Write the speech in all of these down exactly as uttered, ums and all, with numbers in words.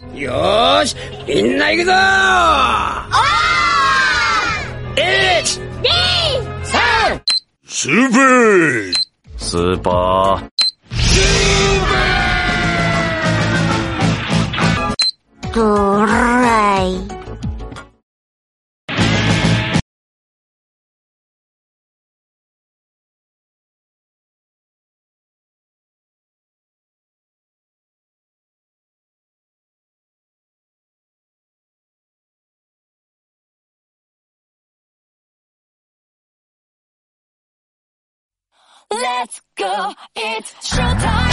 よーし、みんな行くぞー。いち、に、さん。 スーパースーパードライ。 Let's go, it's showtime.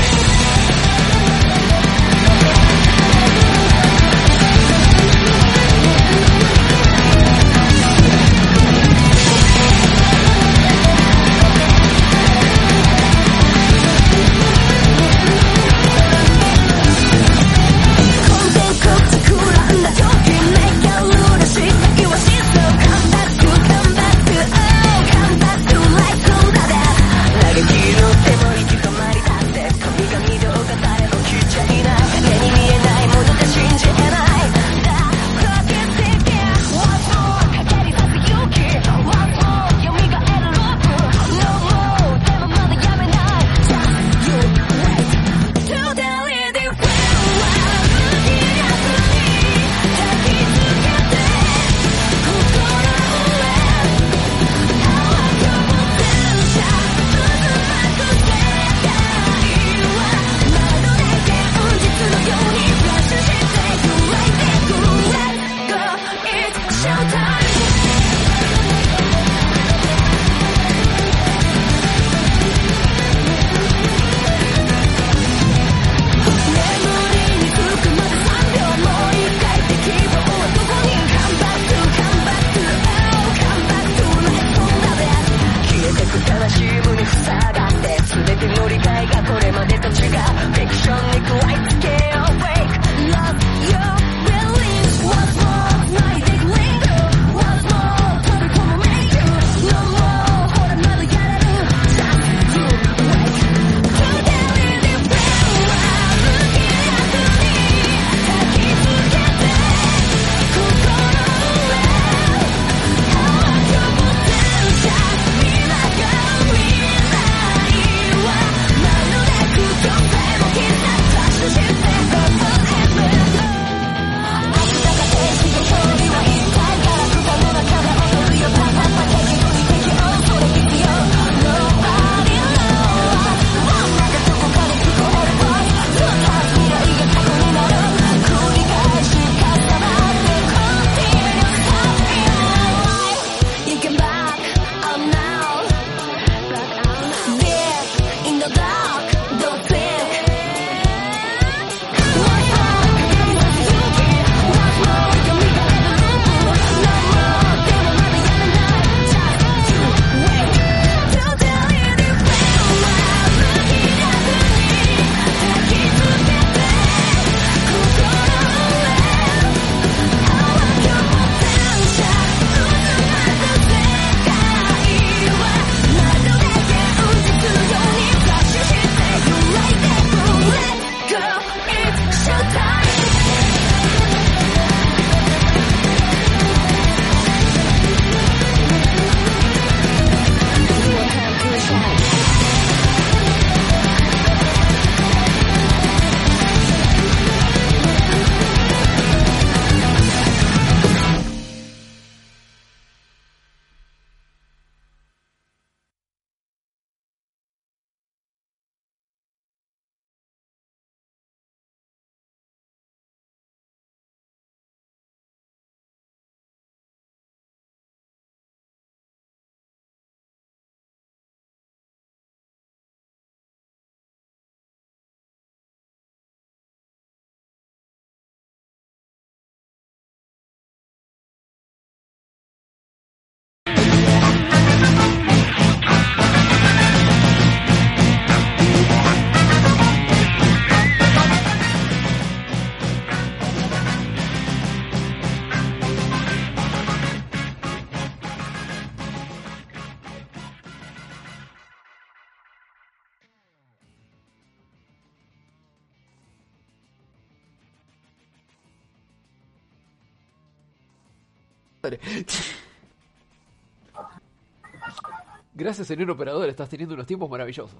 Gracias, señor operador, estás teniendo unos tiempos maravillosos.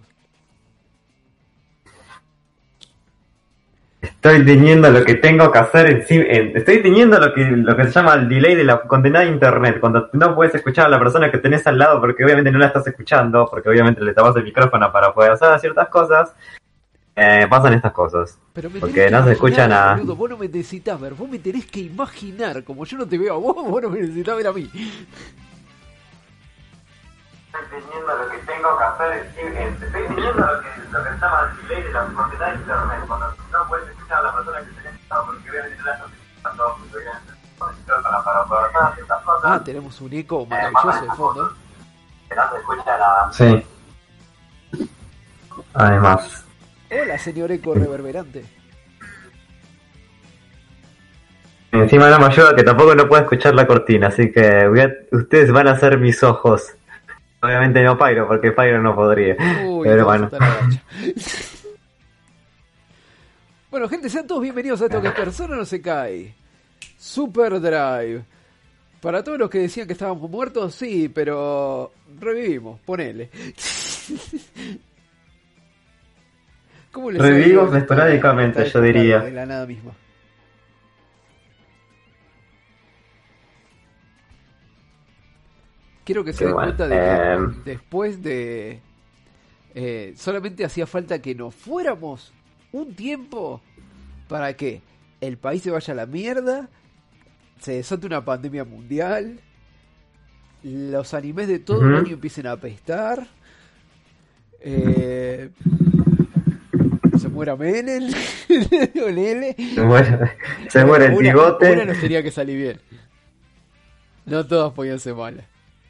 Estoy teniendo lo que tengo que hacer encima, en, estoy teniendo lo que lo que se llama el delay de la condenada internet, cuando no puedes escuchar a la persona que tenés al lado porque obviamente no la estás escuchando, porque obviamente le tapas el micrófono para poder hacer ciertas cosas, eh, pasan estas cosas. Pero me porque no se escucha nada. Boludo, vos no me necesitas ver, vos me tenés que imaginar, como yo no te veo a vos, vos no me necesitas ver a mí. Estoy teniendo lo que tengo que hacer encima, estoy teniendo lo que, lo que se llama el delay de la condenada internet, cuando no puedes escuchar a la persona que tenés al lado porque obviamente no la estás escuchando, porque obviamente para, para poder hacer ciertas cosas. Ah, tenemos un eco maravilloso de fondo. Que no se escucha nada. Sí. Además. Hola, señor eco reverberante. Encima no me ayuda que tampoco no puedo escuchar la cortina, así que voy a, ustedes van a ser mis ojos. Obviamente no Pyro, porque Pyro no podría. Uy, pero bueno. Bueno, gente, sean todos bienvenidos a esto que es Persona no se cae. Super Drive. Para todos los que decían que estábamos muertos, sí, pero revivimos, ponele. ¿Cómo les Revivimos esporádicamente, yo diría. De la nada misma. Quiero que se den bueno, cuenta de que eh... después de... Eh, solamente hacía falta que nos fuéramos un tiempo para que el país se vaya a la mierda, se desate una pandemia mundial, los animes de todo el uh-huh. año empiecen a apestar, eh, se muera Menem, con L. Se muere, se muere el una, bigote. Una nos tenía que salir bien. No todas podían ser malas.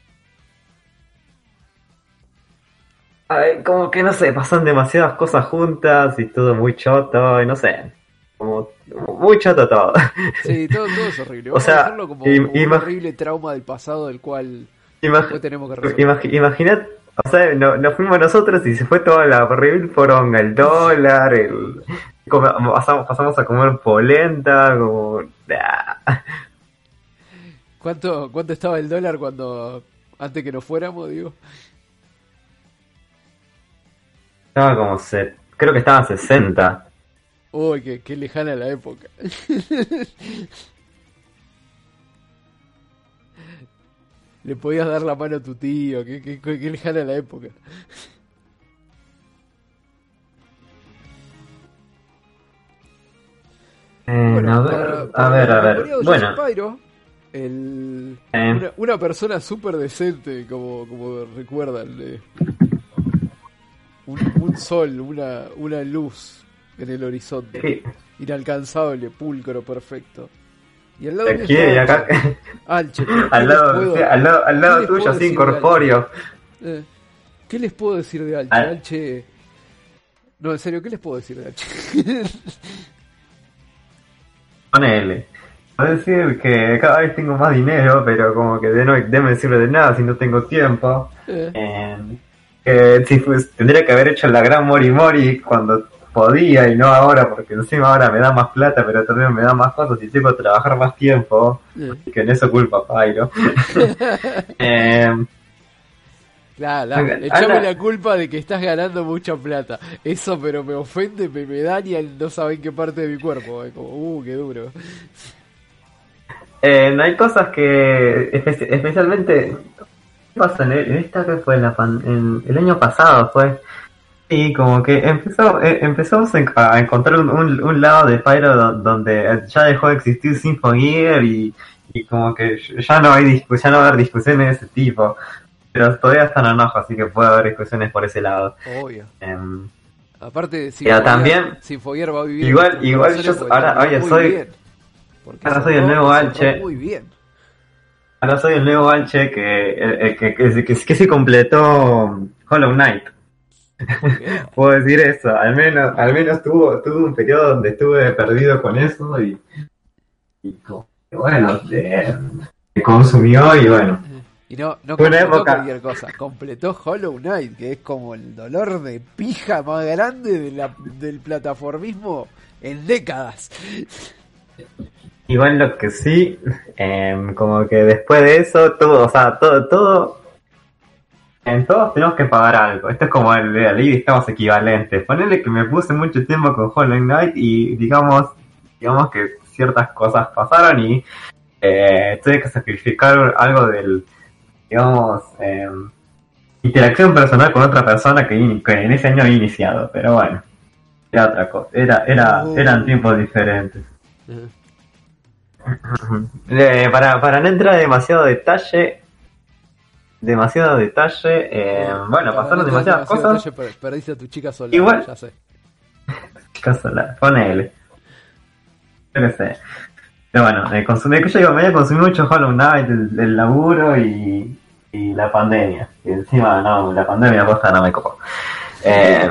A ver, como que no sé, pasan demasiadas cosas juntas y todo muy choto, y no sé. Como muy choto todo. Sí, todo, todo es horrible. Vamos o sea, a dejarlo como, im- como un ima- horrible trauma del pasado del cual imag- después tenemos que resolver. imag- Imaginad, o sea, no, nos fuimos nosotros y se fue toda la horrible poronga, el dólar, el come- pasamos, pasamos a comer polenta, como... ah. ¿Cuánto, ¿Cuánto estaba el dólar cuando antes que nos fuéramos, digo? Estaba como se, creo que estaban sesenta. Uy, qué, qué lejana la época. Le podías dar la mano a tu tío, qué, qué, qué lejana la época. Eh, Bueno, a ver, para, a para ver, a ver. Yo Bueno, soy Pyro, el, Eh. una, una persona súper decente, como, como recuerdan. eh. Un, un sol, una, una luz en el horizonte. sí, Inalcanzable, pulcro, perfecto. Y al lado mío aquí está y acá, Alche. ¿Qué al les lado, puedo- sí, al lado, al qué lado les tuyo, puedo así decir de incorpóreo. Alche? Eh, ¿Qué les puedo decir de Alche? Al- Alche... No, en serio, ¿qué les puedo decir de Alche? Ponele. Puedo decir que cada vez tengo más dinero, pero como que de no, de no me sirve de nada si no tengo tiempo. Eh, Eh, que si pues, tendría que haber hecho la gran Mori Mori cuando podía y no ahora, porque encima ahora me da más plata, pero también me da más cosas y tengo que trabajar más tiempo. eh. Y que en eso culpa Pyro. eh, Claro, claro. Ana- Echame Ana- la culpa de que estás ganando mucha plata. Eso, pero me ofende, me, me daña el no saben qué parte de mi cuerpo. Es como, uh, qué duro. Eh, no hay cosas que espe- especialmente ¿qué pasa en, en esta que fue la pan- en el año pasado fue y como que empezó eh, empezamos en- a encontrar un, un, un lado de Pyro do- donde ya dejó de existir Symphogear y, y como que ya no hay discu- ya no va a haber discusiones de ese tipo, pero todavía están enojo, así que puede haber discusiones por ese lado. Obvio. Em, Aparte, Ya, también- Sinfoguiar va a vivir. igual- en nuestros igual corazones yo- porque ahora- nos oye, muy soy- bien. Porque ahora se soy el andó- nuevo se Alche. andó muy bien. Ahora soy el nuevo Alche que, eh, que, que, que, que se completó Hollow Knight. Muy bien. Puedo decir eso, al menos, al menos tuvo, tuve un periodo donde estuve perdido con eso y, y como que, bueno, eh, me consumió y bueno. Y no, no Fue una completó época- cualquier cosa. Completó Hollow Knight, que es como el dolor de pija más grande de la, del plataformismo en décadas. Igual lo que sí, eh, como que después de eso, todo, o sea, todo, todo, en todos tenemos que pagar algo. Esto es como el de la ley, estamos equivalentes. Ponele que me puse mucho tiempo con Hollow Knight y digamos, digamos que ciertas cosas pasaron y eh, tuve que sacrificar algo del, digamos, eh, interacción personal con otra persona que, in- que en ese año había iniciado, pero bueno, era otra cosa, era, era, Oh. eran tiempos diferentes. Ajá. Eh, para, para no entrar en demasiado detalle, demasiado detalle, eh, bueno, Para pasaron no tener demasiadas demasiado cosas. detalle, per- Perdiste a tu chica sola, Igual- ya sé. Chicas sola, ponele. Yo qué sé. Pero bueno, eh, consumí, que yo digo, me voy a consumir mucho Hollow Knight, el, el laburo y, y la pandemia. Y encima, no, la pandemia posta no me copó. Eh,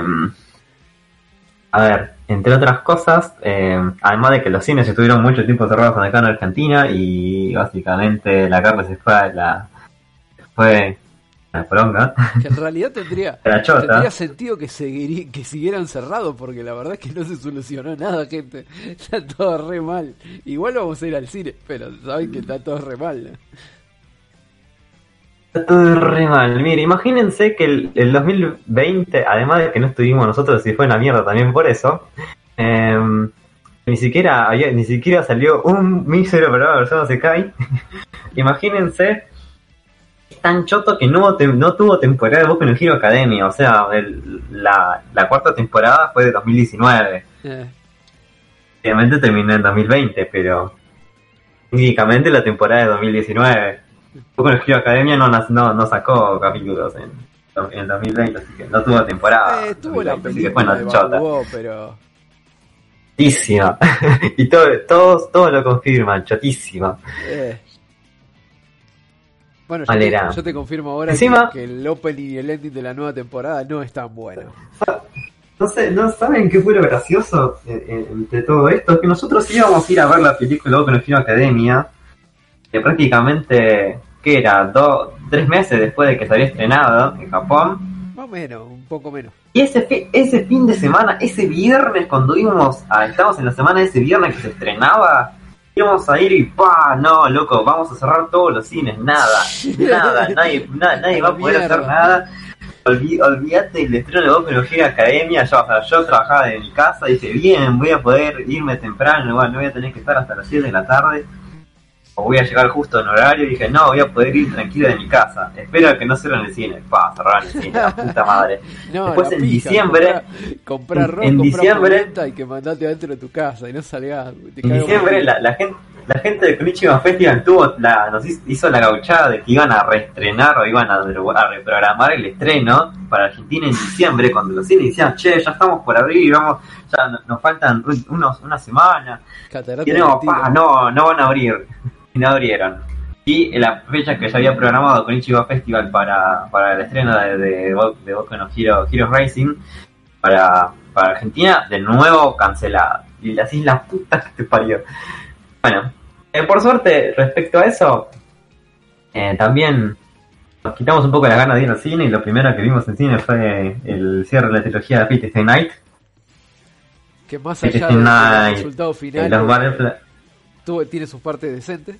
a ver, entre otras cosas, eh, además de que los cines estuvieron mucho tiempo cerrados acá en Argentina y básicamente la carne se fue a la, se fue a la poronga. Que en realidad tendría, La chota. tendría sentido que, seguirí- que siguieran cerrados, porque la verdad es que no se solucionó nada, gente. Está todo re mal. Igual vamos a ir al cine, pero saben que está todo re mal, ¿no? Está todo re mal. Mire, imagínense que el, el dos mil veinte, además de que no estuvimos nosotros y fue una mierda también por eso, eh, ni siquiera había, ni siquiera salió un mísero programa de Persona Sekai. Imagínense, es tan choto que no, te- no tuvo temporada de Boku no Hero Academia. O sea, el- la, la cuarta temporada fue de dos mil diecinueve. Eh, Obviamente terminó en dos mil veinte, pero únicamente la temporada de dos mil diecinueve. Boku no Hero Academia no, nas- no, no sacó capítulos en, en dos mil veinte, así que no tuvo temporada. eh, tuvo la dos mil veinte, así que fue película de una chota. Bakugo, pero... Chotísima. Y todo, todos, todos lo confirman, chotísima. Eh. Bueno, yo Mal te, era. yo te confirmo ahora Encima- que, que el opening y el ending de la nueva temporada no es tan bueno. No sé, ¿no saben qué fue lo gracioso eh, eh, entre todo esto? Es que nosotros íbamos a ir a ver la película Boku no Hero Academia, que prácticamente, ¿qué era? Dos, tres meses después de que se había estrenado en Japón. Más o menos, un poco menos. Y ese, fi- ese fin de semana, ese viernes, cuando íbamos a, estábamos en la semana de ese viernes que se estrenaba, íbamos a ir y ¡pah! No, loco, vamos a cerrar todos los cines, nada, nada, nadie, na- nadie va a poder Mierda. hacer nada. Olví- olvídate del estreno de Boku no Hero Academia. Yo, o sea, yo trabajaba de mi casa y dije, bien, voy a poder irme temprano, igual no voy a tener que estar hasta las siete de la tarde, o voy a llegar justo en horario. Y dije, no, voy a poder ir tranquilo de mi casa. Espero que no cierren el cine. Pa, cerraron el cine, la puta madre. No, Después la en pija, diciembre, Comprar, comprar en- rock, en comprar diciembre- polenta y que mandate adentro de tu casa y no salgas. te En cago diciembre mal. la, la gente la gente de Konichiwa Festival tuvo la, nos hizo, hizo la gauchada de que iban a reestrenar o iban a, a reprogramar el estreno para Argentina en diciembre, cuando los cines decían, che, ya estamos por abrir, vamos, ya no- nos faltan un- unos una semana. Catarata Y no, de tiro. pa, no, no van a abrir. Y no abrieron. Y en la fecha que ya había programado Konichiwa Festival para, para el estreno de, de, Bo- de Boku no Hero, Hero Racing para, para Argentina, de nuevo cancelada. Y las islas putas que te parió. Bueno, eh, por suerte, respecto a eso, eh, también nos quitamos un poco las ganas de ir al cine y lo primero que vimos en cine fue el cierre de la trilogía de Fate Stay Night. Que más Fate allá Stay del Night, resultado eh, final, los eh, Butterfly- tuvo- tiene sus partes decentes.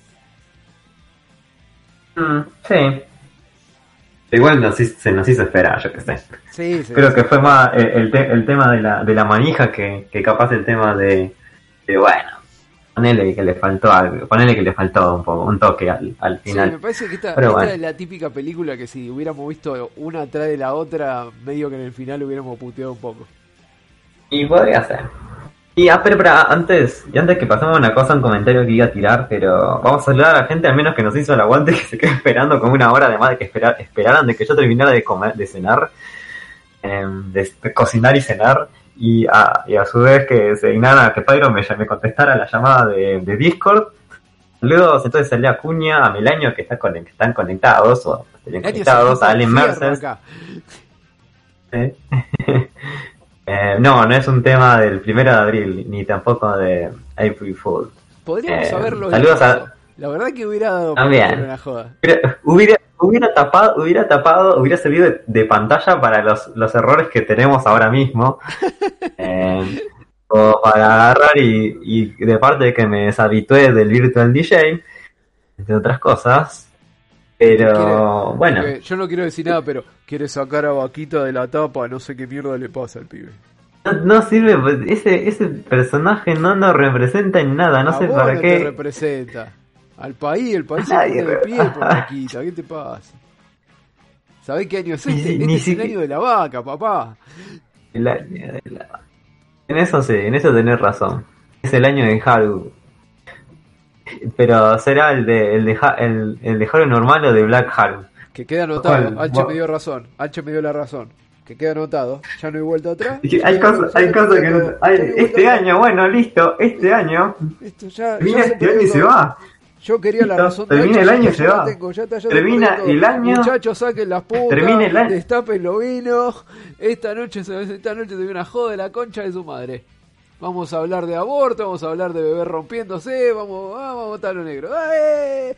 Mm, sí. Igual nos hizo- se nos hizo esperar, yo que sé. Sí, sí, Creo sí. que fue más el, el, te- el tema de la, de la manija que, que capaz el tema de, de bueno, ponele que le faltó algo, ponele que le faltó un poco, un toque al, al Sí, final. me parece que esta, Pero esta bueno. es la típica película que si hubiéramos visto una atrás de la otra, medio que en el final hubiéramos puteado un poco. Y podría ser. Y ah, pero, pero, antes, y antes que pasemos a una cosa, un comentario que iba a tirar, pero vamos a saludar a la gente al menos que nos hizo el aguante, que se quedó esperando como una hora, además de que esperar, esperaran de que yo terminara de comer, de cenar, eh, de, de cocinar y cenar, y a, y a su vez que se dignaran a que Pyro me, me contestara la llamada de, de Discord. Saludos entonces salió a Cuña, a Melaño, que, está conect, que están conectados, o estarían Nadie conectados, se a quita Allen el fierro Mercer. acá. ¿Eh? Eh, no, no es un tema del primero de abril, ni tampoco de April Fool. Podríamos Eh, haberlo saludos hecho. a- La verdad que hubiera dado También. para hacer una joda. Hubiera, hubiera, hubiera tapado, hubiera tapado, hubiera servido de, de pantalla para los, los errores que tenemos ahora mismo. Eh, o para agarrar y, y de parte de que me deshabitué del Virtual D J, entre otras cosas. Pero Quiere- bueno, porque yo no quiero decir nada, pero quiere sacar a Vaquita de la tapa, no sé qué mierda le pasa al pibe. no, no sirve, pues, ese, ese personaje no nos representa en nada, no a sé vos para no qué. te representa. Al país, el país se Nadie pone de re- pie por Vaquita, ¿qué te pasa? ¿Sabés qué año es Ni- este? ni Este es el siquiera- año de la vaca, papá. El año de la- En eso sí, en eso tenés razón. Es el año de Haru. Pero será el de el de, Ha- el, el de Haru normal o de Black Haru. Que queda anotado, ¿Cuál? Alche Vos- me dio razón, Alche me dio la razón. Que queda anotado, ya no hay vuelta atrás. Y que ya hay no- cosas, ya hay no cosas queda que todo, no. ya hay- no hay vuelta este atrás. año, bueno, listo, este año. Esto ya, Termina ya se este año y perdió se todo. va. Yo quería la Listo, razón de termina Alche, el ya año y está, se ya la va. tengo, ya está, ya Termina se perdió el todo. año. Muchachos, saquen las putas, Termina el año. destapen los vinos. Esta noche, se- esta noche se ve una joda de la concha de su madre. Vamos a hablar de aborto, vamos a hablar de bebés rompiéndose, vamos, ah, vamos a votar a lo negro. ¡Ay!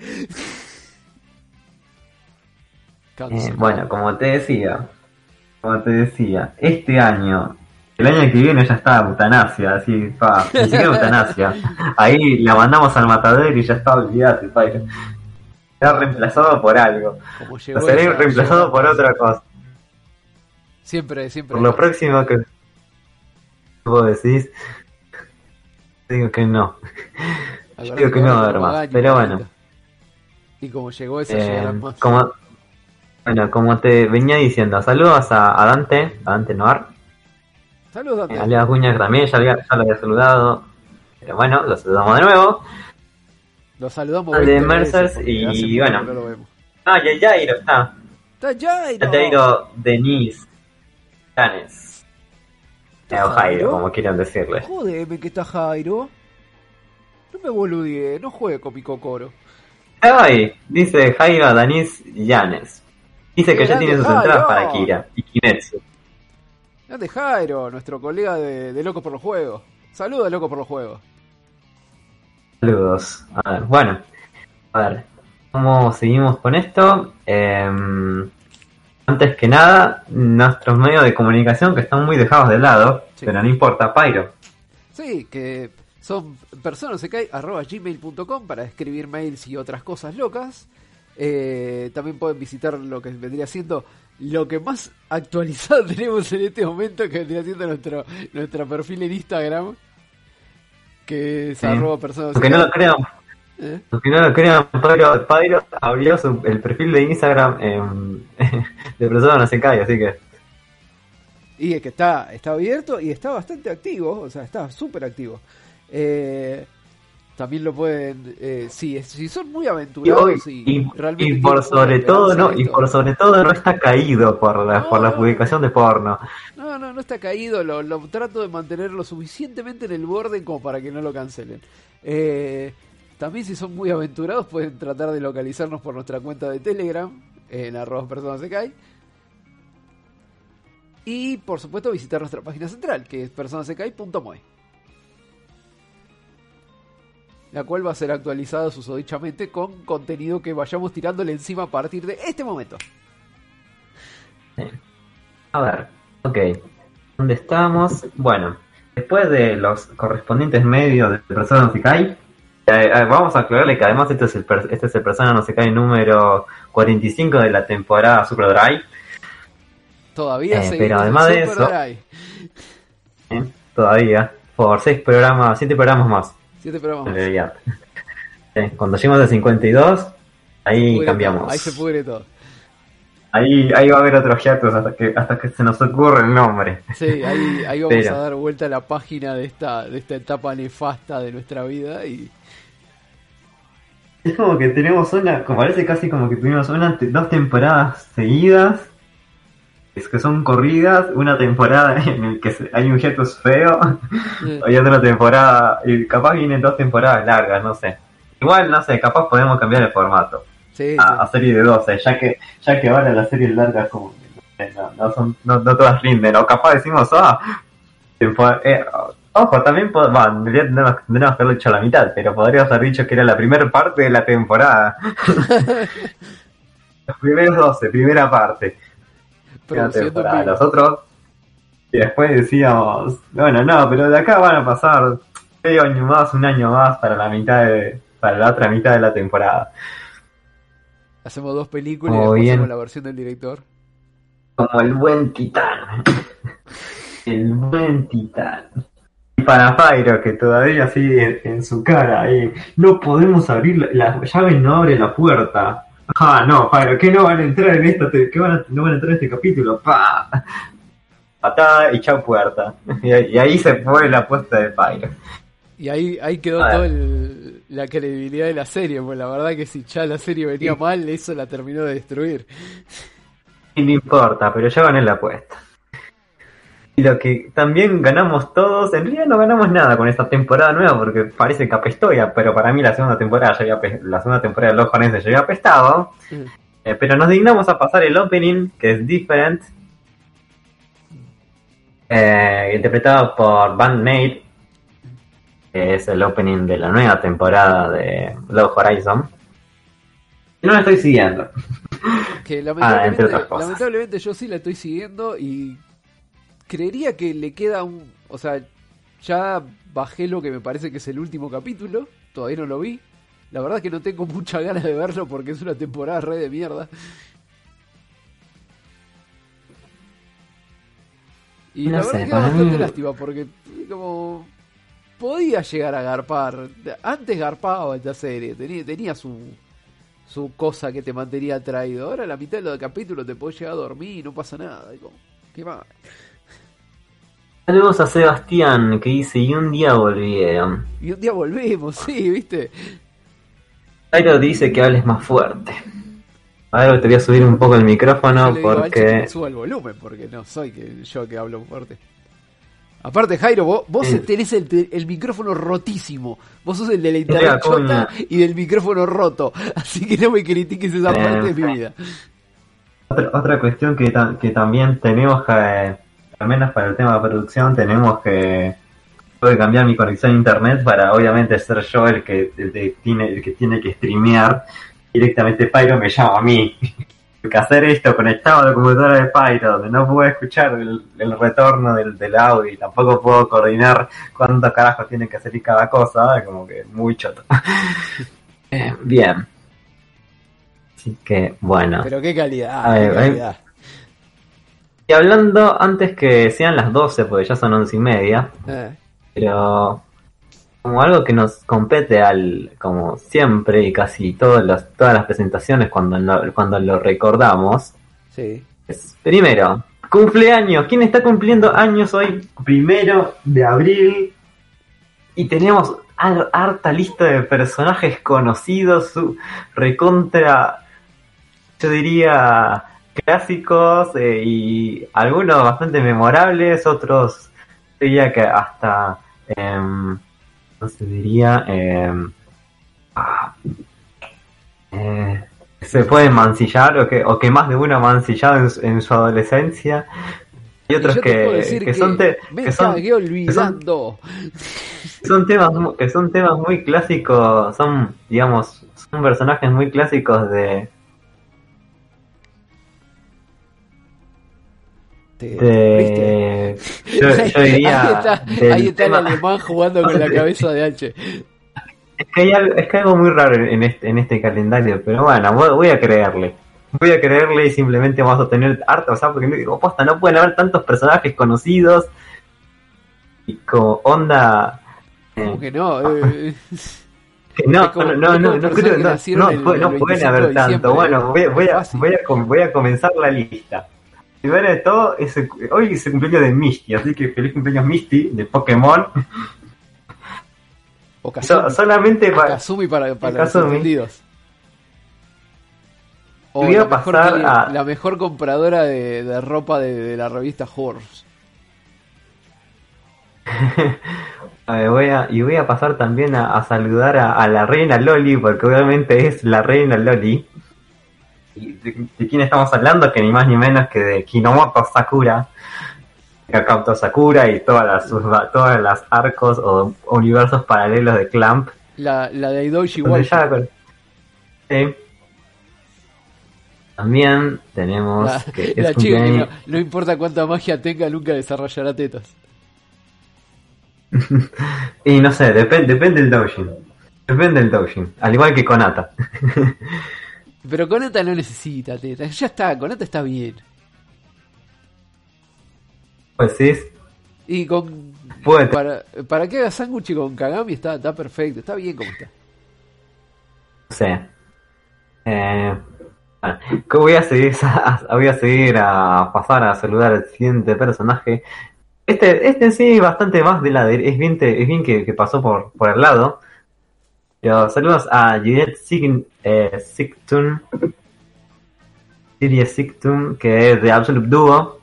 Canso. Eh, bueno, como te decía, como te decía, este año, el año que viene ya está eutanasia, así, pa, ni siquiera eutanasia. Ahí la mandamos al matadero y ya está, olvidate, pa. Será reemplazado por algo. Como llegó O será esa- reemplazado por otra cosa. Siempre, siempre. Por lo próximo que vos decís, digo que no. Yo digo que no va a haber más, pero bueno. Y como llegó esa, Eh, llegarán más. como, bueno, como te venía diciendo, saludos a, a Dante, a Dante Noir. Saludos, Eh, Dante. Alias Guña, que también ya, había- ya lo había saludado. Pero bueno, lo saludamos de nuevo. Lo saludamos. de veinte Mercers veces, porque y hace mucho bueno. que no lo vemos. Ah, y el Jairo está. Está Jairo. El Jairo Denise Canes. Eh, o Jairo, Jairo? como quieran decirle. Jodeme que está Jairo. No me boludee, no juegue con mi cocoro. Ay, dice Jairo Denise Llanes. Dice que ya Grande tiene sus Jairo. entradas para Kira y Kimetsu. Grande Jairo, nuestro colega de, de Locos por los Juegos. Saluda, Locos por los Juegos. Saludos. A ver, bueno. A ver, ¿cómo seguimos con esto? Eh, antes que nada, nuestros medios de comunicación que están muy dejados de lado, Sí. pero no importa, Pyro. Sí, que son personasecai arroba gmail punto com para escribir mails y otras cosas locas. Eh, también pueden visitar lo que vendría siendo lo que más actualizado tenemos en este momento, que vendría siendo nuestro, nuestro perfil en Instagram, que es Sí. arroba personas Aunque no lo crean, ¿Eh? aunque no lo crean, Pyro, Pyro abrió su- el perfil de Instagram em, de persona no se cae, así que Y es que está, está abierto y está bastante activo, o sea, está súper activo. Eh, también lo pueden, eh, sí, es- si son muy y, aventurados y, y- realmente y por tienen sobre mucha todo esperanza no en y esto. por sobre todo no está caído por la No, por la no. publicación de porno. No, no, no está caído, lo, lo trato de mantener lo suficientemente en el borde como para que no lo cancelen. Eh, también si son muy aventurados pueden tratar de localizarnos por nuestra cuenta de Telegram, en arroba personas se cae. Y por supuesto visitar nuestra página central, que es personasecai punto moe, la cual va a ser actualizada susodichamente con contenido que vayamos tirándole encima a partir de este momento. A ver, ok. ¿Dónde estamos? Bueno, después de los correspondientes medios de Persona no se cae, eh, eh, vamos a aclararle que además este es el, per- este es el Persona no se cae número cuarenta y cinco de la temporada Super Drive. Todavía Eh, seguimos pero en además de Super eso- Drive. ¿eh? Todavía, por seis programas, siete programas más. Siete programas En más. realidad. Eh, cuando lleguemos a cincuenta y dos, ahí Pudre cambiamos. todo, ahí se pudre todo. Ahí, ahí va a haber otros hiatus hasta que, hasta que se nos ocurra el nombre. Sí, ahí, ahí vamos Pero- a dar vuelta a la página de esta, de esta etapa nefasta de nuestra vida y Es como que tenemos una, como parece casi como que tuvimos una, dos temporadas seguidas, es que son corridas, una temporada en el que se- hay un hiatus feo, eh, hay otra temporada, y capaz vienen dos temporadas largas, no sé. Igual, no sé, capaz podemos cambiar el formato sí, a, sí. a serie de doce, ya que ya que ahora las series largas como que no, no, son, no, no todas rinden, o capaz decimos, ah, tempo- eh, ojo, también, pod- va, en realidad tendríamos tendríamos que haberlo hecho a la mitad, pero podríamos haber dicho que era la primera parte de la temporada. Los primeros doce, primera parte. Primera Produciendo temporada. en vivo. Los otros, Y después decíamos, bueno, no, pero de acá van a pasar medio año más, un año más para la mitad de, para la otra mitad de la temporada. Hacemos dos películas Oh, y después bien. hacemos la versión del director. Como el buen titán. El buen titán. Y para Pyro, que todavía sigue en, en su cara ahí, no podemos abrir la, la llave, no abre la puerta. Ah, no, Pyro, que no van a entrar en esta, que van a, no van a entrar en este capítulo. ¡Pah! Patada y chau puerta. Y, y ahí se fue la apuesta de Pyro. Y ahí, ahí quedó A ver. toda el- la credibilidad de la serie, pues la verdad que si ya la serie venía Sí. mal, eso la terminó de destruir. Y no importa, pero ya gané la apuesta. Y lo que también ganamos todos, en realidad no ganamos nada con esta temporada nueva porque parece que apestoya, pero para mí la segunda temporada ya había ape- la segunda temporada de Los Japoneses ya había apestado. Mm. Eh, pero nos dignamos a pasar el opening, que es Different, eh, interpretado por Bandmate, que es el opening de la nueva temporada de Love Horizon. Y no lo estoy siguiendo. Que Ah, lamentablemente, entre otras cosas. lamentablemente yo sí la estoy siguiendo y creería que le queda un... O sea, ya bajé lo que me parece que es el último capítulo, todavía no lo vi. La verdad es que no tengo muchas ganas de verlo porque es una temporada re de mierda. Y No la sé, verdad que da para bastante mí- lástima porque como podía llegar a garpar. Antes garpaba esta serie, tenía, tenía su, su cosa que te mantenía atraído. Ahora a la mitad de los capítulos te podés llegar a dormir y no pasa nada. Y como, ¿qué más? Saludos a Sebastián, que dice, y un día volvieron. Y un día volvemos, sí, ¿viste? Pyro dice que hables más fuerte. A ver, te voy a subir un poco el Yo micrófono le digo a Alche que porque... me suba el volumen porque no soy que yo que hablo fuerte. Aparte, Jairo, vos, vos Sí. tenés el, el micrófono rotísimo. Vos sos el de la Mira, internet coño. chota y del micrófono roto. Así que no me critiques esa Eh, parte de mi vida. Otra, otra cuestión que, ta- que también tenemos que, al menos para el tema de producción, tenemos que, tengo que cambiar mi conexión a internet para obviamente ser yo el que, el, que tiene, el que tiene que streamear. Directamente Pyro me llama a mí. Porque hacer esto conectado a la computadora de Pyro, donde no puedo escuchar el, el retorno del, del audio y tampoco puedo coordinar cuánto carajo tiene que hacer y cada cosa, como que muy choto. Eh, bien. Así que, bueno. Pero qué calidad, A ver, qué ahí- calidad. Y hablando antes que sean las doce, porque ya son once y media, Eh, pero como algo que nos compete al, como siempre y casi todas las, todas las presentaciones cuando lo, cuando lo recordamos, sí. es, primero, cumpleaños. ¿Quién está cumpliendo años hoy? Primero de abril. Y tenemos har- harta lista de personajes conocidos, su recontra, yo diría, clásicos eh, y algunos bastante memorables, otros diría que hasta, em, no se diría, em, ah, eh, se pueden mancillar o que, o que más de uno ha mancillado en, su- en su adolescencia. Y otros Y yo te puedo que, decir que que son te- me que son cagué olvidando. son temas mu- que son temas muy clásicos, son digamos son personajes muy clásicos de Te- te de yo, yo diría ahí está, del ahí está tema- el alemán jugando con la cabeza de Alche. es que hay algo, es que hay algo muy raro en este en este calendario, pero bueno, voy, voy a creerle. Voy a creerle y simplemente vamos a tener harta, o sea, porque no digo, posta, no pueden haber tantos personajes conocidos y como onda eh, Como que no. eh, que no, Es como- no, no, es como no, no, personas creo, que no, nacieron no, el- pu- no el pueden veinticinco haber de tanto. diciembre, Bueno, voy, a- voy, a, fácil. voy, a, com- voy a comenzar la lista. Primero de todo, es el- hoy es el cumpleaños de Misty, así que feliz cumpleaños Misty de Pokémon. O Kazumi, So- solamente para... Kazumi para, para los Kazumi. entendidos. O Voy a la mejor, pasar cli- a- la mejor compradora de, de ropa de, de la revista Horse. A ver, voy a, y voy a pasar también a, a saludar a, a la reina Loli, porque obviamente es la reina Loli. ¿Y de, de quién estamos hablando? Que ni más ni menos que de Kinomoto Sakura. Kakaoto Sakura y todas las, sus, todas las arcos o universos paralelos de Clamp. La, la de Idoshi Donde Waifu. ya con- sí. También tenemos La, que la es chica que no, cumpleaños. no importa cuánta magia tenga, nunca desarrollará tetas. Y no sé, depende depende del doujin. Depende del doujin. Al igual que Konata. Pero Konata no necesita tetas. Ya está, Konata está bien. Pues sí, Y con. Puede- Para, para que haga sándwich con Kagami está, está perfecto, está bien como está. no sé. Eh, bueno, que voy a seguir a, voy a seguir a pasar a saludar al siguiente personaje. Este, este sí bastante más de la de, es bien, te- es bien que, que pasó por, por el lado. Pero saludos a Juliet Sig, eh, Sigtun, Siria Sigtun, que es de Absolute Duo.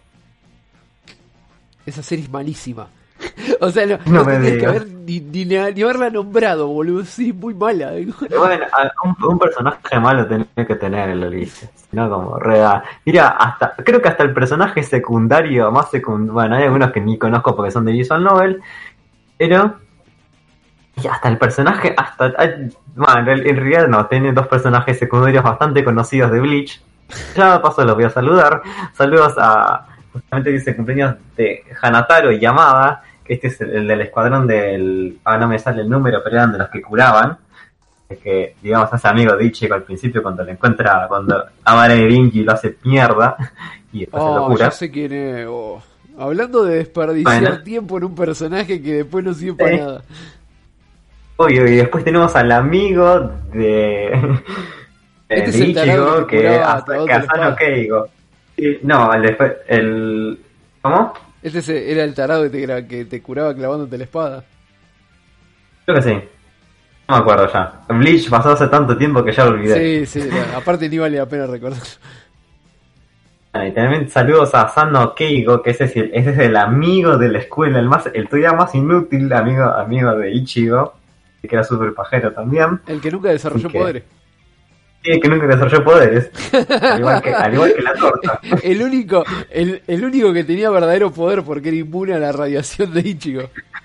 Esa serie es malísima. O sea, no, No no me tendrías que digas. haber ni, ni, ni haberla nombrado, boludo. Sí, muy mala. Bueno, a- un, un personaje malo tenía que tener en la lista, sino como reda. Mira, hasta creo que hasta el personaje secundario, más secundario, bueno, hay algunos que ni conozco porque son de Visual Novel, pero y hasta el personaje, hasta ay, bueno, en en realidad no, tiene dos personajes secundarios bastante conocidos de Bleach. Ya de paso los voy a saludar. Saludos a justamente dice cumpleaños de Hanataro y Yamada, que este es el, el del escuadrón del, ah no me sale el número, pero eran de los que curaban. Es que, digamos, hace amigo de Ichigo al principio cuando lo encuentra, cuando Amare de Vinci lo hace mierda y después se lo Oh, cura. ya sé quién es. Oh. Hablando de desperdiciar Bueno. tiempo en un personaje que después no sirve para Sí. nada. Obvio, y después tenemos al amigo de, Este de es el tarado Ichigo, que que es curaba Asa- clavándote que la Asano espada. Keigo. Sí, no, el, después- el... ¿Cómo? Este se- era el tarado que te, gra- que te curaba clavándote la espada. Creo que sí. No me acuerdo ya. Bleach pasó hace tanto tiempo que ya lo olvidé. Sí, sí, la- aparte ni vale la pena recordar. Bueno, y también saludos a Asano Keigo, que ese es el, ese es el amigo de la escuela, el más, el todavía más inútil amigo, amigo de Ichigo, que era súper pajero también. El que nunca desarrolló ¿Y qué? poderes. Sí, que nunca desarrolló poderes. Al igual que, al igual que la torta. El único, el, el único que tenía verdadero poder porque era inmune a la radiación de Ichigo.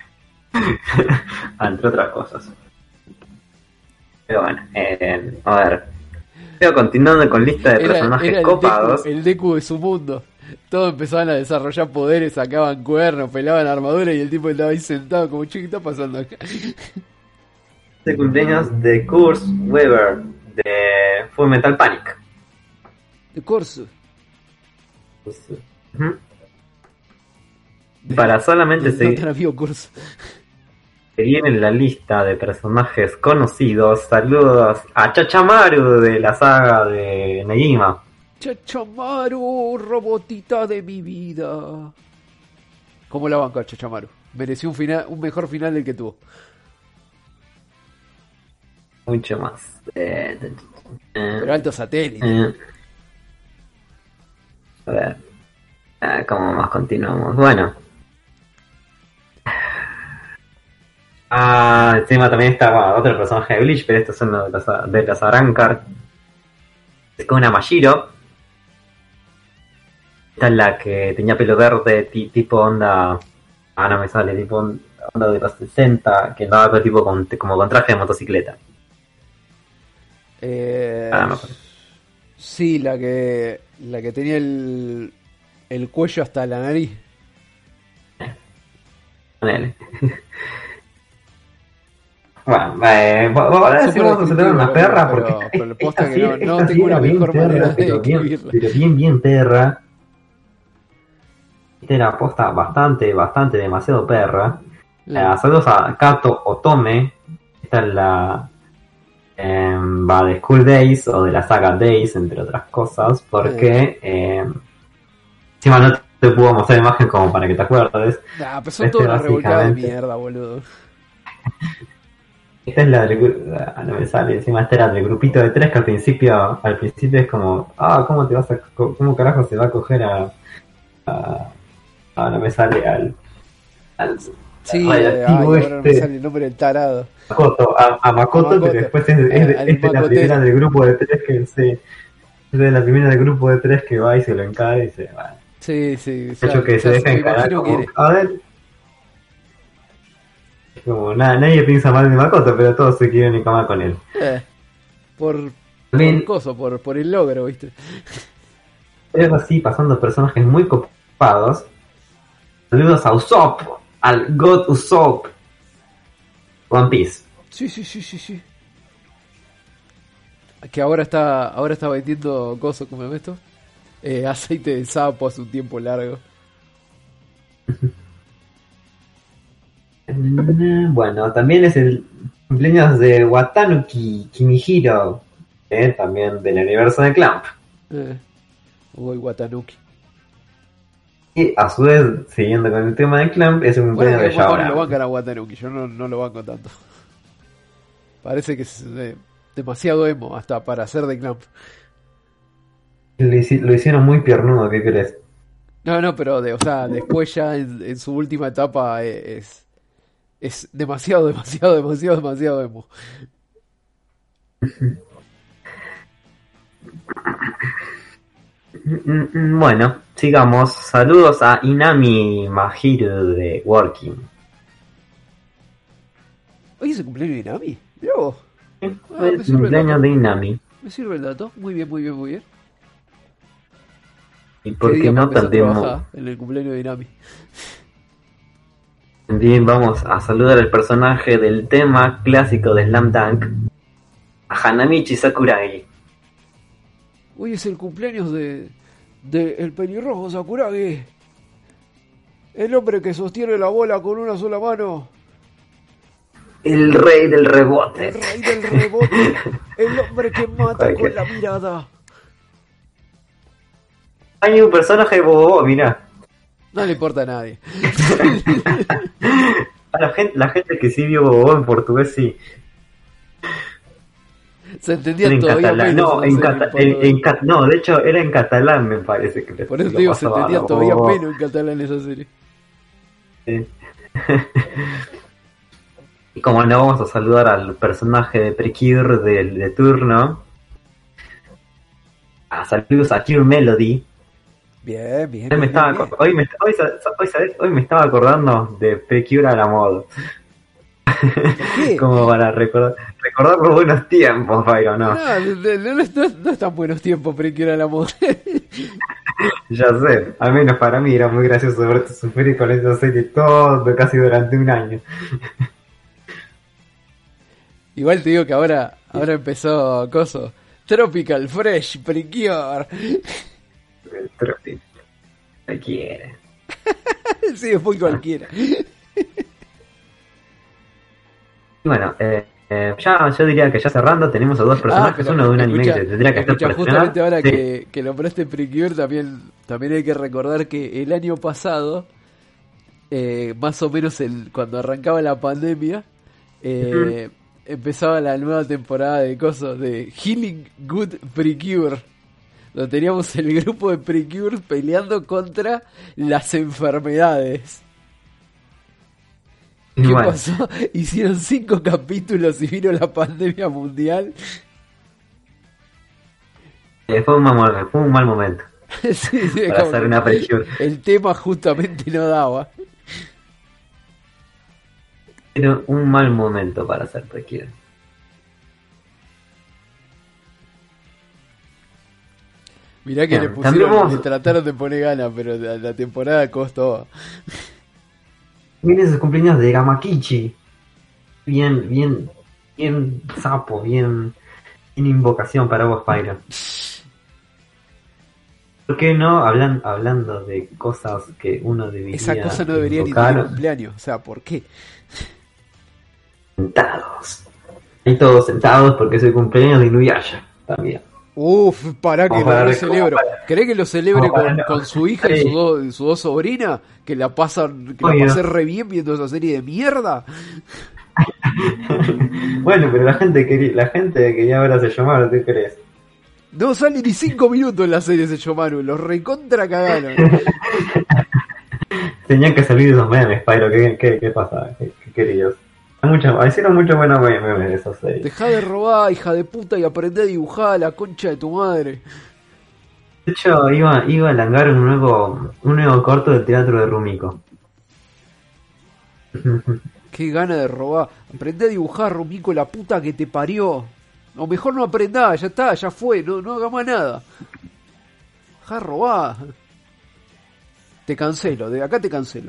Entre otras cosas. Pero bueno, eh, a ver. Sigo continuando con lista de Era, personajes era el, copados. Deku, el Deku de su mundo. Todos empezaban a desarrollar poderes, sacaban cuernos, pelaban armadura y el tipo estaba ahí sentado como, che, ¿qué está pasando acá? De cumpleaños de Kurt Weber de Full Metal Panic. De Corso. Ujú. Para solamente No seguir tan amigo Corso. seguir en la lista de personajes conocidos, saludos a Chachamaru de la saga de Negima. Chachamaru, robotita de mi vida. ¿Cómo la banca Chachamaru? Mereció un final, un mejor final del que tuvo. Mucho más. Eh, eh, Pero alto satélite. eh. A ver. Ah, ¿cómo más continuamos? Bueno. Ah, encima también está bueno, otro personaje de Bleach, pero estos son los de los, de los Arankar. Es con una Mashiro. Esta es la que tenía pelo verde, ti- tipo onda. Ah, no me sale, tipo on- onda de los sesenta, que andaba con, tipo con, como con traje de motocicleta. Eh, Ah, no me acuerdo. sí, la que la que tenía el, el cuello hasta la nariz. Ponele. Bueno, eh, bo- bo- ahora sí Súper vamos a hacer una descriptivo, perra pero- porque pero esta- posta esta que no- sí- no esta tengo sí una era bien mejor perra, manera de pero bien, describirla. pero bien, bien perra. Esta era posta bastante, bastante, demasiado perra. Eh, saludos a Kato Otome. Esta es la eh, va de School Days o de la saga Days, entre otras cosas, porque eh, encima no te puedo mostrar imagen como para que te acuerdes. Nah, pero son Este todas una revolcada de básicamente- mierda, boludo. Esta es la del gru- ah, no me sale, encima esta era del grupito de tres que al principio, al principio es como, ah, ¿cómo te vas a, co- cómo carajo se va a coger a, a, ah, no me sale al, al Sí, al eh, ay, activo ahora no me este, sale el nombre del tarado. Makoto, a, a Makoto, A Makoto. pero después es, es, Eh, es al de la Makote. primera del grupo de tres que se, es de la primera del grupo de tres que va y se lo encara y se va. Sí, sí. De hecho que se deja me encarar imagino como, quién es. a ver. Como nada, nadie piensa mal de Makoto, pero todos se quieren encarar con él. Eh, por, También- por coso, por, por el logro, ¿viste? Es así, pasando personajes muy copados. Saludos a Usopp, al God Usopp. One Piece. Sí, sí, sí, sí, sí. Que ahora está ahora está vendiendo coso, como esto. Eh, aceite de sapo hace un tiempo largo. Mm, Bueno, también es el cumpleaños de Watanuki Kimihiro, eh, también del universo de Clamp. Eh, Uy, Watanuki. Y a su vez, siguiendo con el tema de Clamp, es un Bueno, cumpleaños de que bueno, Shaoran. lo bancan a Watanuki, yo no, no lo banco tanto. Parece que es eh, demasiado emo hasta para ser de Clamp. Lo, hici- lo hicieron muy piernudo, ¿qué crees? No, no, pero de, o sea, después ya en, en su última etapa eh, es es demasiado, demasiado, demasiado, demasiado emo. Mm, mm, Bueno, sigamos. Saludos a Inami Mahiro de Working. Oye, ¿es el cumpleaños de Nami? Mirá vos. Ah, me Es sirve el cumpleaños dato. de Inami. Me sirve el dato. Muy bien, muy bien, muy bien. ¿Y por qué día no para empezar a también, trabajar en el cumpleaños de Nami? también vamos a saludar al personaje del tema clásico de Slam Dunk, a Hanamichi Sakurai? Hoy es el cumpleaños de, de el pelirrojo Sakuragi. El hombre que sostiene la bola con una sola mano. El rey del rebote. El rey del rebote. El hombre que mata con la mirada. Hay un personaje bobo, mirá. No le importa a nadie. A la gente, la gente que sí vio bobo en portugués sí. Se entendía En todavía catalán, menos. no, en en, serio, cata- por en- lo- en cat- no, de hecho era en catalán me parece que Por eso lo te digo, se pasaba entendía a todavía bobo. menos en catalán esa serie. Sí. Y como no, vamos a saludar al personaje de Precure del de turno. A saludos a Cure Melody. Bien, bien. Hoy me, bien, estaba, bien. aco- hoy, me, hoy, sa- hoy, ¿sabes? Hoy me estaba acordando de Precure a la modo. qué? Como para recordar, recordar los buenos tiempos, Byron, ¿no? No, no, no, no, no- no están buenos tiempos para que era la moda. Ya sé, al menos para mí era muy gracioso verte sufrir con esa serie todo, casi durante un año. Igual te digo que ahora, ahora empezó coso. Tropical Fresh Precure. Pero sí, me quiere. Sí, es muy cualquiera. Bueno, eh, eh, ya yo diría que ya cerrando tenemos a dos personajes, pero uno de un anime escucha- que se tendría que estar escucha, por justamente estrenar. ahora Sí. que, que nombraste Precure, también, también hay que recordar que el año pasado, eh, más o menos el, cuando arrancaba la pandemia, eh, empezaba la nueva temporada de cosas de Healing Good Precure. Donde teníamos el grupo de Precure peleando contra las enfermedades. Y ¿Qué bueno, pasó? Hicieron cinco capítulos y vino la pandemia mundial. eh, fue, un mal, fue un mal momento Sí, sí, para como hacer que una Precure. el tema justamente no daba. Era un mal momento para hacer Precure. Mirá que Bien, le también pusieron, vamos- le trataron de poner ganas, pero la, la temporada costó. Viene su cumpleaños de Gamakichi. Bien, bien, bien sapo, bien, bien invocación para vos, Pyro. ¿Por qué no? Hablan, hablando de cosas que uno debería Esa cosa no debería ni invocar, tener cumpleaños. O sea, ¿por qué? sentados. Y todos sentados porque es el cumpleaños de Inuyasha también. Uf, pará que Como lo para re rec- celebro. como para- ¿Querés que lo celebre como para con, no- con su hija y Sí. sus dos, sus dos sobrinas? Que la pasan, que la Obvio. pasé re bien viendo esa serie de mierda. Bueno, pero la gente quería, la gente quería ver a Seyomaru, ¿qué crees? No sale ni cinco minutos en la serie ese Yomaru, los recontra cagaron. Tenían que salir esos memes, Pyro, ¿qué, qué, qué pasa? ¿Qué, qué querías? Mucho, hicieron muchos buenos memes de esa serie. Dejá de robar, hija de puta, y aprendé a dibujar a la concha de tu madre. De hecho, iba, iba a langar un nuevo, un nuevo corto del teatro de Rumiko. Qué gana de robar. Aprendí a dibujar, Rumiko, la puta que te parió. O mejor no aprendá, ya está, ya fue, no, no haga más nada. Ja, robá. Te cancelo, de acá te cancelo.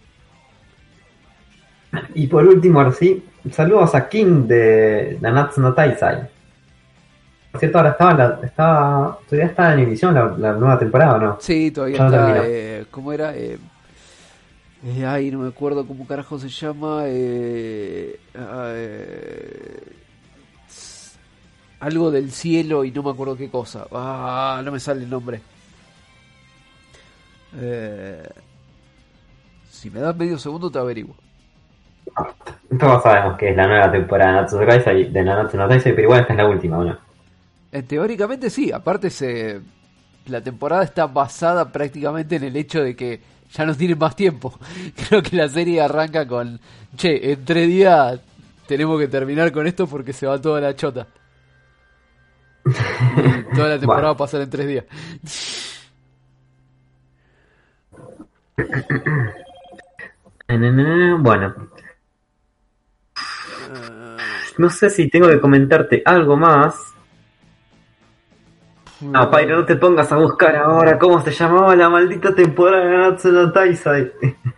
Y por último, ahora sí, saludos a King de Nanatsu no Taizai. Por cierto, ahora estaba, la, estaba todavía está en emisión la, la nueva temporada, ¿o no? Sí, todavía Ya está. Eh, ¿Cómo era? Eh, eh, ay, no me acuerdo cómo carajo se llama. Eh, eh, algo del cielo y no me acuerdo qué cosa. Ah, no me sale el nombre. Eh, si me das medio segundo te averiguo. Todos sabemos que es la nueva temporada de Nanatsu no Taizai, de Nanatsu no Taizai, pero igual esta es la última, ¿o no? Eh, teóricamente sí, aparte se la temporada está basada prácticamente en el hecho de que ya no tienen más tiempo. Creo que la serie arranca con, che, en tres días tenemos que terminar con esto porque se va toda la chota. Y toda la temporada Bueno. va a pasar en tres días. Bueno. No sé si tengo que comentarte algo más. No, Pyro, no te pongas a buscar ahora cómo se llamaba la maldita temporada de Nanatsu no Taizai.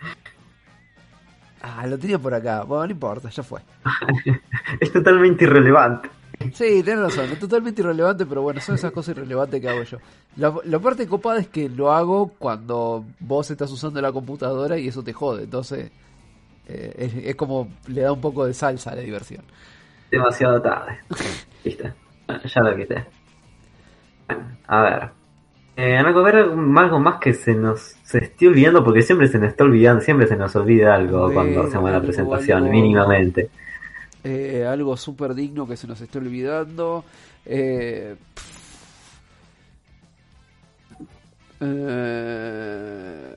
Ah, lo tenía por acá. Bueno, no importa, ya fue. Es totalmente irrelevante. Sí, tenés razón, es totalmente irrelevante, pero bueno, son esas cosas irrelevantes que hago yo. La, la parte copada es que lo hago cuando vos estás usando la computadora y eso te jode, entonces eh, es, es como le da un poco de salsa a la diversión. Demasiado tarde. Viste, ya lo quité. A ver. Eh, algo, ver algo más que se nos se esté olvidando, porque siempre se nos está olvidando, siempre se nos olvida algo Bueno, cuando hacemos la algo, presentación, algo. mínimamente. Eh, algo súper digno que se nos esté olvidando. Eh, eh,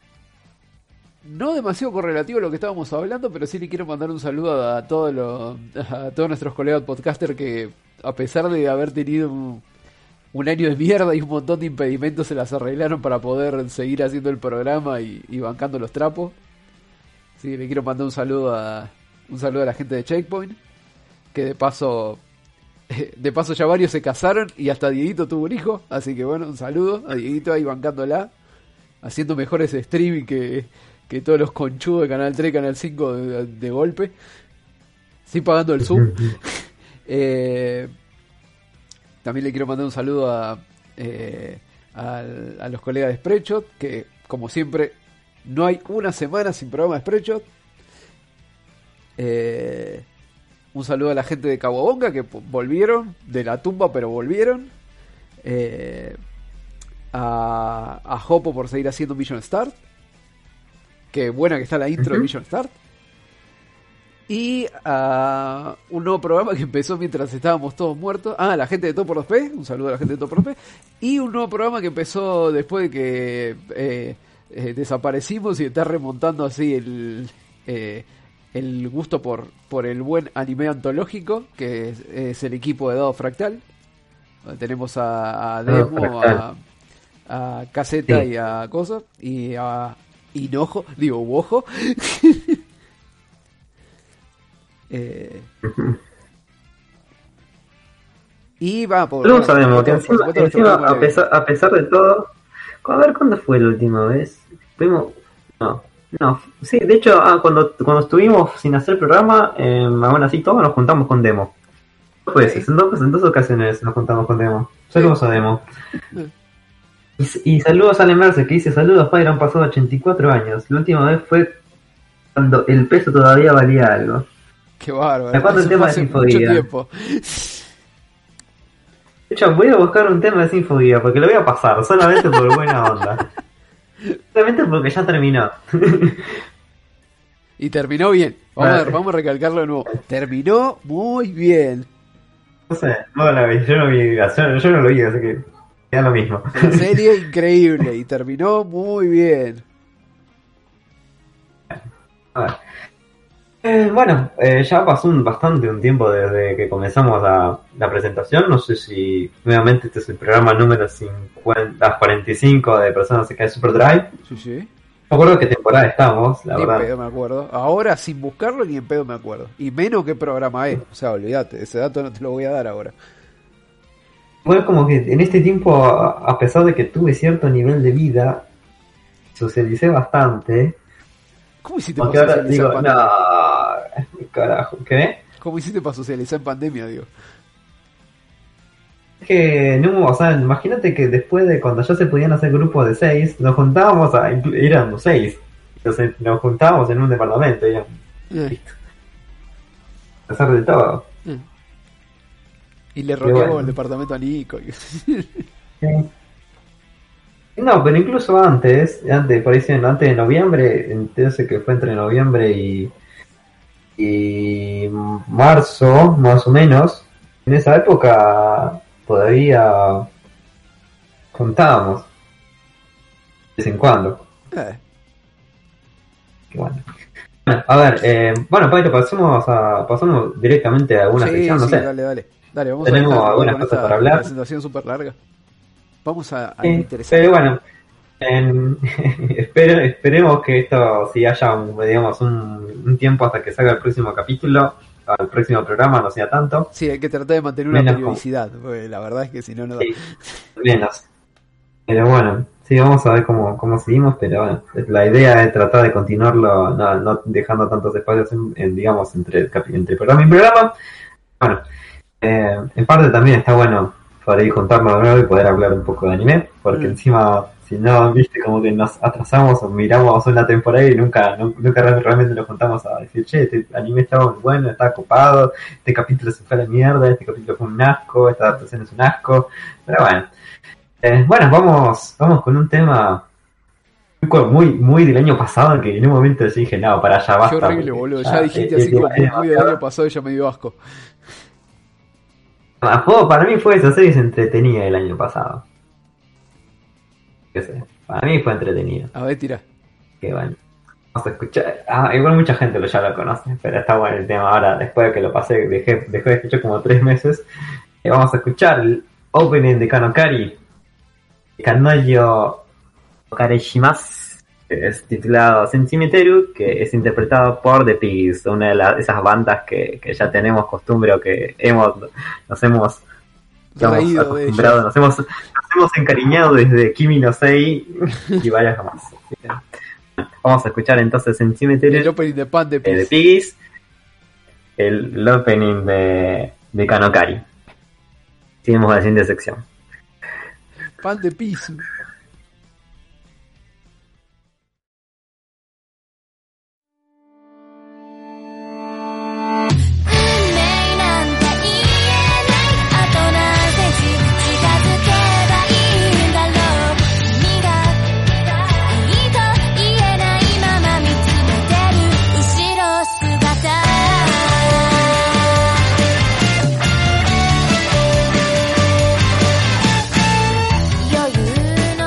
no demasiado correlativo a lo que estábamos hablando, pero sí le quiero mandar un saludo a todos los, a todos nuestros colegas podcaster que, a pesar de haber tenido un, un año de mierda y un montón de impedimentos, se las arreglaron para poder seguir haciendo el programa y, y bancando los trapos. Sí, le quiero mandar un saludo a un saludo a la gente de Checkpoint, que de paso de paso ya varios se casaron y hasta Dieguito tuvo un hijo, así que bueno, un saludo a Dieguito ahí bancándola, haciendo mejores streaming que, que todos los conchudos de Canal tres y Canal cinco de, de golpe, sin pagando el sub. eh, también le quiero mandar un saludo a, eh, a, a los colegas de Spreadshot, que como siempre no hay una semana sin programa de Spreadshot. Eh, un saludo a la gente de Cabobonga que volvieron de la tumba, pero volvieron. Eh, a, a Hopo por seguir haciendo Mission Start. Qué buena que está la intro uh-huh. de Mission Start. Y a un nuevo programa que empezó mientras estábamos todos muertos. Ah, la gente de Todo por dos P. Un saludo a la gente de Todo por dos P. Y un nuevo programa que empezó después de que eh, eh, desaparecimos y está remontando así el... Eh, el gusto por, por el buen anime antológico, que es, es el equipo de Dado Fractal. Tenemos a, a Demo, a, a Caseta sí. y a Cosa, y a Hinojo, digo, Uojo. eh, y va por... No sabemos que encima, encima a, pesar, a pesar de todo... A ver, ¿cuándo fue la última vez? Fuimos... No. No, sí, de hecho, ah, cuando cuando estuvimos sin hacer programa, eh, aún así todos nos juntamos con Demo. Pues, sí. en, dos, en dos ocasiones nos juntamos con Demo. Saludos a Demo. Y, y saludos a Lemerce, que dice, saludos, padre, han pasado ochenta y cuatro años. La última vez fue cuando el peso todavía valía algo. Qué bárbaro. ¿De cuándo el tema de Sinfodía? De hecho, voy a buscar un tema de Sinfodía, porque lo voy a pasar, solamente por buena onda. Solamente porque ya terminó. Y terminó bien. Vamos a ver, vamos a recalcarlo de nuevo. Terminó muy bien. No sé, no la vi, yo no vi, yo, yo no lo vi, así que ya lo mismo. Una serie increíble y terminó muy bien. A ver. Eh, bueno, eh, ya pasó un, bastante un tiempo desde que comenzamos la, la presentación. No sé si nuevamente este es el programa número cincuenta, cuarenta y cinco de Personas se cae Super Drive. Sí, sí. me acuerdo qué temporada estamos, la Ni en verdad. pedo me acuerdo. Ahora sin buscarlo ni en pedo me acuerdo. Y menos qué programa es. O sea, olvídate, ese dato no te lo voy a dar ahora. Fue como que en este tiempo, a a pesar de que tuve cierto nivel de vida, socialicé bastante. ¿Cómo hiciste Porque para ahora socializar digo, en pandemia? no, carajo, ¿qué? ¿Cómo hiciste para socializar en pandemia, digo? Es que, no, o sea, imagínate que después de cuando ya se podían hacer grupos de seis, nos juntábamos a, éramos seis. Entonces nos juntábamos en un departamento, y ya, Eh, listo. A pesar de todo. eh. Y le Pero roqueamos bueno. el departamento a Nico. Sí. No, pero incluso antes, antes, por ahí dicen, antes de noviembre, entonces que fue entre noviembre y, y marzo, más o menos, en esa época todavía juntábamos de vez en cuando. Eh, Que bueno. Bueno, a ver, eh, bueno, Paito, pasemos a, pasamos directamente a alguna sí, sección, no sí, sé. dale, dale. Dale, vamos Tenemos a dejar algunas con cosas esta para hablar. presentación súper larga. Vamos a, a Sí, interesar. pero bueno, en- espero- esperemos que esto, si haya un, digamos, un, un tiempo hasta que salga el próximo capítulo, al próximo programa, no sea tanto, Sí, hay que tratar de mantener una Menos periodicidad, porque la verdad es que si no, no da. sí, menos. Pero bueno, sí, vamos a ver cómo, cómo seguimos, pero bueno, la idea es tratar de continuarlo, no, no dejando tantos espacios, en, en, digamos, entre, capi- entre programa y programa. Bueno, eh, en parte también está bueno para ir juntarnos de nuevo y poder hablar un poco de anime, porque Mm. encima, si no, viste, como que nos atrasamos o miramos una temporada y nunca, nu- nunca re- realmente nos juntamos a decir, che, este anime estaba muy bueno, estaba copado, este capítulo se fue a la mierda, este capítulo fue un asco, esta adaptación es un asco, pero bueno. Eh, bueno, vamos, vamos con un tema muy, muy del año pasado, que en un momento yo dije, no, para allá basta. Qué horrible, porque boludo. ya, Ya dijiste eh, así eh, como es muy, muy del demasiado. año pasado y ya me dio asco. Ah, fue- para mí fue esa serie se entretenida el año pasado. Qué sé, para mí fue entretenido. A ver, tira. Que bueno, vamos a escuchar. Ah, igual mucha gente lo, ya lo conoce, pero está bueno el tema ahora. Después de que lo pasé, dejé, dejé de escuchar como tres meses. Eh, vamos a escuchar el opening de Kanokari, Kanoyo Okareshimasu, que es titulado Sentimeteru, que es interpretado por The Pigs, una de la- esas bandas que, que ya tenemos costumbre o que hemos nos hemos digamos, Reído de acostumbrado, ella. nos hemos, nos hemos encariñado desde Kimi no Sei y varias más. Así que, bueno, vamos a escuchar entonces Sentimeteru El opening de Pan de eh, de Pis. Piggies, el, el opening de, de Kanokari. Seguimos con la siguiente sección. Pan de Pis. 余裕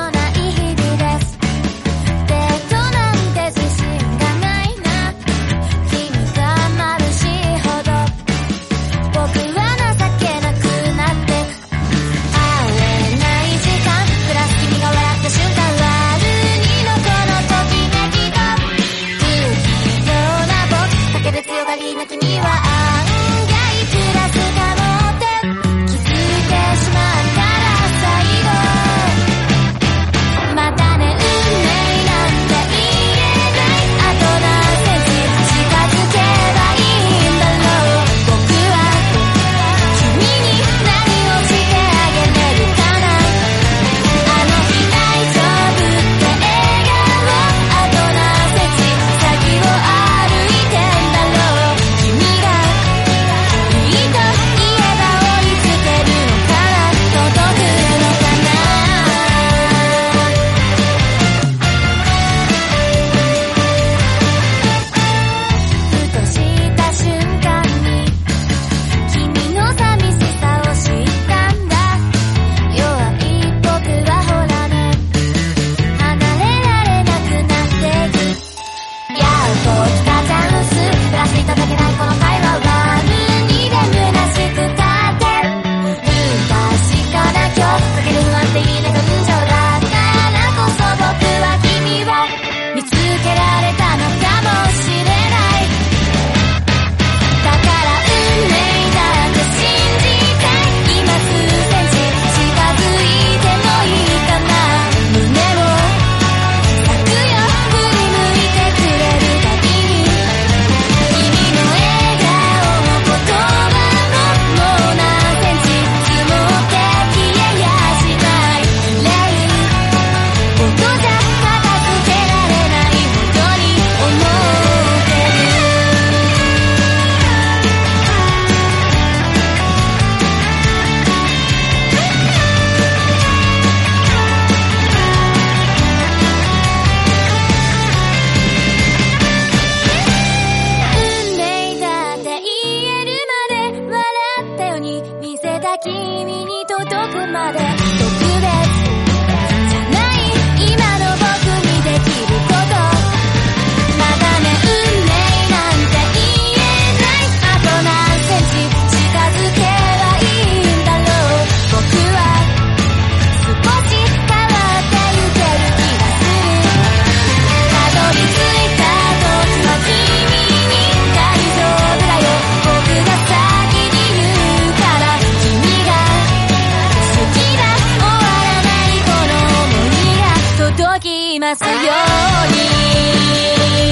りますように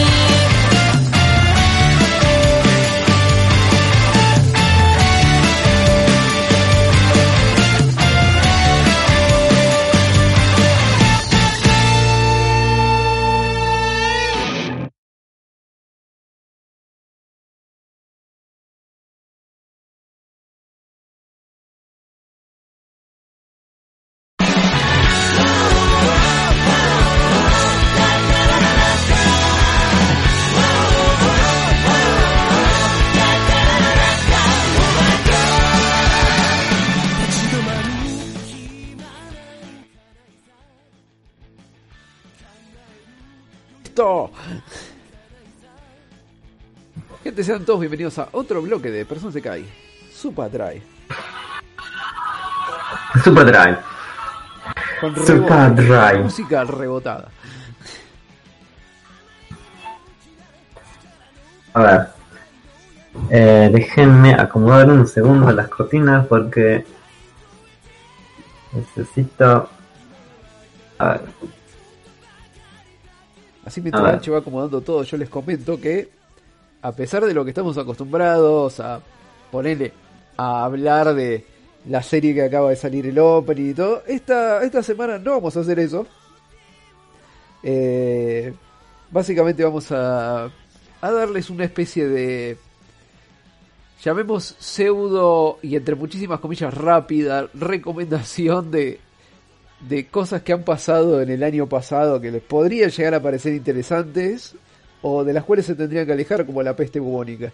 Gente, sean todos bienvenidos a otro bloque de Persona Sekai Super Drive. Super Drive. Con Super rebote, Drive. música rebotada. A ver. Eh, déjenme acomodar un segundo las cortinas porque necesito. A ver. Así mientras Ah. Ancho va acomodando todo, yo les comento que a pesar de lo que estamos acostumbrados a ponerle a hablar de la serie que acaba de salir, el opening y todo, esta, esta semana no vamos a hacer eso. Eh, básicamente vamos a, a darles una especie de, llamemos pseudo y entre muchísimas comillas rápida recomendación de de cosas que han pasado en el año pasado que les podrían llegar a parecer interesantes o de las cuales se tendrían que alejar, como la peste bubónica.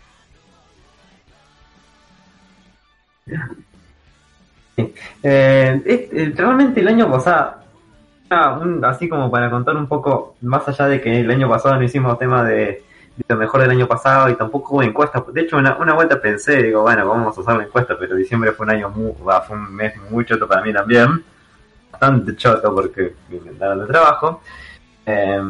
Sí. Eh, es- eh, realmente el año pasado, ah, un- así como para contar un poco, más allá de que el año pasado no hicimos tema de, de lo mejor del año pasado y tampoco hubo encuestas. De hecho, una, una vuelta pensé, digo, bueno, vamos a hacer la encuesta, pero diciembre fue un año muy, va, fue un mes muy choto para mí también. Bastante choto porque me inventaron de trabajo. Eh,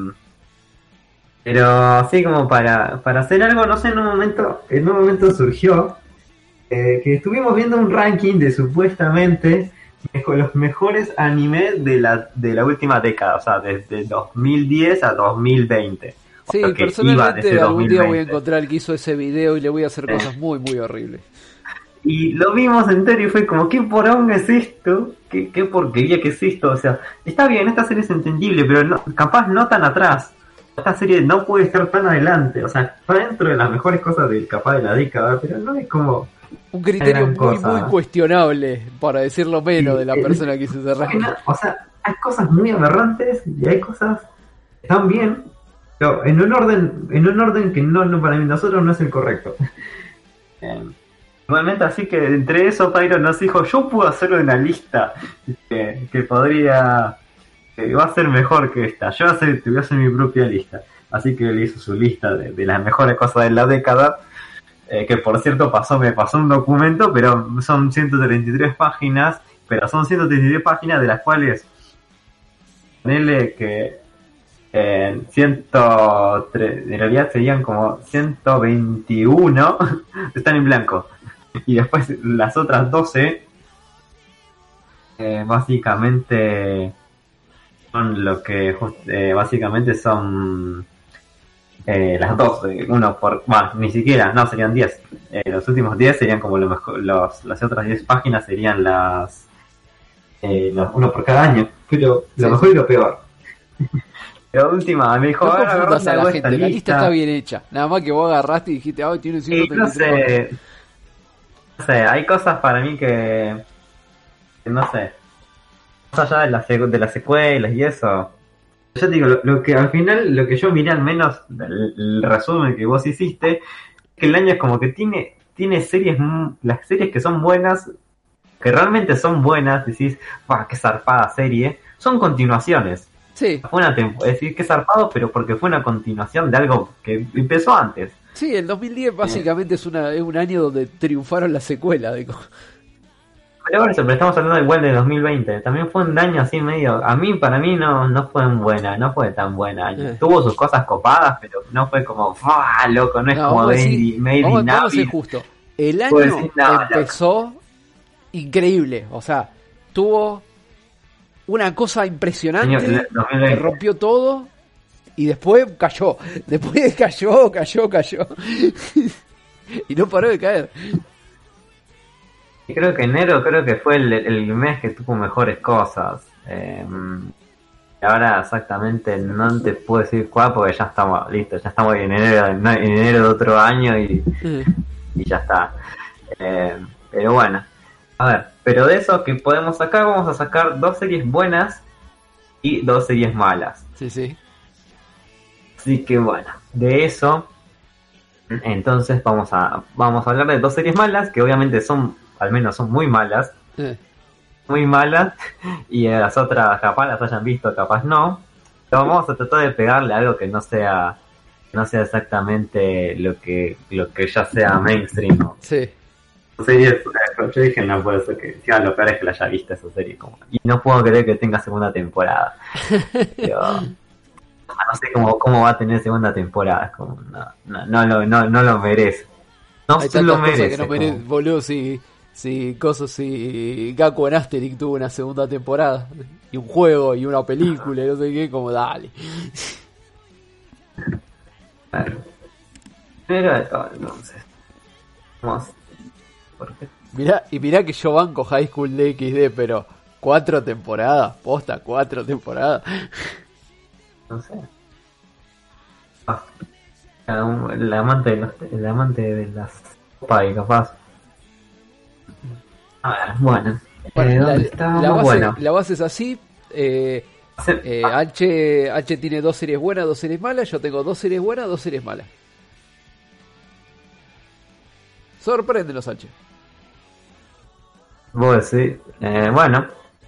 pero así como para, para hacer algo, no sé, en un momento, en un momento surgió eh, que estuvimos viendo un ranking de supuestamente mejo- los mejores animes de la, de la última década, o sea, desde dos mil diez a dos mil veinte. Sí, O sea, que iba personalmente desde algún día voy a dos mil veinte. encontrar el que hizo ese video y le voy a hacer Sí. cosas muy muy horribles. Y lo vimos entero y fue como, ¿qué poronga es esto? ¿Qué, qué porquería que es esto? O sea, está bien, esta serie es entendible, pero no, capaz no tan atrás. Esta serie no puede estar tan adelante. O sea, está dentro de las mejores cosas del capaz de la década, pero no es como... Un criterio Gran muy cosa. muy cuestionable, para decirlo menos, Sí, de la eh, persona que hizo ese ranking. Bueno, o sea, hay cosas muy aberrantes y hay cosas que están bien, pero en un orden, en un orden que no, no para nosotros no es el correcto. Eh, Igualmente, así que entre eso, Pyro nos dijo, yo puedo hacer una lista que, que podría, que va a ser mejor que esta. Yo voy a hacer, te voy a hacer mi propia lista. Así que él hizo su lista de, de las mejores cosas de la década. Eh, que por cierto pasó, me pasó un documento, pero son ciento treinta y tres páginas, pero son ciento treinta y tres páginas de las cuales ponele que eh, ciento tres, en realidad serían como ciento veintiuno están en blanco, y después las otras doce eh, básicamente son lo que just- eh, básicamente son eh, las dos, eh, uno por, bueno, ni siquiera, no, serían diez. Eh, los últimos diez serían como lo mejor, los, las otras diez páginas serían las, eh, los- uno por cada año, pero lo Sí, mejor y lo peor. La última me dijo, No "Ahora confundas a hago la esta gente, la lista está bien hecha. Nada más que vos agarraste y dijiste, ah, tiene Y ciento no treinta y tres. sé, no sé, hay cosas para mí que, que no sé, más allá de las, sec- de las secuelas y eso. Yo te digo, lo, lo que al final, lo que yo miré al menos del el resumen que vos hiciste, es que el año es como que tiene, tiene series, mu- las series que son buenas, que realmente son buenas, decís, ¡buah, qué zarpada serie! Son continuaciones. Sí, Fue una tempo- es decir, qué zarpado, pero porque fue una continuación de algo que empezó antes. sí, el dos mil diez básicamente es, una, es un año donde triunfaron las secuelas. Digo. Pero por eso, pero estamos hablando igual de dos mil veinte. También fue un año así medio. A mí, para mí, no, no fue buena, no fue tan buena. Eh. Tuvo sus cosas copadas, pero no fue como. ¡Ah, loco! No es No, como vamos a Made decir- in- Made vamos, in vamos a ser Navi. justo. El Puedo año decir nada, empezó increíble. O sea, tuvo una cosa impresionante Año dos mil que veinte. rompió todo y después cayó. Después cayó, cayó, cayó. Y no paró de caer. Y creo que enero creo que fue el, el mes que tuvo mejores cosas. Eh, ahora exactamente no te puedo decir cuál porque ya estamos listos, ya estamos en enero, en enero de otro año y, y ya está. Eh, pero bueno, a ver, pero de eso que podemos sacar, vamos a sacar dos series buenas y dos series malas. Sí, sí. Así que bueno, de eso, entonces vamos a vamos a hablar de dos series malas que obviamente son, al menos son muy malas. Eh. Muy malas, y las otras capaz las hayan visto, capaz no. Pero vamos a tratar de pegarle algo que no sea no sea exactamente lo que lo que ya sea mainstream, ¿no? Sí. Series, yo dije no puede ser que encima lo peor es que la haya visto esa serie como, y no puedo creer que tenga segunda temporada. Pero, no sé cómo, cómo va a tener segunda temporada, es como no, no, no, lo, no, no lo merece. No Hay se lo tantas cosas merece. que no merece, como- boludo, si, si cosas, si Gaku en Asterix tuvo una segunda temporada y un juego y una película y no sé qué, como dale. Claro. Pero de todo, entonces. Vamos. ¿Por qué? Mirá, y mirá que yo banco High School D X D, pero cuatro temporadas, posta, cuatro temporadas. No sé. Ah, el amante de los, el amante de las copas y capaz. A ver, bueno. Bueno, Eh, la, ¿Dónde estábamos? la base, Bueno. la base es así. Eh, Se- eh, ah, H, H tiene dos series buenas, dos series malas. Yo tengo dos series buenas, dos series malas. Sorprende los H. vos decís. Eh, bueno.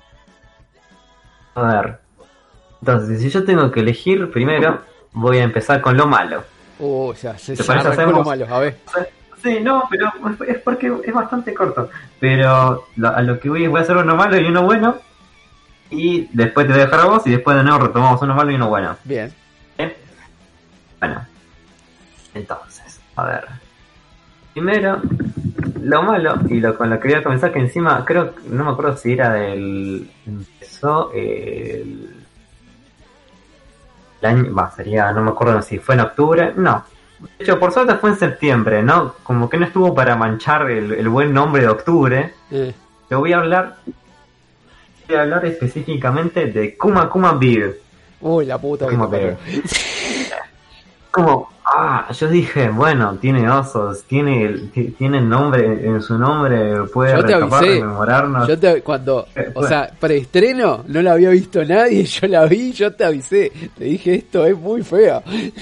A ver. Entonces, si yo tengo que elegir, primero voy a empezar con lo malo. Oh, ya, se, ¿Te se parece? arrancó lo Hacemos- malo. A ver. Sí, no, pero es porque es bastante corto. Pero lo- a lo que voy voy a hacer uno malo y uno bueno. Y después te voy a dejar a vos y después de nuevo retomamos uno malo y uno bueno. Bien. ¿Eh? Bueno. Entonces, a ver. Primero, lo malo y lo con lo que voy a comenzar, que encima creo, no me acuerdo si era del... Empezó el... el año, va, sería, no me acuerdo si fue en octubre, no. De hecho, por suerte fue en septiembre, ¿no? Como que no estuvo para manchar el, el buen nombre de octubre. Eh, Te voy a hablar... Voy a hablar específicamente de Kuma Kuma Beer. uy, la puta que Kuma te parió. Beer. Como, ah, yo dije, bueno, tiene osos, tiene el, ti- tiene el nombre, en su nombre puede Yo te recapar, avisé. rememorarnos. Yo te, cuando, Eh, o bueno. sea, preestreno, no la había visto nadie, yo la vi, yo te avisé, te dije esto es muy fea.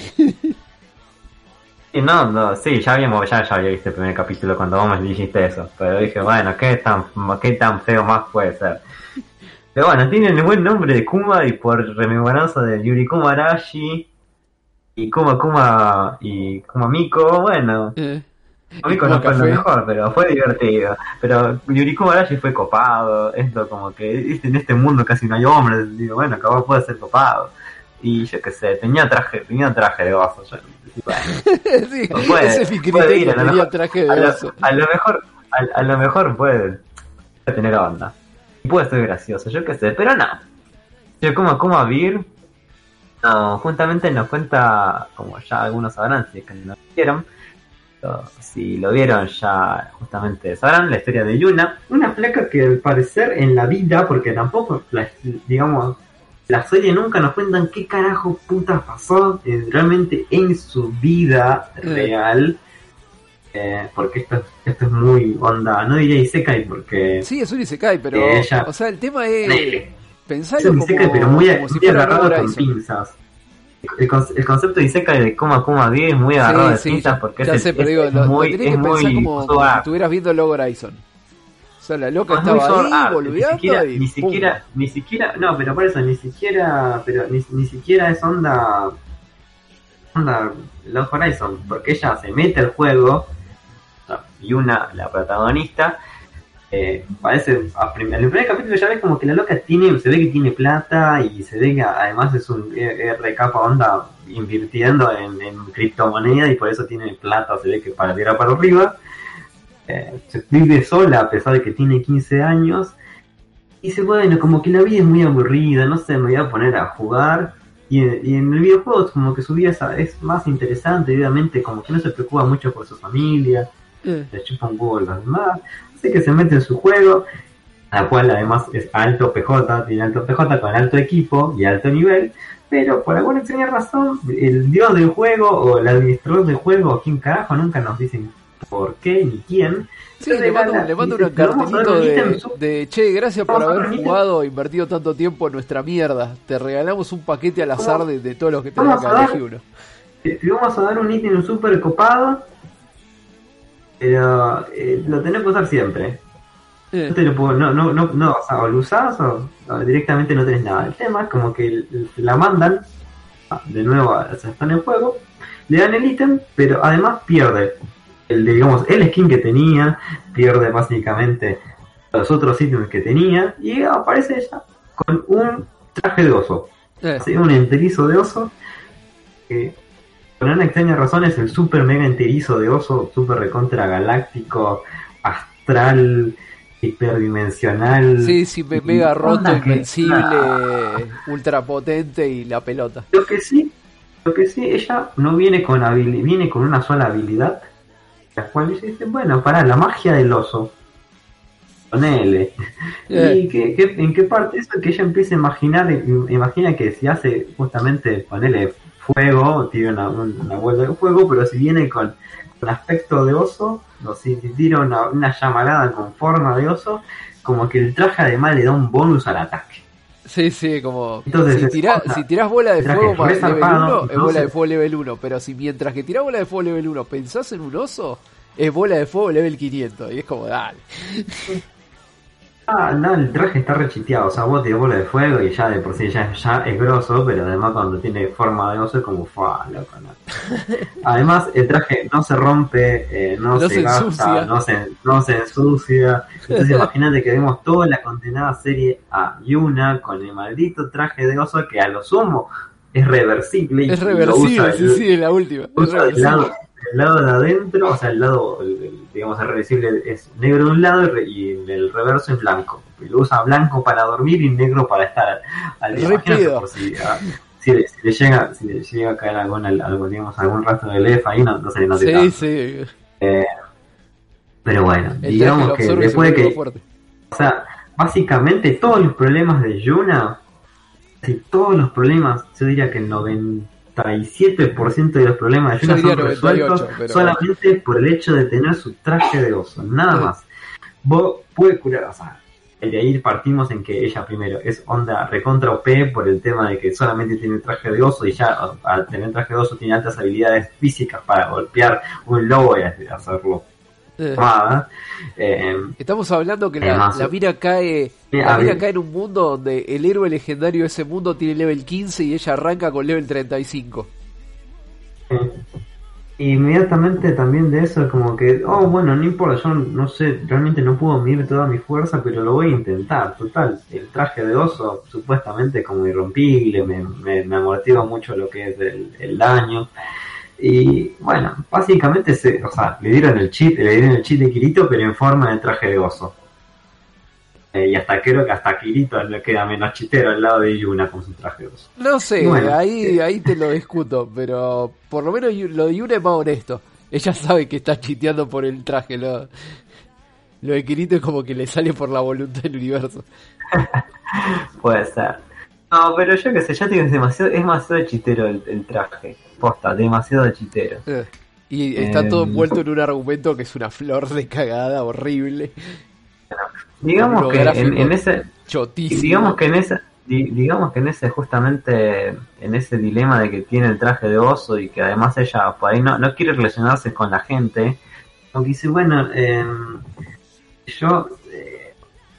Y no, no, sí, ya habíamos, ya, ya había visto el primer capítulo cuando vos me dijiste eso, pero dije, bueno, ¿qué tan, qué tan feo más puede ser? Pero bueno, tiene el buen nombre de Kuma y por rememoranza de Yuri Kuma Arashi y Kuma Kuma y Kuma Miko, bueno, Eh, Miko Kuma no fue lo Café. mejor, pero fue divertido. Pero Yuri Kuma Arashi fue copado, esto como que viste, en este mundo casi no hay hombres, digo, bueno, capaz puede ser copado. Y yo qué sé, tenía traje, tenía traje de oso, yo, bueno. sí, Puede- ese es mi puede ir, criterio, a lo tenía mejor- traje a de lo, oso. a lo mejor a, a lo mejor puede, puede tener onda y puede ser gracioso, yo qué sé, pero no. Yo como como Beer, no, juntamente nos cuenta, como ya algunos sabrán si es que no lo vieron, pero si lo vieron ya justamente sabrán la historia de Yuna, una flaca que al parecer en la vida, porque tampoco la, digamos la serie nunca nos cuentan qué carajo putas pasó eh, realmente en su vida real. Eh, porque esto, esto es muy onda, no diría Isekai porque Sí, es un Isekai, pero, Eh, ella- o sea, el tema es, Nele. es pensarlo un como, Isekai pero muy, como si muy fuera agarrado Lord con Horizon. pinzas. El, conce- el concepto de Isekai de Kuma Kuma Bi es muy agarrado Sí, de sí, pinzas ya- porque ya es, sé, es- pero digo, es lo, lo muy, tenés es que pensar muy como, sword como si art. estuvieras viendo Log Horizon. O sea, la loca Es muy estaba sword ahí, art, ni boludeando siquiera, y ni pum. siquiera, ni siquiera, no, pero por eso, ni siquiera, pero ni, ni siquiera es onda, onda Log Horizon, porque ella se mete al juego, y una, la protagonista, eh, parece, a prim- en el primer capítulo ya ves como que la loca tiene, se ve que tiene plata, y se ve que además es un R K onda invirtiendo en, en criptomoneda, y por eso tiene plata, se ve que para tirar para arriba. Eh, se vive sola a pesar de que tiene quince años Y dice, bueno, como que la vida es muy aburrida, no sé, me voy a poner a jugar. Y, y en el videojuego como que su vida es, es más interesante, obviamente, como que no se preocupa mucho por su familia, Eh. le chupa un huevo a los demás, así que se mete en su juego, la cual además es alto P J, tiene alto P J con alto equipo y alto nivel, pero por alguna extraña razón, el dios del juego o el administrador del juego, o quién carajo, nunca nos dicen por qué ni quién. Sí, le mando, le mando un cartelito de, de che, gracias por haber jugado e invertido tanto tiempo en nuestra mierda. Te regalamos un paquete al azar de, de todos los que tenemos que elegir uno. Te vamos a dar un ítem súper copado, pero eh, lo tenés que usar siempre. Eh. No te lo puedo, no, no, no, no, o sea, o lo usás o, o directamente no tenés nada. El tema es como que la mandan de nuevo, o sea, está en el juego, le dan el ítem, pero además pierde. El, digamos, el skin que tenía, pierde básicamente los otros ítems que tenía y aparece ella con un traje de oso, eh. así, un enterizo de oso que por una extraña razón es el super mega enterizo de oso, super recontra galáctico, astral, hiperdimensional. Sí, sí, me, mega roto, invencible, ultra potente y la pelota. Lo que sí, lo que sí, ella no viene con habili- viene con una sola habilidad. La cual dice, bueno, para la magia del oso, ponele. Yeah. ¿Y qué, qué, en qué parte? Eso que ella empieza a imaginar, imagina que si hace justamente, ponele fuego, tiene una, una vuelta de fuego, pero si viene con, con aspecto de oso, o si tira una, una llamarada con forma de oso, como que el traje además le da un bonus al ataque. Sí, sí, como entonces, si, tirás, si tirás bola de fuego para level uno, es bola de fuego level uno, pero si mientras que tirás bola de fuego level uno pensás en un oso, es bola de fuego level quinientos, y es como, dale. Ah, no, el traje está rechiteado, o sea, vos tirás bola de fuego y ya de por sí ya, ya es grosso, pero además cuando tiene forma de oso es como, fa, loco, no. Además, el traje no se rompe, eh, no, no se, se gasta, no se, no se ensucia. Entonces imagínate que vemos toda la condenada serie a Yuna con el maldito traje de oso que a lo sumo es reversible. Y es reversible, lo usa sí, el, sí, es la última. Usa el, lado, el lado de adentro, o sea, el lado, el, el, digamos, el reversible es negro de un lado y el reverso es blanco. Y lo usa blanco para dormir y negro para estar al día. Por si, a, si, le, si le llega si le llega a caer algún, algo, digamos, algún rastro de L F ahí, no, no se le nota. Sí, sí. Eh, pero bueno, el digamos que después de que... Fuerte. O sea, básicamente todos los problemas de Yuna, si todos los problemas, yo diría que el noventa y siete por ciento de los problemas de Yuna son resueltos pero... solamente por el hecho de tener su traje de oso, nada sí. más. Vos puede curar, o sea, de ahí partimos en que ella primero es onda recontra O P por el tema de que solamente tiene traje de oso y ya al tener traje de oso tiene altas habilidades físicas para golpear un lobo y hacerlo. Eh. Eh, Estamos hablando que la, la mina cae la mina cae en un mundo donde el héroe legendario de ese mundo tiene level quince y ella arranca con level treinta y cinco. Eh. Inmediatamente también de eso como que, oh bueno, no importa, yo no sé, realmente no puedo medir toda mi fuerza, pero lo voy a intentar, total, el traje de oso supuestamente como irrompible, me, me, me amortigua mucho lo que es el, el daño, y bueno, básicamente se, o sea, le dieron el cheat, le dieron el cheat de Kirito, pero en forma de traje de oso. Eh, y hasta creo que hasta Kirito le queda menos chitero al lado de Yuna con su traje de oso. No sé, bueno, ahí, eh. ahí te lo discuto, pero por lo menos lo de Yuna es más honesto. Ella sabe que está chiteando por el traje, lo, lo de Kirito es como que le sale por la voluntad del universo. Puede ser. No, pero yo qué sé, ya tienes demasiado, es demasiado chitero el, el traje. Posta, demasiado chitero. Eh. Y está eh, todo envuelto en un argumento que es una flor de cagada horrible. Digamos que en, en ese chotísimo. digamos que en ese digamos que en ese justamente en ese dilema de que tiene el traje de oso y que además ella por ahí no, no quiere relacionarse con la gente, como que dice bueno eh, yo eh,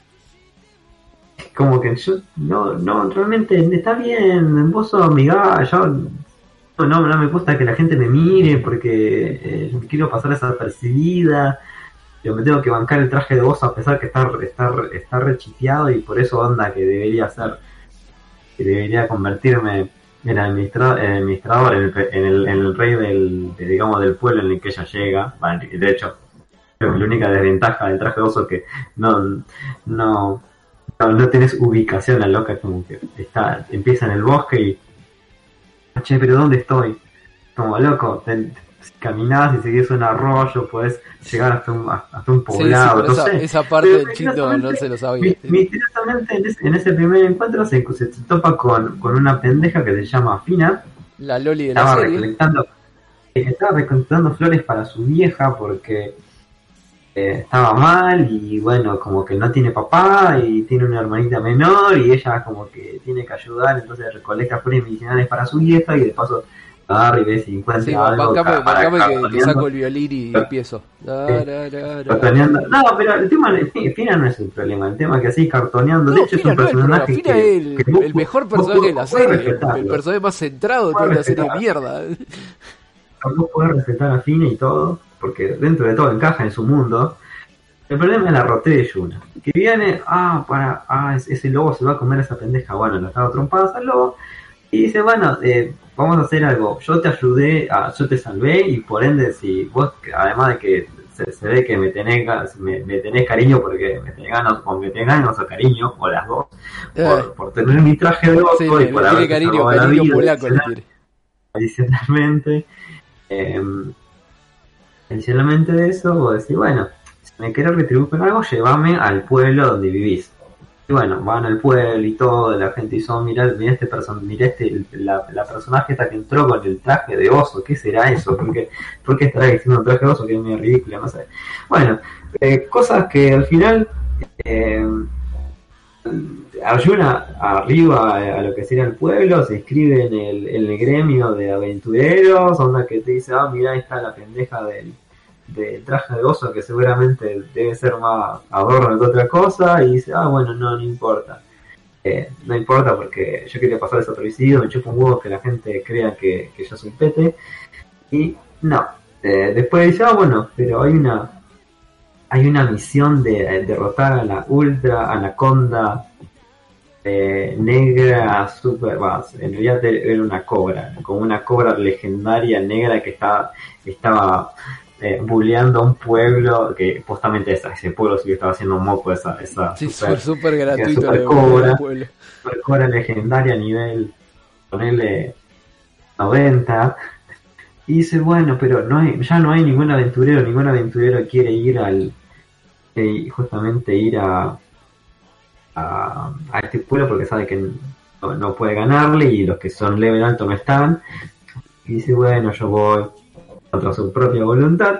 como que yo no no realmente está bien, vos sos amiga, yo no, no me gusta que la gente me mire porque eh, quiero pasar desapercibida. Yo me tengo que bancar el traje de oso a pesar que está, está, está rechiteado y por eso onda que debería ser, que debería convertirme en administrador, en, administrador, en, el, en, el, en el rey del, de, digamos, del pueblo en el que ella llega. Bueno, de hecho, creo que la única desventaja del traje de oso es que no, no, no, no tenés ubicación, la loca como que está, empieza en el bosque y che, pero ¿dónde estoy? Como loco, te, si caminás y seguís un arroyo, podés llegar hasta un, hasta un poblado. Sí, sí, no esa, sé. esa parte Pero del chino no se lo sabía. mi- Misteriosamente en ese, en ese primer encuentro se, se topa con, con una pendeja que se llama Fina. La Loli de la Estaba serie. recolectando, estaba recolectando flores para su vieja porque eh, estaba mal y bueno, como que no tiene papá y tiene una hermanita menor y ella como que tiene que ayudar, entonces recolecta flores medicinales para su vieja y de paso agarra y ve si encuentra Sí, algo bancame, ca- para bancame que, que cartoneando. saco el violín y empiezo. Da, da, da, da. Cartoneando. No, pero el tema de Fina no es el problema, el tema es que así cartoneando, de No, hecho es Fina un no es el problema. personaje Fina que, es el, que vos- el mejor vos personaje de la podés- podés serie. El, respetarlo. personaje más centrado de toda Podés la serie de respetar. mierda. Vos podés respetar a Fina y todo, porque dentro de todo encaja en su mundo. El problema es la roté de Yuna, que viene, ah, para, ah, ese ese lobo se va a comer a esa pendeja, bueno, lo estaba trompadas al lobo, y dice, bueno, eh, vamos a hacer algo, yo te ayudé, a, yo te salvé, y por ende, si vos, además de que se, se ve que me tenés, ga- me, me tenés cariño porque me tenés ganas, o me tenés ganas o cariño, o las dos, Eh. por, por tener mi traje de oso Sí, y le, por le tiene haberte cariño, salvado la cariño vida, polaco le tiene. adicionalmente, eh, adicionalmente de eso, vos decís, bueno, si me querés retribuir con algo, llévame al pueblo donde vivís. Y bueno, van al pueblo y todo, la gente dice, oh, mirá, mirá este person mirá este, la, la personaje esta que entró con el traje de oso, ¿qué será eso? ¿Por qué, ¿por qué estará diciendo un traje de oso que es medio ridículo? No sé. Bueno, eh, cosas que al final eh, Arjuna arriba a lo que sería el pueblo, se inscribe en el, en el gremio de aventureros, onda que te dice, ah, mira, ahí está la pendeja del, del traje de oso que seguramente debe ser más adorno que otra cosa, y dice, ah, bueno, no, no importa. Eh, no importa porque yo quería pasar desapercibido, me chupo un huevo que la gente crea que, que yo soy pete, y no. Eh, después dice, ah, bueno, pero hay una hay una misión de eh, derrotar a la Ultra Anaconda eh, negra super, bah, en realidad era una cobra, como una cobra legendaria negra que estaba, estaba eh, bulleando a un pueblo que justamente esa, ese pueblo sí que estaba haciendo un moco esa, esa Sí, super, súper super gratuito. super le- cobra. el pueblo. super cobra legendaria a nivel, ponerle noventa. Y dice, bueno, pero no hay, ya no hay ningún aventurero, ningún aventurero quiere ir al, eh, justamente ir a, a, a este pueblo porque sabe que no, no puede ganarle y los que son level alto no están. Y dice, bueno, yo voy contra su propia voluntad.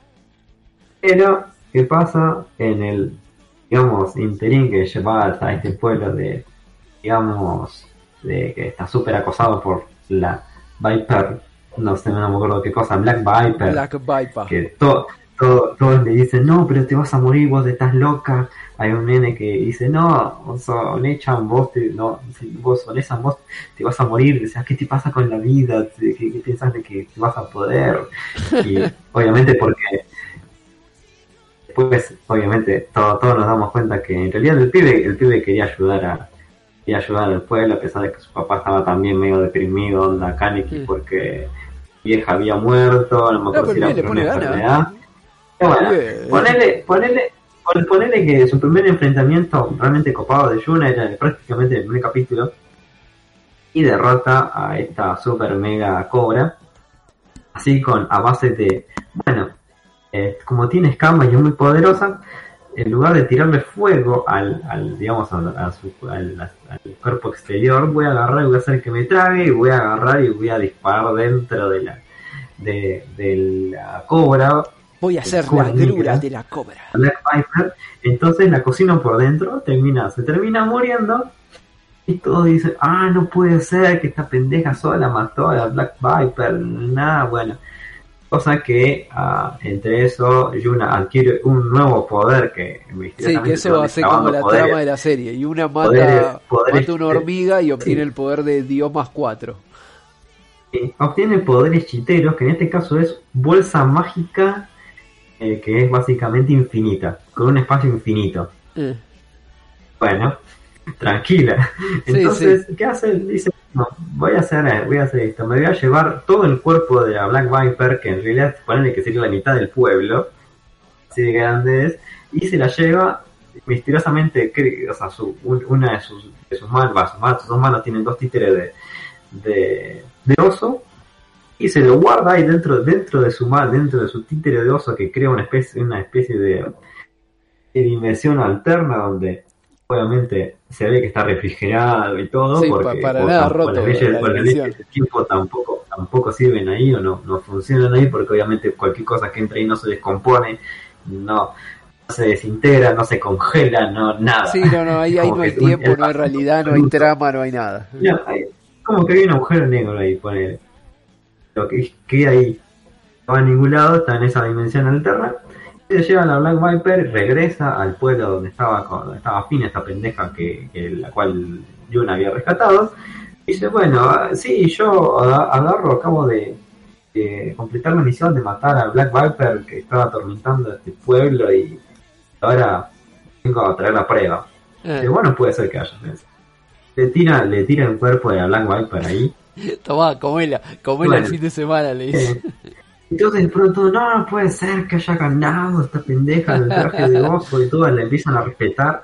Pero, ¿qué pasa? En el, digamos, interín que lleva a este pueblo de, digamos, de que está súper acosado por la Viper, no sé, no me acuerdo qué cosa, Black Viper, Black Viper. que to, to, todos le dicen, no, pero te vas a morir, vos estás loca. Hay un nene que dice, no, Sonechan, vos, te, no, si vos Sonechan, vos te vas a morir, o sea, ¿qué te pasa con la vida? ¿Qué, qué piensas de que vas a poder? Y obviamente porque después, obviamente, todos todo nos damos cuenta que en realidad el pibe, el pibe quería ayudar a quería ayudar al pueblo, a pesar de que su papá estaba también medio deprimido, onda Kaneki, Sí. porque su vieja había muerto, no me acuerdo No, si pero era le por pone una ganas. enfermedad. Pero bueno, Bien. ponele, ponele, pon- ponele que su primer enfrentamiento realmente copado de Yuna era prácticamente el primer capítulo, y derrota a esta super mega cobra, así con, a base de, bueno, eh, como tiene escamas y es muy poderosa, en lugar de tirarle fuego al, al digamos, al, a su, al, al cuerpo exterior, voy a agarrar y voy a hacer que me trague, y voy a agarrar y voy a disparar dentro de la, de, de la cobra, Voy a hacer Cobra la negra. grura de la cobra. Black Viper, entonces la cocino por dentro, termina, se termina muriendo, y todos dicen, ah, no puede ser que esta pendeja sola mató a la Black Viper, nada, bueno. Cosa que uh, entre eso Yuna adquiere un nuevo poder que Sí, que eso va a ser como la poderes, trama de la serie. Y una mata, poderes, poderes, mata una hormiga y sí. obtiene el poder de Dios más cuatro. eh, obtiene poderes chiteros, que en este caso es bolsa mágica, eh, que es básicamente infinita, con un espacio infinito. Eh. Bueno, tranquila. Sí, Entonces, ¿qué hace? Dice, no, voy a hacer, voy a hacer esto, me voy a llevar todo el cuerpo de la Black Viper, que en realidad ponele que sería la mitad del pueblo, así de grande es, y se la lleva misteriosamente, o sea, su, un, una de sus, de sus manos, sus manos, sus dos manos tienen dos títeres de, de, de oso, y se lo guarda ahí dentro, dentro de su mano, dentro de su títere de oso, que crea una especie, una especie de, de dimensión alterna donde obviamente se ve que está refrigerado y todo, sí, porque pa, para o, nada o, roto las leyes, la o las dimensión. leyes del tiempo tampoco, tampoco sirven ahí o no, no funcionan ahí, porque obviamente cualquier cosa que entra ahí no se descompone, no, no se desintegra, no se congela, no nada. Sí, no, no, ahí, ahí no hay tiempo, no hay realidad, no hay trama, no hay nada. No, hay, como que hay un agujero negro ahí, ponele. Lo que queda ahí no va a ningún lado, está en esa dimensión alterna. Se lleva a la Black Viper, regresa al pueblo donde estaba donde estaba Fina, esta pendeja que, que la cual Yuna había rescatado. Y dice, bueno, sí, yo agarro, acabo de, de completar la misión de matar a Black Viper que estaba atormentando a este pueblo y ahora vengo a traer la prueba. Eh. Dice, bueno, puede ser que haya. Le tira, le tira el cuerpo de la Black Viper ahí. Tomá, comela, comela bueno, el fin de semana, le dice. Eh, entonces de pronto, no, no puede ser que haya ganado esta pendeja del traje de oso y todas la empiezan a respetar.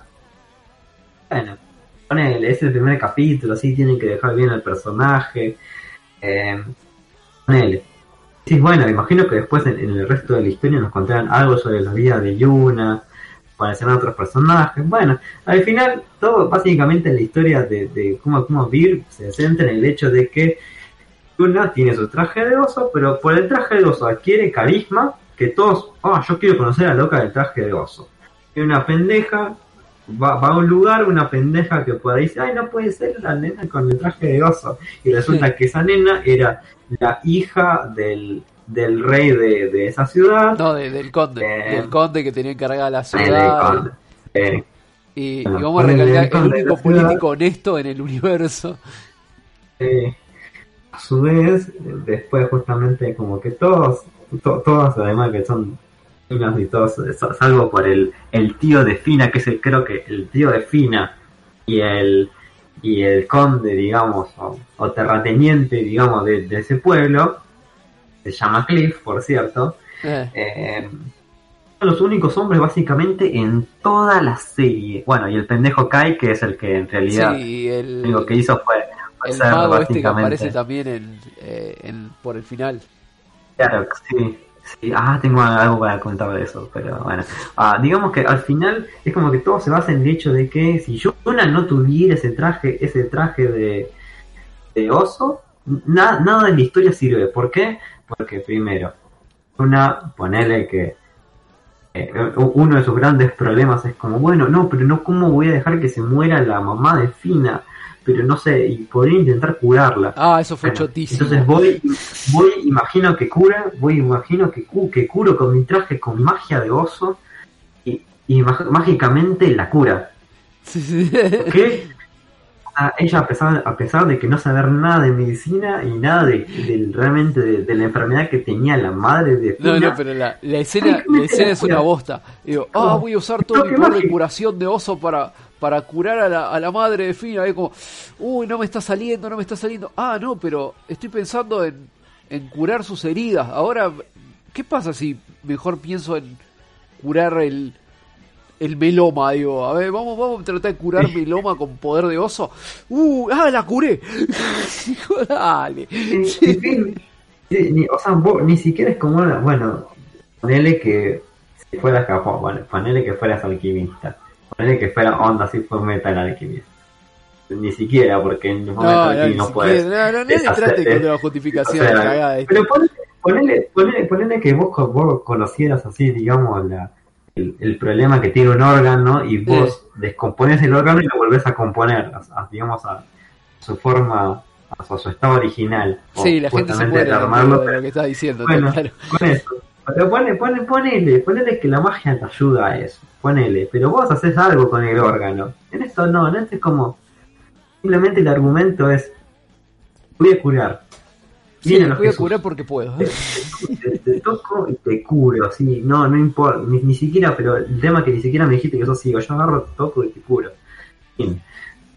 Bueno, ponele, es el primer capítulo, así tienen que dejar bien al personaje. Eh, ponele. Sí, bueno, imagino que después en, en el resto de la historia nos contarán algo sobre la vida de Yuna, aparecerán otros personajes. Bueno, al final, todo básicamente la historia de, de cómo, cómo Vir se centra en el hecho de que Yuna tiene su traje de oso, pero por el traje de oso adquiere carisma que todos, ah, oh, yo quiero conocer a la loca del traje de oso. Y una pendeja va, va a un lugar, una pendeja que pueda decir, ay, no puede ser la nena con el traje de oso. Y resulta que esa nena era la hija del, del rey de, de esa ciudad. No, de, del conde, eh, del conde que tenía encargada la ciudad. Del eh, y, bueno, y vamos a recalcar, el único político honesto en el universo. Eh, a su vez, después justamente como que todos, to, todos además que son finas y todos, salvo por el, el tío de Fina, que es el, creo que el tío de Fina y el y el conde, digamos, o, o terrateniente, digamos, de, de ese pueblo, se llama Cliff, por cierto, eh. Eh, son los únicos hombres básicamente en toda la serie. Bueno, y el pendejo Kai, que es el que en realidad sí, el, lo que hizo fue el ser mago básicamente este que aparece también en, eh, en, por el final. Claro, sí, sí. Ah, tengo algo para contar de eso, pero bueno. Ah, digamos que al final es como que todo se basa en el hecho de que si Yuna no tuviera ese traje, ese traje de, de oso, na, nada de la historia sirve. ¿Por qué? Porque primero, Yuna, ponele que eh, uno de sus grandes problemas es como, bueno, no, pero no, ¿cómo voy a dejar que se muera la mamá de Fina? Pero no sé, y podría intentar curarla. Ah, eso fue bueno, chotísimo. Entonces voy, voy, imagino que cura, voy, imagino que, cu, que curo con mi traje con magia de oso y, y mágicamente la cura. Sí, sí. ¿Qué? A ella, a pesar, a pesar de que no saber nada de medicina y nada de, de realmente de, de la enfermedad que tenía la madre de Fina. No, no, pero la, la escena, la escena es una bosta. Digo, ah, voy a usar todo mi poder de curación de oso para... para curar a la, a la madre de Fina. Es como, uy, no me está saliendo, no me está saliendo. Ah, no, pero estoy pensando en, en curar sus heridas. Ahora, ¿qué pasa si mejor pienso en curar el, el meloma? Digo, a ver, vamos, vamos a tratar de curar meloma con poder de oso. Uh, ah, la curé. Hijo, dale. Sí. Sí, ni, o sea, vos, ni siquiera es como una, bueno, ponele que si fueras capaz, bueno, ponele que fueras alquimista. Ponele que fuera onda así fue Metal Alchemist. Ni siquiera, porque en no, Metal Alchemist no, no puedes. No, no, no le trate con la justificación. O sea, cagada, pero ponele, ponele, ponele, ponele que vos, vos conocieras así, digamos, la, el, el problema que tiene un órgano y vos eh. descomponés el órgano y lo volvés a componer, a, a, digamos, a su forma, a su, a su estado original. Sí, la gente se muere armarlo, de lo que estás diciendo. Bueno, claro. Con eso. Pero ponele, ponele, ponele, ponele que la magia te ayuda a eso. Ponele, pero vos haces algo con el órgano. En esto no, en esto es como simplemente el argumento es voy a curar. Sí, voy Jesús. a curar porque puedo. Te, te, te toco y te curo, sí, no, no importa, ni, ni siquiera, pero el tema que ni siquiera me dijiste que sos ciego, yo agarro, toco y te curo. Bien.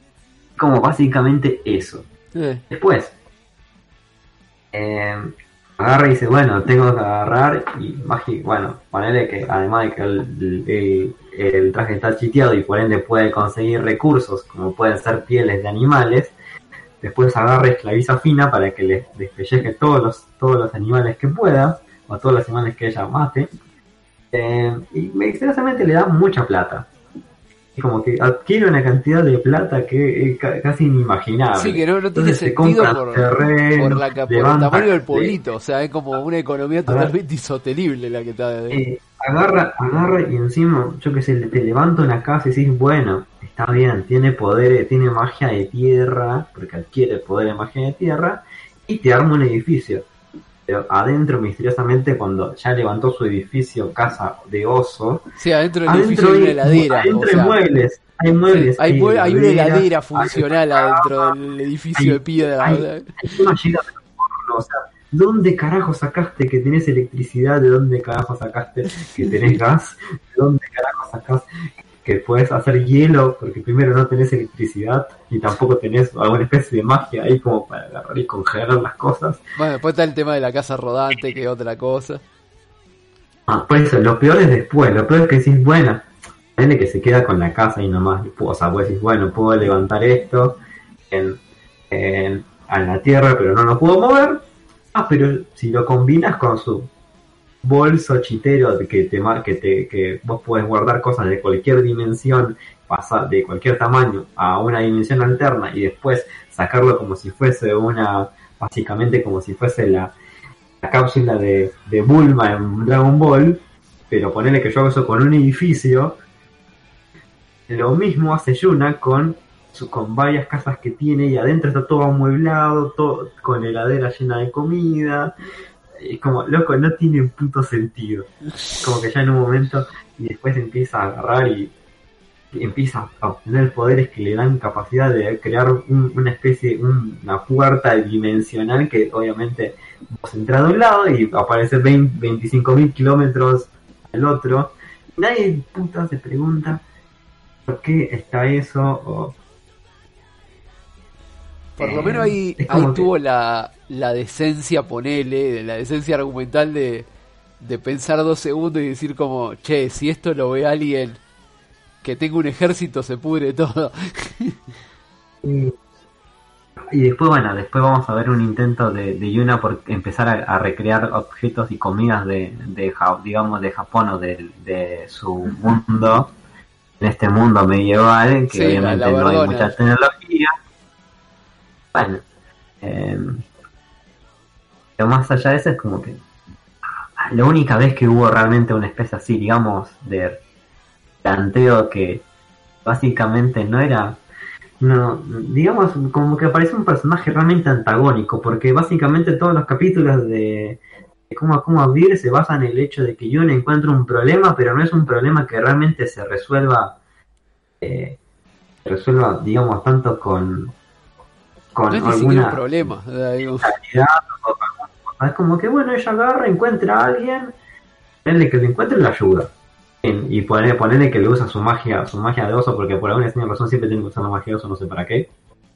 Como básicamente eso. Eh. Después, eh, agarra y dice, bueno, tengo que agarrar y mágico, bueno, ponele que además de que el, el, el traje está chiteado y por ende puede conseguir recursos como pueden ser pieles de animales, después agarra y esclaviza a Fina para que le despelleje todos los, todos los animales que pueda, o todos los animales que ella mate, eh, y misteriosamente le da mucha plata. Y como que adquiere una cantidad de plata que es ca- casi inimaginable. Sí, que no, no tiene Entonces se sentido compran por, terreno, por, la, por el levanta- tamaño del pueblito. O sea, es como una economía totalmente insostenible la que está de... Eh, agarra, agarra y encima, yo que sé, te levanta una casa y decís, bueno, está bien, tiene poder, tiene magia de tierra, porque adquiere poder de magia de tierra, y te arma un edificio. Pero adentro, misteriosamente, cuando ya levantó su edificio, casa de oso, Sí, adentro del adentro edificio hay una heladera. adentro o hay sea, muebles, hay muebles. sí, hay, mue- hay una heladera hay funcional una adentro cama, del edificio hay- de piedra. hay- encima llega del horno, o sea, ¿dónde carajo sacaste que tenés electricidad? ¿De dónde carajo sacaste que tenés gas? ¿De dónde carajo sacás que puedes hacer hielo? Porque primero no tenés electricidad y tampoco tenés alguna especie de magia ahí como para agarrar y congelar las cosas. Bueno, después está el tema de la casa rodante, que es otra cosa. Ah, pues eso, lo peor es después, lo peor es que decís, bueno, gente que se queda con la casa y nomás, o sea, vos decís, bueno, puedo levantar esto en, en, en la tierra, pero no lo puedo mover. Ah, pero si lo combinas con su bolso chitero de que te mar- que te que vos podés guardar cosas de cualquier dimensión, pasar de cualquier tamaño a una dimensión alterna y después sacarlo como si fuese una, básicamente como si fuese la, la cápsula de, de Bulma en Dragon Ball, pero ponele que yo hago eso con un edificio. Lo mismo hace Yuna con su, con varias casas que tiene y adentro está todo amueblado, todo con heladera llena de comida. Es como, loco, no tiene un puto sentido. Como que ya en un momento y después empieza a agarrar y, y empieza a obtener poderes que le dan capacidad de crear un, una especie, un, una puerta dimensional que obviamente vos entras de un lado y aparece veinte, veinticinco mil kilómetros al otro. Nadie puta se pregunta por qué está eso o... Por lo menos ahí, Es ahí como que- tuvo la, la decencia, ponele, la decencia argumental de, de pensar dos segundos y decir como, che, si esto lo ve alguien que tenga un ejército se pudre todo. Y, y después, bueno, después vamos a ver un intento de, de Yuna por empezar a, a recrear objetos y comidas de, de Ja- digamos, de Japón o de, de su mundo, en este mundo medieval, que Sí, obviamente la- la no hay verdona. mucha tecnología. Bueno, eh, pero más allá de eso es como que ah, la única vez que hubo realmente una especie así, digamos, de planteo que básicamente no era, no, digamos, como que aparece un personaje realmente antagónico, porque básicamente todos los capítulos de, de cómo, cómo vivir se basan en el hecho de que Yuna encuentra un problema, pero no es un problema que realmente se resuelva, eh, se resuelva, digamos, tanto con con No es ni siquiera un alguna problema. o sea, digo, calidad o alguna cosa. Es como que bueno, ella agarra, encuentra a alguien, ponele que le encuentre la ayuda. En- y ponerle, ponerle que le usa su magia, su magia de oso, porque por alguna extraña razón siempre tiene que usar la magia de oso, no sé para qué.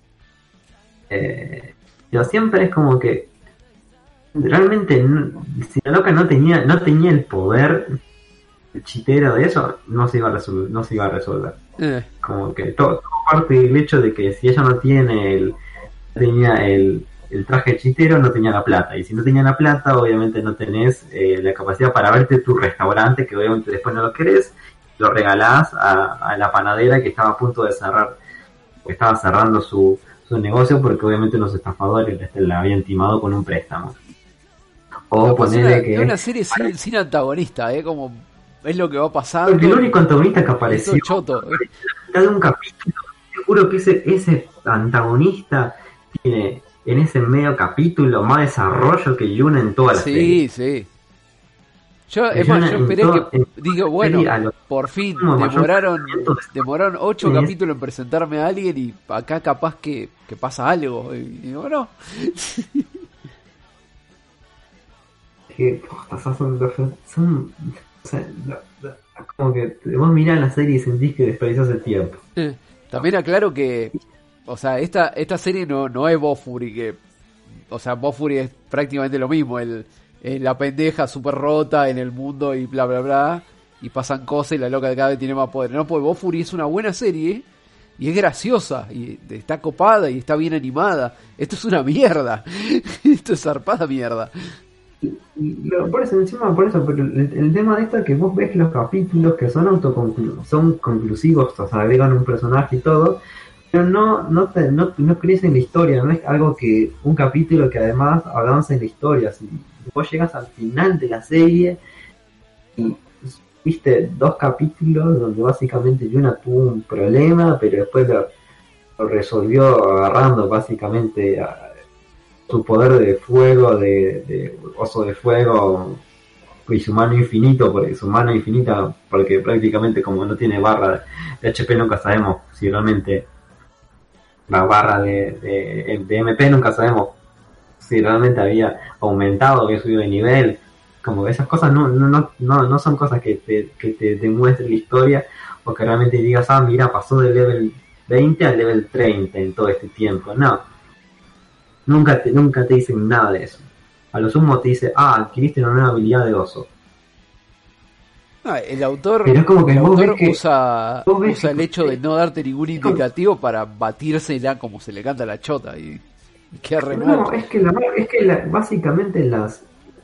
Eh, pero siempre es como que realmente no- si la loca no tenía, no tenía el poder el chitero de eso, no se iba a resolver, no se iba a resolver. eh, Como que todo, todo parte del hecho de que si ella no tiene el tenía el, el traje chistero, no tenía la plata, y si no tenía la plata obviamente no tenés eh, la capacidad para verte tu restaurante, que obviamente después no lo querés, lo regalás a, a la panadera que estaba a punto de cerrar, que estaba cerrando su, su negocio porque obviamente unos estafadores le, le habían timado con un préstamo. O no, pues es ponerle una, que es una serie sin, sin antagonista, ¿eh? Como es lo que va pasando. porque el único antagonista que Eso apareció es choto. ¿eh? mitad de un capítulo, seguro que ese, ese antagonista tiene en ese medio capítulo más desarrollo que Yuna en toda la Sí, serie. sí. Yo, Que es más, Yuna yo en esperé todo- que, en digo, la bueno, serie a lo- por fin, como mayor demoraron conocimiento de- demoraron ocho Sí. capítulos en presentarme a alguien y acá capaz que, que pasa algo. Y digo, no. que posta, son, son, son- o sea, lo- lo- como que vos mirás la serie y sentís que desperdicias el tiempo. También aclaro que, o sea, esta esta serie no, no es Bofuri, que, o sea, Bofuri es prácticamente lo mismo, el, el la pendeja súper rota en el mundo y bla bla bla, y pasan cosas y la loca de cada vez tiene más poder. No, porque Bofuri es una buena serie y es graciosa y está copada y está bien animada. Esto es una mierda. Esto es zarpada mierda. No, por eso, encima, por eso, pero el, el tema de esto es que vos ves los capítulos que son autoconclusivos, son conclusivos, o sea, agregan un personaje y todo, pero no, no, te, no, no crees en la historia, no es algo que, un capítulo que además avanza en la historia. Si vos llegas al final de la serie y viste dos capítulos donde básicamente Yuna tuvo un problema, pero después lo, lo resolvió agarrando básicamente a su poder de fuego, de, de oso de fuego y su mano infinito, porque su mano infinita, porque prácticamente como no tiene barra de H P nunca sabemos si realmente la barra de, de, de M P nunca sabemos si realmente había aumentado, había subido de nivel. Como esas cosas no, no, no, no, no son cosas que te, que te demuestre la historia o que realmente digas, ah, mira, pasó del level veinte al level treinta en todo este tiempo. No. Nunca te, nunca te dicen nada de eso. A lo sumo te dice, ah, adquiriste una nueva habilidad de oso. Ah, el autor, Pero es como que el vos autor ves que- usa, vos ves usa el que- hecho de no darte ningún indicativo para batírsela como se le canta a la chota y, y queda re mal. No, es que, la, es que la, básicamente las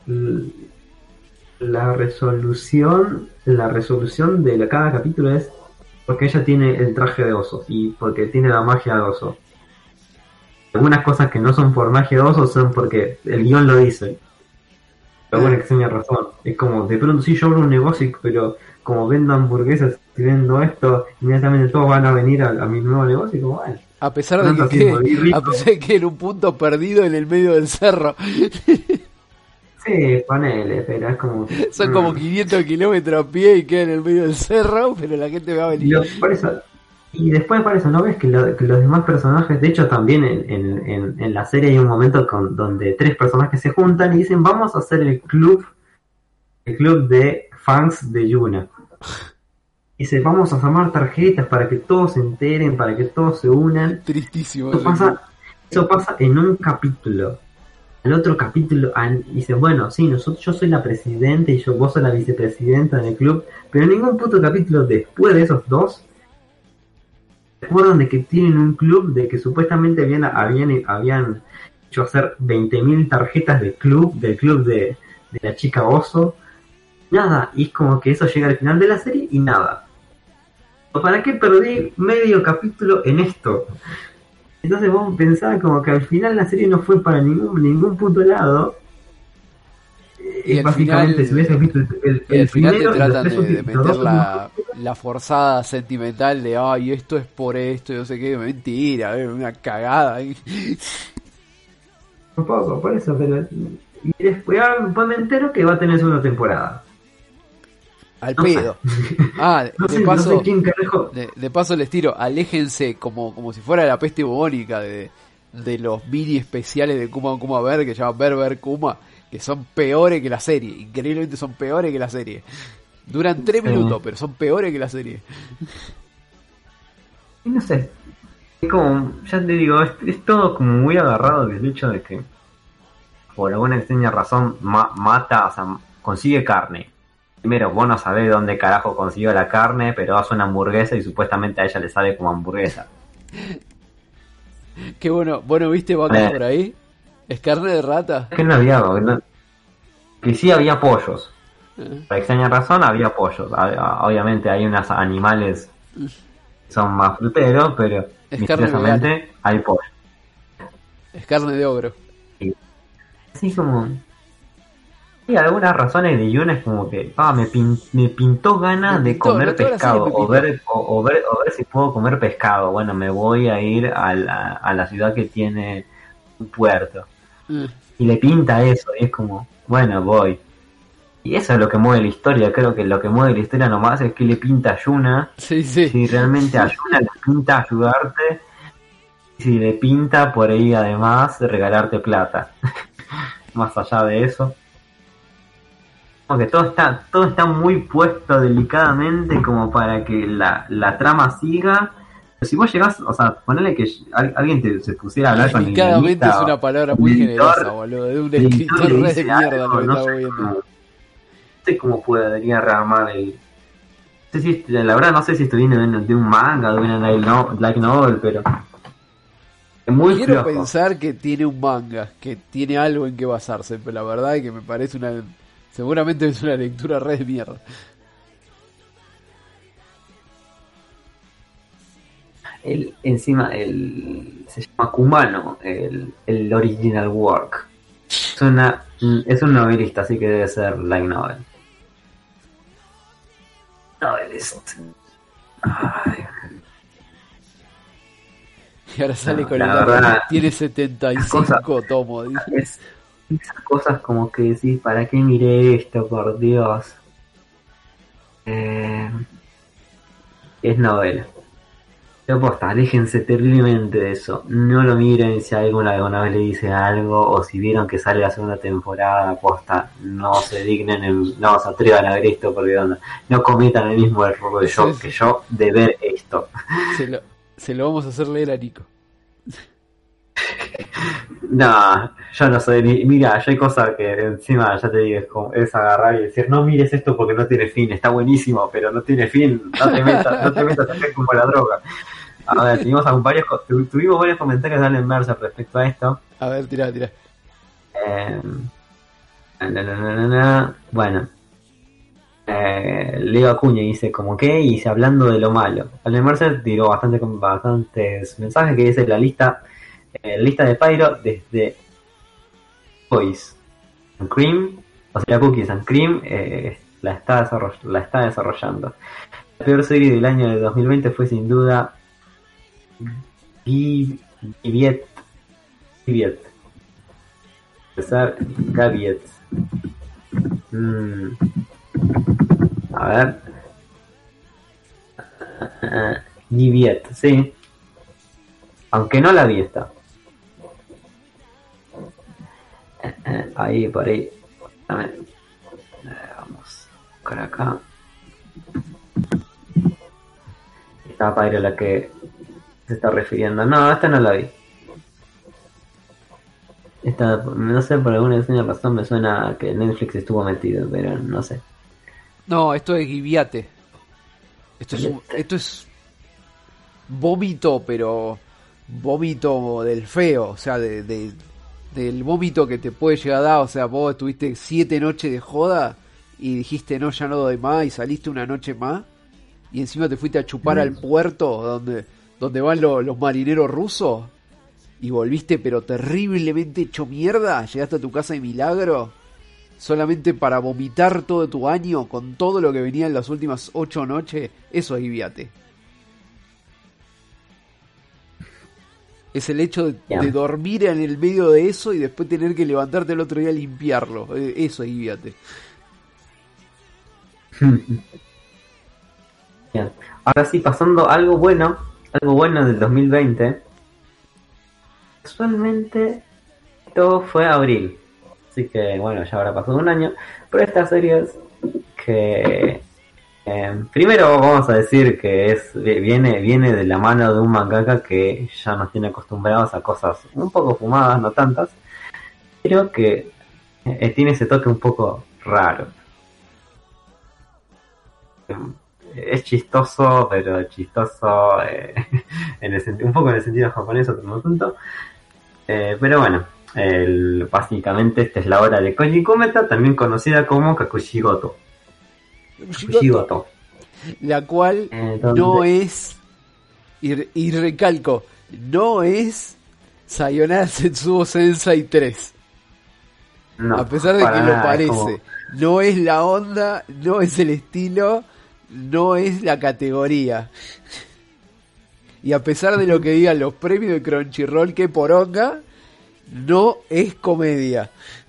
la resolución la resolución de la, cada capítulo es porque ella tiene el traje de oso y porque tiene la magia de oso. Algunas cosas que no son por magia de oso son porque el guión lo dice. Pero bueno, que tenía razón. Es como, de pronto sí yo abro un negocio, pero como vendo hamburguesas y vendo esto, inmediatamente todos van a venir a, a mi nuevo negocio y como, bueno. A pesar de Tanto que, tiempo, quede- y rico. a pesar de que en un punto perdido en el medio del cerro. Sí, ponele, pero es como... Son mm. como quinientos kilómetros a pie y queda en el medio del cerro, pero la gente va a Y, venir. lo- por eso, y después por eso, ¿no ves que, lo- que los demás personajes, de hecho también en, en, en, en la serie hay un momento con, donde tres personajes se juntan y dicen, vamos a hacer el club, el club de fans de Yuna. Dice, vamos a armar tarjetas para que todos se enteren, para que todos se unan. Tristísimo. Eso pasa, eso pasa en un capítulo. El otro capítulo an- dice, bueno, sí, nosotros, yo soy la presidenta y yo vos sos la vicepresidenta del club, pero en ningún puto capítulo después de esos dos recuerdan de que tienen un club, de que supuestamente habían, habían, habían hecho hacer veinte mil tarjetas de club, del club de, de la chica oso. Nada, y es como que eso llega al final de la serie y nada. ¿Para qué perdí medio capítulo en esto? Entonces vos pensabas como que al final la serie no fue para ningún ningún puto lado. Y Eh, al básicamente, final- si hubieses visto el, el, Y al el final te primero, tratan los de, tres de últimos- los meter dos la, últimos- la forzada sentimental de, ay, esto es por esto, y no sé qué, mentira, es una cagada. un poco, por eso, pero. Y después, ah, después me entero que va a tener segunda temporada. Al No sé. pedo. Ah, No de sé, no paso, sé quién carajo. de, de paso les tiro, aléjense como, como si fuera la peste bubónica de, de los mini especiales de Kuma Kuma Ver, que se llaman Ver Ver Kuma, que son peores que la serie, increíblemente son peores que la serie. Duran tres Sí. minutos, pero son peores que la serie. Y no sé. Es como, ya te digo, es, es todo como muy agarrado del hecho de que, por alguna extraña razón, ma- mata, o sea, consigue carne. Primero, vos no sabés dónde carajo consiguió la carne, pero hace una hamburguesa y supuestamente a ella le sale como hamburguesa. Qué bueno, bueno, ¿viste vacas Eh. por ahí? ¿Es carne de rata? Es que no había, no- que sí había pollos. Eh. Por extraña razón había pollos. A- a- Obviamente hay unos animales que son más fruteros, pero Es carne misteriosamente hay pollo. Es carne de ogro. Así como... Sí, algunas razones de Yuna es como que ah, me, pin- me pintó ganas Me de pintó, comer no, toda la pescado serie me o pintó. ver, o, o ver o ver si puedo comer pescado. Bueno, me voy a ir a la, a la ciudad que tiene un puerto. Eh. Y le pinta eso y es como, bueno, voy. Y eso es lo que mueve la historia. Creo que lo que mueve la historia nomás es que le pinta a Yuna. Sí, sí. Si realmente a Yuna le pinta ayudarte. Y si le pinta por ahí además regalarte plata. Más allá de eso. Como que todo está, todo está muy puesto delicadamente como para que la, la trama siga Si vos llegás, o sea, ponele que alguien te, se pusiera a hablar con el Explicadamente es una palabra muy editor, generosa, boludo. De un escritor re de mierda algo, lo que no estaba sé viendo. cómo, no sé cómo podría rearmar el... No sé si, la verdad no sé si esto viene de, de un manga, de una light no, light novel, pero... Es muy Quiero flojo. pensar que tiene un manga, que tiene algo en que basarse, pero la verdad es que me parece una... Seguramente es una lectura re de mierda. El, encima el se llama Kumano, el, el original work. Es una es un novelista, así que debe ser light novel. Novelist. Ay. Y ahora sale No, con la el verdad, dato. Tiene setenta y cinco cosa- tomos. dice. Es, esas cosas como que decís, ¿para qué miré esto? Por Dios. Eh, es novela. Yo posta, aléjense terriblemente de eso. No lo miren si alguna, alguna vez le dice algo, o si vieron que sale la segunda temporada, posta, no se dignen, en, no se atrevan a ver esto, porque onda, no cometan el mismo error de yo, Sí, sí. que yo de ver esto. Se lo, se lo vamos a hacer leer a Nico. No, yo no soy ni... Mira, yo hay cosas que encima, ya te digo, es, como, es agarrar y decir, no mires esto porque no tiene fin, está buenísimo, pero no tiene fin, no te metas, no te metas a hacer como la droga. A ver, tuvimos, algún- varios, co- tu- tuvimos varios comentarios de Allen Mercer respecto a esto. A ver, tira, tira. Eh, na, na, na, na, na. Bueno, eh, Leo Acuña dice como que, y dice hablando de lo malo. Allen Mercer tiró bastante, con bastantes mensajes que dice la lista, eh, lista de Pyro desde Boys and Cream, o sea, Cookies and Cream, eh, la, está desarroll- la está desarrollando. La peor serie del año de dos mil veinte fue sin duda Giviet. Giviet. César Gaviet. Mm. A ver. Giviet, sí. Aunque no la vi esta. Ahí, por ahí. Dame. Vamos a buscar acá. Esta Pyro la que se está refiriendo. No, esta no la vi. Esta, no sé, por alguna extraña razón me suena a que Netflix estuvo metido, pero no sé. No, esto es Giviate. Esto es, un- esto es vómito, pero vómito del feo, o sea, de, de- del vómito que te puede llegar a dar. O sea, vos estuviste siete noches de joda y dijiste no, ya no doy más, y saliste una noche más y encima te fuiste a chupar al puerto donde, donde van lo- los marineros rusos y volviste pero terriblemente hecho mierda. Llegaste a tu casa de milagro solamente para vomitar todo tu año con todo lo que venía en las últimas ocho noches. Eso es Giviate. Es el hecho de, Ya. de dormir en el medio de eso y después tener que levantarte el otro día a limpiarlo. Eh, Eso es Giviate. Bien. Ahora sí, pasando a algo bueno, algo bueno del dos mil veinte. Casualmente, todo fue abril. Así que, bueno, ya habrá pasado un año. Pero estas series que... eh, primero vamos a decir que es viene viene de la mano de un mangaka que ya nos tiene acostumbrados a cosas un poco fumadas, no tantas, pero que eh, tiene ese toque un poco raro. Es chistoso, pero chistoso eh, en el senti- un poco en el sentido japonés, otro no tanto. Eh, pero bueno, el, básicamente esta es la obra de Koji Kometa, también conocida como Kakushigoto. Kakushigoto. La cual Eh, donde- no es, y, y recalco, no es Sayonara Setsubo Sensei tres. No, A pesar de para que lo nada, es parece. como- No es la onda, no es el estilo, no es la categoría. Y a pesar de lo que digan los premios de Crunchyroll, que poronga, no es comedia.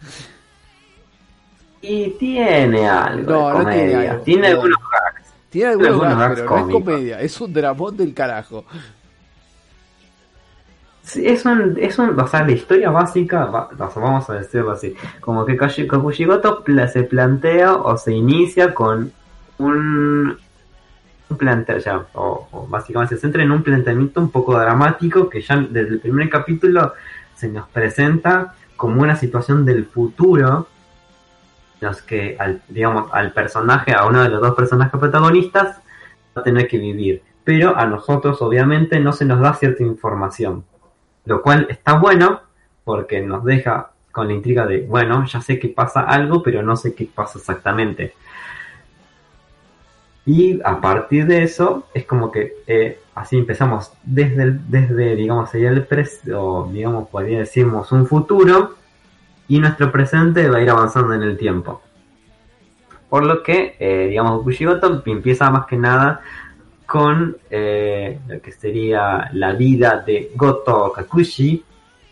Y tiene algo No, de no comedia. tiene algo. Tiene No. algunos hacks. Tiene algunos algunos gags, gags pero no es cómicos. comedia. Es un dramón del carajo. Sí, es un, es un, o sea, la historia básica, va- o sea, vamos a decirlo así, como que Kashi- Kakushigoto pla- se plantea o se inicia con un, un plante ya, o, o básicamente se centra en un planteamiento un poco dramático que ya desde el primer capítulo se nos presenta como una situación del futuro en los que al, digamos, al personaje, a uno de los dos personajes protagonistas va a tener que vivir, pero a nosotros obviamente no se nos da cierta información, lo cual está bueno porque nos deja con la intriga de, bueno, ya sé que pasa algo, pero no sé qué pasa exactamente. Y a partir de eso, es como que eh, así empezamos desde, el, desde digamos, sería el presente, o digamos, podría decirnos un futuro, y nuestro presente va a ir avanzando en el tiempo. Por lo que, eh, digamos, Bushigoto empieza más que nada con eh, lo que sería la vida de Goto Kakushi,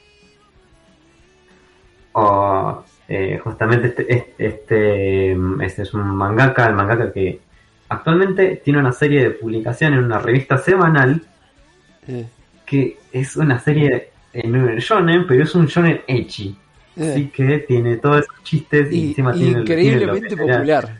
o eh, justamente este, este, este, este es un mangaka, el mangaka que actualmente tiene una serie de publicación en una revista semanal eh. que es una serie en un shonen, pero es un shonen ecchi. Eh. Así que tiene todos esos chistes y, y encima tiene increíblemente tiene popular.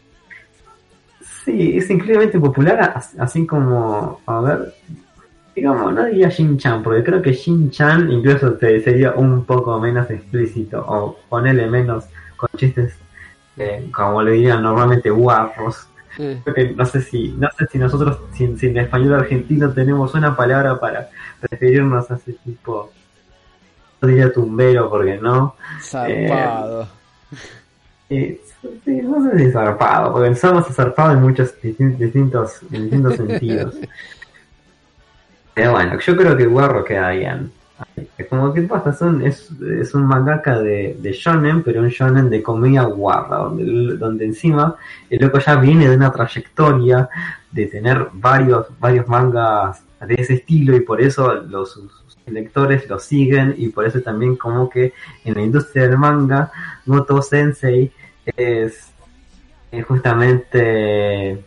Sí, es increíblemente popular, así como, a ver, digamos, no diría Shin-chan, porque creo que Shin-chan incluso te sería un poco menos explícito, o ponerle menos con chistes, eh, como le dirían normalmente, guarros. Eh. Porque no sé si no sé si nosotros, sin, sin español argentino, tenemos una palabra para referirnos a ese tipo, no diría tumbero, porque no. Zarpado. Eh, sí, no sé si zarpado, porque somos zarpados en muchos distintos, distintos, en distintos sentidos. Pero bueno, yo creo que Guarro queda bien. Es como que pasa, es un, es, es un mangaka de, de shonen, pero un shonen de comedia guarra, donde, donde encima el loco ya viene de una trayectoria de tener varios, varios mangas de ese estilo, y por eso los sus lectores lo siguen, y por eso también como que en la industria del manga Goto Sensei es, es justamente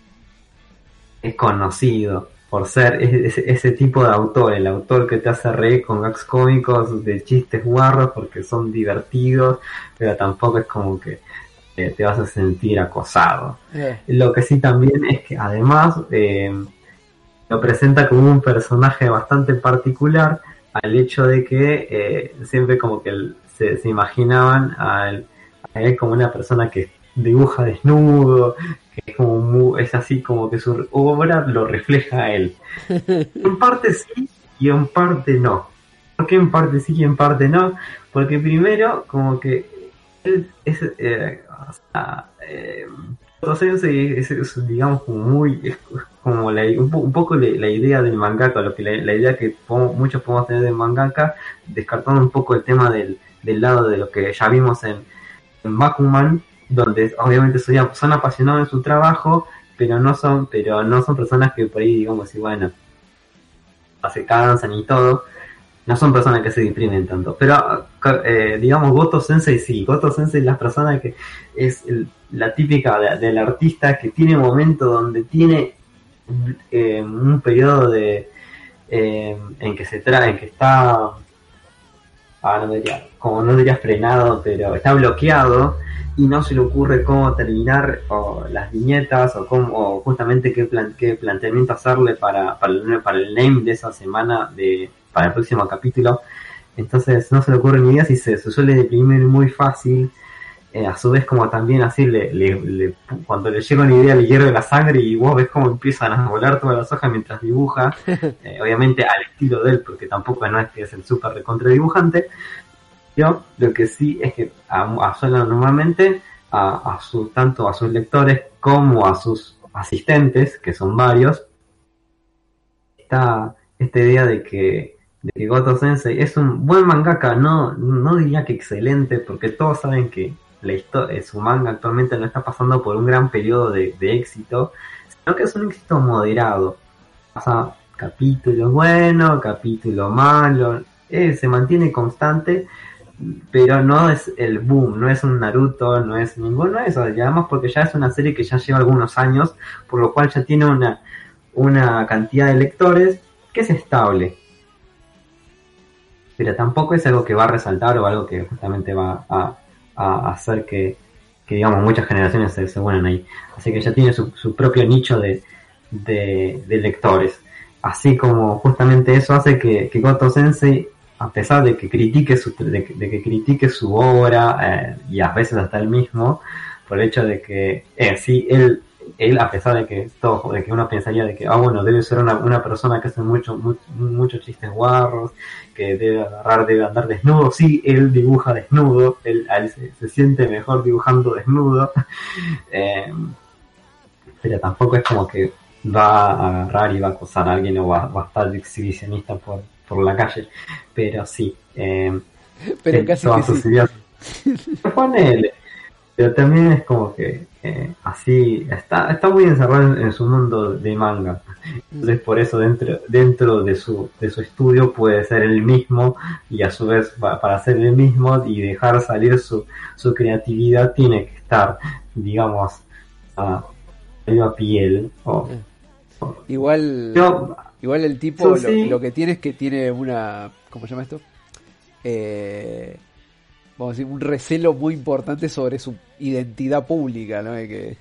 es conocido por ser ese, ese tipo de autor, el autor que te hace reír con gags cómicos de chistes guarros porque son divertidos, pero tampoco es como que eh, te vas a sentir acosado. Yeah. Lo que sí también es que además eh, lo presenta como un personaje bastante particular, al hecho de que eh, siempre como que él, se, se imaginaban a él, a él como una persona que dibuja desnudo, que es como muy, es así como que su obra lo refleja a él. En parte sí y en parte no. ¿Por qué en parte sí y en parte no? Porque primero como que él es eh, o sea, eh, es, es, digamos como muy es como la, un, un poco la, la idea del mangaka, lo que la, la idea que podemos, muchos podemos tener del mangaka, descartando un poco el tema del, del lado de lo que ya vimos en, en Bakuman, donde obviamente son, son apasionados en su trabajo, pero no son, pero no son personas que por ahí digamos y bueno, se cansan y todo, no son personas que se deprimen tanto, pero eh, digamos Goto Sensei sí, Goto Sensei es la persona que es el, la típica de, del artista que tiene un momento donde tiene eh, un periodo de eh, en que se trae, en que está ah, no diría, como no diría frenado, pero está bloqueado y no se le ocurre cómo terminar o las viñetas o cómo o justamente qué, plan, qué planteamiento hacerle para, para, el, para el name de esa semana, de para el próximo capítulo. Entonces no se le ocurre ni ideas y se, se suele deprimir muy fácil. Eh, a su vez como también así le, le, le, cuando le llega una idea le hierve la sangre y vos ves cómo empiezan a volar todas las hojas mientras dibuja, eh, obviamente al estilo de él, porque tampoco no es que es el súper recontra dibujante. Yo lo que sí es que a, a suena normalmente a, a su, tanto a sus lectores como a sus asistentes, que son varios, esta, esta idea de que, de que Goto Sensei es un buen mangaka, no, no diría que excelente, porque todos saben que la historia, su manga actualmente no está pasando por un gran periodo de, de éxito, sino que es un éxito moderado. Pasa capítulo bueno, capítulo malo, eh, se mantiene constante, pero no es el boom, no es un Naruto, no es ninguno de esos, y además porque ya es una serie que ya lleva algunos años, por lo cual ya tiene una, una cantidad de lectores que es estable. Pero tampoco es algo que va a resaltar o algo que justamente va a, a hacer que, que digamos muchas generaciones se, se unan ahí. Así que ya tiene su, su propio nicho de, de, de lectores. Así como justamente eso hace que, que Goto Sensei, a pesar de que critique su, de, de que critique su obra, eh, y a veces hasta él mismo, por el hecho de que eh, sí, él, él a pesar de que todo, de que uno pensaría de que, ah bueno, debe ser una, una persona que hace mucho, mucho, muchos chistes guarros, que debe agarrar, debe andar desnudo, sí, él dibuja desnudo, él, él se, se siente mejor dibujando desnudo, eh, pero tampoco es como que va a agarrar y va a acosar a alguien o va, va a estar exhibicionista por, por la calle, pero sí, eh, pero casi que sí. Ideas, ponele, pero también es como que eh, así está está muy encerrado en, en su mundo de manga, entonces por eso dentro dentro de su de su estudio puede ser el mismo, y a su vez para ser el mismo y dejar salir su su creatividad tiene que estar, digamos, a, a piel o, o igual yo, igual el tipo so, sí. lo, lo que tiene es que tiene una, ¿cómo se llama esto? Eh, vamos a decir, un recelo muy importante sobre su identidad pública, ¿no? De que...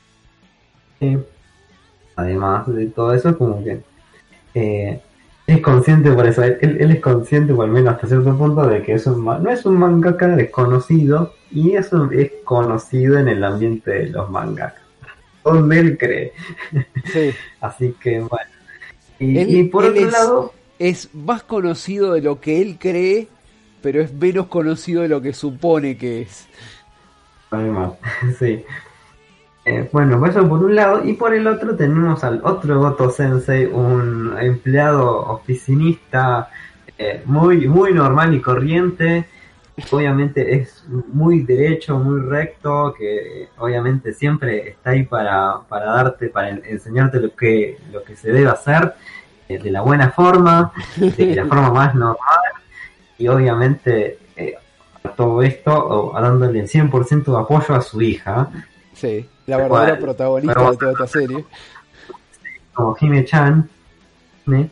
sí. Además de todo eso, como que eh, es consciente, por eso él, él es consciente, por al menos hasta cierto punto, de que es un, no es un mangaka desconocido, y eso es conocido en el ambiente de los mangakas, donde él cree. Sí. Así que bueno, y, él, y por otro es, lado es más conocido de lo que él cree, pero es menos conocido de lo que supone que es. Además, sí. Eh, bueno, eso por un lado, y por el otro tenemos al otro Goto Sensei, un empleado oficinista eh, muy muy normal y corriente. Obviamente es muy derecho, muy recto, que obviamente siempre está ahí para, para darte, para enseñarte lo que lo que se debe hacer eh, de la buena forma, de la forma más normal, y obviamente eh, a todo esto dándole el cien por ciento de apoyo a su hija. Sí, la verdadera cual, protagonista pero, de toda esta serie. Como Hime-chan, ¿eh?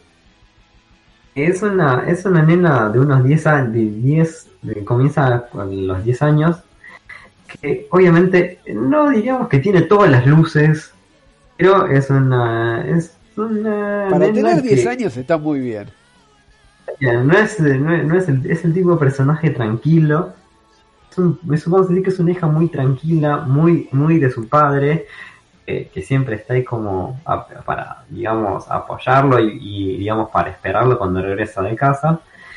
Es una, es una nena de unos diez años, de diez, de, comienza con los diez años, que obviamente no diríamos que tiene todas las luces, pero es una, es una para nena tener diez que, años está muy bien. No es, no es, no es, el, es el tipo de personaje tranquilo, es un, vamos a decir que es una hija muy tranquila, muy, muy de su padre, eh, que siempre está ahí como a, para, digamos, apoyarlo y, y, digamos, para esperarlo cuando regresa de casa.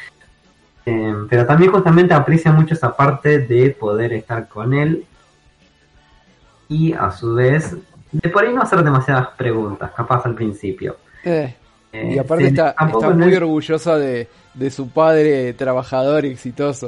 Eh, pero también justamente aprecia mucho esa parte de poder estar con él y a su vez de por ahí no hacer demasiadas preguntas, capaz al principio. Eh, eh, y aparte sí, está, está muy es... orgullosa de, de su padre trabajador exitoso.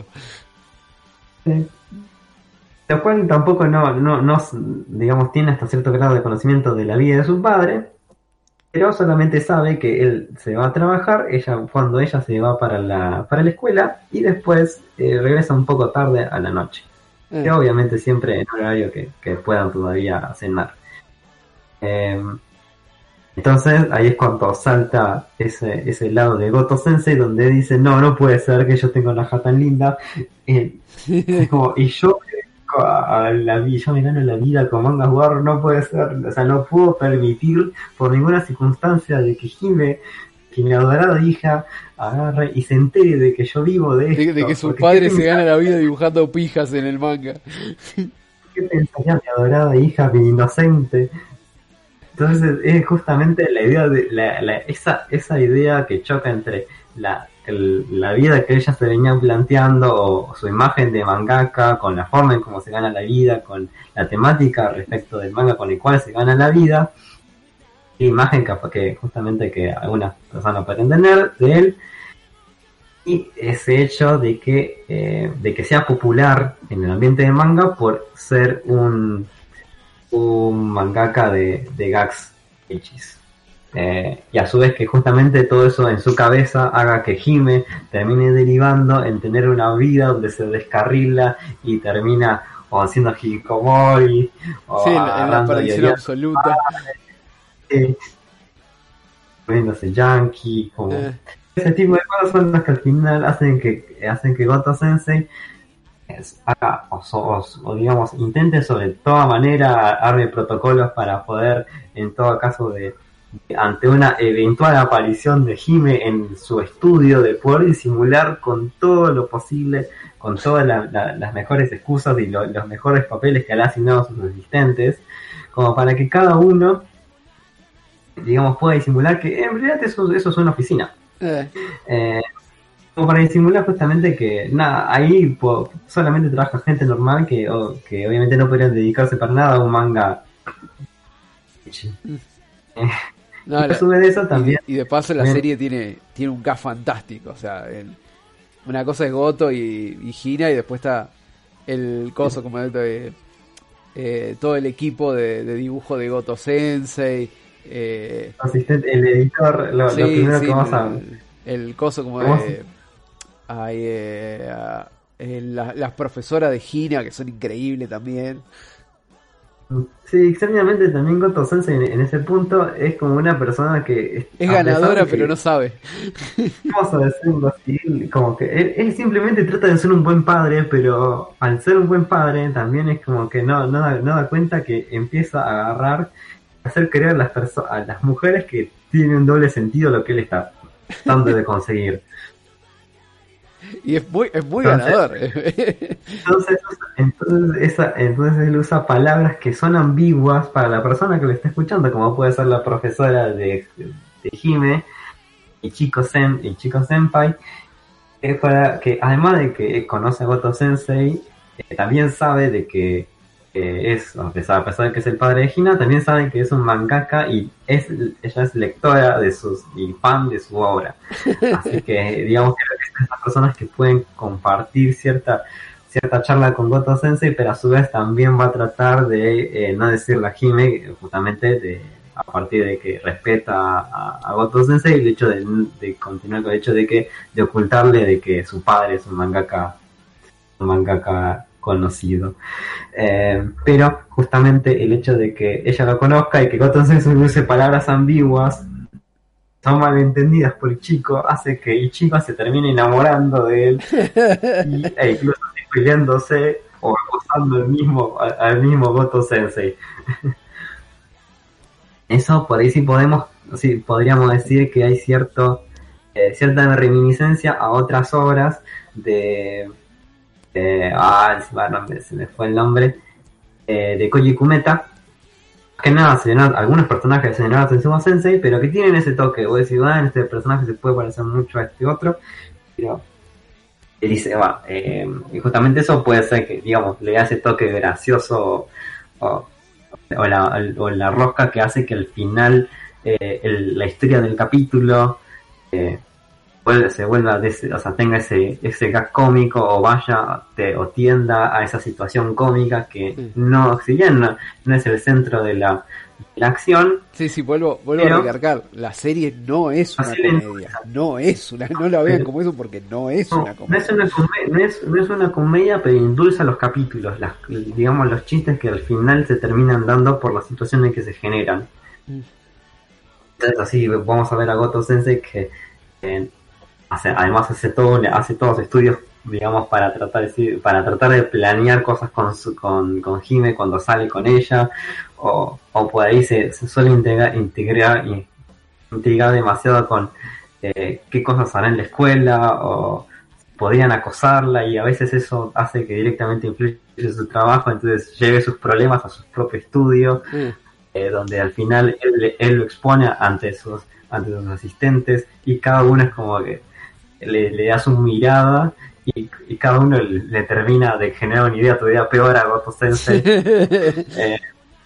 Sí. Lo cual tampoco no, no, no, digamos, tiene hasta cierto grado de conocimiento de la vida de su padre, pero solamente sabe que él se va a trabajar, ella cuando ella se va para la, para la escuela, y después eh, regresa un poco tarde a la noche. Eh. Que obviamente siempre en horario que, que puedan todavía cenar. Eh, entonces ahí es cuando salta ese, ese lado de Goto Sensei donde dice, no, no puede ser que yo tenga una hija tan linda. Eh, como, y yo a la vida, yo me gano la vida con mangas war, no puede ser, o sea, no puedo permitir por ninguna circunstancia de que Hime, que mi adorada hija, agarre y se entere de que yo vivo de esto. De, de que su padre se gana la vida dibujando pijas en el manga. ¿Qué pensaría mi adorada hija, mi inocente? Entonces es justamente la idea de la, la, esa, esa idea que choca entre la El, la vida que ella se venía planteando o su imagen de mangaka con la forma en cómo se gana la vida, con la temática respecto del manga con el cual se gana la vida, imagen que, que justamente que algunas personas pueden tener de él, y ese hecho de que eh, de que sea popular en el ambiente de manga por ser un un mangaka de, de gags hechis. Eh, y a su vez que justamente todo eso en su cabeza haga que Hime termine derivando en tener una vida donde se descarrila y termina o haciendo hikikomori o sí, en la perdición absoluta, eh, poniéndose yankee, como eh. ese tipo de cosas son las que al final hacen que hacen que Goto Sensei es, haga o, o, o digamos intente sobre toda manera arme protocolos para poder en todo caso de ante una eventual aparición de Hime en su estudio, de poder disimular con todo lo posible, con todas la, la, las mejores excusas y lo, los mejores papeles que le ha asignado a sus asistentes, como para que cada uno, digamos, pueda disimular que en realidad eso, eso es una oficina. Eh. Eh, como para disimular justamente que nada, ahí po, solamente trabaja gente normal que, o, que obviamente no podrían dedicarse para nada a un manga. Eh, No, y a de eso también. Y, y de paso la bien. serie tiene, tiene un cast fantástico. O sea, el, una cosa es Goto y, y Hina, y después está el coso, como el de, eh, todo el equipo de, de dibujo de Goto Sensei. Eh, Asistente, el editor, lo, sí, lo primero sí, que vamos a. El, el coso como ¿Cómo de. Hay, eh, a- eh, la- las profesoras de Hina, que son increíbles también. Sí, extrañamente también Goto Sensei en, en ese punto es como una persona que Es a pesar ganadora, de que- pero no sabe. vamos a decirlo así, como que él, él simplemente trata de ser un buen padre, pero al ser un buen padre también es como que no, no, da, no da cuenta que empieza a agarrar, a hacer creer a las perso- a las mujeres que tiene un doble sentido lo que él está tratando de conseguir. Y es muy, es muy Entonces- ganador. Entonces, entonces, esa, entonces él usa palabras que son ambiguas para la persona que lo está escuchando, como puede ser la profesora de, de Hime, y Chico Sen, y Chico Senpai, que, para, que además de que conoce a Goto Sensei, eh, también sabe de que eh, es, a pesar, a pesar de que es el padre de Hina, también sabe que es un mangaka y es, ella es lectora de sus y fan de su obra. Así que digamos que son estas personas que pueden compartir cierta cierta charla con Goto Sensei, pero a su vez también va a tratar de eh, no decirle a Hime, justamente de, a partir de que respeta a, a Goto Sensei, el hecho de, de continuar con el hecho de que de ocultarle de que su padre es un mangaka un mangaka conocido. Eh, pero justamente el hecho de que ella lo conozca y que Goto Sensei use palabras ambiguas son malentendidas por Ichiko, hace que Ichiko se termine enamorando de él y, e incluso peleándose o acosando al mismo, a- al mismo Goto Sensei. Eso por ahí sí podemos, sí podríamos decir que hay cierto eh, cierta reminiscencia a otras obras de eh, ah, encima no me- se me fue el nombre eh, de Koji Kumeta, que nada, se llaman algunos personajes se llaman Sensuma Sensei, pero que tienen ese toque. Vos decís, ah, este personaje se puede parecer mucho a este otro, pero él dice, va, eh, y justamente eso puede ser que, digamos, le da ese toque gracioso o, o, la, o la rosca que hace que al final eh, el- la historia del capítulo eh, vuelve- se vuelva, de ese- o sea, tenga ese, ese gag cómico o vaya te- o tienda a esa situación cómica que Sí. no, si bien no, no es el centro de la, de la acción, Sí, sí, vuelvo, vuelvo Pero- a recalcar. La serie no es una Así le- comedia. No es una, no la vean como eso porque no es no, una no comedia. es una comedia, no es, no es una comedia, pero endulza los capítulos, las, digamos los chistes que al final se terminan dando por la situación en que se generan. Mm. Entonces así vamos a ver a Goto Sensei que eh, hace, además hace todo, hace todos estudios, digamos, para tratar de, para tratar de planear cosas con su, con, con Hime cuando sale con ella, o, o por ahí se, se suele integrar, integrar, y intrigar demasiado con eh, qué cosas hará en la escuela, o podrían acosarla, y a veces eso hace que directamente influye en su trabajo, entonces lleve sus problemas a su propio estudio, Mm. eh, donde al final él, él lo expone ante sus, ante sus asistentes, y cada uno es como que le, le da su mirada, y, y cada uno le, le termina de generar una idea todavía peor a Goto Sensei. Eh,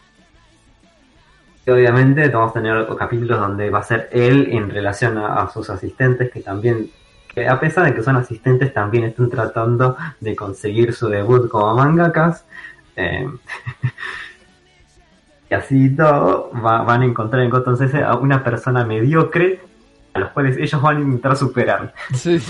y obviamente vamos a tener capítulos donde va a ser él en relación a, a sus asistentes, que también, que a pesar de que son asistentes, también están tratando de conseguir su debut como mangakas. Eh, y así todo, va- van a encontrar en Goto Sensei a una persona mediocre, a los cuales ellos van a intentar superar. Sí.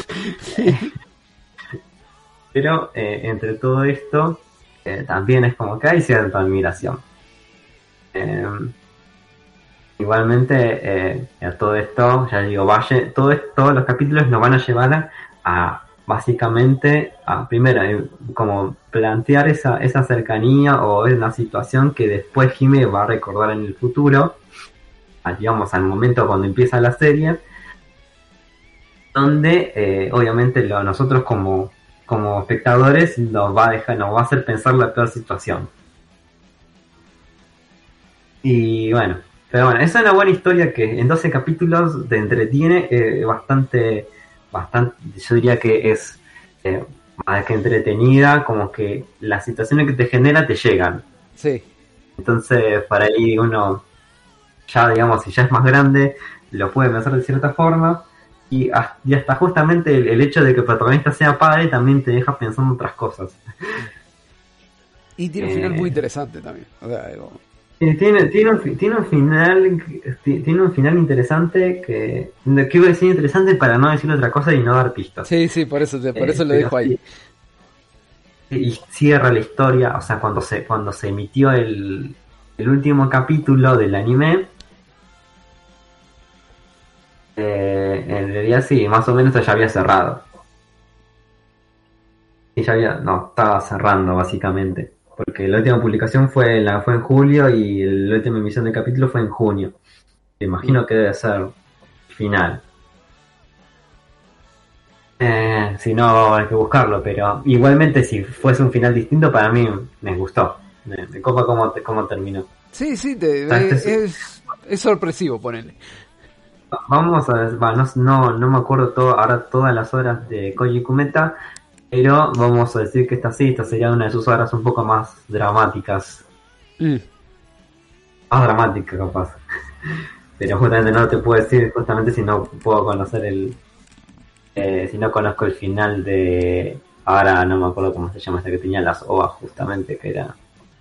Pero eh, entre todo esto, eh, también es como que hay cierta admiración. Eh, igualmente, eh, a todo esto, ya digo, vaya, todo, es- todos los capítulos nos van a llevar a, a, básicamente, a primero, eh, como plantear esa, esa cercanía o una situación que después Hime va a recordar en el futuro. a, digamos, al momento cuando empieza la serie, donde eh, obviamente lo, nosotros como, como espectadores nos va a dejar, nos va a hacer pensar la peor situación. Y bueno, pero bueno, es una buena historia que en doce capítulos te entretiene eh, bastante, bastante, yo diría que es eh, más que entretenida, como que las situaciones que te genera te llegan. Sí. Entonces, para ahí uno, ya digamos, si ya es más grande, lo puede pensar de cierta forma. Y hasta, y hasta justamente el, el hecho de que el protagonista sea padre también te deja pensando otras cosas. Y tiene un Eh, final muy interesante también. O sea, algo... Eh, Tiene, tiene, un, fi- tiene un final ti- tiene un final interesante que, que iba a decir interesante para no decir otra cosa y no dar pistas. Sí, sí, por eso, te- por Eh, eso lo pero dejo ahí. sí, y cierra la historia, o sea, cuando se cuando se emitió el, el último capítulo del anime, eh, en realidad sí, más o menos ya había cerrado. Y ya había, no, estaba cerrando básicamente. Porque la última publicación fue, la, fue en julio y la última emisión del capítulo fue en junio. Me imagino que debe ser final. Eh, si no, hay que buscarlo, pero igualmente si fuese un final distinto, para mí me gustó. Me, me copa cómo, te- cómo terminó. Sí, sí, te- Ah, este es, es, es sorpresivo, ponele. Vamos a ver, va, no, no, no me acuerdo todo, ahora todas las horas de Koji Kumeta, pero vamos a decir que esta sí, esta sería una de sus obras un poco más dramáticas. Mm. Más dramática capaz. Pero justamente no te puedo decir justamente si no puedo conocer el... Eh, si no conozco el final de... Ahora no me acuerdo cómo se llama esta que tenía las ovas justamente, que era...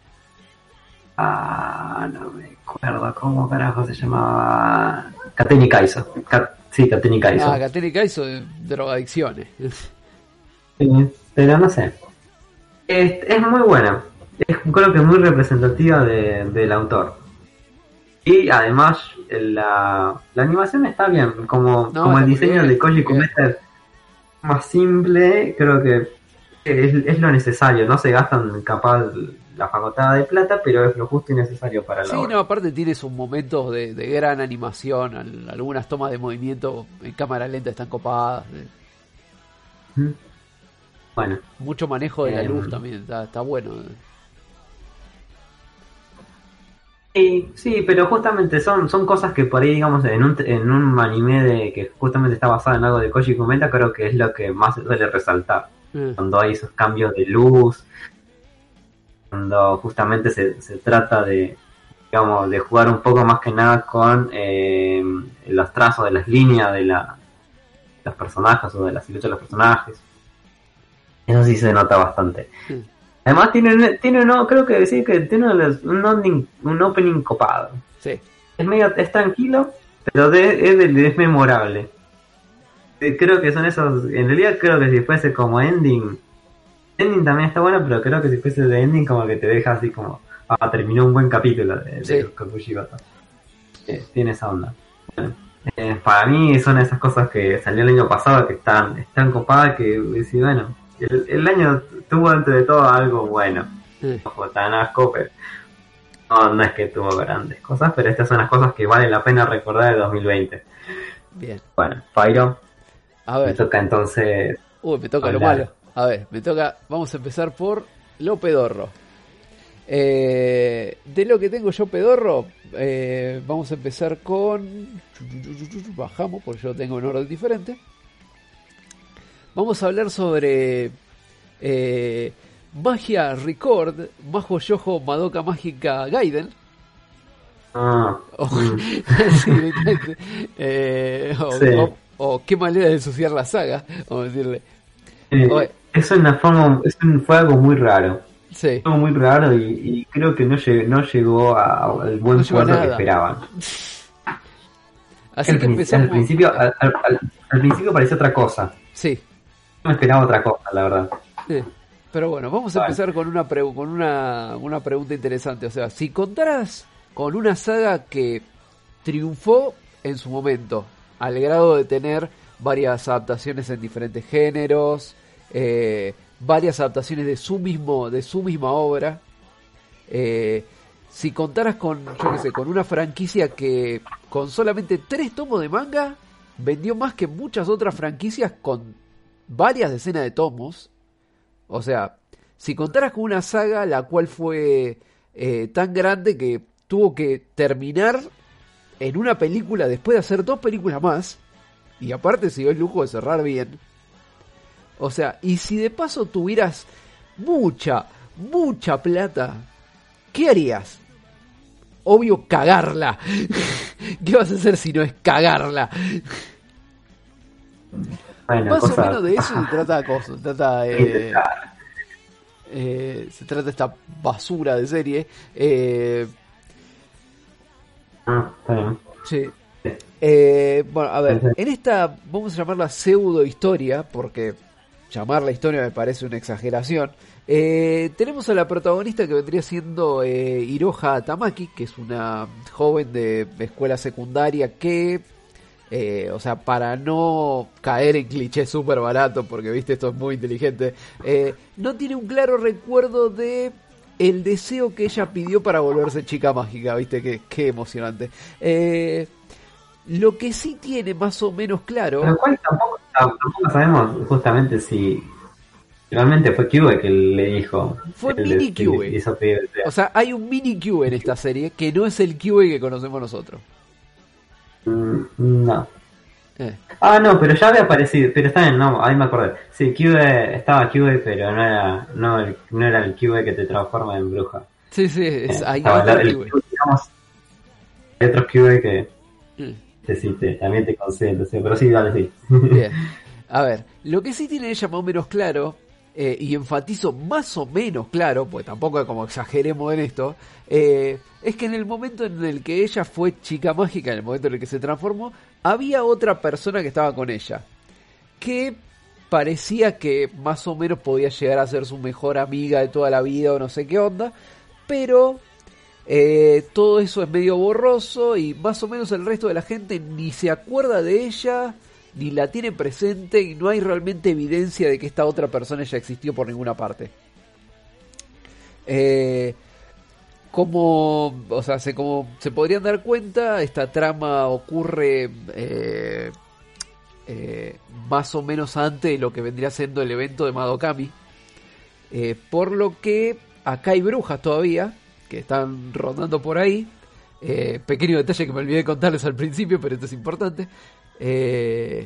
Ah, no me acuerdo cómo carajo se llamaba... Kateni Kaizo. Ka- sí, Kateni Kaizo. Ah, Kateri Kaizo de drogadicciones. Sí, pero no sé. Es, es muy buena. Es, creo que es muy representativa de, del autor. Y además la, la animación está bien. Como, No, como el está muy diseño bien, de Koji muy bien. Kumeta es más simple, creo que es, es lo necesario. No se gastan capaz la fagotada de plata, pero es lo justo y necesario para la Sí, obra. no, aparte tiene sus momentos de, de gran animación, al- algunas tomas de movimiento en cámara lenta están copadas, eh, ¿Mm? Bueno, mucho manejo de la Em. luz también, está, está bueno. sí, sí, pero justamente son, son cosas que por ahí, digamos, en un, en un anime de que justamente está basado en algo de Koji Kumeta, creo que es lo que más se suele resaltar. Eh, Cuando hay esos cambios de luz, cuando justamente se, se trata de, digamos, de jugar un poco más que nada con eh, los trazos de las líneas de la, los personajes o de la silueta de los personajes. Eso sí se nota bastante. eh. Además tiene, un- tiene no, creo que decir que tiene un, opening, un opening copado. Sí, Es medio, es tranquilo, pero de- es, de- es memorable. Eh, Creo que son esos, en realidad creo que si fuese como ending, ending también está bueno, pero creo que si fuese de ending como que te deja así como, ah, terminó un buen capítulo de, de Sí. Kakushigata. Eh, tiene esa onda. Bueno, eh, para mí son esas cosas que salió el año pasado que están, están copadas que, decís, bueno, el, el año tuvo dentro de todo algo bueno. eh. No fue tan asco, pero no, no es que tuvo grandes cosas, pero estas son las cosas que vale la pena recordar de dos mil veinte. Bien. Bueno, Pyro, A me ver, toca entonces. uy, me toca lo hablar. malo. A ver, me toca, vamos a empezar por lo pedorro. Eh, de lo que tengo yo pedorro, eh, vamos a empezar con... Bajamos, porque yo tengo un orden diferente. Vamos a hablar sobre eh, Magia Record, Majo Yojo Madoka Mágica Gaiden. Ah, O, mm, sí, directamente. Eh, o, Sí. o- o qué manera de ensuciar la saga, vamos a decirle. eh, Oye. es una forma, es un, fue algo muy raro. Sí. Algo muy raro y, y creo que no, llegó, no llegó a- al buen No llegó a puerto que nada. esperaban. Así al, que prin- empezamos. al principio, al, al- al- al principio parecía otra cosa. Sí. No me esperaba otra cosa, la verdad. Sí. Pero bueno, vamos a Vale. empezar con una pre- con una, una pregunta interesante. O sea, si contaras con una saga que triunfó en su momento, al grado de tener varias adaptaciones en diferentes géneros, eh, varias adaptaciones de su mismo, de su misma obra, eh, si contaras con, yo qué sé, con una franquicia que con solamente tres tomos de manga vendió más que muchas otras franquicias con varias decenas de tomos. O sea, si contaras con una saga la cual fue eh, tan grande que tuvo que terminar en una película después de hacer dos películas más, y aparte se dio el lujo de cerrar bien. O sea, y si de paso tuvieras mucha, mucha plata, ¿qué harías? Obvio, cagarla. ¿Qué vas a hacer si no es cagarla? Bueno, Más cosa... o menos de eso se trata cosa, se trata eh, eh, se trata esta basura de serie. Eh, Ah, está bien. sí. Eh, bueno, a ver, en esta vamos a llamarla pseudo historia, porque llamarla historia me parece una exageración. Eh, tenemos a la protagonista que vendría siendo eh, Hiroha Tamaki, que es una joven de escuela secundaria que, eh, o sea, para no caer en clichés súper baratos, porque viste, esto es muy inteligente, eh, no tiene un claro recuerdo de el deseo que ella pidió para volverse chica mágica, viste, que qué emocionante. Eh, lo que sí tiene más o menos claro... Pero cual tampoco, tampoco sabemos justamente si realmente fue Cube que le dijo. Fue el, mini el, Cube. el, hizo pedir, o sea, hay un mini Cube en esta serie que no es el Cube que conocemos nosotros. Mm, no. Eh. Ah, no, pero ya había aparecido, pero está bien, no, ahí me acordé. Sí, Cube, estaba Cube, pero no era, no, el, no era el Cube que te transforma en bruja. Sí, sí, es, Eh, hay estaba otro el, Cube. el, digamos, hay otros Cube que Mm. te, sí, te, también te conceden, pero sí, dale, sí. Bien. A ver, lo que sí tiene ella más o menos claro, eh, y enfatizo más o menos claro, pues tampoco como exageremos en esto, eh, es que en el momento en el que ella fue chica mágica, en el momento en el que se transformó, había otra persona que estaba con ella, que parecía que más o menos podía llegar a ser su mejor amiga de toda la vida o no sé qué onda, pero eh, todo eso es medio borroso y más o menos el resto de la gente ni se acuerda de ella, ni la tiene presente y no hay realmente evidencia de que esta otra persona ya existió por ninguna parte. Eh, como, o sea, se, como se podrían dar cuenta, esta trama ocurre eh, eh, más o menos antes de lo que vendría siendo el evento de Madokami. Eh, por lo que acá hay brujas todavía que están rondando por ahí. Eh, pequeño detalle que me olvidé de contarles al principio, pero esto es importante. Eh,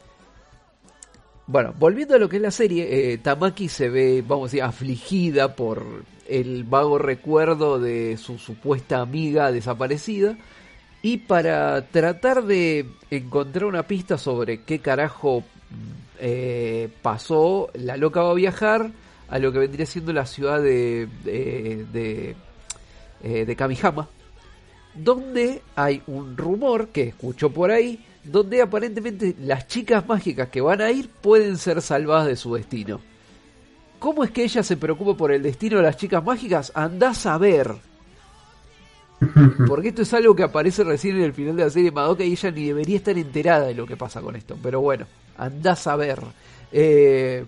bueno, volviendo a lo que es la serie, eh, Tamaki se ve, vamos a decir, afligida por el vago recuerdo de su supuesta amiga desaparecida, y para tratar de encontrar una pista sobre qué carajo eh, pasó, la loca va a viajar a lo que vendría siendo la ciudad de de, de, eh, de Kamihama, donde hay un rumor que escuchó por ahí, donde aparentemente las chicas mágicas que van a ir pueden ser salvadas de su destino. ¿Cómo es que ella se preocupa por el destino de las chicas mágicas? Andás a ver. Porque esto es algo que aparece recién en el final de la serie Madoka y ella ni debería estar enterada de lo que pasa con esto. Pero bueno, andás a ver. Eh,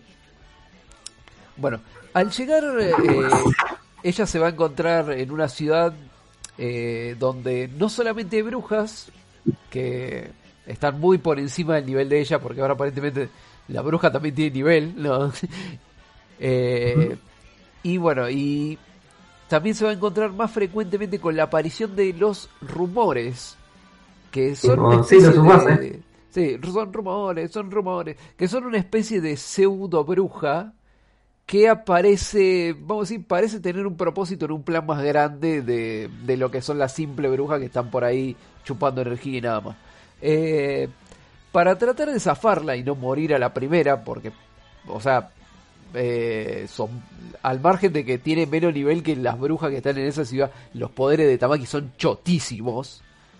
bueno, al llegar, eh, ella se va a encontrar en una ciudad eh, donde no solamente hay brujas, que están muy por encima del nivel de ella, porque ahora aparentemente la bruja también tiene nivel, ¿no? eh, y bueno, y también se va a encontrar más frecuentemente con la aparición de los rumores, que son una Sí, especie los rumores, de, ¿eh? sí, son rumores, son rumores, que son una especie de pseudo bruja que aparece, vamos a decir, parece tener un propósito en un plan más grande de, de lo que son las simples brujas que están por ahí chupando energía y nada más. Eh, para tratar de zafarla y no morir a la primera, porque, o sea, eh, son, al margen de que tiene menos nivel que las brujas que están en esa ciudad, los poderes de Tamaki son chotísimos.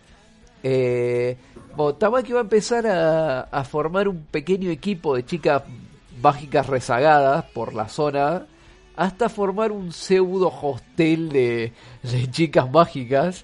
Eh, bueno, Tamaki va a empezar a, a formar un pequeño equipo de chicas mágicas rezagadas por la zona, hasta formar un pseudo hostel de, de chicas mágicas,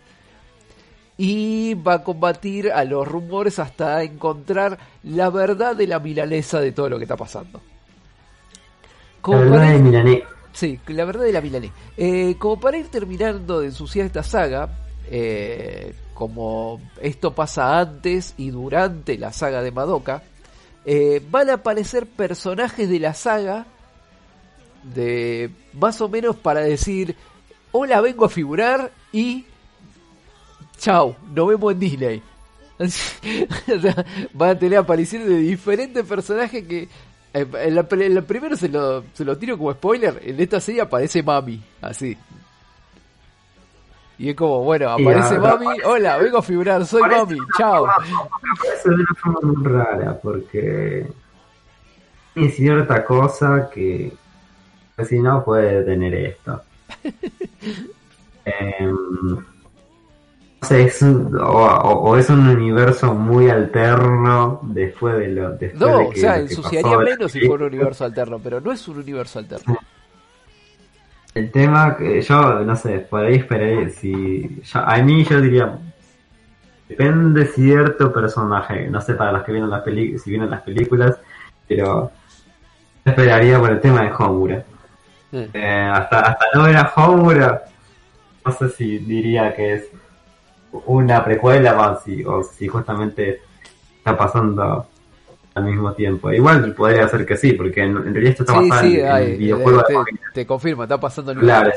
y va a combatir a los rumores hasta encontrar la verdad de la milanesa de todo lo que está pasando. La Como verdad para, de Milané. Sí, la verdad de la milanés. Eh, como para ir terminando de ensuciar esta saga, eh, como esto pasa antes y durante la saga de Madoka, eh, van a aparecer personajes de la saga de más o menos para decir hola, vengo a figurar y chao, nos vemos en Disney. O sea, van a tener apariciones de diferentes personajes que eh, en, la, en la primero se lo, se lo tiro como spoiler. En esta serie aparece Mami, así. Y es como, bueno, aparece Mami, hola, vengo a figurar, soy Mami, chao. Aparece de una forma muy rara, porque es cierta cosa que si no puede tener esto. eh, no sé, es un, o, o es un universo muy alterno después de lo después No, de que, o sea, lo que ensuciaría pasó, menos si fuera un universo alterno, pero no es un universo alterno. El tema que yo, no sé, por ahí esperaría, si yo, a mí yo diría, depende cierto personaje, no sé para los que vieron las películas, si vieron las películas, pero esperaría por el tema de Homura. Eh. Eh, hasta, hasta no ver a Homura, no sé si diría que es una precuela más, si, o si justamente está pasando al mismo tiempo. Igual podría ser que sí, porque en, en realidad esto está Sí, basado sí, en, en ay, el videojuego eh, de te, te confirmo, está pasando el Claro.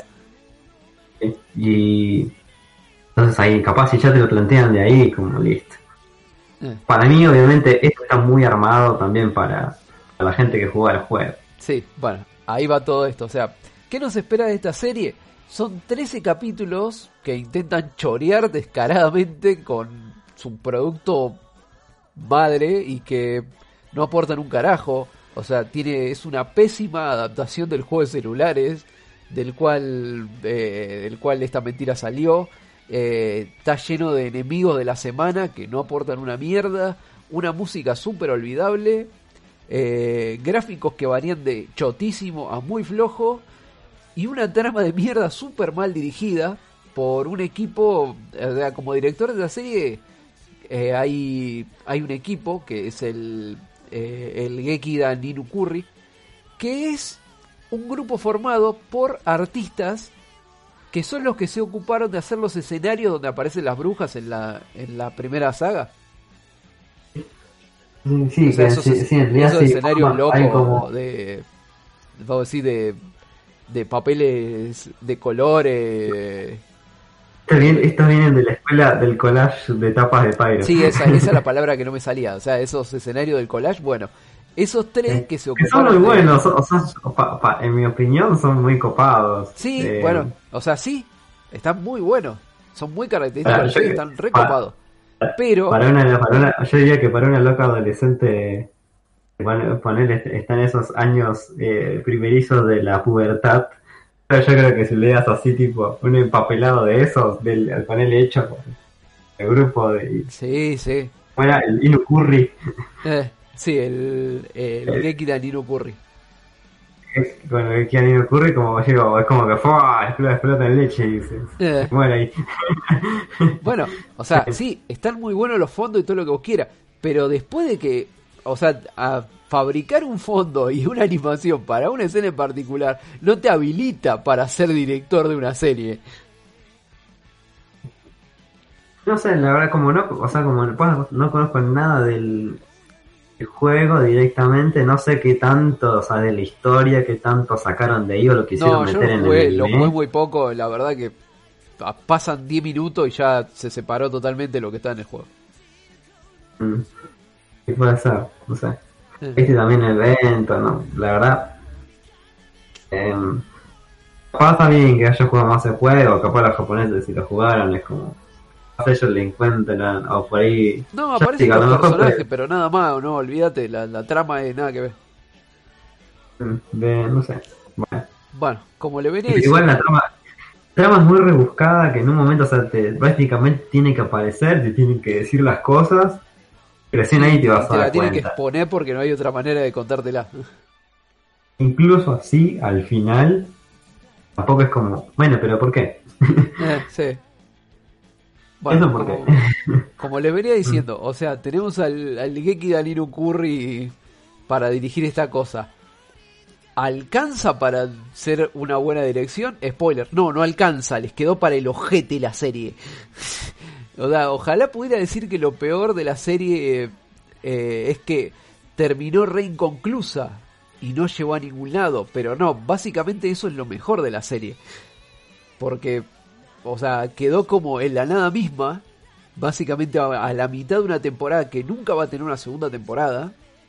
Y entonces ahí capaz si ya te lo plantean de ahí, como listo. Eh. Para mí obviamente esto está muy armado también para, para la gente que juega el juego. Sí, bueno, ahí va todo esto. O sea, ¿qué nos espera de esta serie? Son trece capítulos que intentan chorear descaradamente con su producto madre y que no aportan un carajo. O sea, tiene es una pésima adaptación del juego de celulares del cual eh, del cual esta mentira salió. Eh, está lleno de enemigos de la semana que no aportan una mierda, una música súper olvidable, eh, gráficos que varían de chotísimo a muy flojo y una trama de mierda súper mal dirigida por un equipo. O sea, como director de la serie eh, hay, hay un equipo que es el, eh, el Gekida Ninu Curry, que es un grupo formado por artistas que son los que se ocuparon de hacer los escenarios donde aparecen las brujas en la, en la primera saga. Sí, O sea, que esos, sí, sí, en realidad esos sí, escenarios como- locos hay como- de, vamos a decir, de, de papeles de colores. Estos vienen, estos vienen de la escuela del collage de tapas de Pyro. Sí, esa, esa es la palabra que no me salía. O sea, esos escenarios del collage, bueno, esos tres que se Que son ocuparon muy de- buenos, son- son- pa- pa- en mi opinión son muy copados. Sí, Eh, bueno, o sea, sí, están muy buenos. Son muy característicos, Para- de la yo serie, que- están recopados. Pero, Para una, para una, yo diría que para una loca adolescente, bueno, poner está en esos años eh, primerizos de la pubertad, pero yo creo que si le das así tipo un empapelado de esos, del, al ponerle hecho por el grupo de, sí, sí. ¿cómo era? El Inu Curry, Eh, sí, el, el Geki Danino Curry. es- con el que Inu Curry como llega, es como que ¡fua! explota, explota en leche y dice, Eh. bueno ahí. Bueno, o sea, sí, están muy buenos los fondos y todo lo que vos quieras, pero después de que, o sea, a fabricar un fondo y una animación para una escena en particular no te habilita para ser director de una serie. No sé, la verdad como no, o sea, como no, no conozco nada del, del juego directamente, no sé qué tanto, o sea, de la historia, qué tanto sacaron de ahí o lo quisieron No, yo meter lo en jugué, el lo anime. jugué muy poco, la verdad que pa- pasan diez minutos y ya se separó totalmente lo que está en el juego. Mm. ¿Qué puede ser? No sé. Eh. Este también evento, ¿no? La verdad. Eh, capaz está bien que haya jugado más el juego, capaz los japoneses si lo jugaron es como... capaz ellos le encuentran, o por ahí... No, ya aparecen digo, a los lo mejor personajes, puede- pero nada más, no, olvídate, la, la trama es nada que ver. Mm, de- no sé. Bueno. Bueno, como le venía Igual diciendo, la trama, la trama es muy rebuscada que en un momento, o sea, te, prácticamente tiene que aparecer, te tienen que decir las cosas, pero recién ahí te vas te a la dar tienen que cuenta. exponer porque no hay otra manera de contártela. Incluso así, al final, tampoco es como, bueno, pero ¿por qué? Eh, sí. Bueno, Eso por como, qué. como les venía diciendo, o sea, tenemos al, al Geki Danino Curry para dirigir esta cosa. ¿alcanza para ser una buena dirección? Spoiler, no, no alcanza, les quedó para el ojete la serie. O sea, ojalá pudiera decir que lo peor de la serie eh, es que terminó re inconclusa y no llegó a ningún lado, pero no, básicamente eso es lo mejor de la serie. Porque, o sea, quedó como en la nada misma, básicamente a, a la mitad de una temporada que nunca va a tener una segunda temporada.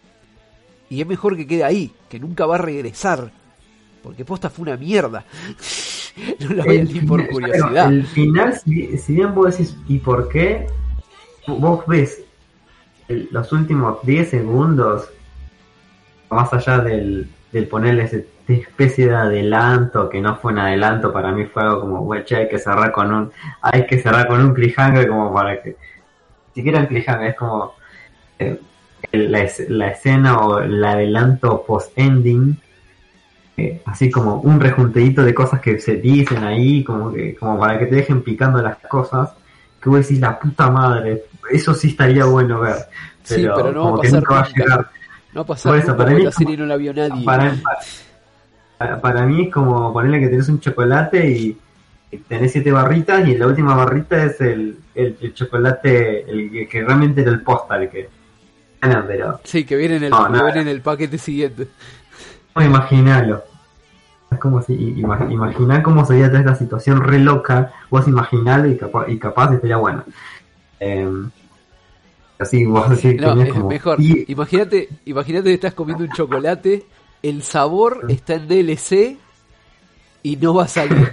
Y es mejor que quede ahí, que nunca va a regresar. Porque posta fue una mierda. No la voy a decir por curiosidad. El final, si, si bien vos decís, ¿y por qué? Vos ves el, los últimos diez segundos, más allá del, del ponerle esa especie de adelanto, que no fue un adelanto, para mí fue algo como, güey, che, hay que cerrar con un, hay que cerrar con un cliffhanger como para que, si siquiera el cliffhanger, es como eh, la, la escena o el adelanto post-ending, eh, así como un rejunteíto de cosas que se dicen ahí, como que como para que te dejen picando las cosas, que vos decís, la puta madre, eso sí estaría bueno ver, pero, sí, pero no como va a que pasar nunca va a nunca. llegar. No va a pasar Por eso, nunca, para porque mí la es como- serie no la vio nadie. Para, para, para mí es como ponerle que tenés un chocolate y y tenés siete barritas y la última barrita es el, el, el chocolate, el que, que realmente era el postal que ganan, pero Sí, que viene en el, No, que nada. viene en el paquete siguiente. no, imaginalo. Es como si, ima- imaginá cómo sería toda esta situación re loca, vos imaginalo y capaz, y capaz estaría bueno. Eh, así vos decís que No, tenés es como, mejor. y- Imagínate, imagínate que estás comiendo un chocolate, el sabor está en D L C y no va a salir.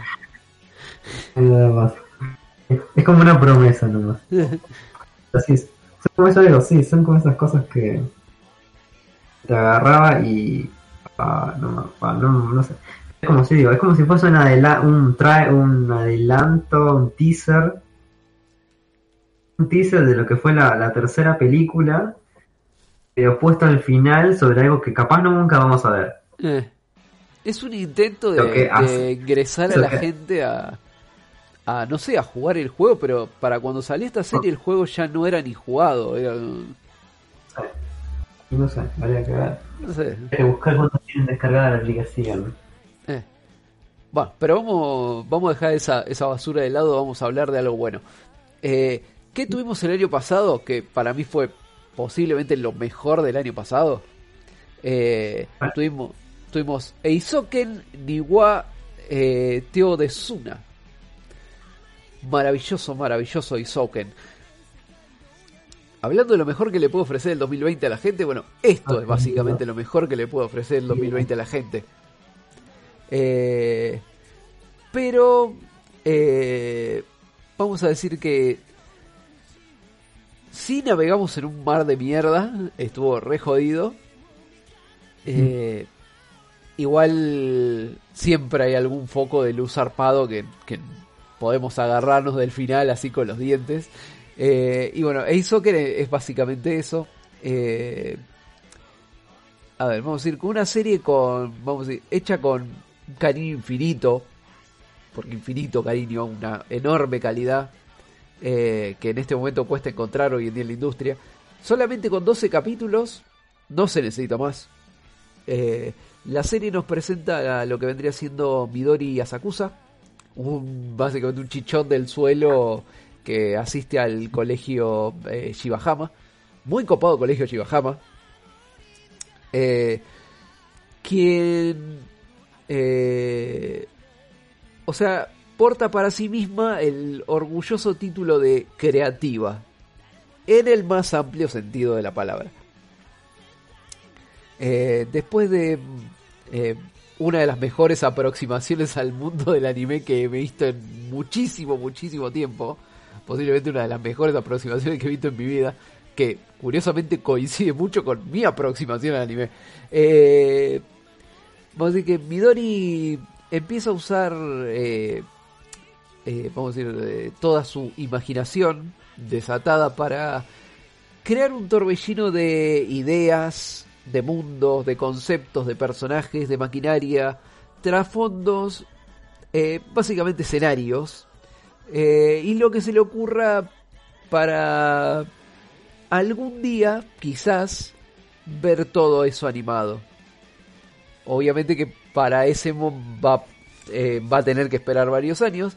nada más. Es, es como una promesa nomás. Así es. Son como eso digo, sí, son como esas cosas que te agarraba y ah, no, ah, no, no sé. Es como si digo, es como si fuese un, adela- un, trae, un adelanto, un teaser, un teaser de lo que fue la, la tercera película, pero puesto al final sobre algo que capaz no nunca vamos a ver. Eh, Es un intento de, Lo que hace- de ingresar a lo la que- gente a, a, no sé, a jugar el juego, pero para cuando salió esta serie el juego ya no era ni jugado, era, Y no sé, habría que ver. no sé. Hay que buscar cuántos tienen descargada la aplicación. Eh. Bueno, pero vamos, vamos a dejar esa, esa basura de lado, vamos a hablar de algo bueno. Eh, ¿Qué tuvimos el año pasado? Que para mí fue posiblemente lo mejor del año pasado. Eh, tuvimos, tuvimos Eisoken Niwa eh, Teo de Suna. Maravilloso, maravilloso Eisoken. Hablando de lo mejor que le puedo ofrecer el dos mil veinte a la gente, bueno, esto es básicamente lo mejor que le puedo ofrecer el dos mil veinte a la gente. Eh, pero eh, vamos a decir que si navegamos en un mar de mierda, estuvo re jodido. Eh, igual siempre hay algún foco de luz zarpado que, que podemos agarrarnos del final así con los dientes. Eh, y bueno, Eisoken es básicamente eso. Eh, a ver, vamos a ir con una serie con, vamos a decir, hecha con cariño infinito, porque infinito cariño, una enorme calidad, eh, que en este momento cuesta encontrar hoy en día en la industria. Solamente con doce capítulos, no se necesita más. Eh, la serie nos presenta a lo que vendría siendo Midori Asakusa, un, básicamente un chichón del suelo que asiste al colegio eh, Shibahama, muy copado colegio Shibahama, eh, quien, eh, o sea, porta para sí misma el orgulloso título de creativa, en el más amplio sentido de la palabra. Eh, después de eh, una de las mejores aproximaciones al mundo del anime que he visto en muchísimo, muchísimo tiempo, posiblemente una de las mejores aproximaciones que he visto en mi vida, que curiosamente coincide mucho con mi aproximación al anime. Eh, vamos a decir que Midori empieza a usar, eh, eh, vamos a decir, eh, toda su imaginación desatada para crear un torbellino de ideas, de mundos, de conceptos, de personajes, de maquinaria, trasfondos, eh, básicamente escenarios, eh, y lo que se le ocurra para algún día, quizás, ver todo eso animado. obviamente que para ese mo- va, eh, va a tener que esperar varios años.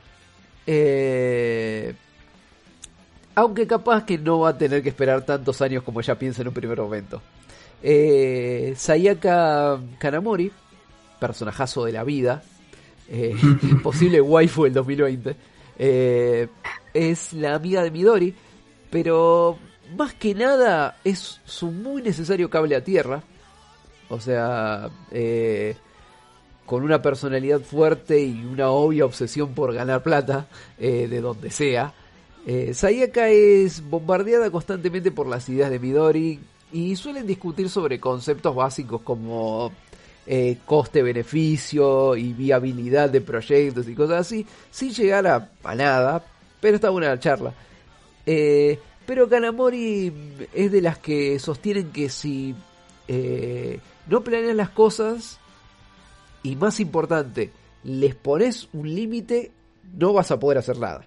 Eh, aunque capaz que no va a tener que esperar tantos años como ella piensa en un primer momento. Eh, Sayaka Kanamori, personajazo de la vida, eh, posible waifu del dos mil veinte, eh, es la amiga de Midori, pero más que nada es su muy necesario cable a tierra. O sea, eh, con una personalidad fuerte y una obvia obsesión por ganar plata, eh, de donde sea. Eh, Sayaka es bombardeada constantemente por las ideas de Midori y suelen discutir sobre conceptos básicos como eh, coste-beneficio y viabilidad de proyectos y cosas así, sin llegar a, a nada, pero está buena la charla. Eh, pero Kanamori es de las que sostienen que si eh, no planeas las cosas y, más importante, les pones un límite, no vas a poder hacer nada.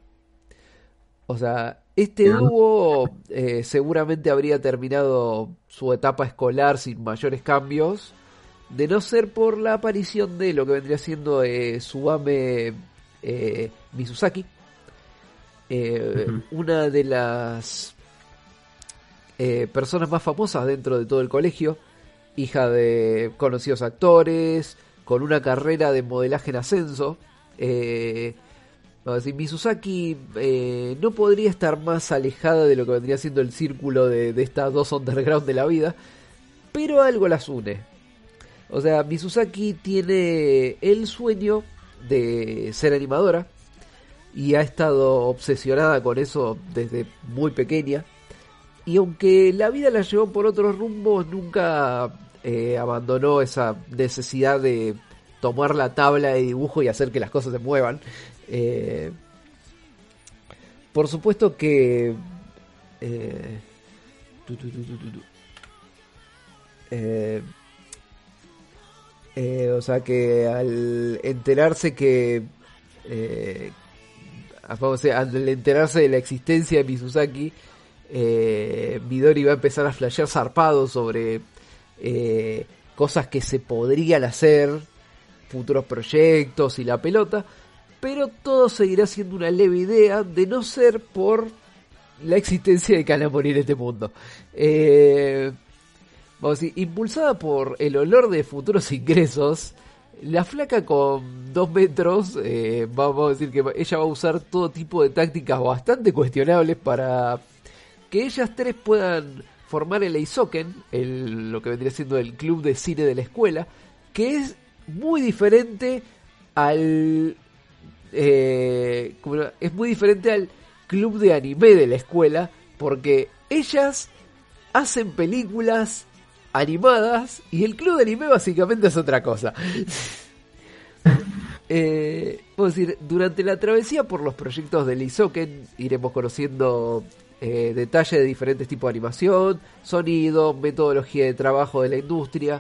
O sea, este dúo eh, seguramente habría terminado su etapa escolar sin mayores cambios, de no ser por la aparición de lo que vendría siendo eh, Subame eh, Mizusaki, eh, uh-huh. una de las eh, personas más famosas dentro de todo el colegio, hija de conocidos actores, con una carrera de modelaje en ascenso. Eh, Vamos a decir, Mizusaki eh, no podría estar más alejada de lo que vendría siendo el círculo de, de estas dos underground de la vida, pero algo las une. O sea, Mizusaki tiene el sueño de ser animadora y ha estado obsesionada con eso desde muy pequeña, y aunque la vida la llevó por otros rumbos, nunca eh, abandonó esa necesidad de tomar la tabla de dibujo y hacer que las cosas se muevan. Eh, por supuesto que eh, tu, tu, tu, tu, tu, eh, eh, o sea que al enterarse que eh, vamos a decir, al enterarse de la existencia de Mizusaki, eh, Midori va a empezar a flashear zarpado sobre eh, cosas que se podrían hacer, futuros proyectos y la pelota. Pero todo seguirá siendo una leve idea, de no ser por la existencia de Kanamori en este mundo. Eh, vamos a decir, impulsada por el olor de futuros ingresos, la flaca con dos metros, eh, vamos a decir que ella va a usar todo tipo de tácticas bastante cuestionables para que ellas tres puedan formar el Eisoken, el, lo que vendría siendo el club de cine de la escuela, que es muy diferente al... Eh, como es muy diferente al club de anime de la escuela, porque ellas hacen películas animadas y el club de anime básicamente es otra cosa. eh, vamos a decir, durante la travesía por los proyectos del Eisoken iremos conociendo eh, detalles de diferentes tipos de animación, sonido, metodología de trabajo de la industria.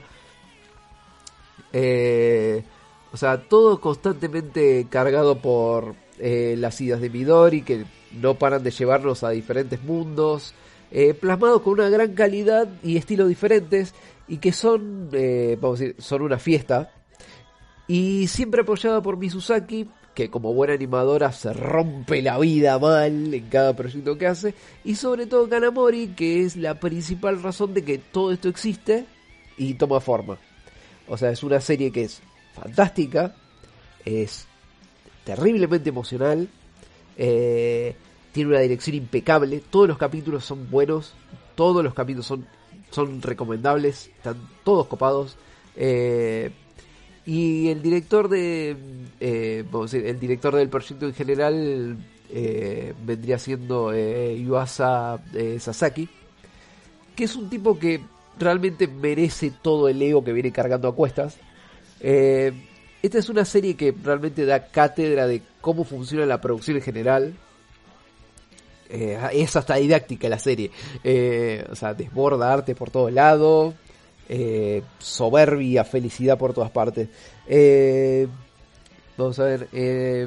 Eh... O sea, todo constantemente cargado por eh, las ideas de Midori, que no paran de llevarnos a diferentes mundos, eh, plasmados con una gran calidad y estilos diferentes, y que son, eh, vamos a decir, son una fiesta. Y siempre apoyada por Mizusaki, que como buena animadora se rompe la vida mal en cada proyecto que hace, y sobre todo Kanamori, que es la principal razón de que todo esto existe y toma forma. O sea, es una serie que es fantástica, es terriblemente emocional, eh, tiene una dirección impecable, todos los capítulos son buenos, todos los capítulos son, son recomendables, están todos copados, eh, y el director de eh, vamos a decir, el director del proyecto en general eh, vendría siendo eh, Yuasa eh, Sasaki, que es un tipo que realmente merece todo el ego que viene cargando a cuestas. Eh, esta es una serie que realmente da cátedra de cómo funciona la producción en general. Eh, es hasta didáctica la serie. Eh, o sea, desborda arte por todos lados. Eh, soberbia, felicidad por todas partes. Eh, vamos a ver. Eh,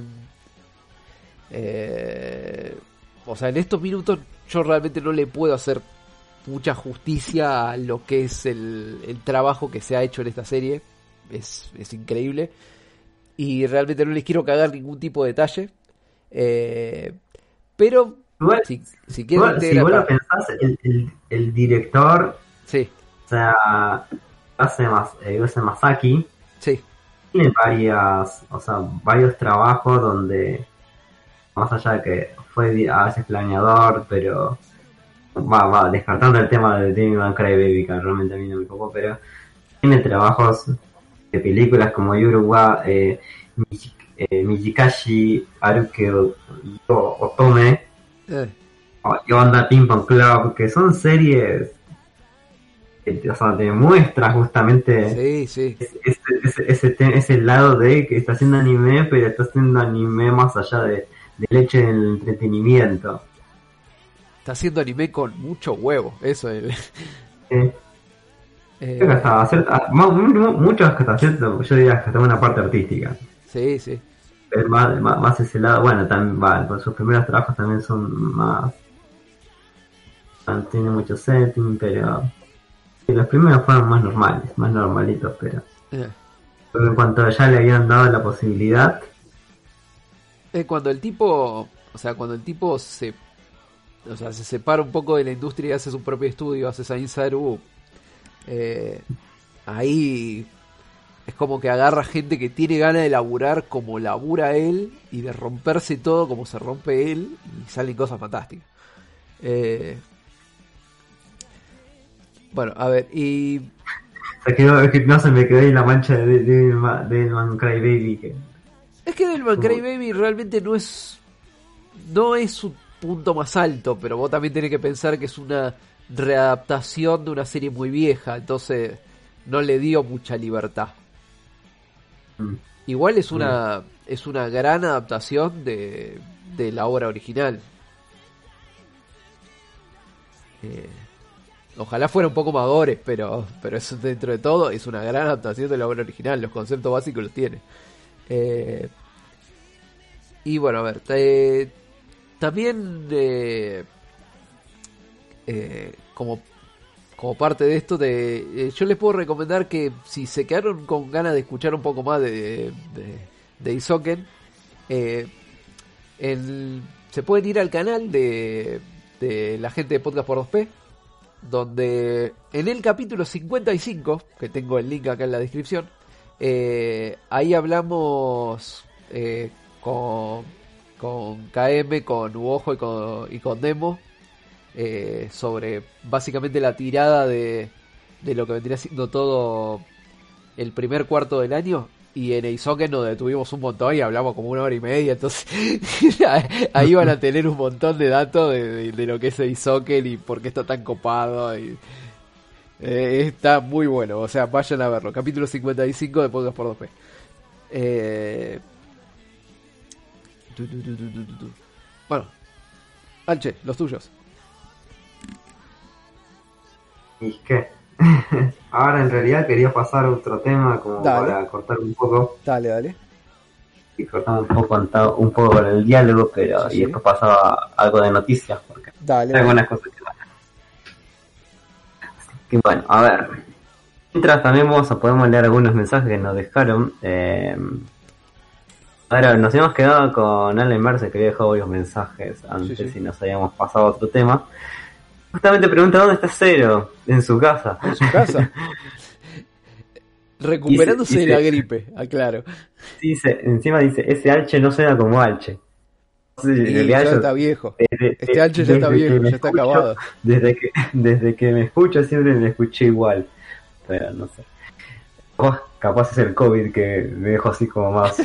eh, o sea, en estos minutos yo realmente no le puedo hacer mucha justicia a lo que es el, el trabajo que se ha hecho en esta serie. es, es increíble. Y realmente no les quiero cagar ningún tipo de detalle. Eh, pero Igual, si, si quieren igual, si integrar- vos lo pensás, el, el, el director, Sí, o sea, hace más, eh, Yuzo Masaki, sí, tiene varias, o sea, varios trabajos donde, más allá de que fue di- a veces planeador, pero va, va, descartando el tema de Devil May Cry Baby, que realmente a mí no me tocó, pero tiene trabajos de películas como Yuruwa, eh, Michi- eh, Mijikashi, Haruke o- o- Otome, eh, o Yonda Ping Pong Club, que son series que, o sea, te muestra justamente sí, sí. ese, ese, ese, te- ese lado de que está haciendo anime, pero está haciendo anime más allá de, del hecho del entretenimiento. Está haciendo anime con mucho huevo, eso es. Eh, Eh, creo que hasta cierta- mu- mu- muchos que hasta cierto, yo diría que hasta una parte artística. sí, sí. Es más, más, más ese lado, bueno, también va, pues sus primeros trabajos también son más, tiene mucho setting, pero sí, los primeros fueron más normales, más normalitos, pero, Eh. pero en cuanto ya le habían dado la posibilidad, Eh, cuando el tipo, o sea, cuando el tipo se, o sea, se separa un poco de la industria y hace su propio estudio, hace Saint Saru, eh, ahí es como que agarra gente que tiene ganas de laburar como labura él y de romperse todo como se rompe él y salen cosas fantásticas. Eh, bueno, a ver, y se quedó, es que no se me quedó ahí la mancha de de- de- de Man Cry Baby, que es que Devilman Crybaby realmente no es no es su punto más alto, pero vos también tenés que pensar que es una readaptación de una serie muy vieja, entonces no le dio mucha libertad. mm, Igual es una es una gran adaptación de, de la obra original. Eh, ojalá fuera un poco más gore, pero pero eso dentro de todo es una gran adaptación de la obra original, los conceptos básicos los tiene. Eh, y bueno, a ver, eh, también eh, eh, como, como parte de esto, de, eh, yo les puedo recomendar que si se quedaron con ganas de escuchar un poco más de, de, de Isoken, eh, el- se pueden ir al canal de, de la gente de Podcast por dos P, donde en el capítulo cincuenta y cinco, que tengo el link acá en la descripción, eh, ahí hablamos eh, con, con K M, con Uojo y con, y con Demo eh, sobre básicamente la tirada de, de lo que vendría siendo todo el primer cuarto del año. Y en Eisoken nos detuvimos un montón y hablamos como una hora y media, entonces ahí van a tener un montón de datos de, de, de lo que es Eisoken y por qué está tan copado. Y, eh, está muy bueno, o sea, vayan a verlo. Capítulo cincuenta y cinco de Podcast por dos P. Eh... tu, tu, tu, tu, tu, tu, tu. Bueno, Alche, los tuyos. ¿y qué? Ahora en realidad quería pasar a otro tema como Dale. para cortar un poco Dale, dale. y cortar un poco un poco con el diálogo, pero Sí, y sí. después pasaba algo de noticias porque Dale. hay algunas cosas que Así que bueno, a ver. Mientras también vamos a podemos leer algunos mensajes que nos dejaron. Eh, ahora nos hemos quedado con Alan Mercer, que había dejado varios mensajes antes Sí, sí. y nos habíamos pasado a otro tema. Justamente pregunta dónde está Cero, en su casa. En su casa. Recuperándose Dice- de la dice- gripe, aclaro. Dice, encima dice, ese Alche no suena como Alche. Sí, en Y realidad ya yo- está viejo. desde- Este Alche ya está desde que viejo, me ya está escucho- acabado. Desde que, desde que me escucho siempre me escuché igual. Pero no sé. Capaz, capaz es el COVID que me dejó así como más.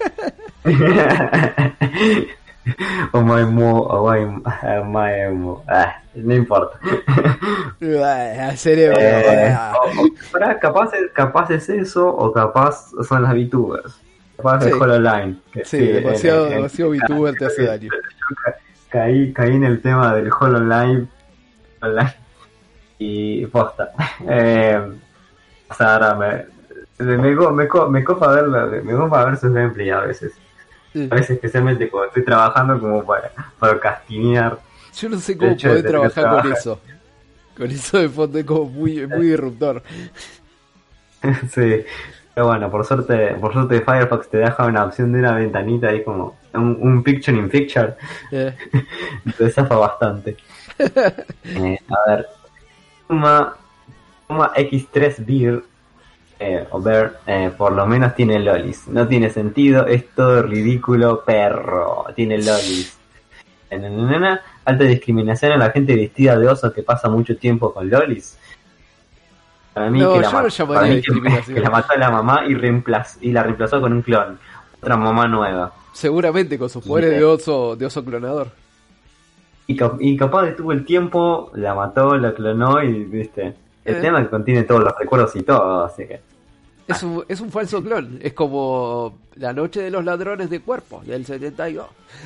o my mo, o my, my mo. Ah, no importa. Ah, cerebro. Eh, Ah. o- o- pará, capaz, es, capaz es eso, o capaz son las VTubers. Capaz Sí. es HoloLine. Que Sí, demasiado, en- en- demasiado VTuber te hace daño. yo ca- caí, caí en el tema del HoloLine online, y posta. Eh, o sea, ahora me, me, me, co- me, co- me copa ver, la- me copa ver sus gameplay a veces. A veces especialmente cuando estoy trabajando como para, para castinear. Yo no sé cómo de hecho, poder de tener que trabajar con trabajar. eso. Con eso de fondo es como muy, muy disruptor. Sí. Pero bueno, por suerte, por suerte Firefox te deja una opción de una ventanita ahí como un, un picture in picture. Eh. Te zafa bastante. Eh, a ver. Toma, toma equis tres Beer, eh, o Bear, eh, por lo menos tiene lolis. No tiene sentido, es todo ridículo, perro. Tiene lolis. Nananana, alta discriminación a la gente vestida de oso que pasa mucho tiempo con lolis. Para mí, No, que, la yo lo ma- llamaría para mí que, discriminación. que la mató a la mamá y, reemplaz- y la reemplazó con un clon. Otra mamá nueva. Seguramente con sus poderes de oso, de oso clonador. Y, cap- y capaz que tuvo el tiempo, la mató, la clonó y viste. El Eh. tema es que contiene todos los recuerdos y todo, así que. Es un, es un falso clon. Es como La noche de los ladrones de cuerpos del setenta y dos.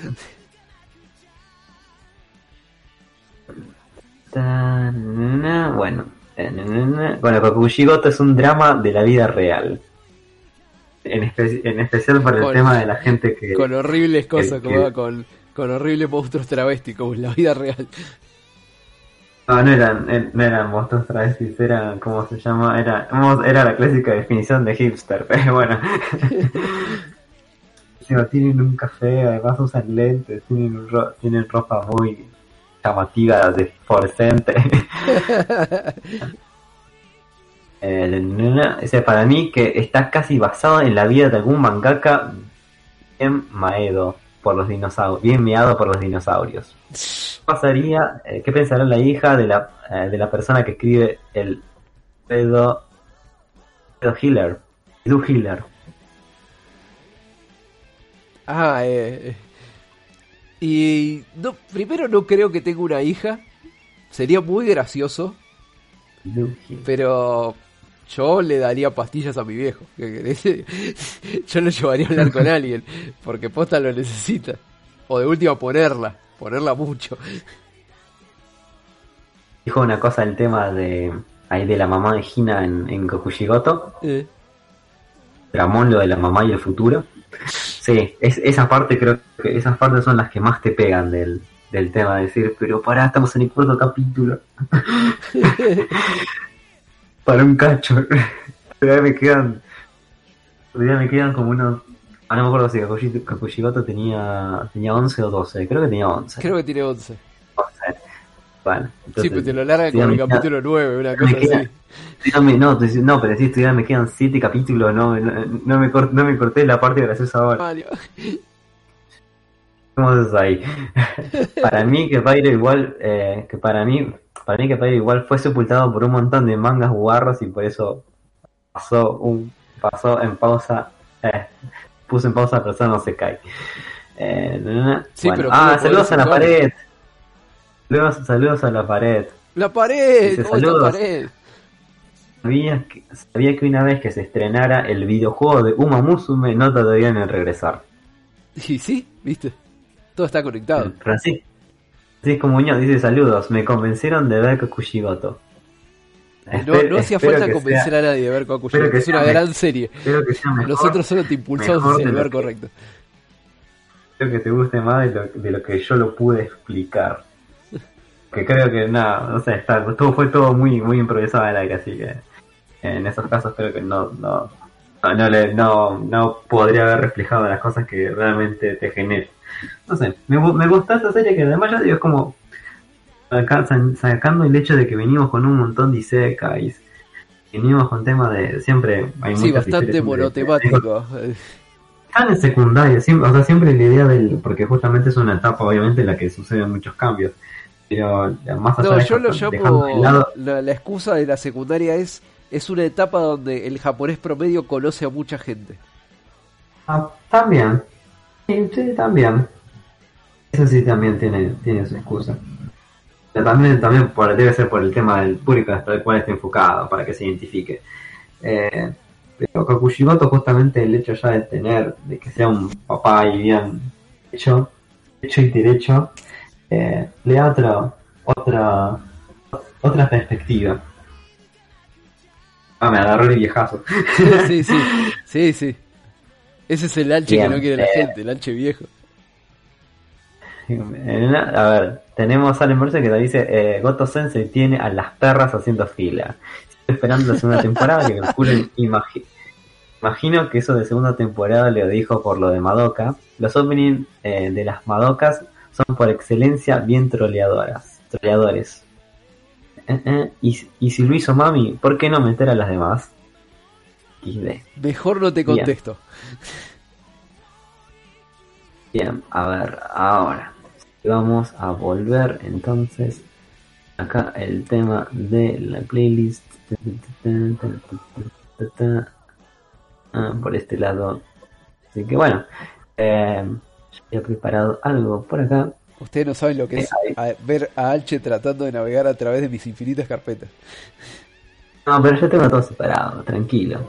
Tanana, Bueno, tanana. bueno, Kokushigoto es un drama de la vida real. En, espe- en especial por el Con- tema de la gente que. Con horribles cosas, que- como con, con horribles monstruos travestis, como en la vida real. No, no eran, eh, no eran monstruos travestis, eran, ¿cómo se llama? Era, era la clásica definición de hipster, pero bueno. Encima tienen un café, además usan lentes, tienen, un ro- tienen ropa muy llamativa de fluorescente. Eh, nena, ese para mí que está casi basado en la vida de algún mangaka bien maedo por los dinosaurios, bien meado por los dinosaurios. ¿Qué pasaría? eh, ¿Qué pensará la hija de la eh, de la persona que escribe el pedo pedo Healer? Edu Healer. Ah, eh. eh. Y no, primero no creo que tenga una hija. Sería muy gracioso. Edu Healer. Pero yo le daría pastillas a mi viejo. ¿Qué querés? Yo lo llevaría a hablar con alguien. Porque posta lo necesita. O de última ponerla. Ponerla mucho. Dijo una cosa el tema de ahí de la mamá de Hina en, en Kokushigoto. Eh. Dramón, lo de la mamá y el futuro. Sí, es, esa parte creo que esas partes son las que más te pegan del, del tema, de decir, pero pará, estamos en el cuarto capítulo. Para un cacho. Todavía me quedan. Todavía me quedan como unos. Ah, no me acuerdo si Kakushi- Kakushigoto tenía, tenía once o doce, creo que tenía once. Creo que tiene once. once. Bueno, entonces, Sí, pero te lo larga sí, con el me queda- capítulo nueve, una me cosa queda- así. Dígame, no, te- no, pero sí, todavía me quedan siete capítulos, no, no, no me, cort- no me corté la parte graciosa ahora. Mario. ¿Cómo haces ahí? Para mí que Pyro igual, eh, que para mí, para mí que Pyro igual fue sepultado por un montón de mangas guarros y por eso pasó un, pasó en pausa, eh, puso en pausa pero eso no se cae. Eh, Sí, bueno. pero Ah, ¿cómo saludos podés a la jugar? pared. Saludos, saludos a la pared. La pared, Dice, oh, la saludos. pared. Sabía que, sabía que una vez que se estrenara el videojuego de Uma Musume no tardarían en regresar. Y sí, viste. Todo está conectado. Francisco Francisco Muñoz dice saludos, me convencieron de ver Kokushigoto. No, Espe- no hacía espero falta que convencer sea- a nadie de ver espero Kokushigoto. que Es una sea gran mejor. serie. Espero que sea mejor, Nosotros solo te impulsamos mejor hacia de el lo lugar que- correcto. espero que te guste más de lo, de lo que yo lo pude explicar. Que creo que nada, no sé, está, todo fue todo muy muy improvisado al aire, así que en esos casos creo que no no no, no, le, no, no podría haber reflejado las cosas que realmente te generan. No sé, me, gu- me gustó esta serie que además ya digo, es como saca- sa- sacando el hecho de que venimos con un montón de isekais, venimos con temas de siempre hay Sí, muchas bastante historias de- monotemático. están en secundaria, siempre, o sea, siempre la idea del, porque justamente es una etapa obviamente en la que suceden muchos cambios, pero más allá No, de yo lo eso, dejando de llamo. lado, La, la excusa de la secundaria es. Es una etapa donde el japonés promedio conoce a mucha gente. ah, también, sí, sí, también, eso sí también tiene, tiene su excusa. Pero también, también por, debe ser por el tema del público hasta el cual está enfocado, para que se identifique. Eh, pero Kakushigoto justamente el hecho ya de tener, de que sea un papá y bien hecho, hecho y derecho, eh, le da otra, otra, otra perspectiva. Ah, me agarró el viejazo. Sí, sí, sí, sí. Ese es el anche Bien, que no quiere la eh. gente, el anche viejo. En una- a ver, tenemos a Allen Mercer que te dice, eh, Goto Sensei tiene a las perras haciendo fila. Estoy esperando la segunda temporada que calculen imagi- Imagino que eso de segunda temporada le dijo por lo de Madoka. Los openings eh, de las Madokas son por excelencia bien troleadoras, troleadores. Eh, eh, y, y si lo hizo Mami, ¿por qué no meter a las demás? Mejor no te contesto. Bien. Bien, a ver, ahora vamos a volver entonces acá el tema de la playlist. Ah, por este lado. Así que bueno, eh, ya he preparado algo por acá. Ustedes no saben lo que es a, ver a Alche tratando de navegar a través de mis infinitas carpetas. No, pero yo tengo todo separado, tranquilo.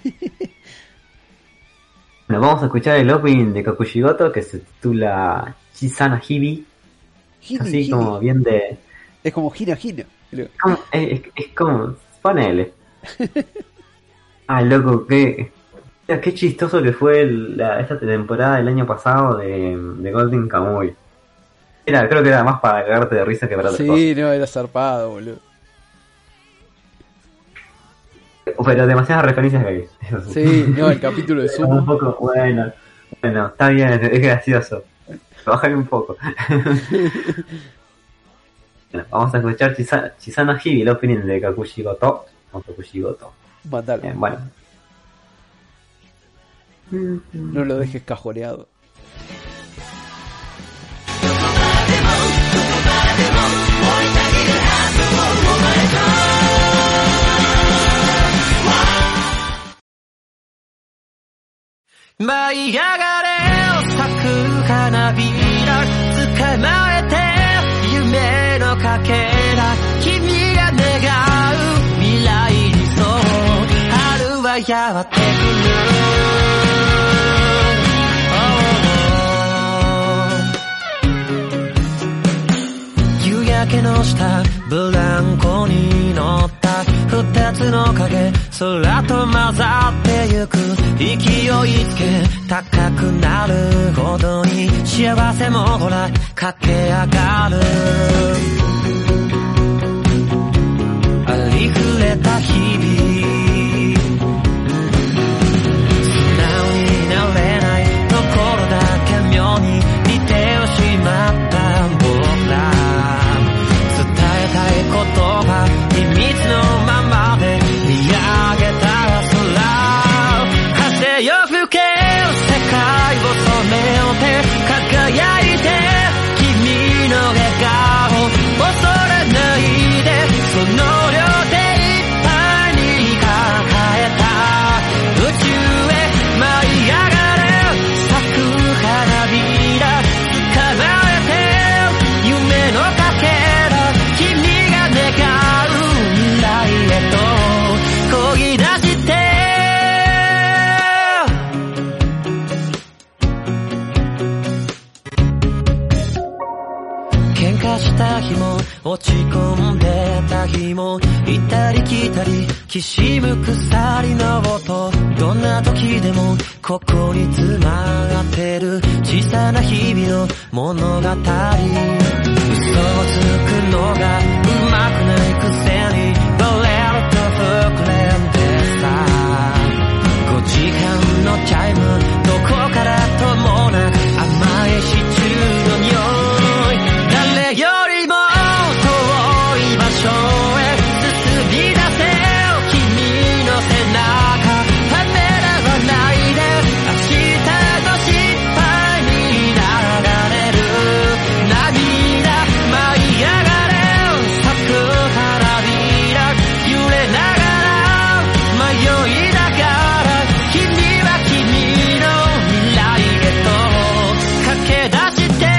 Bueno, vamos a escuchar el opening de Kakushigoto que se titula Chisana Hibi. Hina, así Hina. como bien de... Es como Hina Hina. Como, es, es, es como... Ponele. Ah, loco, qué... Qué chistoso que fue el, la, esta temporada del año pasado de, de Golden Kamuy. Era, creo que era más para cagarte de risa que para otra cosa. Sí, no, era zarpado, boludo. Pero demasiadas referencias que hay. Sí, no, el capítulo de Sumo. Un poco, bueno, bueno, está bien, es gracioso. Bájale un poco. Bueno, vamos a escuchar Chisa, Chisana Hibi, el opening de Kakushigoto. O Kakushigoto. Mandalo. Bien, bueno. No lo dejes cajoneado. 舞い上がれを咲く花びら捕まえて夢のかけら君が願う未来理想春はやってくる、oh、夕焼けの下ブランコに乗った二つの影空と混ざってゆく勢いつけ高くなるほどに幸せもほら駆け上がるありふれた日々素直になれないところだけ妙に似てしまった僕ら伝えたい言葉秘密のままで見上げた風よ吹け世界を染めて輝いて君の笑顔恐れないでその両手いっぱいに抱えた宇宙へ舞い上がれ咲く花びら捕まえて夢のかけら君が願う未来へと漕ぎ出してした日も落ち込んでた日も行ったり来たりきしむ鎖の音どんな時でもここに詰まってる小さな日々の物語嘘をつくのがうまくないくせにバレると膨れんでさごじかんのチャイムどこからともなく甘いシチューの匂い誰よりも遠い場所へ進み出せ君の背中ためらわないで明日の失敗に流れる涙舞い上がれ咲く花びら揺れながら迷いながら君は君の未来へと駆け出して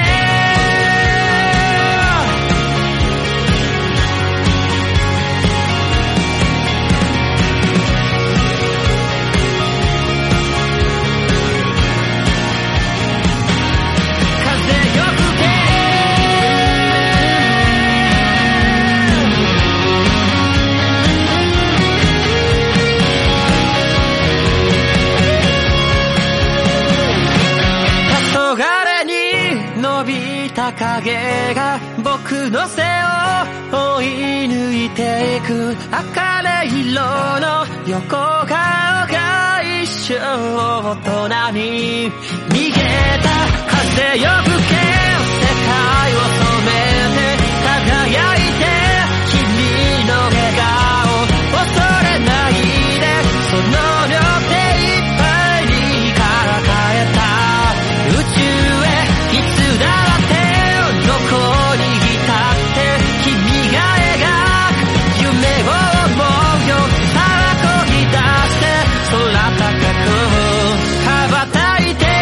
影が僕の背を追い抜いていく茜色の横顔が一生大人に逃げた風よ吹け世界を染めて輝いて君の笑顔恐れないでその両手いっぱいに抱えた宇宙へいつだってどこにいたって君が描く夢を思うよさあ漕ぎ出して空高く羽ばたいて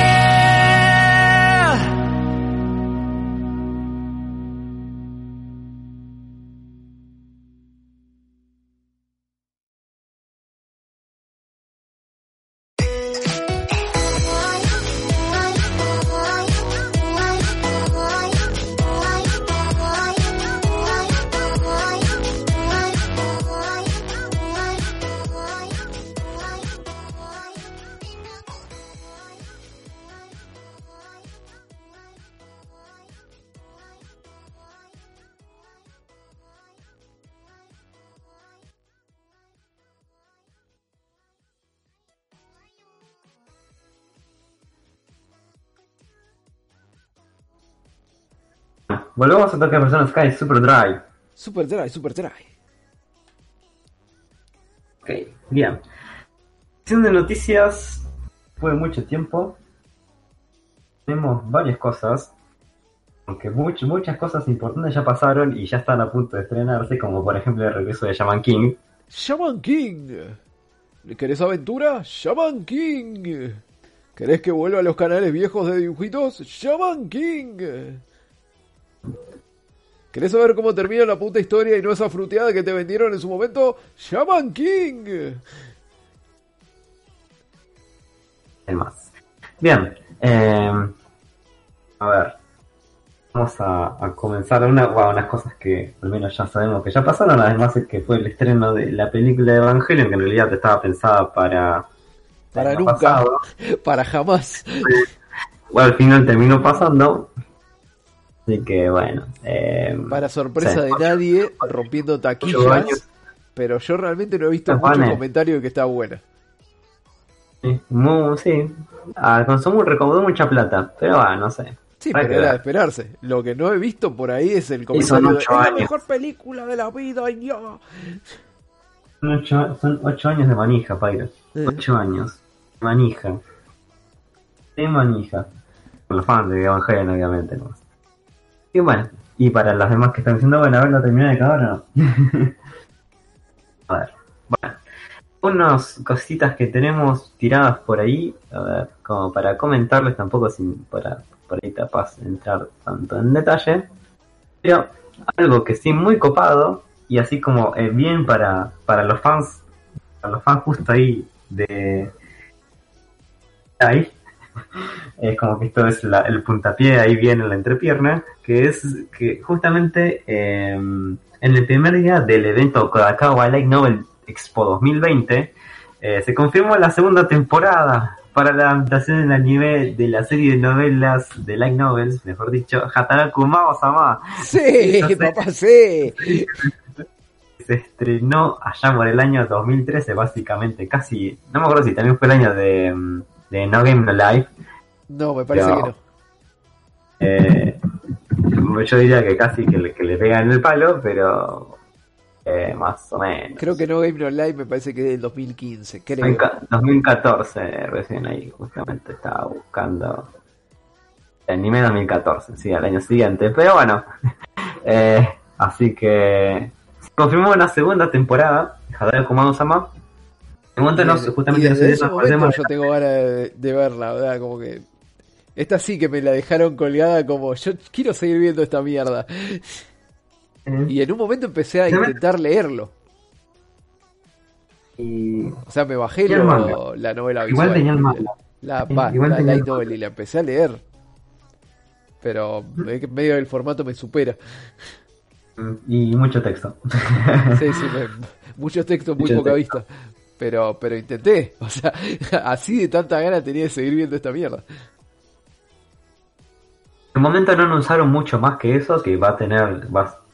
Volvemos a tocar Persona Sky Super Dry. Super dry, super dry. Ok, bien. Sección de noticias. Fue mucho tiempo. Tenemos varias cosas. Aunque much, muchas cosas importantes ya pasaron y ya están a punto de estrenarse, como por ejemplo el regreso de Shaman King. Shaman King. ¿Querés aventura? Shaman King. ¿Querés que vuelva a los canales viejos de dibujitos? Shaman King. ¿Querés saber cómo termina la puta historia y no esa fruteada que te vendieron en su momento? Shaman King. El más. Bien. Eh, a ver. Vamos a, a comenzar una, bueno, unas cosas que al menos ya sabemos que ya pasaron. Además es que fue el estreno de la película de Evangelion, que en realidad estaba pensada para... Para nunca. Pasado. Para jamás. Bueno, al final terminó pasando. Así que bueno. Eh, Para sorpresa sí, de nadie, rompiendo taquillas. Pero yo realmente no he visto mucho comentario de que está buena. Sí, muy, sí. Ah, consumó, recaudó mucha plata. Pero ah, no sé. Sí, pero era de esperarse. Lo que no he visto por ahí es el comentario de, es la mejor película de la vida. Y yo. Son ocho, son ocho años de manija, Pyro. Eh. Ocho años. Manija. De manija. Por los fans de Evangelion, obviamente. ¿No? Y bueno, y para los demás que están diciendo, bueno, a ver, ¿la terminé de acabar o no? A ver, bueno. Unas cositas que tenemos tiradas por ahí, a ver, como para comentarles, tampoco sin para por ahí capaz entrar tanto en detalle. Pero algo que sí muy copado, y así como eh, bien para, para los fans, para los fans justo ahí de... ahí. Es como que esto es la, el puntapié ahí bien en la entrepierna, que es que justamente eh, en el primer día del evento Kodakawa Light Novel Expo dos mil veinte eh, se confirmó la segunda temporada para la adaptación en anime de la serie de novelas de Light Novels, mejor dicho, Hataraku Mao-sama. Sí, papá, sí. Se estrenó allá por el año dos mil trece, básicamente, casi, no me acuerdo si también fue el año de... de No Game No Life. No, me parece pero, que no. Eh, yo diría que casi que le, que le pegan el palo, pero eh, más o menos. Creo que No Game No Life me parece que es del dos mil quince, creo. dos mil catorce recién ahí, justamente estaba buscando el anime dos mil catorce, sí, al año siguiente. Pero bueno, eh, así que se confirmó una segunda temporada de Hataraku Mao-sama. En momento no, justamente y desde no ese momento yo tengo ganas de, de verla, ¿verdad? Como que esta sí que me la dejaron colgada, como yo quiero seguir viendo esta mierda. ¿Eh? Y en un momento empecé a intentar leerlo. Y... O sea, me bajé lo, la novela visual. Igual tenía el manga. La, la, la, la light novel y la empecé a leer. Pero medio del formato me supera. Y mucho texto. Sí, sí, me, mucho texto, muy mucho poca texto. Vista. Pero, pero intenté, o sea, así de tanta gana tenía de seguir viendo esta mierda. En el momento no anunciaron mucho más que eso, que va a tener, va a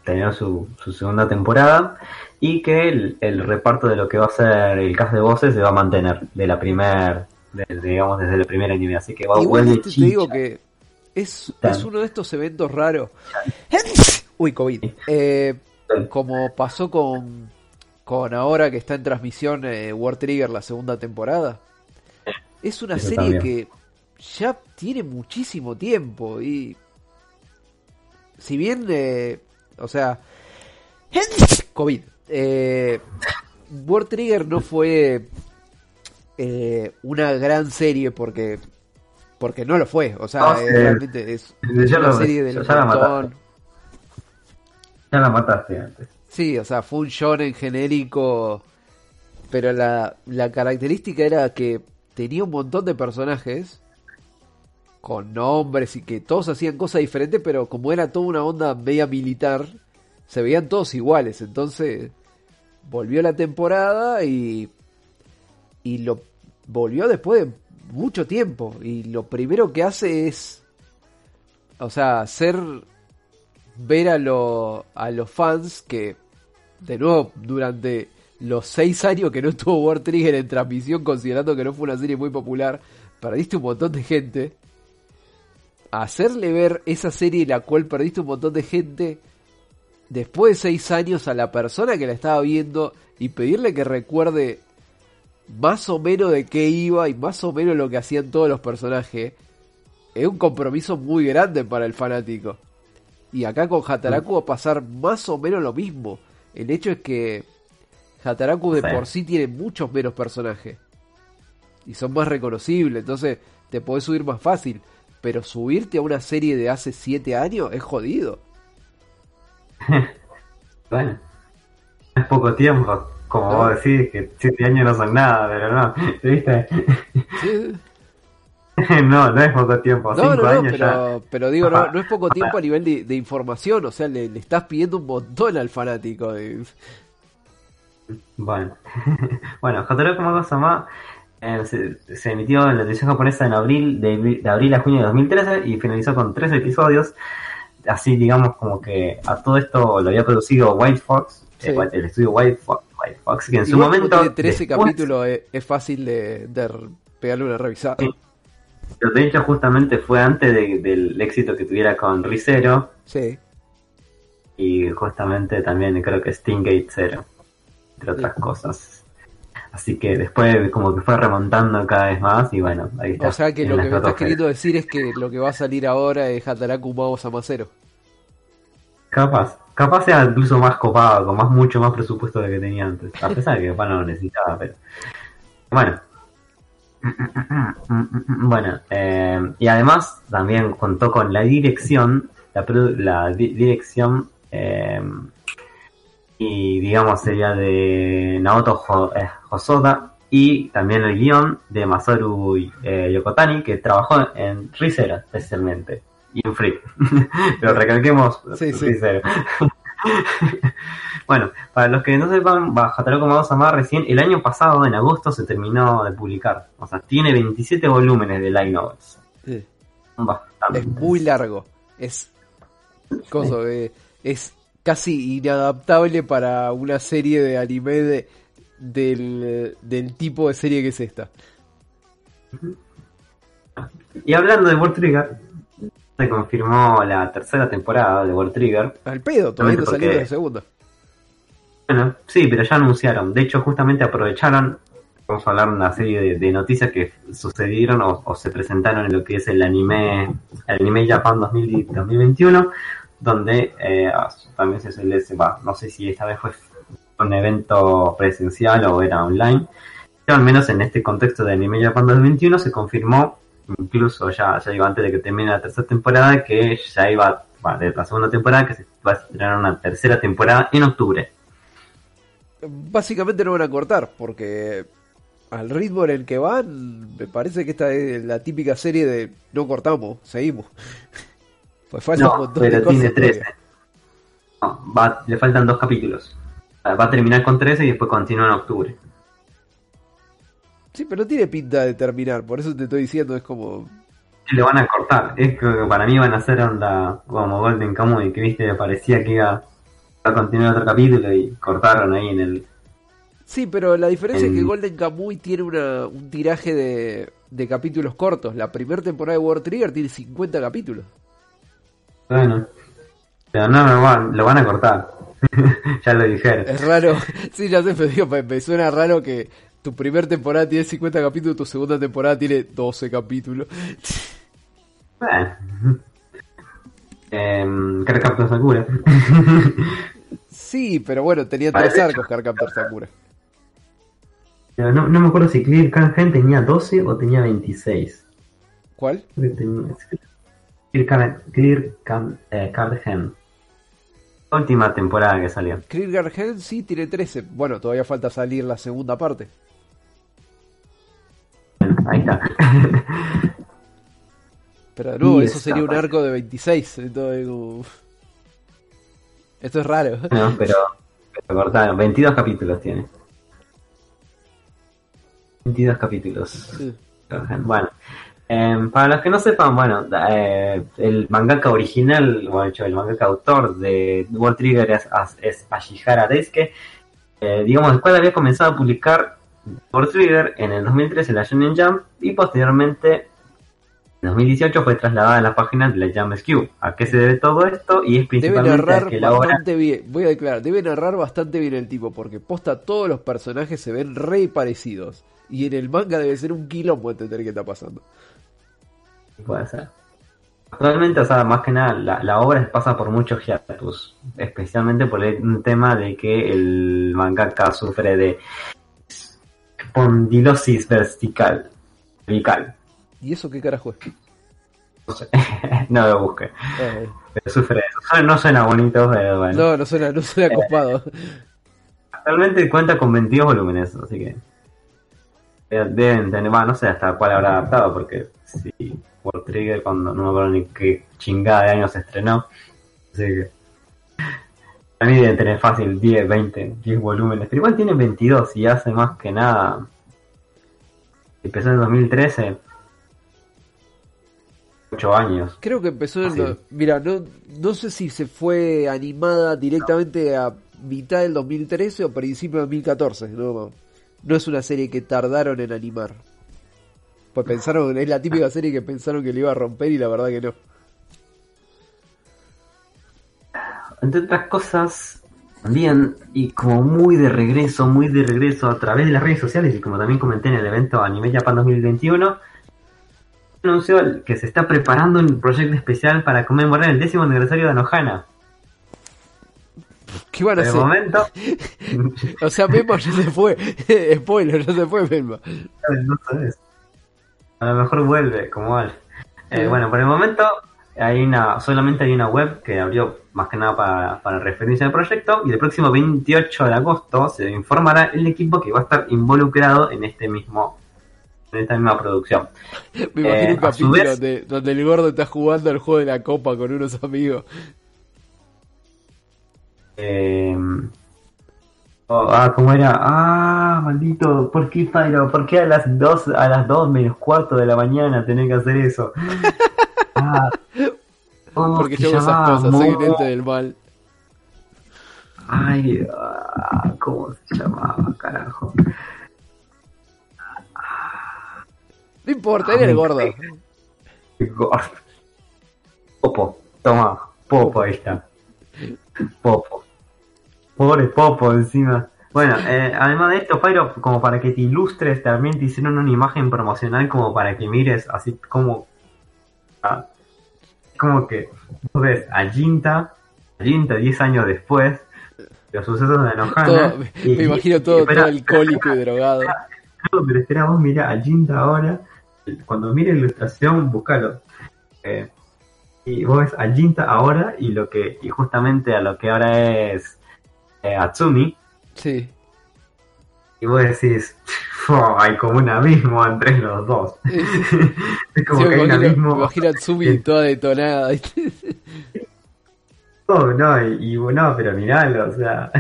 tener su, su segunda temporada y que el, el reparto de lo que va a ser el cast de voces se va a mantener de la primer, de, digamos desde el primer anime, así que va a Igual vuelve este te digo que es, es uno de estos eventos raros. Uy, COVID. Eh, como pasó con, con ahora que está en transmisión eh, War Trigger la segunda temporada. Es una Eso serie también. que ya tiene muchísimo tiempo y si bien, eh, o sea, COVID, eh, War Trigger no fue eh, una gran serie porque porque no lo fue, o sea, No, eh, sí. realmente es Ya una lo- serie del ya la montón. mataste. Ya la mataste antes. Sí, o sea, fue un shonen genérico, pero la, la característica era que tenía un montón de personajes con nombres y que todos hacían cosas diferentes, pero como era toda una onda media militar, se veían todos iguales. Entonces volvió la temporada y, y lo volvió después de mucho tiempo. Y lo primero que hace es, o sea, hacer ver a, lo, a los fans que, de nuevo, durante los seis años que no estuvo War Trigger en transmisión, considerando que no fue una serie muy popular, perdiste un montón de gente. Hacerle ver esa serie en la cual perdiste un montón de gente después de seis años a la persona que la estaba viendo y pedirle que recuerde más o menos de qué iba y más o menos lo que hacían todos los personajes, es un compromiso muy grande para el fanático. Y acá con Hataraku va a pasar más o menos lo mismo. El hecho es que Hataraku de Sí. por sí tiene muchos menos personajes y son más reconocibles, entonces te podés subir más fácil. Pero subirte a una serie de hace siete años es jodido. Bueno, es poco tiempo, como No. vos decís, que siete años no son nada, pero no, ¿viste? Sí. no, no es poco tiempo, No, cinco no, no, años pero, ya. pero digo, no, Ajá. no es poco tiempo a nivel de, de información, o sea, le, le estás pidiendo un montón al fanático. De... Bueno, bueno, Hataraku Mago-sama eh, se, se emitió en la televisión japonesa en abril, de, de abril a junio de dos mil trece y finalizó con tres episodios. Así, digamos, como que a todo esto lo había producido White Fox, Sí. eh, el estudio White Fox, White Fox, que en su Igual como momento. tiene trece después- capítulos, es, es fácil de, de r- pegarle una revisada. Sí. Pero de hecho, justamente fue antes de- del éxito que tuviera con Re:Zero Sí. y justamente también creo que Stingate Zero, entre otras Sí. cosas. Así que después como que fue remontando cada vez más y bueno, ahí está. O sea que en lo la que me estás estratosfera. queriendo decir es que lo que va a salir ahora es Hataraku Mago-sama Zero. Capaz, capaz sea incluso más copado, con más mucho más presupuesto de que tenía antes. A pesar de que capaz no lo necesitaba, pero. Bueno. Bueno, eh, y además también contó con la dirección, la, produ- la di- dirección, eh, y digamos sería de Naoto Ho- eh, Hosoda, y también el guión de Masaru eh, Yokotani, que trabajó en Re:Zero especialmente, y en Free. Pero recalquemos Sí, sí. Re:Zero. Bueno, para los que no sepan, va, Hataraku Mago-sama recién el año pasado, en agosto, se terminó de publicar. O sea, tiene veintisiete volúmenes de light novels. Sí. Bastante. Es muy largo. Es coso, eh, es casi inadaptable para una serie de anime de, del, del tipo de serie que es esta. Y hablando de World Trigger, se confirmó la tercera temporada de World Trigger. Al pedo, todavía no Porque- salió la segunda. Bueno, sí, pero ya anunciaron. De hecho, justamente aprovecharon. Vamos a hablar de una serie de, de noticias que sucedieron o, o se presentaron en lo que es el anime, el anime Japan dos mil veintiuno, donde eh, también se suele, va, no sé si esta vez fue un evento presencial o era online, pero al menos en este contexto de anime Japan dos mil veintiuno se confirmó, incluso ya, ya digo, antes de que termine la tercera temporada, que ya iba, va, de la segunda temporada, que se va a estrenar una tercera temporada en octubre. Básicamente no van a cortar, porque al ritmo en el que van, me parece que esta es la típica serie de no cortamos, seguimos. Pues falta un No, montón de pero cosas. tiene trece. todavía. No, va, le faltan dos capítulos. Va a terminar con trece y después continúa en octubre. Sí, pero no tiene pinta de terminar, por eso te estoy diciendo, es como... Y lo van a cortar. Es que para mí van a hacer onda como Golden Kamuy, que viste, parecía que iba a continuar otro capítulo y cortaron ahí en el... Sí, pero la diferencia en... es que Golden Kamuy tiene una, un tiraje de, de capítulos cortos. La primera temporada de World Trigger tiene cincuenta capítulos. Bueno, pero no, no van, lo van a cortar. Ya lo dijeron. Es raro, sí, ya sé, pero digo, me, me suena raro que tu primera temporada tiene cincuenta capítulos, tu segunda temporada tiene doce capítulos. Bueno. Eh, Cardcaptor Sakura. Sí, pero bueno, tenía Vale, tres arcos Cardcaptor Sakura. Pero no, no me acuerdo si Clear Card tenía doce o tenía veintiséis. ¿Cuál? Creo que tenía... Clear Card, Clear Card, eh, Card Gen. Última temporada que salió. Clear Gen sí tiene trece. Bueno, todavía falta salir la segunda parte. Bueno, ahí está. Pero de nuevo, Y eso sería un esta arco de veintiséis. Entonces, como... Esto es raro. No, pero, pero cortaron. veintidós capítulos tiene. veintidós capítulos. Sí. Bueno, eh, para los que no sepan, bueno, eh, el mangaka original, bueno, hecho, el mangaka autor de World Trigger es, es Ashihara Daisuke. Eh, digamos, después había comenzado a publicar World Trigger en el dos mil tres en la Shonen Jump y posteriormente en dos mil dieciocho fue trasladada a las páginas de la Jump S Q. ¿A qué se debe todo esto? Y es Debe principalmente narrar a que la obra... bastante bien. Voy a declarar, debe narrar bastante bien el tipo, porque posta todos los personajes se ven re parecidos. Y en el manga debe ser un quilombo entender qué está pasando. Puede ser. Actualmente, o sea, más que nada, la, la obra pasa por muchos hiatus, especialmente por el, un tema de que el mangaka sufre de espondilosis vertical. vertical. ¿Y eso qué carajo es? No sé, no lo busque. Eh, Pero sufre de eso. No suena bonito, pero bueno. no, no suena, no suena copado. Actualmente cuenta con veintidós volúmenes, así que deben tener, bueno, no sé hasta cuál habrá adaptado, porque si World Trigger, cuando no me acuerdo ni qué chingada de año se estrenó, así que a mí deben tener fácil diez, veinte, diez volúmenes, pero igual tienen veintidós y hace más que nada, empezó en dos mil trece, ocho años. Creo que empezó en... Así. Lo, mira, no, no sé si se fue animada directamente a mitad del dos mil trece o principio de dos mil catorce, no, no es una serie que tardaron en animar. Pues pensaron, es la típica serie que pensaron que le iba a romper y la verdad que no. Entre otras cosas, también, y como muy de regreso, muy de regreso a través de las redes sociales, y como también comenté en el evento Anime Japan dos mil veintiuno, anunció que se está preparando un proyecto especial para conmemorar el décimo aniversario de Anohana. ¿Qué van a De hacer? momento, O sea, Memba ya se fue. Spoiler, ya se fue Memba. no sabes. A lo mejor vuelve, como Al. Eh, bueno, por el momento hay una, solamente hay una web que abrió más que nada para, para referencia al proyecto, y el próximo veintiocho de agosto se informará el equipo que va a estar involucrado en este mismo en esta misma producción. Me imagino Eh, un a su capítulo vez- de, donde el gordo está jugando al juego de la copa con unos amigos. Eh, oh, ah, ¿cómo era? Ah, maldito, ¿por qué Pyro? ¿Por qué a las dos, a las dos menos cuarto de la mañana tenés que hacer eso? Ah, ¿cómo Porque se yo hago esas llamaba? cosas, soy un Mo- ente del mal. Ay, ah, ¿cómo se llamaba, carajo? No importa, era el gordo. Gordo. Popo, toma, Popo, ahí está. Popo. Pobre Popo encima. Bueno, eh, además de esto, Pyro, como para que te ilustres, también te hicieron una imagen promocional como para que mires así como... ah, como que vos ves a Jinta, a Jinta diez años después, los sucesos de Anohana. Todo- me, y- me imagino y- todo, espera, todo alcohólico y drogado. No, pero espera, vos mira a Jinta ahora. Cuando mire la ilustración, búscalo. Eh, y vos ves a Jinta ahora y lo que y justamente a lo que ahora es eh, Atsumi. Sí. Y vos decís, "Oh, hay como un abismo entre los dos". Es como Sí, que me hay un imagino, abismo. me imagino a Tsumi toda detonada. ¿viste? No, no, y, y no, pero miralo, o sea.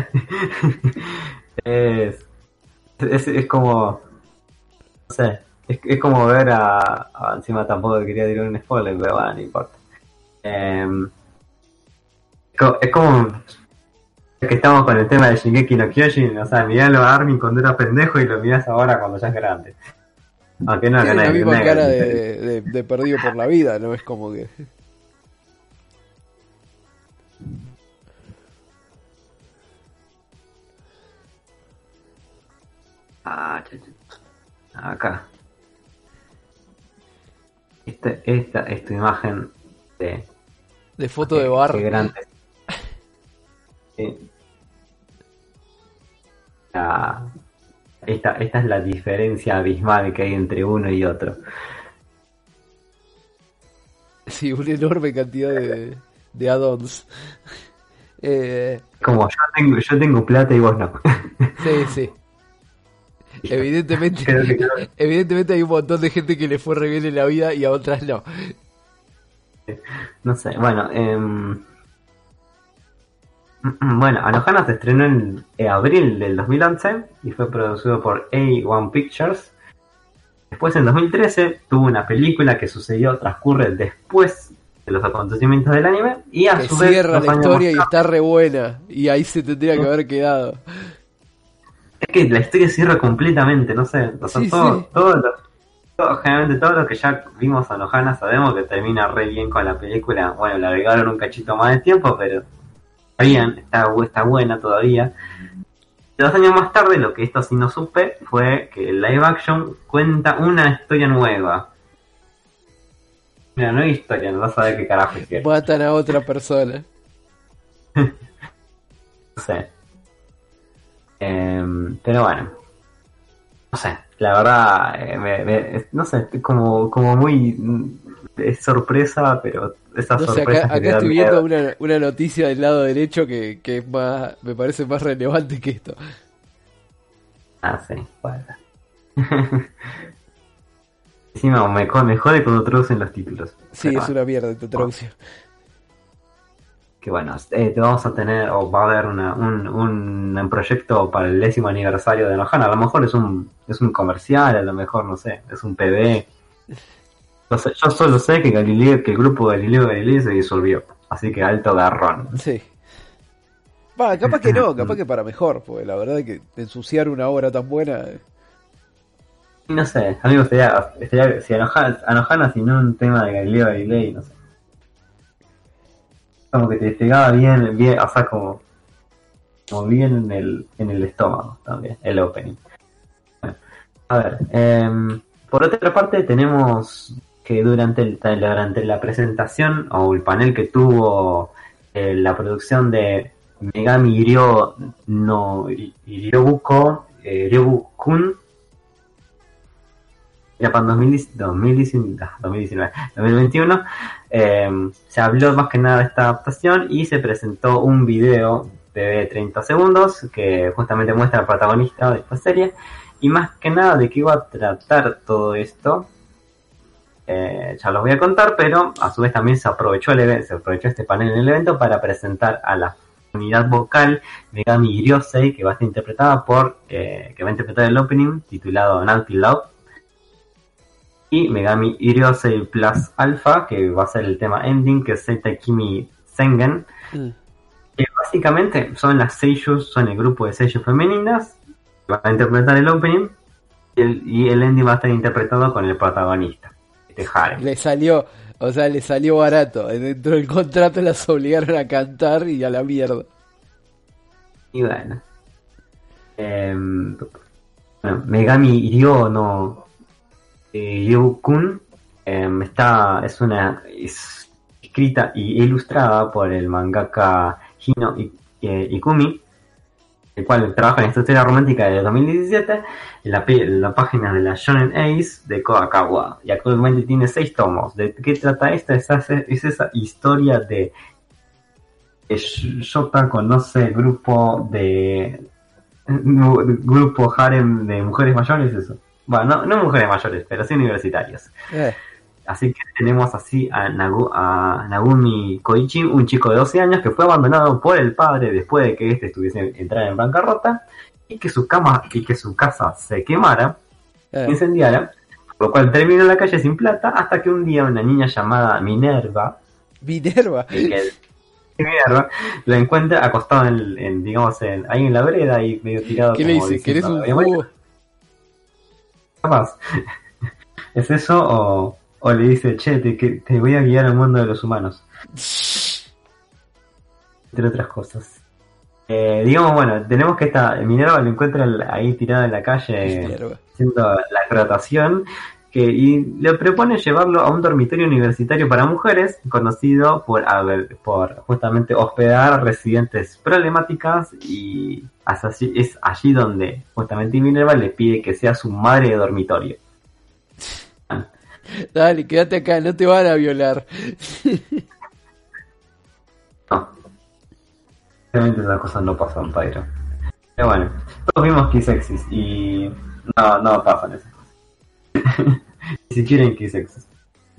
es, es, es como. No sé, es, es como ver a, a- Encima tampoco quería tirar un spoiler, pero bueno, no importa. Eh, co- es como. que estamos con el tema de Shingeki no Kyojin, o sea, miralo a Armin cuando era pendejo y lo mirás ahora cuando ya es grande. Aunque no, Tiene no, la no, misma no, cara no, de, de, de perdido por la vida, ¿no? Es como que... Ah, acá. Esta, esta es tu imagen de... De foto de bar. Qué grande. Sí. Ah, esta, esta es la diferencia abismal que hay entre uno y otro. Sí, una enorme cantidad de, de add-ons. Eh, Como yo tengo, yo tengo plata y vos no. sí, sí. Evidentemente, Creo que no. evidentemente hay un montón de gente que le fue re bien en la vida y a otras no. No sé, bueno, eh, bueno, Anohana se estrenó en eh, abril del dos mil once y fue producido por A uno Pictures. Después, en dos mil trece, tuvo una película que sucedió, transcurre después de los acontecimientos del anime y a Que su vez cierra dos la años historia y más está re buena. Y ahí se tendría que haber quedado. Es que la historia cierra completamente, no sé, o sea, Sí, todo, sí. todo lo, todo- generalmente todo lo que ya vimos a Anohana sabemos que termina re bien con la película. Bueno, le agregaron un cachito más de tiempo, pero está bien, está, bu- está buena todavía. Dos años más tarde, lo que esto sí no supe fue que el live action cuenta una historia nueva. Mira, no hay historia, no vas a ver qué carajo es. Matan a otra persona. No sé. Em, pero bueno. No sé, la verdad, eh, me- me- es- no sé, es como, como muy... mm, es sorpresa, pero esas No sé, sorpresas acá, que te acá dan estoy viendo miedo. una, una noticia del lado derecho que, que es más, me parece más relevante que esto. Ah, sí, bueno. Encima me, co- me jode cuando traducen los títulos. Sí, Pero es bueno, una mierda esta traducción. que bueno, eh, te vamos a tener, o va a haber una, un, un proyecto para el décimo aniversario de Anohana. A lo mejor es un, es un comercial, a lo mejor, no sé, es un P B. No sé, yo solo sé que Galileo, que el grupo Galileo Galilei se disolvió. Así que alto garrón. Sí. Va, capaz que no, capaz que para mejor, porque la verdad es que ensuciar una obra tan buena... No sé, amigo, estaría, estaría si Anohana, Anohana sin un tema de Galileo Galilei, no sé. Como que te pegaba bien, bien, o sea, como, como bien en el, en el estómago también, el opening. Bueno, a ver, em, por otra parte tenemos que durante, el, durante la presentación o el panel que tuvo eh, la producción de Megami Ryo no Ryobuko eh, Ryobu-kun Japan dos mil diecinueve, dos mil diecinueve, dos mil veintiuno, eh, se habló más que nada de esta adaptación y se presentó un video de treinta segundos que justamente muestra al protagonista de esta serie y más que nada de qué iba a tratar todo esto. Eh, ya los voy a contar, pero a su vez también se aprovechó el evento, se aprovechó este panel en el evento para presentar a la unidad vocal Megami Ryosei, que va a ser interpretada por eh, que va a interpretar el opening titulado Naughty Love, y Megami Ryosei Plus Alpha, que va a ser el tema ending, que es Seita Kimi Sengen, Mm. que básicamente son las seiyus, son el grupo de seiyus femeninas que van a interpretar el opening y el, y el ending va a estar interpretado con el protagonista, este harem. Le salió, o sea, le salió barato. Dentro del contrato las obligaron a cantar y a la mierda. Y bueno, em, bueno, Megami Ryo no eh, Ryo-kun em, está, es una es escrita y ilustrada por el mangaka Hino I- eh, Ikumi, el cual trabaja en esta historia romántica de dos mil diecisiete en la, pe- en la página de la Shonen Ace de Koakawa, y actualmente tiene seis tomos. ¿De qué trata esta? Es, esa- es esa historia de que Shota conoce grupo de grupo harem de mujeres mayores, eso. Bueno, no, no mujeres mayores, pero sí universitarias. Eh, Así que tenemos así a, Nagu, a Nagumi Koichi, un chico de doce años que fue abandonado por el padre después de que este estuviese entrara en bancarrota y que su cama y que su casa se quemara, eh. incendiara, por lo cual terminó en la calle sin plata hasta que un día una niña llamada Minerva, Minerva. que, Minerva lo encuentra acostado en, en digamos, en, ahí en la vereda y medio tirado. ¿Qué le dice? ¿Querés un jugo? Capaz. ¿Es eso o, o le dice, che, te, que, te voy a guiar al mundo de los humanos? Entre otras cosas. Eh, digamos, bueno, tenemos que esta Minerva lo encuentra ahí tirada en la calle Minerva. haciendo la explotación que, y le propone llevarlo a un dormitorio universitario para mujeres conocido por, a ver, por justamente hospedar residentes problemáticas y así, es allí donde justamente Minerva le pide que sea su madre de dormitorio. Dale, quédate acá, no te van a violar. No. Realmente esas cosas no pasan, Pyro. Pero bueno, todos vimos Kiss Exist y no, no pasan esas cosas. Ni siquiera en Kiss Exist.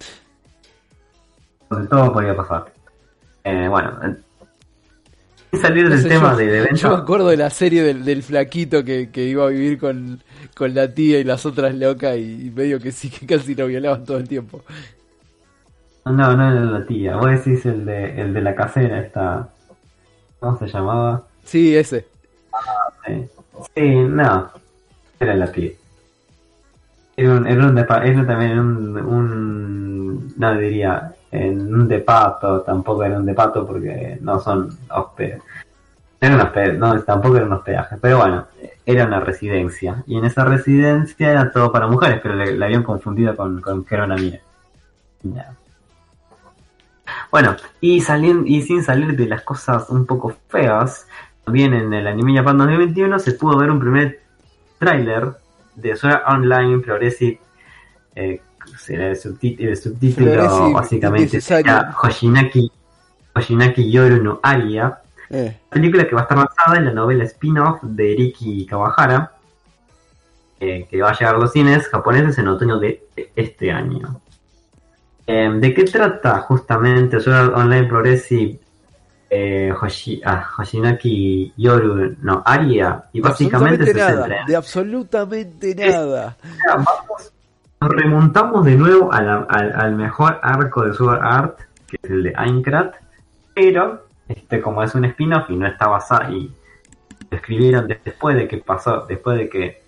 Entonces todo podría pasar. Eh, bueno, sin salir No del sé, tema yo, del evento. yo me acuerdo de la serie del, del flaquito que, que iba a vivir con, con la tía y las otras locas y medio que sí que casi lo violaban todo el tiempo. No, no era la tía. Vos decís el de, el de la casera, esta. ¿Cómo se llamaba? Sí, ese. Sí, sí, no. Era la tía. Era un, era un depa, era también un, un, no diría, en un depato, tampoco era un depato porque no son hospedajes. Era un hospedaje, no, tampoco era un hospedaje, pero bueno, era una residencia. Y en esa residencia era todo para mujeres, pero le, le habían confundido con, con que era una mina. Ya. Bueno, y saliendo, y sin salir de las cosas un poco feas, también en el Anime Japan dos mil veintiuno se pudo ver un primer tráiler de Sword Art Online Progressive, eh, el, subtit el subtítulo Progressive básicamente sería Hoshinaki, Hoshinaki Yoru no Aria, Eh. película que va a estar basada en la novela spin-off de Riki Kawahara, eh, que va a llegar a los cines japoneses en otoño de este año. Eh, ¿De qué trata justamente Sword Art Online Progressive eh, Hoshi, ah, Hoshinaki Yoru no Aria? Y De básicamente absolutamente se nada, centra en... de absolutamente nada. Vamos, nos remontamos de nuevo a la, al, al mejor arco de Sword Art, que es el de Aincrad, pero este como es un spin-off y no está basado, y lo escribieron después de que pasó, después de que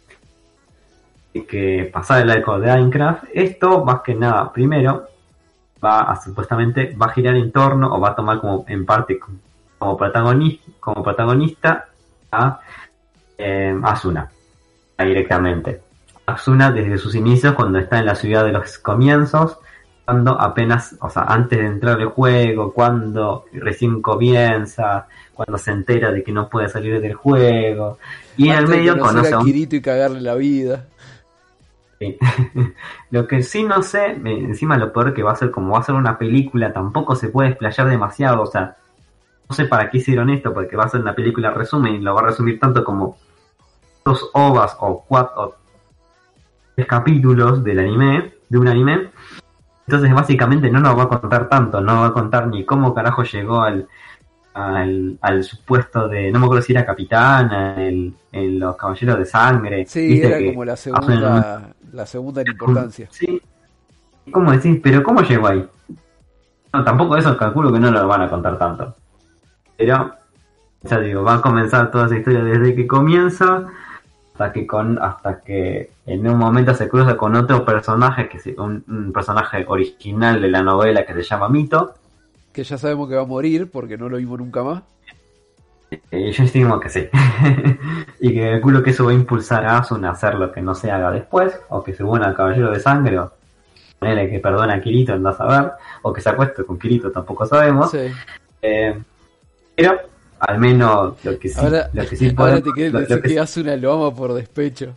de que pasara el arco de Aincrad, esto más que nada, primero va a supuestamente va a girar en torno o va a tomar como en parte como protagonista como protagonista a eh, Asuna directamente. Asuna desde sus inicios, cuando está en la ciudad de los comienzos, cuando apenas, o sea, antes de entrar al juego, cuando recién comienza, cuando se entera de que no puede salir del juego, y en el medio conoce a a un... Kirito y cagarle la vida. Sí. Lo que sí no sé, encima lo peor que va a ser, como va a ser una película, tampoco se puede explayar demasiado, o sea, no sé para qué hicieron esto, porque va a ser una película resumen y lo va a resumir tanto como dos ovas o cuatro o tres capítulos del anime, de un anime. Entonces básicamente no nos va a contar tanto, no va a contar ni cómo carajo llegó al al, al supuesto de, no me acuerdo si era capitán, el, el, los caballeros de sangre. Sí, era que como la segunda, la segunda en importancia. Sí. ¿Cómo decís? Pero ¿cómo llegó ahí? No, tampoco eso calculo que no lo van a contar tanto. Pero, ya digo, va a comenzar toda esa historia desde que comienza hasta que con hasta que en un momento se cruza con otro personaje, que es un, un personaje original de la novela que se llama Mito. Que ya sabemos que va a morir porque no lo vimos nunca más. Eh, yo estimo que sí. Y que calculo que eso va a impulsar a Asuna a hacer lo que no se haga después, o que se una al caballero de sangre, o ponele que perdona a Kirito, andás a ver, o que se acueste con Kirito, tampoco sabemos. Sí. Eh, pero al menos lo que sí, Ahora, lo que sí ahora podemos, te quieres lo, decir lo que, que Asuna lo ama por despecho.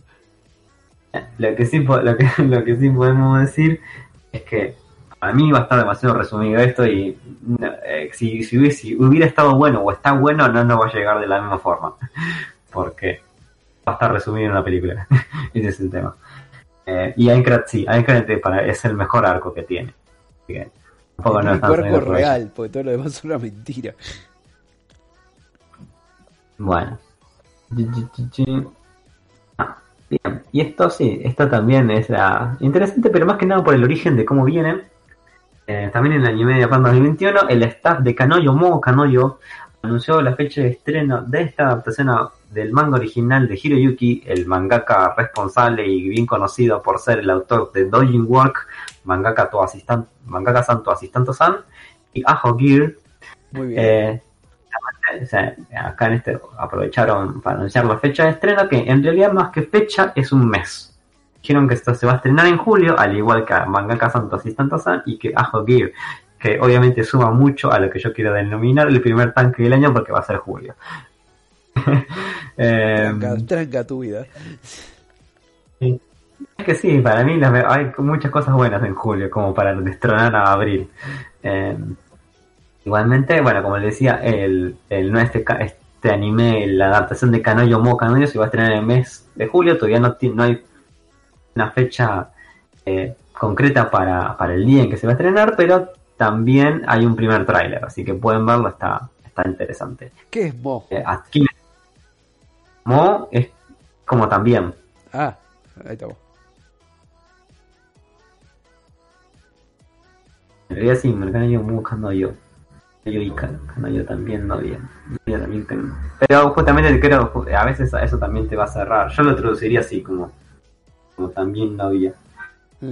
lo que sí po- lo que lo que sí podemos decir es que a mí va a estar demasiado resumido esto y eh, si, si, hubiese, si hubiera estado bueno o está bueno, no nos va a llegar de la misma forma, porque va a estar resumido en una película. Ese es el tema. Eh, y Aincrad sí, Aincrad es el mejor arco que tiene. Así que tampoco no El es tan cuerpo sonido real, porque todo lo demás es una mentira. Bueno. Ah, bien. Y esto sí, esto también es uh, interesante, pero más que nada por el origen de cómo vienen. Eh, también en el anime de Japan dos mil veintiuno, el staff de Kanoyo Mo Kanoyo anunció la fecha de estreno de esta adaptación a, del manga original de Hiroyuki, el mangaka responsable y bien conocido por ser el autor de Dojin Work, mangaka to asistan, mangaka Santo Asistanto-san y Aho Gear. Muy bien. Eh, o sea, acá en este aprovecharon para anunciar la fecha de estreno, que en realidad más que fecha es un mes. Dijeron que esto se va a estrenar en julio, al igual que mangaka Santo Asistanto-san y que Aho Gear, que obviamente suma mucho a lo que yo quiero denominar el primer tanque del año, porque va a ser julio. eh, tranca, tranca tu vida. Sí. Es que sí, para mí las, hay muchas cosas buenas en julio, como para destronar a abril. Eh, igualmente, bueno, como les decía, el, el no este, este anime, la adaptación de Kanoyo Mo Kanoyo se va a estrenar en el mes de julio. Todavía no, no hay una fecha eh, concreta para, para el día en que se va a estrenar, pero también hay un primer tráiler, así que pueden verlo, está, está interesante. ¿Qué es Mo? Eh, aquí, Mo es como también. Ah, ahí estamos. En realidad sí, me Kanoyo Mo Kanoyo. Yo y Kanoyo también no bien. Yo también tengo. Pero justamente creo, a veces eso también te va a cerrar. Yo lo traduciría así, como, como también no había. Mm.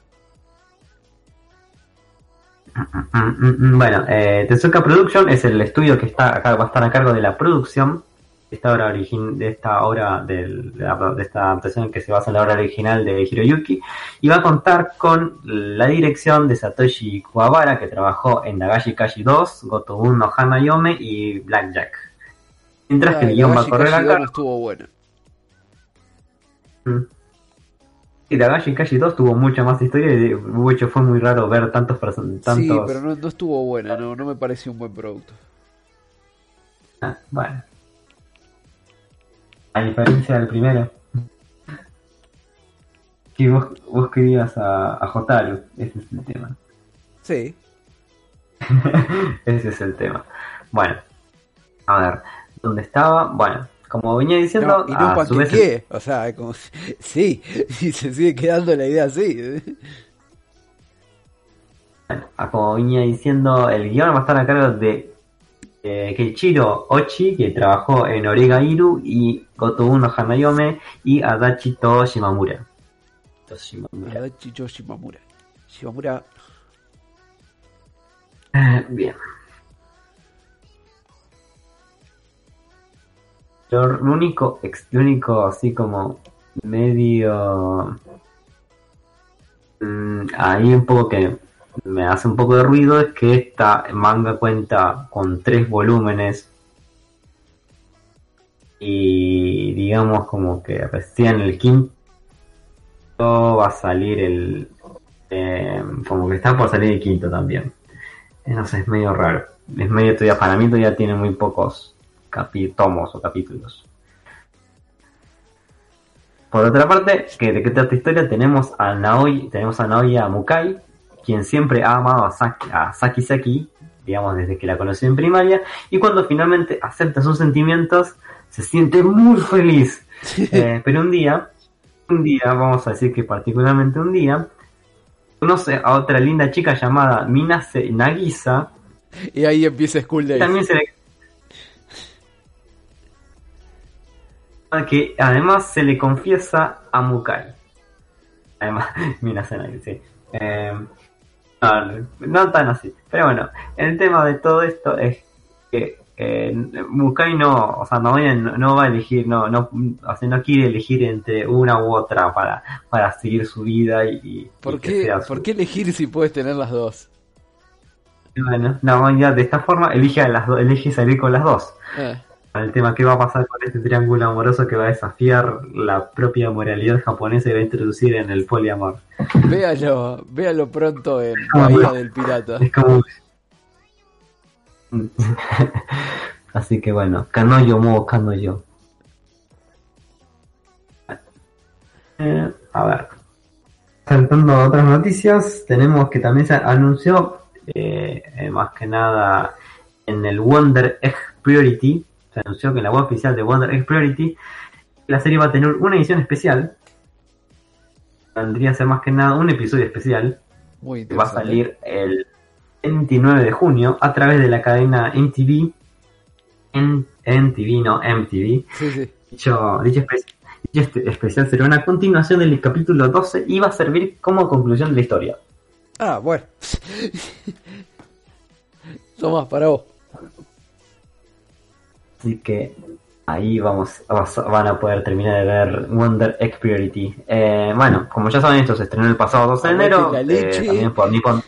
Bueno, eh, Tezuka Production es el estudio que está acá, va a estar a cargo de la producción de esta obra origin, de esta obra del, de, la, de esta adaptación que se basa en la obra original de Hiroyuki, y va a contar con la dirección de Satoshi Kuwabara, que trabajó en Dagashi Kashi dos, Gotobun no Hanayome y Blackjack. Mientras ah, que el guión va a correr acá. No estuvo bueno. Mm. Y Dagashi Kashi dos tuvo mucha más historia y de hecho fue muy raro ver tantos personajes. Sí, pero no, no estuvo buena, no, no me pareció un buen producto. Ah, bueno. A diferencia del primero. Que vos, vos querías a, a Hotaru, ese es el tema. Sí. Ese es el tema. Bueno, a ver, ¿dónde estaba? Bueno, como venía diciendo, no, y no a su vez... ¿qué? O sea, como, sí, y se sigue quedando la idea así. Bueno, como venía diciendo, el guión va a estar a cargo de eh, Keiichiro Ochi, que trabajó en Orega Iru y Gotobun no Hanayome, y Adachi To Shimamura. To Shimamura. Adachi To Shimamura. Shimamura. Bien. Lo único, lo único así como medio mmm, ahí un poco que me hace un poco de ruido es que esta manga cuenta con tres volúmenes y digamos como que recién el quinto va a salir el eh, como que está por salir el quinto también. No sé, es medio raro, es medio todavía, para mí todavía tiene muy pocos Capi- tomos o capítulos. Por otra parte, que de qué trata historia, tenemos a Naoya, tenemos a Naoya Mukai, quien siempre ha amado a Saki, a Saki Saki, digamos desde que la conoció en primaria, y cuando finalmente acepta sus sentimientos, se siente muy feliz. eh, pero un día, un día, vamos a decir que particularmente un día, conoce a otra linda chica llamada Minase Nagisa, y ahí empieza School Days. También se le que además se le confiesa a Mukai. Además, mira, sí. Eh, no, no tan así. Pero bueno, el tema de todo esto es que eh, Mukai no, o sea, no, no va a elegir, no, no, o sea, no quiere elegir entre una u otra para, para seguir su vida y. ¿Por y qué? Su... ¿Por qué elegir si puedes tener las dos? Bueno, no, ya de esta forma elige a las dos, elige salir con las dos. Eh. El tema qué va a pasar con este triángulo amoroso que va a desafiar la propia moralidad japonesa y va a introducir en el poliamor. Véalo, véalo pronto en Bahía del Pirata. Es como... Así que bueno, Kanoyo Mo Kanoyo. Eh, a ver. Saltando a otras noticias, tenemos que también se anunció, eh, eh, más que nada, en el Wonder Egg Priority. Se anunció que en la web oficial de Wonder Egg Priority la serie va a tener una edición especial. Vendría a ser más que nada un episodio especial Muy que va a interesante. salir el veintinueve de junio a través de la cadena M T V. En, M T V, no M T V. Sí, sí. Dicho, dicho, espe- dicho este especial será una continuación del capítulo doce y va a servir como conclusión de la historia. Ah, bueno. Tomás, para vos. Así que ahí vamos, vas- van a poder terminar de ver Wonder Egg Purity. Eh, bueno, como ya saben, esto se estrenó el pasado doce de enero. Aguante la leche. eh, también por Nippon.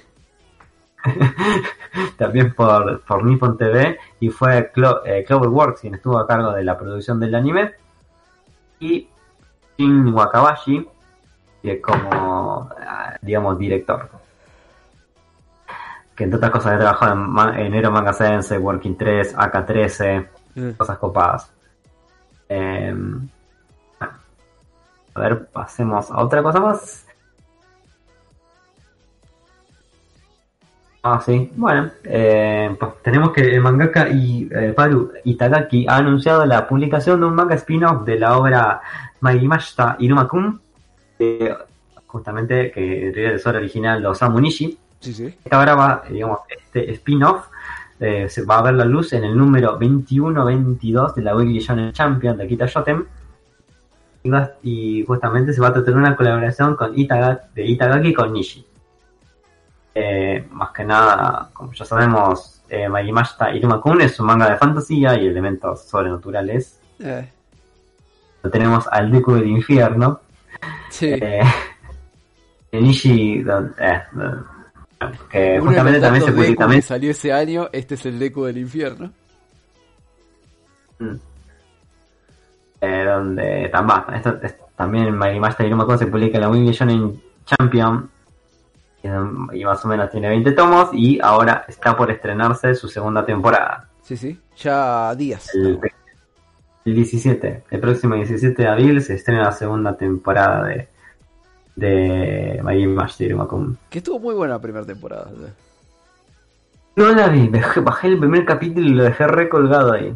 también por, por Nippon T V. Y fue Clo- eh, Cloverworks quien estuvo a cargo de la producción del anime. Y Shin Wakabashi, que como, ah, digamos, director. Que entre otras cosas he trabajado en, ma- en Ero Manga Sensei, Working tres, A K trece, Eh. cosas copadas. Eh, a ver, pasemos a otra cosa más. Ah, sí, bueno, eh, pues tenemos que el mangaka y, eh, Paru Itagaki ha anunciado la publicación de un manga spin-off de la obra Magimashita Iruma-kun, que justamente que en realidad es obra original de Osamu Nishi. Sí, sí. Esta obra va, digamos, este spin-off eh, se va a ver la luz en el número veintiuno veintidós de la Weekly Shonen Champion de Akita Shoten. Y, va- y justamente se va a tratar una colaboración con Itaga, de Itagaki con Nishi. Eh, más que nada, como ya sabemos, eh, Magimashita Iruma-kun es un manga de fantasía y elementos sobrenaturales. Eh, Tenemos al Deku del Infierno. sí. Eh, Nishi, don- eh, don- que Uno justamente de los también se tantos publica Deku que también. salió ese año, este es el Deku del infierno. Mm. Eh, donde tamba, esto, es- también Magimashita Iruma-kun se publica en la Weekly Shonen Champion y, y más o menos tiene veinte tomos y ahora está por estrenarse su segunda temporada. Sí, sí. Ya días. El, el diecisiete, el próximo diecisiete de abril se estrena la segunda temporada de de Magimashita Iruma-kun. Que estuvo muy buena la primera temporada. No la vi, dejé- bajé el primer capítulo y lo dejé recolgado ahí.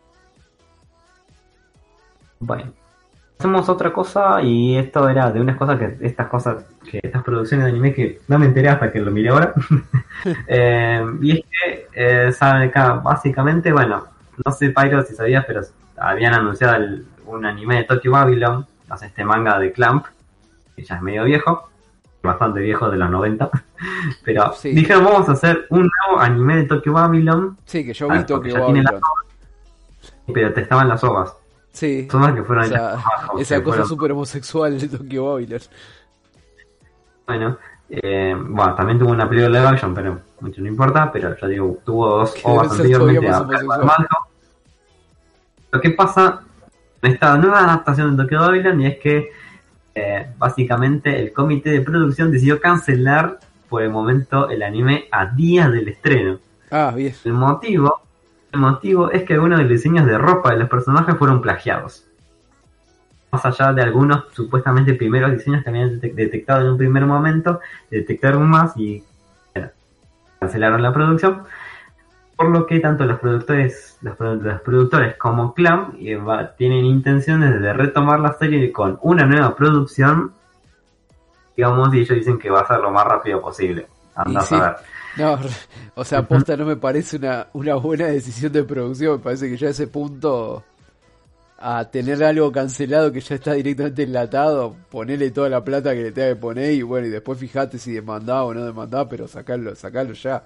Bueno, hacemos otra cosa y esto era de unas cosas que estas cosas que estas producciones de anime que no me enteré hasta que lo miré ahora. Eh, y es que eh, saben acá básicamente, bueno, no sé Pyro si sabías, pero habían anunciado el- un anime de Tokyo Babylon, o sea, este manga de Clamp, que ya es medio viejo, bastante viejo de los noventa, pero Sí. dijeron vamos a hacer un nuevo anime de Tokyo Babylon. Sí, que yo Ah, vi porque Tokyo ya tiene Babylon. pero te estaban las ovas. Sí. Son las que fueron Esa, hechas abajo, esa que cosa fueron- súper homosexual de Tokyo Babylon. Bueno, eh, bueno, también tuvo una película live action, pero mucho no importa, pero ya digo, tuvo dos Que ovas debe ser todavía anteriormente más a cargo de homosexual. Malcolm. Lo que pasa en esta nueva adaptación de Tokyo Babylon y es que eh, básicamente el comité de producción decidió cancelar por el momento el anime a días del estreno. Ah, bien. El motivo, el motivo es que algunos de los diseños de ropa de los personajes fueron plagiados. Más allá de algunos supuestamente primeros diseños que habían detec- detectado en un primer momento, detectaron más y bueno, cancelaron la producción. Por lo que tanto los productores, los, produ- los productores como Clamp eh, va- tienen intenciones de retomar la serie con una nueva producción, digamos, y ellos dicen que va a ser lo más rápido posible. Anda Y a sí. saber. No, o sea, posta no me parece una, una buena decisión de producción. Me parece que ya a ese punto, a tener algo cancelado que ya está directamente enlatado, ponerle toda la plata que le tenga que poner y bueno, y después fijate si demandaba o no demandaba, pero sacarlo, sacarlo ya.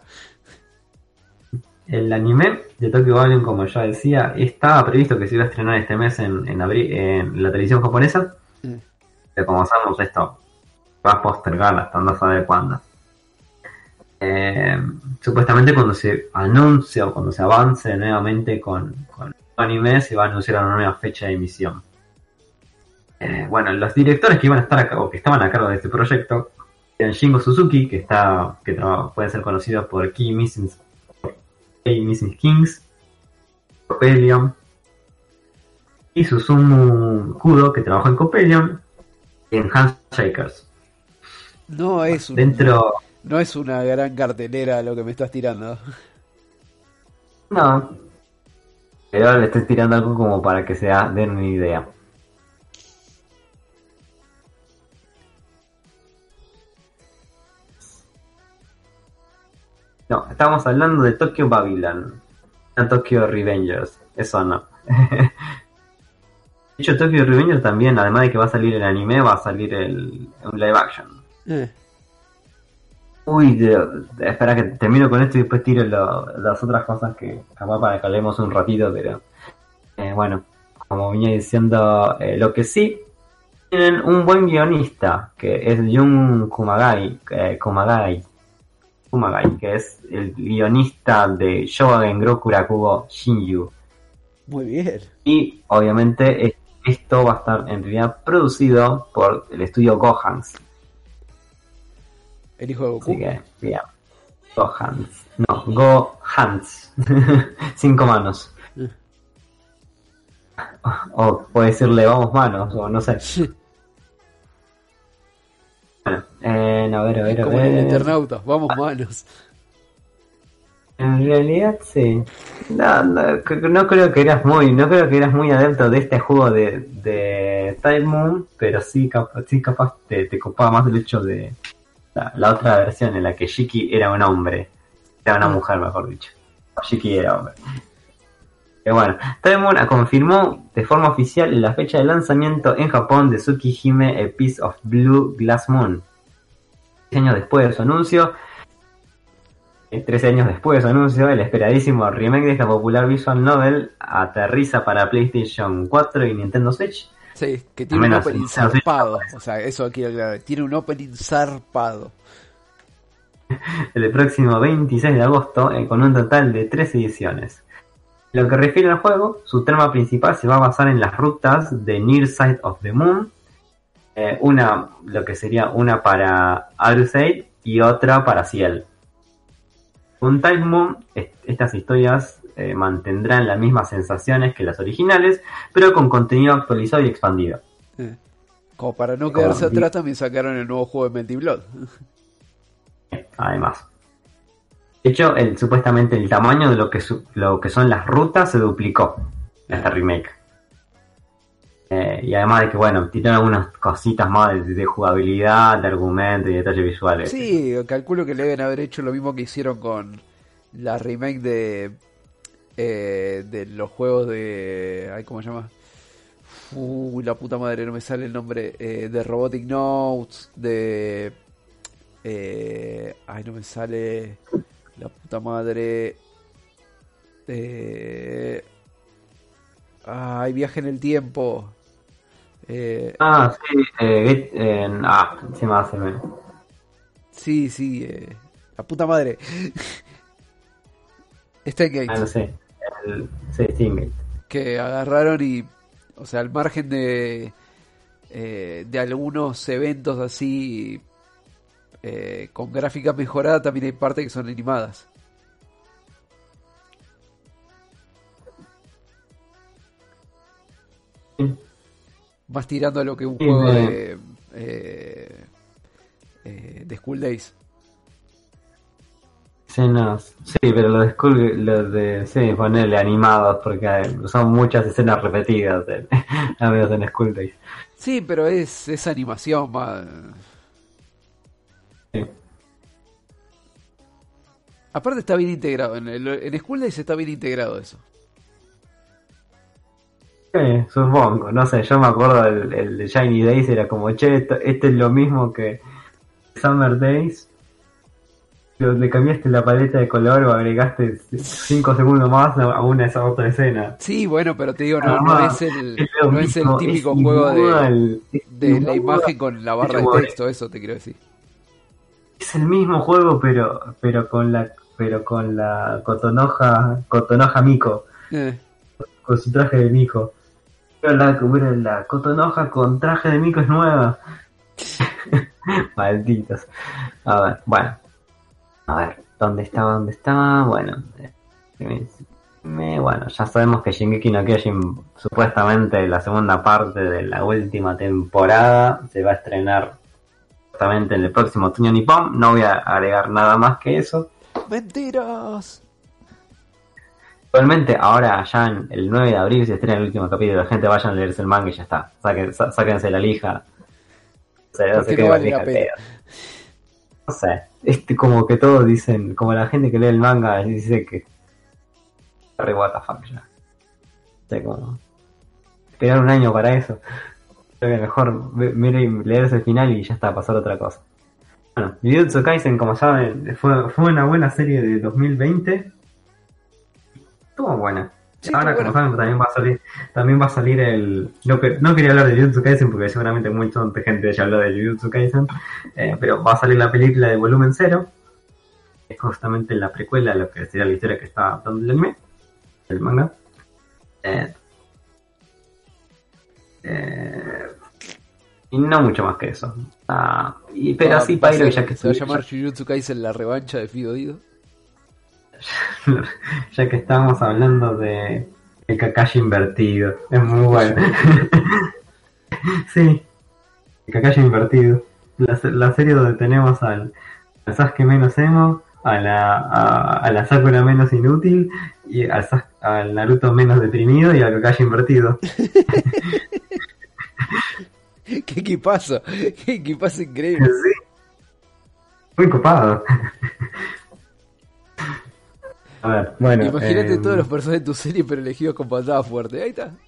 El anime de Tokyo Babylon, como ya decía, estaba previsto que se iba a estrenar este mes en, en, abril, en la televisión japonesa. Mm. Pero como sabemos, esto va a postergar hasta no saber cuándo. Eh, supuestamente cuando se anuncia o cuando se avance nuevamente con, con el anime se va a anunciar una nueva fecha de emisión. Eh, bueno, los directores que iban a estar acá, o que estaban a cargo de este proyecto eran Shingo Suzuki, que está que tra- puede ser conocido por Key Missing, Key Missing Kings, Coppelion, y Susumu Kudo, que trabajó en Coppelion y en Handshakers. No es un, Dentro, no es una gran cartelera lo que me estás tirando. no, pero le estoy tirando algo como para que se da- den una idea. No, estábamos hablando de Tokyo Babylon, no Tokyo Revengers, eso no. De hecho, Tokyo Revengers también, además de que va a salir el anime, va a salir el un live action. Eh. Uy, de, de, espera que termino con esto y después tiro lo, las otras cosas que capaz para que hablemos un ratito, pero eh, bueno, como venía diciendo, eh, lo que sí tienen un buen guionista, que es Jun Kumagai, eh, Kumagai, Kumagai, que es el guionista de Shougen Groku Rakugo Shinju. Muy bien. Y obviamente es, esto va a estar en realidad producido por el estudio Gohans. El hijo de Goku. Así que, bien. Gohans. No, Gohans. Cinco manos. O, o puede decirle vamos manos, o no sé. Bueno, eh, a ver, a ver, a Como ver. en el Eternauta, vamos manos. En realidad sí. No, no, no creo que eras muy, no creo que eras muy adepto de este juego de, de Time Moon, pero sí capaz, sí capaz te, te copaba más el hecho de la, la otra versión en la que Shiki era un hombre, era una mujer mejor dicho. Shiki era hombre. Pero bueno, Time Moon confirmó de forma oficial la fecha de lanzamiento en Japón de Tsukihime A Piece of Blue Glass Moon. Diez años después de su anuncio, trece años después de su anuncio, el esperadísimo remake de esta popular visual novel aterriza para PlayStation cuatro y Nintendo Switch. Sí, que tiene un Menos opening en Nintendo Switch. zarpado. O sea, eso quiero aclarar. Tiene un opening zarpado. El próximo veintiséis de agosto, eh, con un total de tres ediciones. En lo que refiere al juego, su trama principal se va a basar en las rutas de Near Side of the Moon, eh, una, lo que sería una para Aruseid y otra para Ciel. Con Time Moon, est- estas historias eh, mantendrán las mismas sensaciones que las originales, pero con contenido actualizado y expandido. Eh. Como para no quedarse Como- atrás, también sacaron el nuevo juego de Melty Blood. Además, de hecho, el, supuestamente el tamaño de lo que, su- lo que son las rutas se duplicó en este remake. Eh, y además de que, bueno, tiene algunas cositas más de, de jugabilidad, de argumento y detalles visuales. Sí, calculo que le deben haber hecho lo mismo que hicieron con la remake de eh, de los juegos de... Ay, ¿cómo se llama? Uy, la puta madre, no me sale el nombre. Eh, de Robotic Notes, de... Eh, ay, no me sale la puta madre. Eh, ay, Viaje en el Tiempo. Eh, Ah, sí, eh, Get- eh, ah, sí me hace menos. sí, sí, eh, la puta madre. Steingate. Ah, no sé. El, sí, Steingate. Que agarraron y, o sea, al margen de eh, de algunos eventos así eh, con gráfica mejorada, también hay partes que son animadas. Sí. Más tirando a lo que un Sí, juego de- de eh, eh, de School Days. Escenas, sí, pero los de Skull, los de, sí, ponerle animados, porque hay- son muchas escenas repetidas, en, al menos en Skull Days. Sí, pero es, es animación más. Sí. Aparte está bien integrado. En, el, en School Days está bien integrado eso. Sí, supongo, no sé, yo me acuerdo el, el de Shiny Days, era como, che, esto, esto es lo mismo que Summer Days, pero le cambiaste la paleta de color o agregaste cinco segundos más a una esa otra escena. Sí, bueno, pero te digo, no, no Ah, es el, es lo no es el mismo, típico es juego de, igual, es de la igual. imagen con la barra de igual. texto, eso te quiero decir. Es el mismo juego, pero pero con la pero con la Cotonoja, Cotonoja Miko, Eh, con su traje de Miko. Pero la, bueno, la Cotonoja con traje de Miko es nueva. Malditos. A ver, bueno. A ver, ¿dónde estaba? ¿Dónde estaba? Bueno, eh, me, bueno, ya sabemos que Shingeki no Kyojin, supuestamente la segunda parte de la última temporada, se va a estrenar supuestamente en el próximo otoño nipón. No voy a agregar nada más que eso. ¡Mentiras! Igualmente, ahora ya en el nueve de abril se estrena el último capítulo. La gente vayan a leerse el manga y ya está. Saquen, sá- sáquense la lija. Se, Porque se no vale lija la al pena. pedo. no sé, este como que todos dicen, como la gente que lee el manga dice que re what the fuck ya. O sea, como esperar un año para eso. Creo que mejor miren leerse el final y ya está, pasar otra cosa. Bueno, Jujutsu Kaisen, como saben, fue, fue una buena serie de dos mil veinte. Estuvo buena. Sí, Ahora, bueno. como saben, también va a salir, también va a salir el... No, que, no quería hablar de Jujutsu Kaisen porque seguramente mucha gente ya habló de Jujutsu Kaisen, eh, pero va a salir la película de Volumen Cero. Es justamente la precuela, lo que sería la historia que está dando el anime, el manga. Eh, eh, y no mucho más que eso. Ah, y, pero Ah, sí, va a Pyro, ser- ya que se va a estuvi- llamar Jujutsu Kaisen la revancha de Fido Dido. ya que estábamos hablando de el Kakashi invertido, es muy bueno. Sí, el Kakashi invertido. La, la serie donde tenemos al, al Sasuke menos emo, a la, a, a la Sakura menos inútil, y al, Sas- al Naruto menos deprimido y al Kakashi invertido. ¿Qué equipazo? ¿Qué equipazo increíble? Sí. Muy copado. A ver, bueno. Imagínate eh, todos los personajes de tu serie pero elegidos con patada fuerte. Ahí está.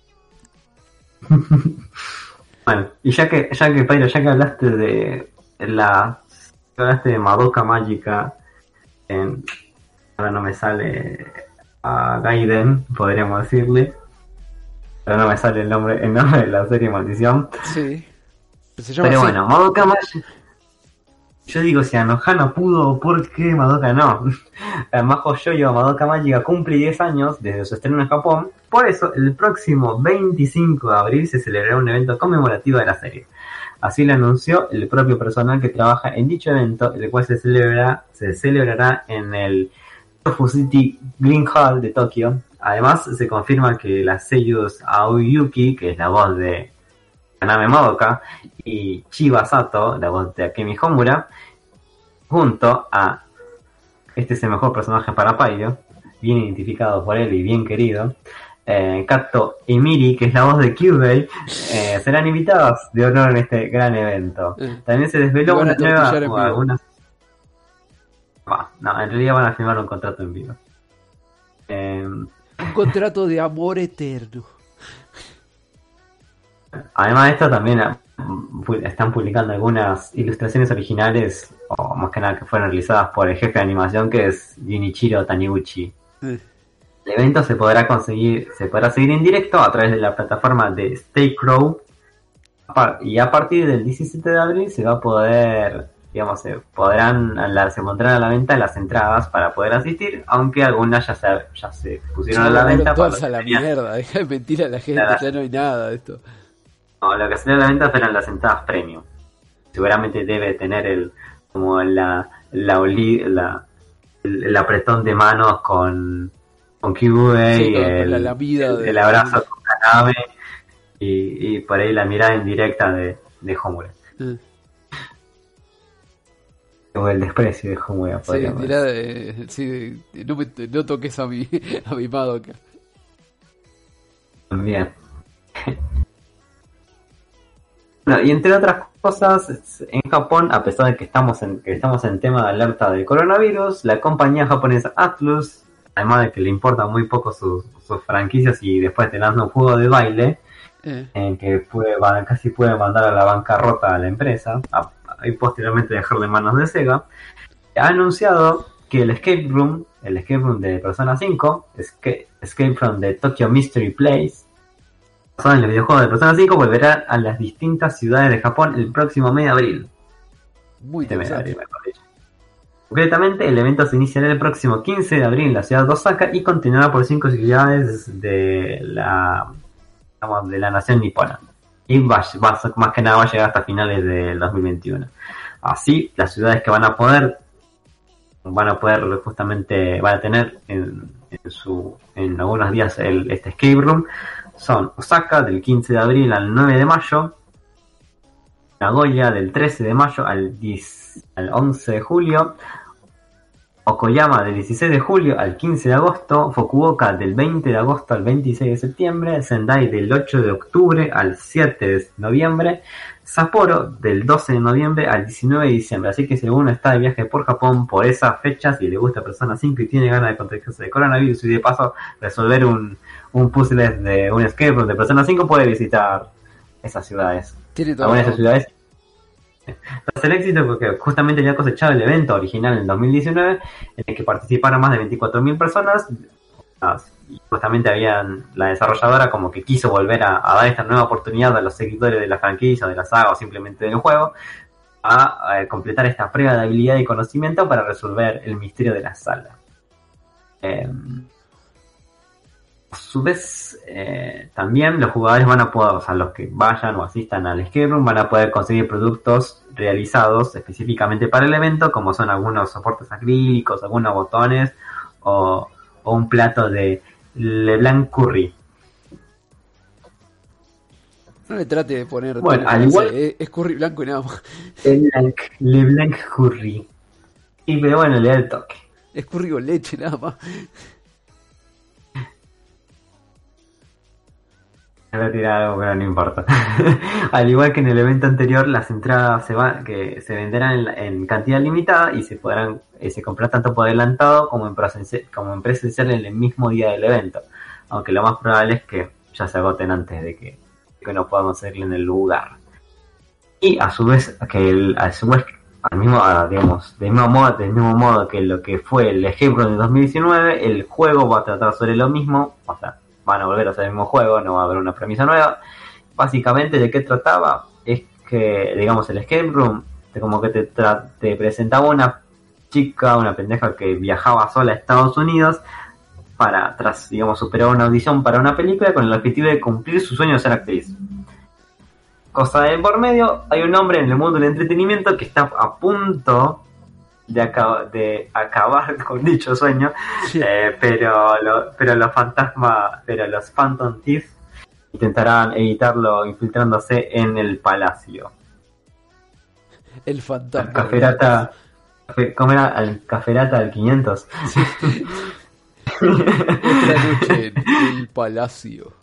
Bueno, y ya que, ya que, Pyro, ya que hablaste de la... hablaste de Madoka Mágica, en, ahora no me sale a Gaiden, podríamos decirle, pero no me sale el nombre, el nombre de la serie Maldición. Sí. Se llama Pero así. bueno, Madoka Mágica... Yo digo, si Anohana pudo, ¿por qué Madoka no? Majo Yoyo Madoka Mágica cumple diez años desde su estreno en Japón. Por eso, el próximo veinticinco de abril se celebrará un evento conmemorativo de la serie. Así lo anunció el propio personal que trabaja en dicho evento, el cual se celebrará, se celebrará en el Tofu City Green Hall de Tokio. Además, se confirma que las seiyus Aoyuki, que es la voz de Kaname Madoka, y Chiba Sato, la voz de Akemi Homura, junto a este es el mejor personaje para Pyro, bien identificado por él y bien querido, eh, Kato Emiri, que es la voz de Kyubey, eh, serán invitados de honor en este gran evento. Eh. También se Y desveló van a una nueva tortillar en o vivo. algunas... Bah, no, en realidad van a firmar un contrato en vivo. Eh, Un contrato de amor eterno. Además de esto, también ah, pu- están publicando algunas ilustraciones originales, o más que nada que fueron realizadas por el jefe de animación, que es Junichiro Taniguchi. Eh. El evento se podrá conseguir, se podrá seguir en directo a través de la plataforma de Stay Crow, Apar- y a partir del diecisiete de abril se va a poder, digamos, se podrán, a la- se pondrán a la venta las entradas para poder asistir, aunque algunas ya se, ya se pusieron a la Mandaron venta. todas para a la los que tenían- mierda. Deja de mentir a la gente. Claro. Ya no hay nada de esto. No, lo que salió a la venta eran las entradas premium. Seguramente debe tener el como la la, oli- la el, el apretón de manos con con Kyubey, Sí, con- con el, la lamida el, de- el abrazo con Kaname y, y por ahí la mirada indirecta de, de Homura. Eh. O el desprecio de Homura, Sí, podríamos dirá de- sí, no, me, no toques a mi, a mi Madoka. decir. Bien. Bueno, y entre otras cosas, en Japón, a pesar de que estamos en que estamos en tema de alerta del coronavirus, la compañía japonesa Atlus, además de que le importan muy poco sus, sus franquicias y después te lanza un juego de baile, Eh. en que puede, va- casi puede mandar a la bancarrota a la empresa, a- y posteriormente dejarle en manos de Sega, ha anunciado que el Escape Room, el Escape Room de Persona cinco, Escape, Escape from the Tokyo Mystery Place, basado en el videojuego de Persona cinco, volverá a las distintas ciudades de Japón el próximo mes de abril. Muy Este mes de interesante. abril, mejor dicho. Concretamente, el evento se iniciará el próximo quince de abril en la ciudad de Osaka y continuará por cinco ciudades de la, digamos, de la nación nipona. Y va, va- más que nada va a llegar hasta finales del dos mil veintiuno. Así, las ciudades que van a poder van a poder justamente, van a tener en, en su en algunos días el, este escape room son Osaka del quince de abril al nueve de mayo, Nagoya del trece de mayo al, diez, al once de julio, Okoyama del dieciséis de julio al quince de agosto, Fukuoka del veinte de agosto al veintiséis de septiembre, Sendai del ocho de octubre al siete de noviembre, Sapporo del doce de noviembre al diecinueve de diciembre. Así que si alguno está de viaje por Japón por esas fechas y le gusta Persona cinco y tiene ganas de contagiarse de coronavirus y de paso resolver un, un puzzle de un escape room de Persona cinco, puede visitar esas ciudades. Tiene todo. Algunas de esas ciudades. Tras el éxito, porque justamente había cosechado el evento original en dos mil diecinueve, en el que participaron más de veinticuatro mil personas, y justamente habían, la desarrolladora como que quiso volver a, a dar esta nueva oportunidad a los seguidores de la franquicia, de la saga o simplemente del juego, a, a completar esta prueba de habilidad y conocimiento para resolver el misterio de la sala. Eh, A su vez, eh, también los jugadores van a poder, o sea, los que vayan o asistan al escape room van a poder conseguir productos realizados específicamente para el evento, como son algunos soportes acrílicos, algunos botones o, o un plato de LeBlanc Curry. No le trate de poner... Bueno, todo, al igual... es, es curry blanco y nada más. LeBlanc, LeBlanc Curry. Y pero bueno, le da el toque. Es curry con leche nada más. Voy a tirar algo, pero no importa. Al igual que en el evento anterior, las entradas se van, que se venderán en, en cantidad limitada y se podrán eh, se comprarán tanto por adelantado como en, presencial, como en presencial en el mismo día del evento. Aunque lo más probable es que ya se agoten antes de que, que no podamos hacerlo en el lugar. Y a su vez, que el, a su vez, al mismo, digamos, del mismo modo, del mismo modo que lo que fue el escape room de dos mil diecinueve, el juego va a tratar sobre lo mismo, o sea, van a volver a hacer el mismo juego, no va a haber una premisa nueva. Básicamente, ¿de qué trataba? Es que, digamos, el escape room, de como que te, tra- te presentaba una chica, una pendeja que viajaba sola a Estados Unidos para, tras, digamos, superar una audición para una película con el objetivo de cumplir su sueño de ser actriz. Cosa de por medio, hay un hombre en el mundo del entretenimiento que está a punto de, acab- de acabar con dicho sueño, sí. eh, pero, lo, pero los fantasmas, pero los Phantom Thieves intentarán evitarlo infiltrándose en el palacio. El fantasma. Caferata, ¿cómo era? El Caferata del quinientos. Sí. Otra noche en el palacio.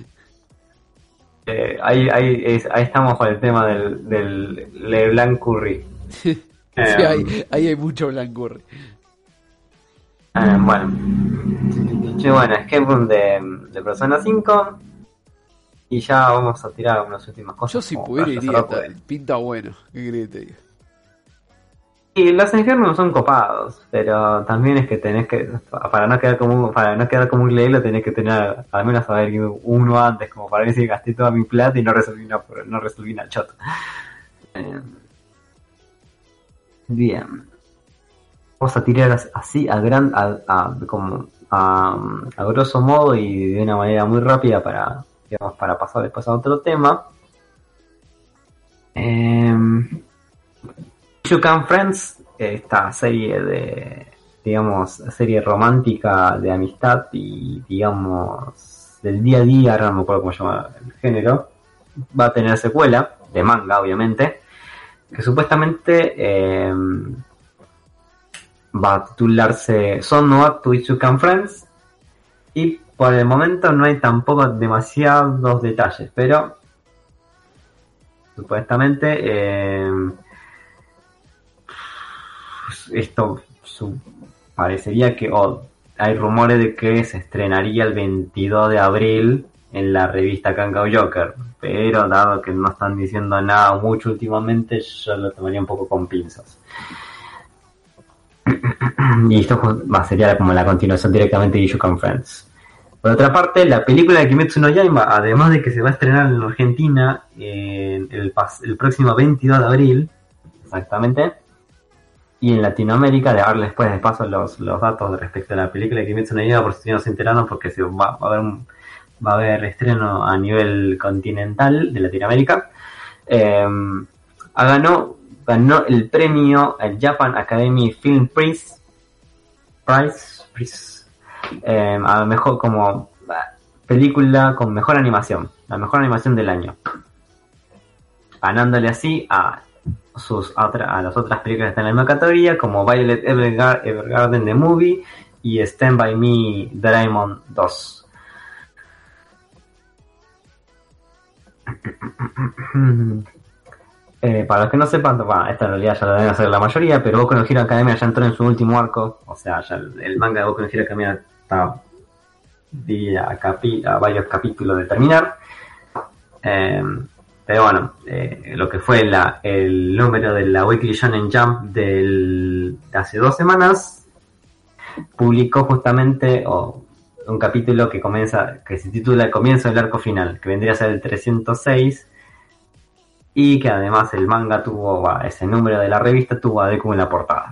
Eh, ahí, ahí, es, ahí estamos con el tema del, del LeBlanc Curry. Sí, eh, ahí, ahí hay mucho blancurri. Eh, bueno, sí, bueno, escape room de, de Persona cinco. Y ya vamos a tirar unas últimas cosas. Yo si pudiera iría, tal, pinta bueno. ¿Qué querés que te diga? Y los escape rooms son copados, pero también es que tenés que, para no quedar como un, para no quedar como un lelo, tenés que tener al menos saber uno antes, como para ver si gasté toda mi plata y no resolví una, no resolví una chota. Eh, bien. Vamos a tirar así a gran, a, a como a, a grosso modo y de una manera muy rápida para, digamos, para pasar después a otro tema. Eh, You Can Friends, esta serie de, digamos, serie romántica de amistad y, digamos, del día a día, ahora no me acuerdo cómo se llama el género, va a tener secuela, de manga obviamente, que supuestamente eh, va a titularse Son no Up to You Can Friends, y por el momento no hay tampoco demasiados detalles, pero supuestamente eh, esto su, parecería que oh, hay rumores de que se estrenaría el veintidós de abril en la revista Kangaroo Joker, pero dado que no están diciendo nada mucho últimamente, yo lo tomaría un poco con pinzas. Y esto va, sería como la continuación directamente de You Can Friends. Por otra parte, la película de Kimetsu no Yaiba, además de que se va a estrenar en Argentina en el, el próximo veintidós de abril, exactamente, y en Latinoamérica, de darle después de paso los, los datos respecto a la película de Kimetsu no Yaiba, por si no se enteraron, porque se va, va a haber un, va a haber estreno a nivel continental de Latinoamérica. Eh, ganó, ganó el premio el Japan Academy Film Prize, Prize, Prize eh, a mejor como película con mejor animación, la mejor animación del año, ganándole así a sus otra, a las otras películas que están en la misma categoría, como Violet Evergar- Evergarden The Movie y Stand By Me Doraemon dos. Eh, para los que no sepan, bueno, esta en realidad ya lo deben hacer la mayoría, pero Boku no Hero Academia ya entró en su último arco, o sea, ya el, el manga de Boku no Hero Academia está a, capi, a varios capítulos de terminar. Eh, pero bueno, eh, lo que fue la, el número de la Weekly Shonen Jump del, de hace dos semanas publicó justamente oh, un capítulo que comienza, que se titula El comienzo del arco final, que vendría a ser el trescientos seis, y que además el manga tuvo, bah, ese número de la revista tuvo a Deku en la portada.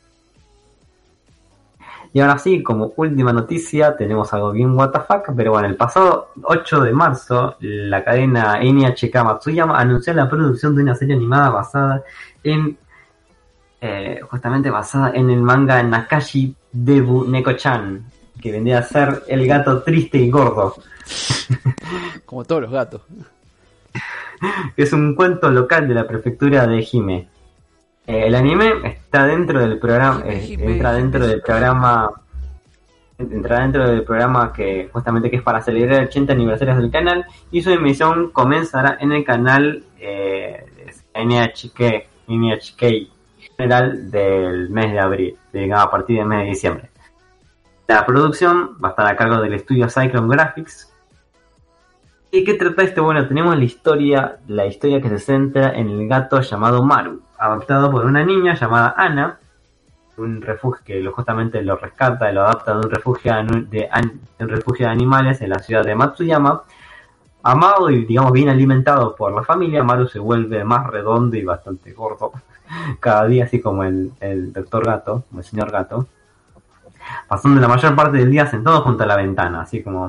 Y ahora sí, como última noticia, tenemos algo bien what the fuck, pero bueno, el pasado ocho de marzo, la cadena N H K Matsuyama anunció la producción de una serie animada basada en, eh, justamente basada en el manga Nakashi Debu Neko-chan, que vendría a ser el gato triste y gordo. Como todos los gatos. Es un cuento local de la prefectura de Hime. Eh, el anime está dentro del programa, eh, Hime, entra Hime, dentro Hime. del programa, entra dentro del programa que justamente que es para celebrar el ochenta aniversario del canal, y su emisión comenzará en el canal eh, N H K, N H K general del mes de abril, digamos a partir del mes de diciembre. La producción va a estar a cargo del estudio Cyclone Graphics. ¿Y qué trata esto? Bueno, tenemos la historia, la historia que se centra en el gato llamado Maru, adoptado por una niña llamada Ana, un refugio que lo, justamente lo rescata y lo adapta de un refugio de, de, de un refugio de animales en la ciudad de Matsuyama. Amado y digamos bien alimentado por la familia, Maru se vuelve más redondo y bastante gordo cada día, así como el, el doctor gato, como el señor gato, pasando la mayor parte del día sentado junto a la ventana, así como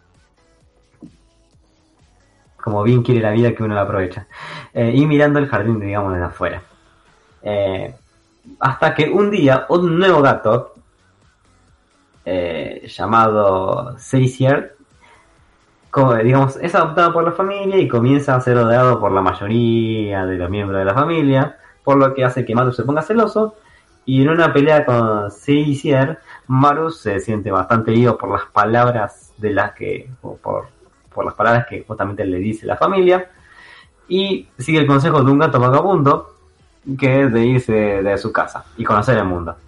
como bien quiere la vida que uno la aprovecha, eh, y mirando el jardín, digamos, desde afuera. Eh, hasta que un día un nuevo gato eh, llamado Seisier, digamos, es adoptado por la familia y comienza a ser odiado por la mayoría de los miembros de la familia, por lo que hace que Maru se ponga celoso, y en una pelea con Seisier, Maru se siente bastante herido por las palabras de las que, o por por las palabras que justamente le dice la familia, y sigue el consejo de un gato vagabundo, que es de irse de, de su casa y conocer el mundo.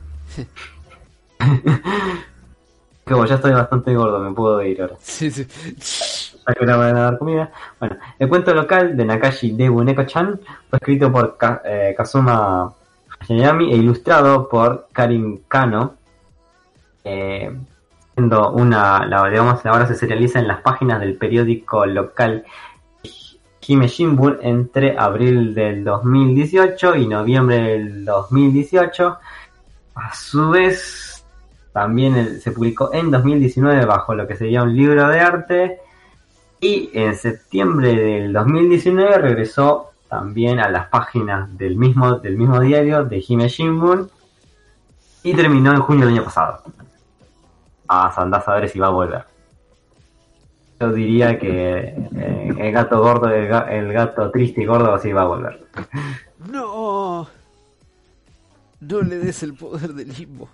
Que bueno, ya estoy bastante gordo, me puedo ir ahora. Sí, sí. Ya que no me van a dar comida. Bueno, el cuento local de Nakashi Debu Neko-chan fue escrito por Ka, eh, Kazuma Hayami e ilustrado por Karin Kano. Eh, Una, la, digamos, ahora se serializa en las páginas del periódico local Hime Shimbun entre abril del dos mil dieciocho y noviembre del dos mil dieciocho. A su vez, también el, se publicó en dos mil diecinueve bajo lo que sería un libro de arte, y en septiembre del dos mil diecinueve regresó también a las páginas del mismo, del mismo diario de Hime Shimbun, y terminó en junio del año pasado. Ah, andás a ver si va a volver. Yo diría que eh, el gato gordo, el, ga, el gato triste y gordo, sí va a volver. No. No le des el poder del limbo.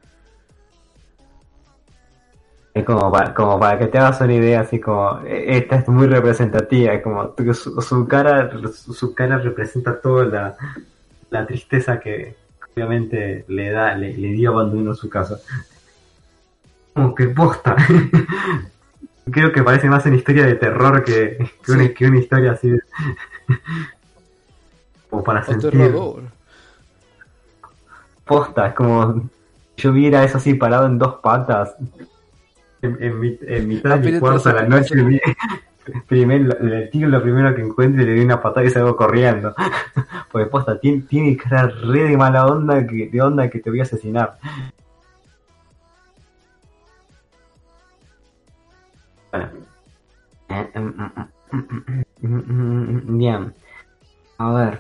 Es como para, como para que te hagas una idea, así como, esta es muy representativa, es como su, su cara, su, su cara representa toda la, la tristeza que obviamente le da, le, le dio abandono a su casa. Como que posta. Creo que parece más una historia de terror que, que, sí. una, que una historia así de... como para sentir... Aterrador. Posta, es como... Yo viera eso así parado en dos patas. En, en, en mitad de mi cuarto a la noche. Primero, le tiro lo primero que encuentre y le doy una patada y salgo corriendo. Porque posta, tiene, tiene cara re de mala onda, que, de onda que te voy a asesinar. Bueno. Bien. A ver.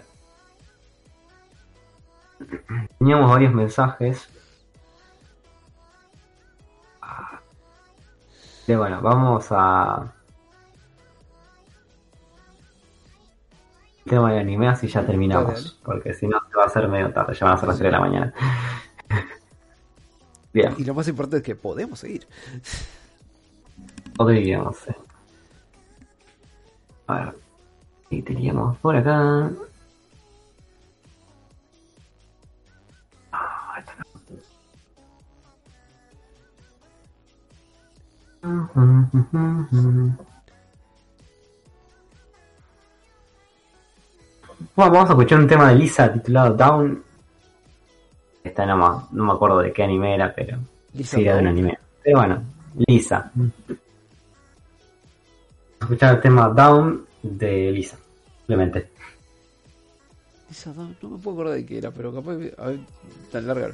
Teníamos varios mensajes. Y bueno, vamos a... tema de anime, así ya terminamos. Dale, dale. Porque si no, se va a hacer medio tarde. Ya van a ser las tres de la mañana. Bien. Y lo más importante es que podemos seguir. Podríamos. eh. A ver. Y teníamos por acá. Ah, esto no. Bueno, vamos a escuchar un tema de Lisa titulado Down. Esta no, ma- no me acuerdo de qué anime era, pero Lisa sí era de un Down. anime. Pero bueno, Lisa. Vamos a escuchar el tema Down de Lisa. Simplemente. Esa no, no me puedo acordar de qué era, pero capaz. A ver, tan larga.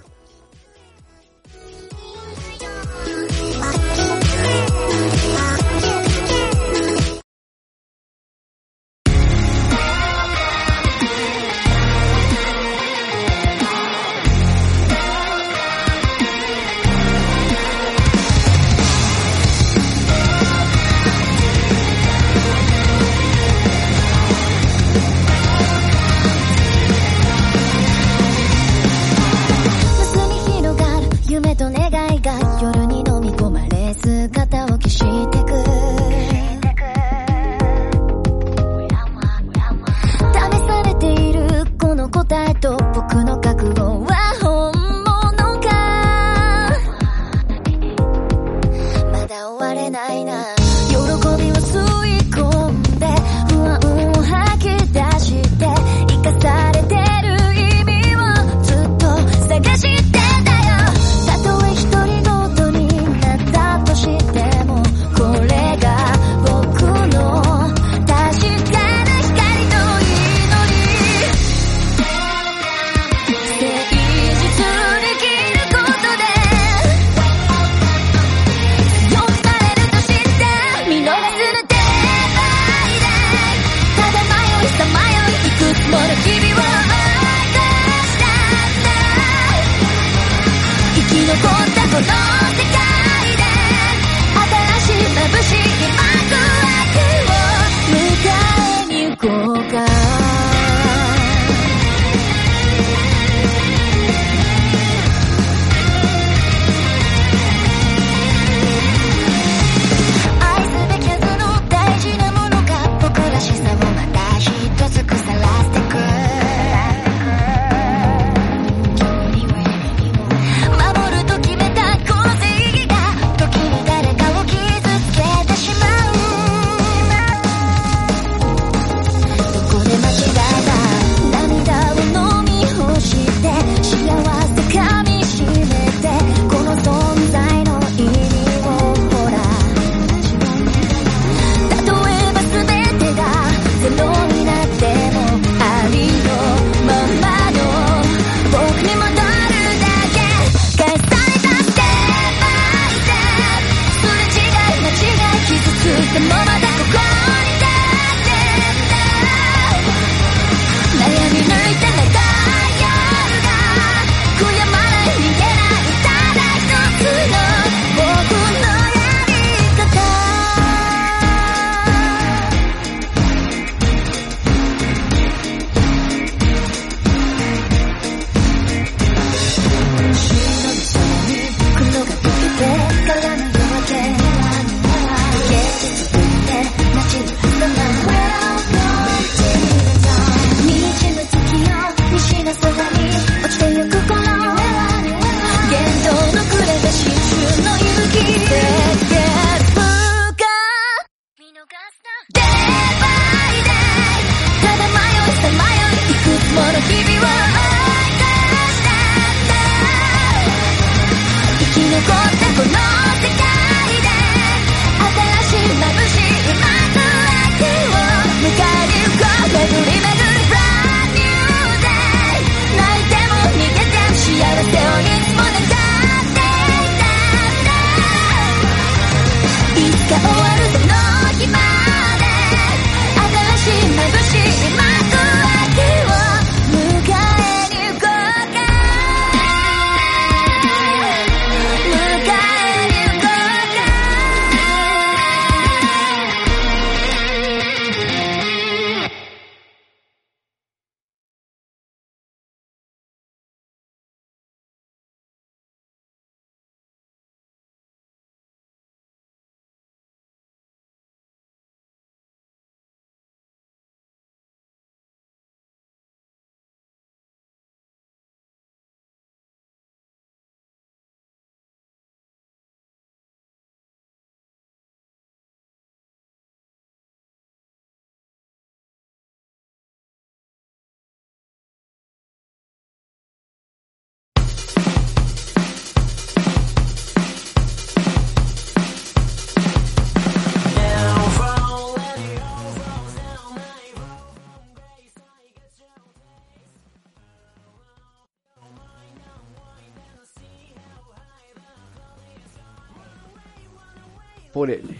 Ponele.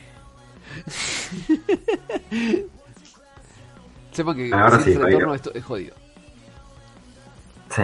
Sepan que Ahora sin sí, retorno oiga. esto es jodido. Sí.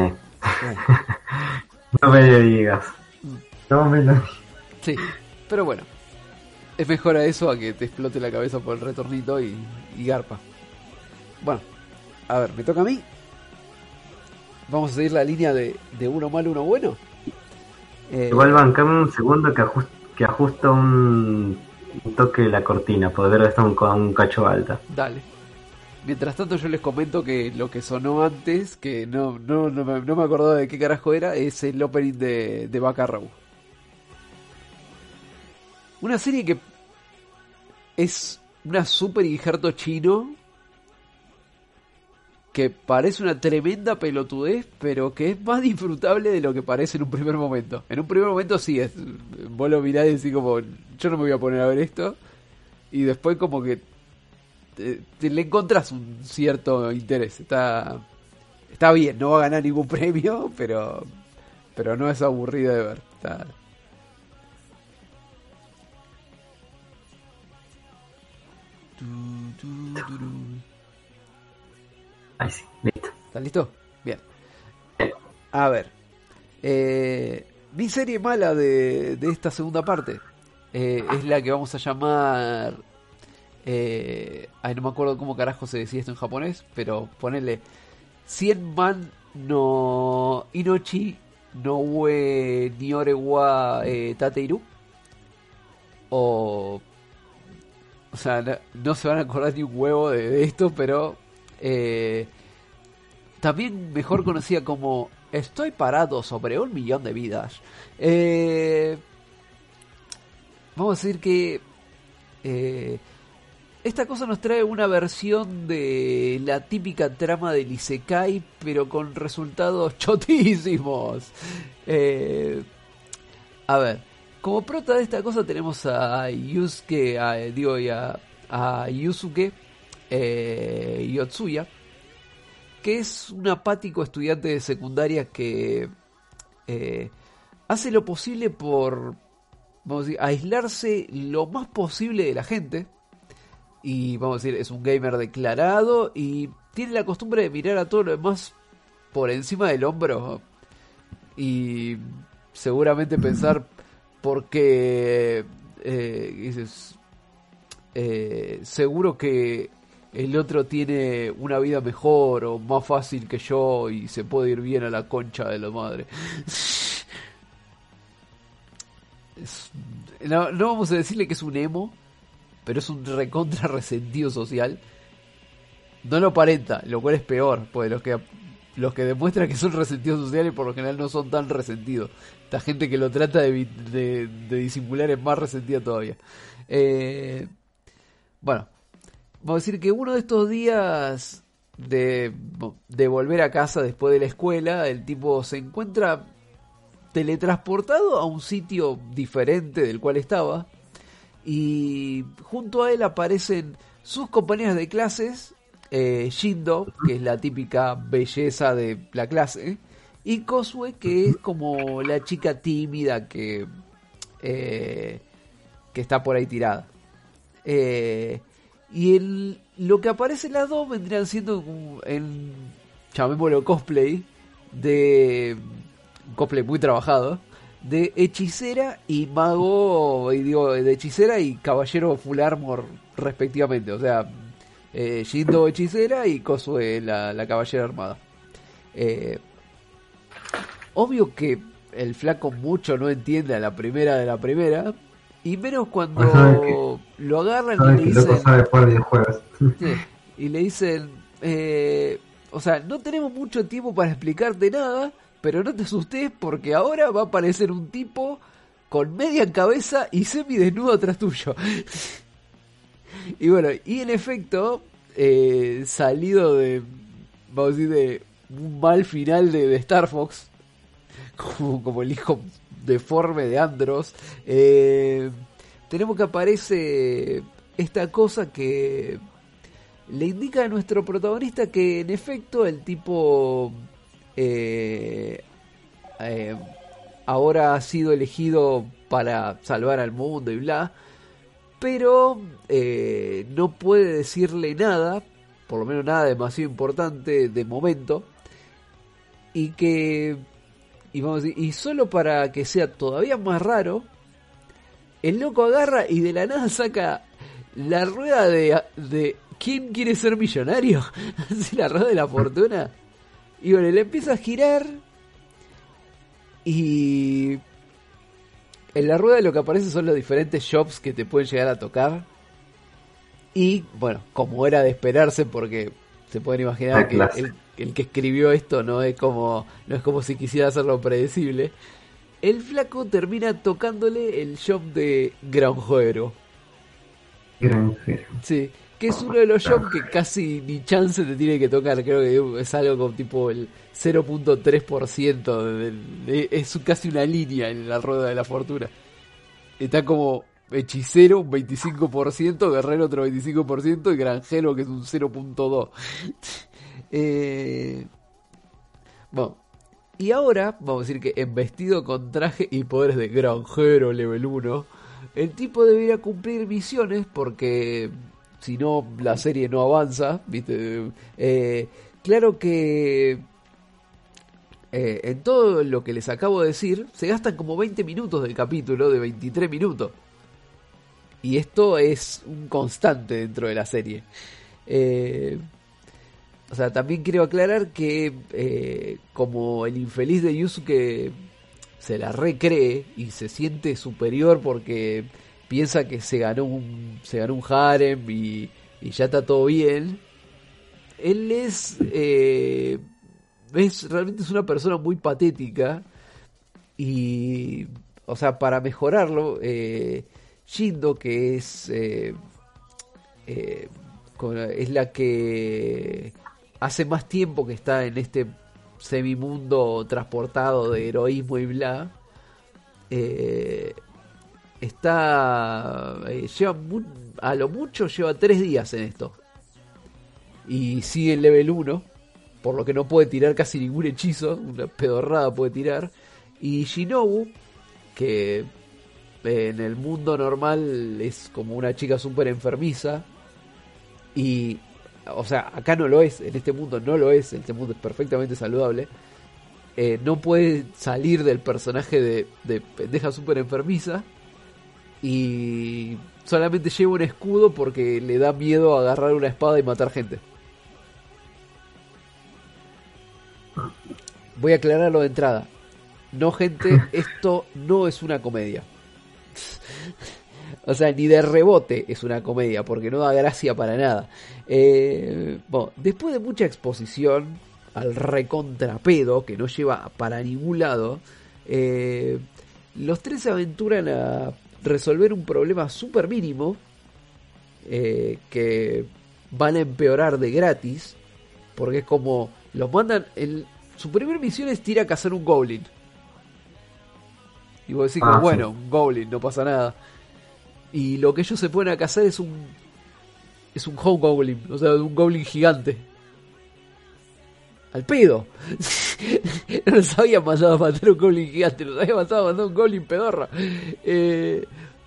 No me lo digas. No me lo digas. Sí, pero bueno. Es mejor a eso a que te explote la cabeza por el retornito y, y garpa. Bueno, a ver, me toca a mí. Vamos a seguir la línea de, de uno malo, uno bueno. Eh, Igual bancame un segundo que, ajust, que ajusto un, un toque de la cortina, poder estar un, un cacho alta. Dale. Mientras tanto yo les comento que lo que sonó antes, que no, no, no, me, no me acordaba de qué carajo era, es el opening de, de Bacarrau. Una serie que es una super injerto chino que parece una tremenda pelotudez, pero que es más disfrutable de lo que parece en un primer momento. En un primer momento sí, es, vos lo mirás y decís como, yo no me voy a poner a ver esto, y después como que te, te le encontrás un cierto interés. Está está bien, no va a ganar ningún premio, pero pero no es aburrido de ver. Está... Ahí sí, listo. ¿Estás listo? Bien. A ver. Eh, mi serie mala de, de esta segunda parte eh, es la que vamos a llamar... Eh, ay, no me acuerdo cómo carajo se decía esto en japonés, pero ponele cien man no Inochi no ue niore wa eh, tateiru. O... O sea, no, no se van a acordar ni un huevo de, de esto, pero... Eh, también mejor conocida como Estoy parado sobre un millón de vidas. Eh, vamos a decir que eh, esta cosa nos trae una versión de la típica trama del Isekai, pero con resultados chotísimos. Eh, a ver, como prota de esta cosa tenemos a Yusuke, a, digo, y a, a Yusuke eh, Yotsuya, que es un apático estudiante de secundaria que eh, hace lo posible por, vamos a decir, aislarse lo más posible de la gente. Y vamos a decir, es un gamer declarado y tiene la costumbre de mirar a todo lo demás por encima del hombro. Y seguramente pensar porque eh, dices, eh, seguro que el otro tiene una vida mejor o más fácil que yo y se puede ir bien a la concha de la madre. Es, no, no vamos a decirle que es un emo, pero es un recontra resentido social. No lo aparenta, lo cual es peor, pues los que los que demuestran que son resentidos sociales por lo general no son tan resentidos. Esta gente que lo trata de, de, de disimular es más resentida todavía. Eh, bueno, vamos a decir que uno de estos días de, de volver a casa después de la escuela, el tipo se encuentra teletransportado a un sitio diferente del cual estaba, y junto a él aparecen sus compañeras de clases, eh, Shindo, que es la típica belleza de la clase, y Kosue, que es como la chica tímida que eh, que está por ahí tirada. Eh, y el, lo que aparecen las dos vendrían siendo en, llamémoslo cosplay, de cosplay muy trabajado, de hechicera y mago, y digo, de hechicera y caballero full armor respectivamente. O sea, eh, Shindo hechicera y Kosue la, la caballera armada. Eh, obvio que el flaco mucho no entiende a la primera de la primera, y menos cuando lo agarran y le dicen, sabe jugar videojuegos. sí, y le dicen, eh, o sea, no tenemos mucho tiempo para explicarte nada, pero no te asustes porque ahora va a aparecer un tipo con media en cabeza y semidesnudo atrás tuyo. Y bueno, y en efecto, eh, salido de, vamos a decir, de un mal final de, de Star Fox, como, como el hijo deforme de Andros, eh, tenemos que aparece esta cosa que le indica a nuestro protagonista que en efecto el tipo eh, eh, ahora ha sido elegido para salvar al mundo y bla, pero eh, no puede decirle nada, por lo menos nada demasiado importante de momento, y que y vamos a decir, y solo para que sea todavía más raro, el loco agarra y de la nada saca la rueda de, de ¿quién quiere ser millonario? Así, la rueda de la fortuna, y bueno, le empieza a girar, y en la rueda lo que aparece son los diferentes shops que te pueden llegar a tocar. Y bueno, como era de esperarse, porque se pueden imaginar que el, el que escribió esto no es como no es como si quisiera hacerlo predecible, el flaco termina tocándole el shop de Granjero. Granjero. Sí, que es uno de los shops que casi ni chance te tiene que tocar. Creo que es algo como tipo el cero punto tres por ciento de, de, es casi una línea en la rueda de la fortuna. Está como hechicero un veinticinco por ciento, guerrero otro veinticinco por ciento y granjero que es un cero punto dos. eh, bueno, y ahora vamos a decir que en vestido con traje y poderes de granjero level uno, el tipo debería cumplir misiones porque si no la serie no avanza, ¿viste? Eh, claro que eh, en todo lo que les acabo de decir se gastan como veinte minutos del capítulo, de veintitrés minutos. Y esto es un constante dentro de la serie. Eh, o sea, también quiero aclarar que eh, como el infeliz de Yusuke se la recree y se siente superior porque piensa que se ganó un, se ganó un harem y, y ya está todo bien, él es, eh, es realmente es una persona muy patética. Y, o sea, para mejorarlo, eh, Shindo, que es eh, eh, es la que hace más tiempo que está en este semimundo transportado de heroísmo y bla, eh, está eh, lleva mu- a lo mucho lleva tres días en esto y sigue en level uno, por lo que no puede tirar casi ningún hechizo, una pedorrada puede tirar. Y Shinobu, que en el mundo normal es como una chica súper enfermiza, y o sea, acá no lo es, en este mundo no lo es, en este mundo es perfectamente saludable, eh, no puede salir del personaje de, de pendeja súper enfermiza, y solamente lleva un escudo porque le da miedo a agarrar una espada y matar gente. Voy a aclararlo de entrada. No, gente, esto no es una comedia. O sea, ni de rebote es una comedia, porque no da gracia para nada. Eh, bueno, después de mucha exposición al recontrapedo, que no lleva para ningún lado, eh, los tres se aventuran a resolver un problema súper mínimo, eh, que van a empeorar de gratis, porque es como los mandan... El, su primera misión es ir a cazar un goblin. Y vos decís, ah, como, bueno, sí, un goblin, no pasa nada. Y lo que ellos se ponen a cazar es un es un home goblin, o sea, un goblin gigante. Al pedo. No nos habían mandado a matar un goblin gigante, nos habían mandado a matar un goblin pedorra. Eh,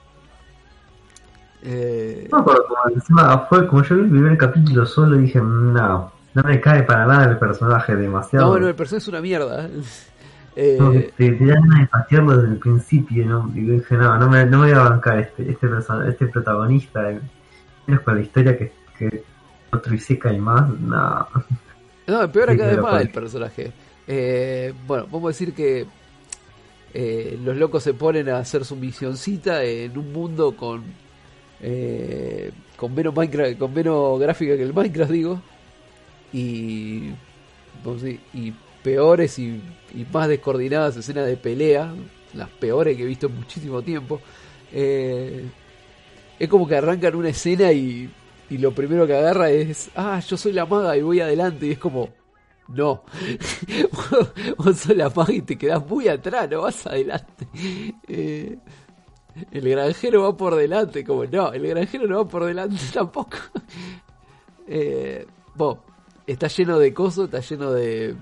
eh... No, pero como encima fue como yo vi el primer capítulo solo y dije, no, no me cae para nada el personaje, demasiado. No, no, el personaje es una mierda. Eh, no, te, te dan ganas de patearlo desde el principio, ¿no? Y dije, no, no me, no me voy a bancar este este, person- este protagonista, eh, menos con la historia que, que otro Isekai más, no. No, empeora Sí, cada vez claro, más pues. el personaje. Eh, bueno, vamos a decir que eh, los locos se ponen a hacer su misioncita en un mundo con eh, con menos Minecraft, con menos gráfica que el Minecraft, digo, y vamos a decir, y peores y, y más descoordinadas escenas de pelea, las peores que he visto en muchísimo tiempo. Eh, es como que arrancan una escena y, y lo primero que agarra es, ah, yo soy la maga y voy adelante, y es como, no, vos, vos sos la maga y te quedás muy atrás, no vas adelante. Eh, el granjero va por delante, como, no, el granjero no va por delante tampoco. Eh, bueno, está lleno de cosas, está lleno de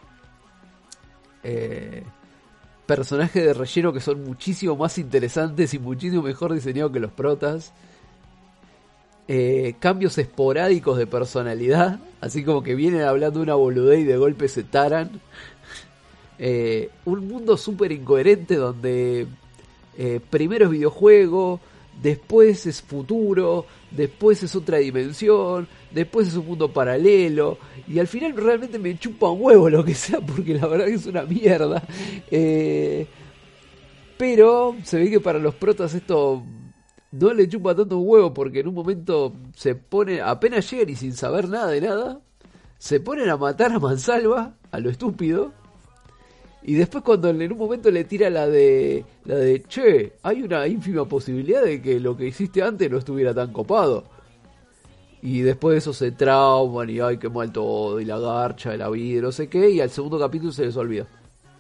Eh, personajes de relleno que son muchísimo más interesantes y muchísimo mejor diseñados que los protas. eh, cambios esporádicos de personalidad, así como que vienen hablando una boludez y de golpe se taran. Eh, un mundo súper incoherente donde eh, primero es videojuego, después es futuro, después es otra dimensión, después es un mundo paralelo, y al final realmente me chupa un huevo lo que sea, porque la verdad que es una mierda. Eh, pero se ve que para los protas esto no le chupa tanto un huevo, porque en un momento se pone, apenas llegan y sin saber nada de nada, se ponen a matar a mansalva, a lo estúpido. Y después cuando en un momento le tira la de la de che, hay una ínfima posibilidad de que lo que hiciste antes no estuviera tan copado. Y después de eso se trauman y ay, qué mal todo, y la garcha de la vida, no sé qué, y al segundo capítulo se les olvida.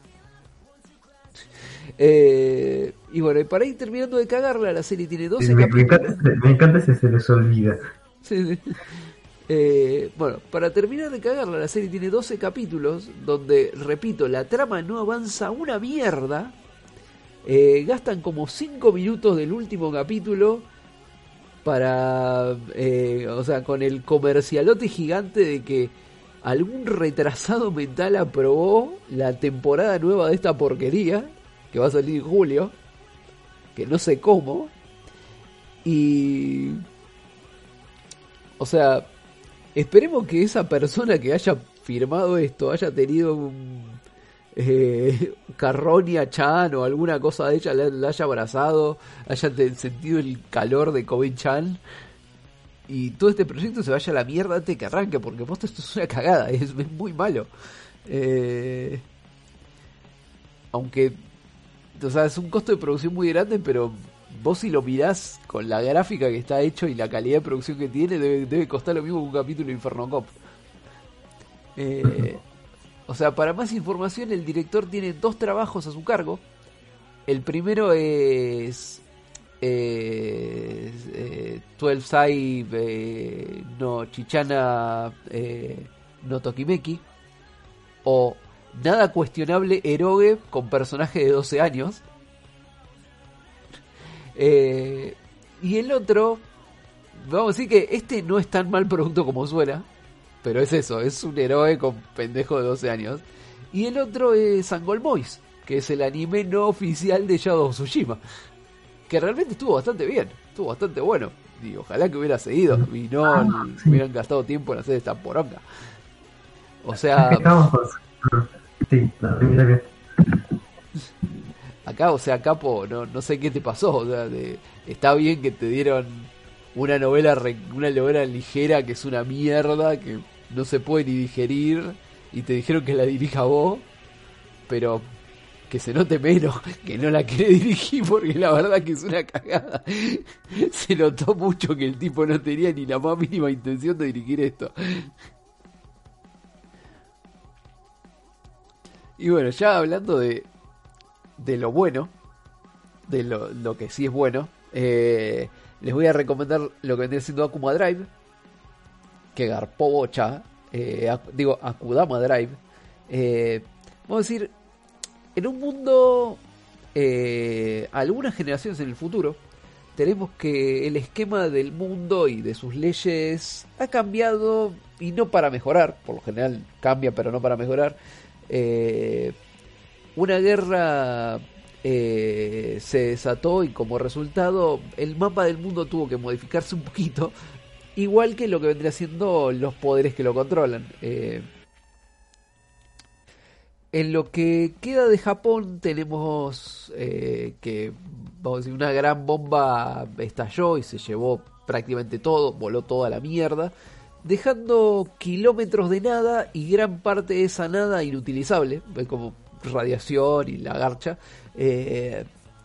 eh, y bueno, y para ir terminando de cagarla, la serie tiene doce me, capítulos. me, encanta, me encanta si se les olvida. Sí, sí. Eh, bueno, para terminar de cagarla, la serie tiene doce capítulos donde, repito, la trama no avanza una mierda. Eh, gastan como cinco minutos del último capítulo para, eh, o sea, con el comercialote gigante de que algún retrasado mental aprobó la temporada nueva de esta porquería, que va a salir en julio, que no sé cómo. Y... o sea... esperemos que esa persona que haya firmado esto haya tenido un eh, Carronia Chan o alguna cosa de ella, la, la haya abrazado, haya te, sentido el calor de Kobe Chan, y todo este proyecto se vaya a la mierda antes de que arranque, porque posta esto es una cagada, es, es muy malo. Eh, aunque, o sea, es un costo de producción muy grande, pero vos si lo mirás con la gráfica que está hecho y la calidad de producción que tiene, debe, debe costar lo mismo que un capítulo de Inferno Cop. Eh, o sea, para más información, el director tiene dos trabajos a su cargo. El primero es eh, eh, doce Sai eh, no Chichana eh, no Tokimeki, o Nada Cuestionable Eroge con personaje de doce años. Eh, y el otro, vamos a decir que este no es tan mal producto como suena, pero es eso, es un héroe con pendejo de doce años. Y el otro es Angol Boys, que es el anime no oficial de Shadow of Tsushima, que realmente estuvo bastante bien, estuvo bastante bueno, y ojalá que hubiera seguido y no Ah, sí. hubieran gastado tiempo en hacer esta poronga. O sea, Estamos con... sí, la primera que... acá, o sea, Capo, no, no sé qué te pasó, o sea, de, está bien que te dieron una novela re, una novela ligera que es una mierda, que no se puede ni digerir, y te dijeron que la dirija vos, pero que se note menos que no la quiere dirigir, porque la verdad que es una cagada. Se notó mucho que el tipo no tenía ni la más mínima intención de dirigir esto. Y bueno, ya hablando de de lo bueno, de lo, lo que sí es bueno, eh, les voy a recomendar lo que vendría siendo Akuma Drive, que garpó bocha, eh, digo Akudama Drive. Eh, vamos a decir, en un mundo, eh, algunas generaciones en el futuro, tenemos que el esquema del mundo y de sus leyes ha cambiado, y no para mejorar, por lo general cambia pero no para mejorar. eh, Una guerra eh, se desató y como resultado el mapa del mundo tuvo que modificarse un poquito, igual que lo que vendría siendo los poderes que lo controlan. Eh, en lo que queda de Japón tenemos eh, que, vamos a decir, una gran bomba estalló y se llevó prácticamente todo, voló toda la mierda, dejando kilómetros de nada y gran parte de esa nada inutilizable, como radiación y la garcha. eh,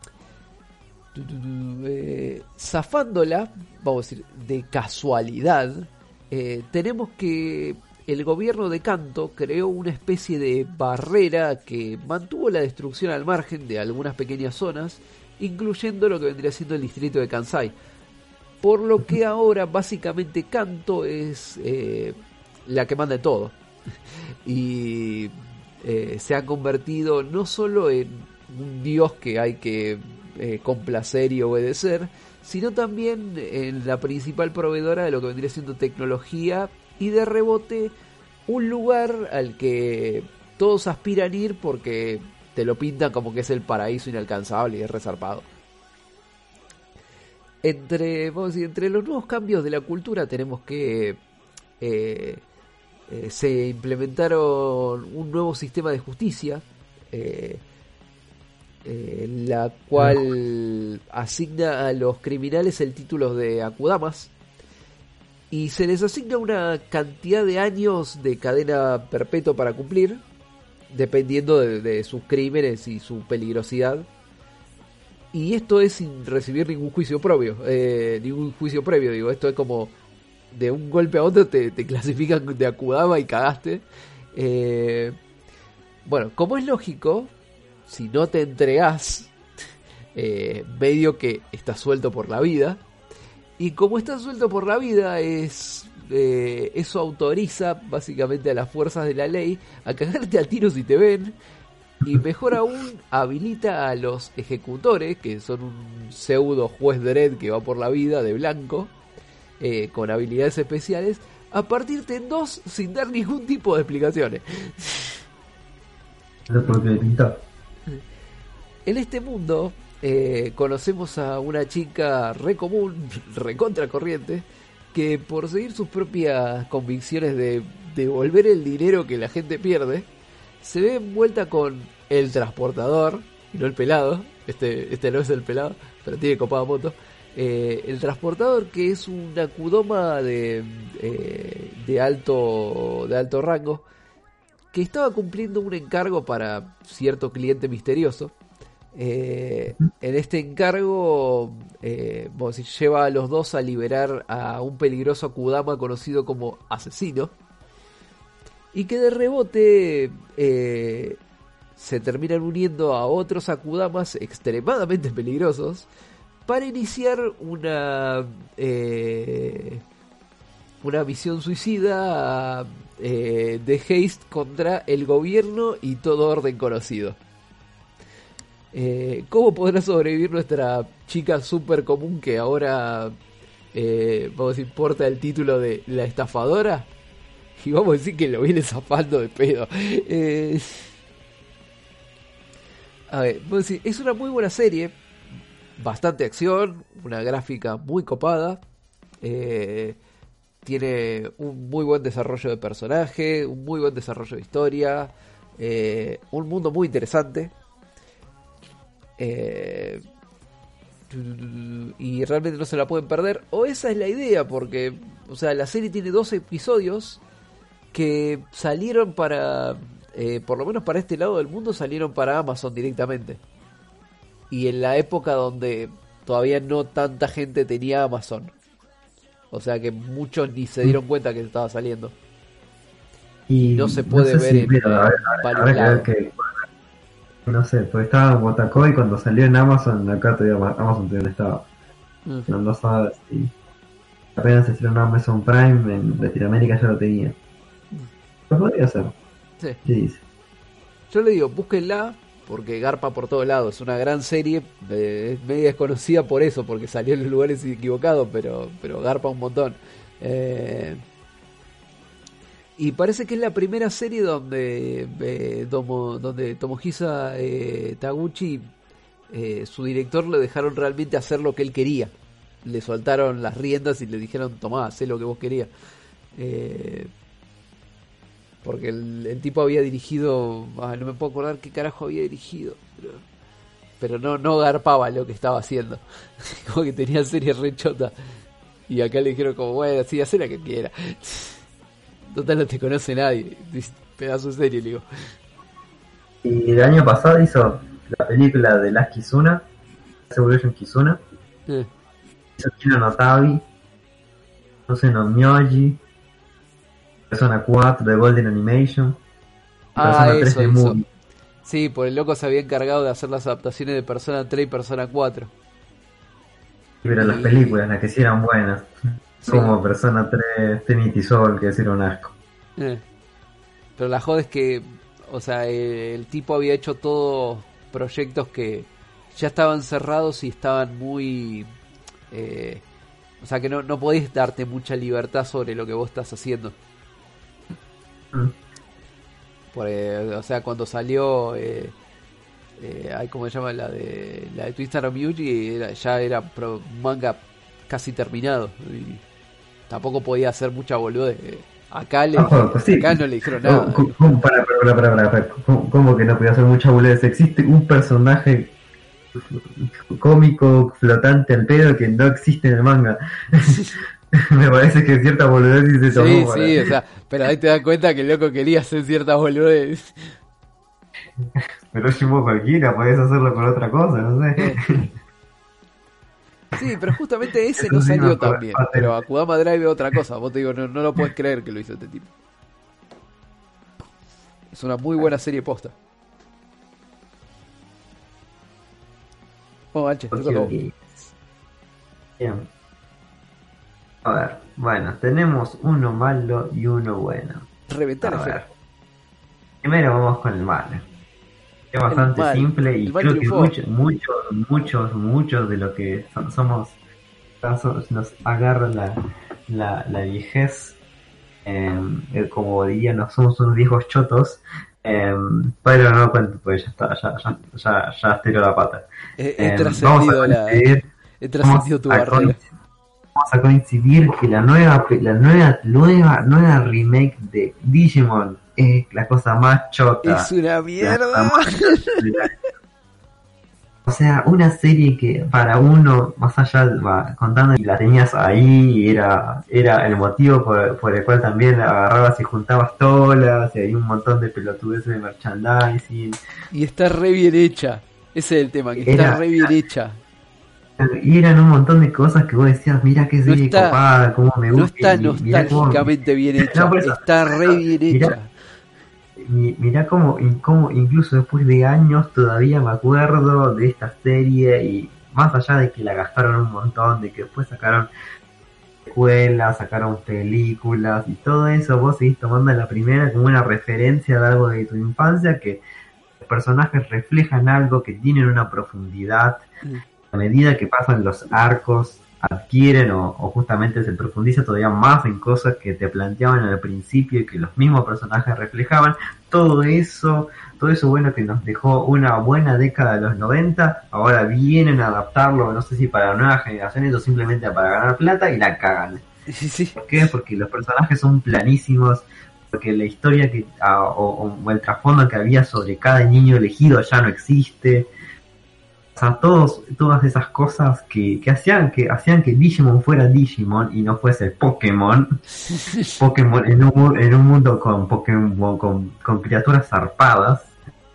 eh, zafándola, vamos a decir, de casualidad, eh, tenemos que el gobierno de Kanto creó una especie de barrera que mantuvo la destrucción al margen de algunas pequeñas zonas, incluyendo lo que vendría siendo el distrito de Kansai, por lo que ahora básicamente Kanto es eh, la que manda en todo. Y Eh, se ha convertido no solo en un dios que hay que eh, complacer y obedecer, sino también en la principal proveedora de lo que vendría siendo tecnología y de rebote un lugar al que todos aspiran ir porque te lo pintan como que es el paraíso inalcanzable y es resarpado. Entre, vamos a decir, entre los nuevos cambios de la cultura tenemos que eh, eh, se implementaron un nuevo sistema de justicia, eh, eh, la cual asigna a los criminales el título de akudamas y se les asigna una cantidad de años de cadena perpetua para cumplir, dependiendo de, de sus crímenes y su peligrosidad. Y esto es sin recibir ningún juicio previo, eh, ningún juicio previo, digo, esto es como de un golpe a otro te, te clasifican de akudama y cagaste. Eh, bueno, como es lógico, si no te entregás, eh, medio que estás suelto por la vida. Y como estás suelto por la vida, es eh, eso autoriza básicamente a las fuerzas de la ley a cagarte a tiros si te ven. Y mejor aún, habilita a los ejecutores, que son un pseudo juez Dredd que va por la vida de blanco, eh, con habilidades especiales, a partirte en dos sin dar ningún tipo de explicaciones. En este mundo eh, conocemos a una chica re común, recontra corriente, que por seguir sus propias convicciones de devolver el dinero que la gente pierde, se ve envuelta con el transportador, y no el pelado, este, este no es el pelado, pero tiene copada moto, eh, el transportador, que es un akudama de, eh, de, alto, de alto rango, que estaba cumpliendo un encargo para cierto cliente misterioso. Eh, en este encargo eh, bueno, si lleva a los dos a liberar a un peligroso akudama conocido como Asesino, y que de rebote eh, se terminan uniendo a otros akudamas extremadamente peligrosos para iniciar una eh, una misión suicida eh, de haste contra el gobierno y todo orden conocido. Eh, ¿Cómo podrá sobrevivir nuestra chica super común que ahora eh, vamos a decir, porta el título de la estafadora? Y vamos a decir que lo viene zafando de pedo. Eh, a ver, vamos a decir, es una muy buena serie. Bastante acción. Una gráfica muy copada. Eh, tiene un muy buen desarrollo de personaje. Un muy buen desarrollo de historia. Eh, un mundo muy interesante. Eh, y realmente no se la pueden perder. O esa es la idea. Porque, o sea, la serie tiene doce episodios que salieron para, eh, por lo menos para este lado del mundo, salieron para Amazon directamente. Y en la época donde todavía no tanta gente tenía Amazon. O sea que muchos ni se dieron cuenta que estaba saliendo. Y no se puede no ver si, en, pero, a ver, en varios lados. Que, no sé, porque estaba en Wataco y cuando salió en Amazon, acá todavía Amazon todavía no estaba. Uh-huh. No, no sabes si apenas se estrenó Amazon Prime en Latinoamérica ya lo tenía. Lo podría hacer. Sí. ¿Qué dice? Yo le digo, búsquenla, porque garpa por todos lados. Es una gran serie, eh, es media desconocida por eso, porque salió en los lugares equivocados, pero, pero garpa un montón. Eh, y parece que es la primera serie donde eh, Tomo, donde Tomohisa eh, Taguchi, eh, su director, le dejaron realmente hacer lo que él quería. Le soltaron las riendas y le dijeron, tomá, hacé lo que vos querías. Eh... Porque el, el tipo había dirigido, ah, no me puedo acordar qué carajo había dirigido, pero, pero no no garpaba lo que estaba haciendo. Como que tenía series re chota. Y acá le dijeron como, bueno, sí, hacé la que quiera. Total, no te conoce nadie. Pedazo de serie, le digo. Y el año pasado hizo la película de Last Kizuna, Evolution Kizuna. Eh. Hizo Kino no Tabi, no sé, no Myoji, Persona cuatro de Golden Animation, ah, eso, de eso. Sí, por el loco se había encargado de hacer las adaptaciones de Persona tres y Persona cuatro. Pero y... las películas, las que sí eran buenas, sí. Como Persona tres, Trinity Soul, que sí era un asco. Eh. Pero la joda es que, o sea, el, el tipo había hecho todos proyectos que, ya estaban cerrados y estaban muy... Eh, o sea que no, no podés darte mucha libertad sobre lo que vos estás haciendo. Mm. Por, eh, o sea, cuando salió... Eh, eh, ay, ¿cómo se llama? La de la de Twister of Yuji, era, ya era pro, manga casi terminado. Y tampoco podía hacer mucha boludez. Acá, le, Ojo, pues sí. acá no le dijeron nada. ¿Cómo, cómo, para, para, para, para, para, ¿Cómo, cómo que no podía hacer mucha boludez? Existe un personaje cómico flotante al pedo que no existe en el manga. Me parece que cierta boludez sí se tomó. Sí, para... sí, o sea, pero ahí te das cuenta que el loco quería hacer ciertas boludez. Pero Shimo cualquiera, podés hacerlo con otra cosa, no sé. Sí, pero justamente ese Eso no sí salió me acuerdo. tan bien. Pero Akudama Drive es otra cosa. Vos te digo, no, no lo puedes creer que lo hizo este tipo. Es una muy buena serie posta. Oh, Anche, te toca a vos. Bien. A ver, bueno, tenemos uno malo y uno bueno. Reventar A el ver. Primero vamos con el malo. Es bastante mal. simple y El mal creo que triunfó. muchos, muchos, muchos, muchos de lo que so- somos, so- nos agarra la, la, la viejez, eh, eh, como dirían, no somos unos viejos chotos, eh, pero no cuento, pues ya está, ya, ya, ya, ya estiró la pata. He, Eh, he trascendido la. coincidir- He trascendido tu vamos a barrera. coincidir- vamos a coincidir que la nueva, la nueva, nueva, nueva remake de Digimon es la cosa más chota. Es una La mierda. más chota de la- O sea, una serie que para uno, más allá, va, contando que la tenías ahí, era, era el motivo por, por el cual también agarrabas y juntabas tolas, y hay un montón de pelotudeces de merchandising. Y está re bien hecha. Ese es el tema, que está Era- re bien hecha. Y eran un montón de cosas que vos decías, mira qué No serie está- copada, cómo me No gusta. está y mirá cómo- nostálgicamente bien hecha. No, por eso. Está re bien Mirá- hecha. Mi- Mirá cómo, y cómo incluso después de años todavía me acuerdo de esta serie, y más allá de que la gastaron un montón, de que después sacaron secuelas, sacaron películas y todo eso, vos seguís tomando la primera como una referencia de algo de tu infancia, que los personajes reflejan algo, que tienen una profundidad. Mm. A medida que pasan los arcos, adquieren o, o justamente se profundiza todavía más en cosas que te planteaban al principio y que los mismos personajes reflejaban. Todo eso, todo eso bueno que nos dejó una buena década de los noventa, ahora vienen a adaptarlo, no sé si para nuevas generaciones o simplemente para ganar plata, y la cagan. Sí, sí. ¿Por qué? Porque los personajes son planísimos, porque la historia que ah, o, o el trasfondo que había sobre cada niño elegido ya no existe. O sea, todos, todas esas cosas que, que hacían que hacían que Digimon fuera Digimon y no fuese Pokémon. Pokémon en un, mu- en un mundo con Pokémon con, con criaturas zarpadas.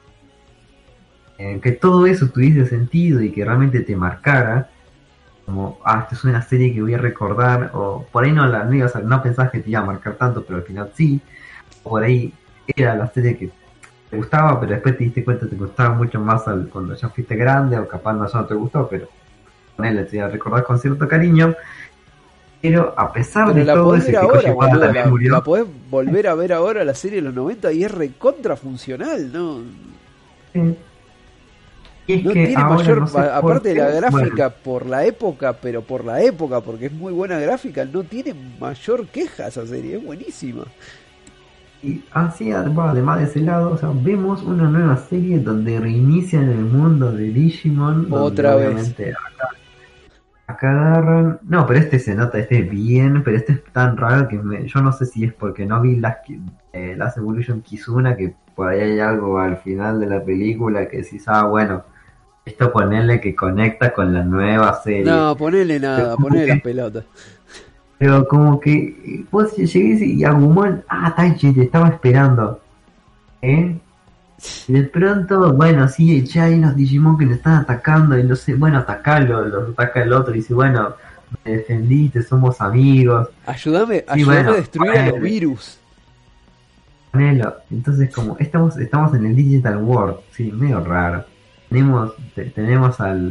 Eh, que todo eso tuviese sentido y que realmente te marcara. Como, ah, esta es una serie que voy a recordar. O por ahí no la no, ibas a- no pensás que te iba a marcar tanto, pero al final sí. O por ahí era la serie que te gustaba, pero después te diste cuenta que te gustaba mucho más al, cuando ya fuiste grande, o capaz no, ya no te gustó, pero con él te iba a recordar con cierto cariño. Pero a pesar Pero de la todo podés eso, ver que ahora, Koji Wada boludo. también La, murió. la podés volver a ver ahora, la serie de los noventa, y es recontra funcional, ¿no? Sí. Y es No que tiene ahora mayor, no sé por aparte de qué, la gráfica bueno, por la época, pero por la época, porque es muy buena gráfica, no tiene mayor queja esa serie, es buenísima. y así, además además de ese lado, o sea, vemos una nueva serie donde reinician el mundo de Digimon. donde Otra vez. obviamente acá, acá agarran. No, pero este se nota, este es bien, pero este es tan raro que me- yo no sé si es porque no vi las, ki- eh, las Evolution Kizuna, que por ahí hay algo al final de la película que decís, ah, bueno, esto ponerle que conecta con la nueva serie. No, ponele nada, Pero como ponele que- las pelotas. Pero como que eh, vos llegué y Agumon, ah, Taichi, te estaba esperando. ¿Eh? Y de pronto, bueno, sí, ya hay unos Digimon que te están atacando, y no sé, bueno, atacalo, los ataca el otro, y dice, bueno, me defendiste, somos amigos, Ayúdame, Sí, ayúdame bueno, a destruir a los ponele. virus. ponelo. Entonces, como, estamos estamos en el Digital World, sí, medio raro. Tenemos, te- tenemos al...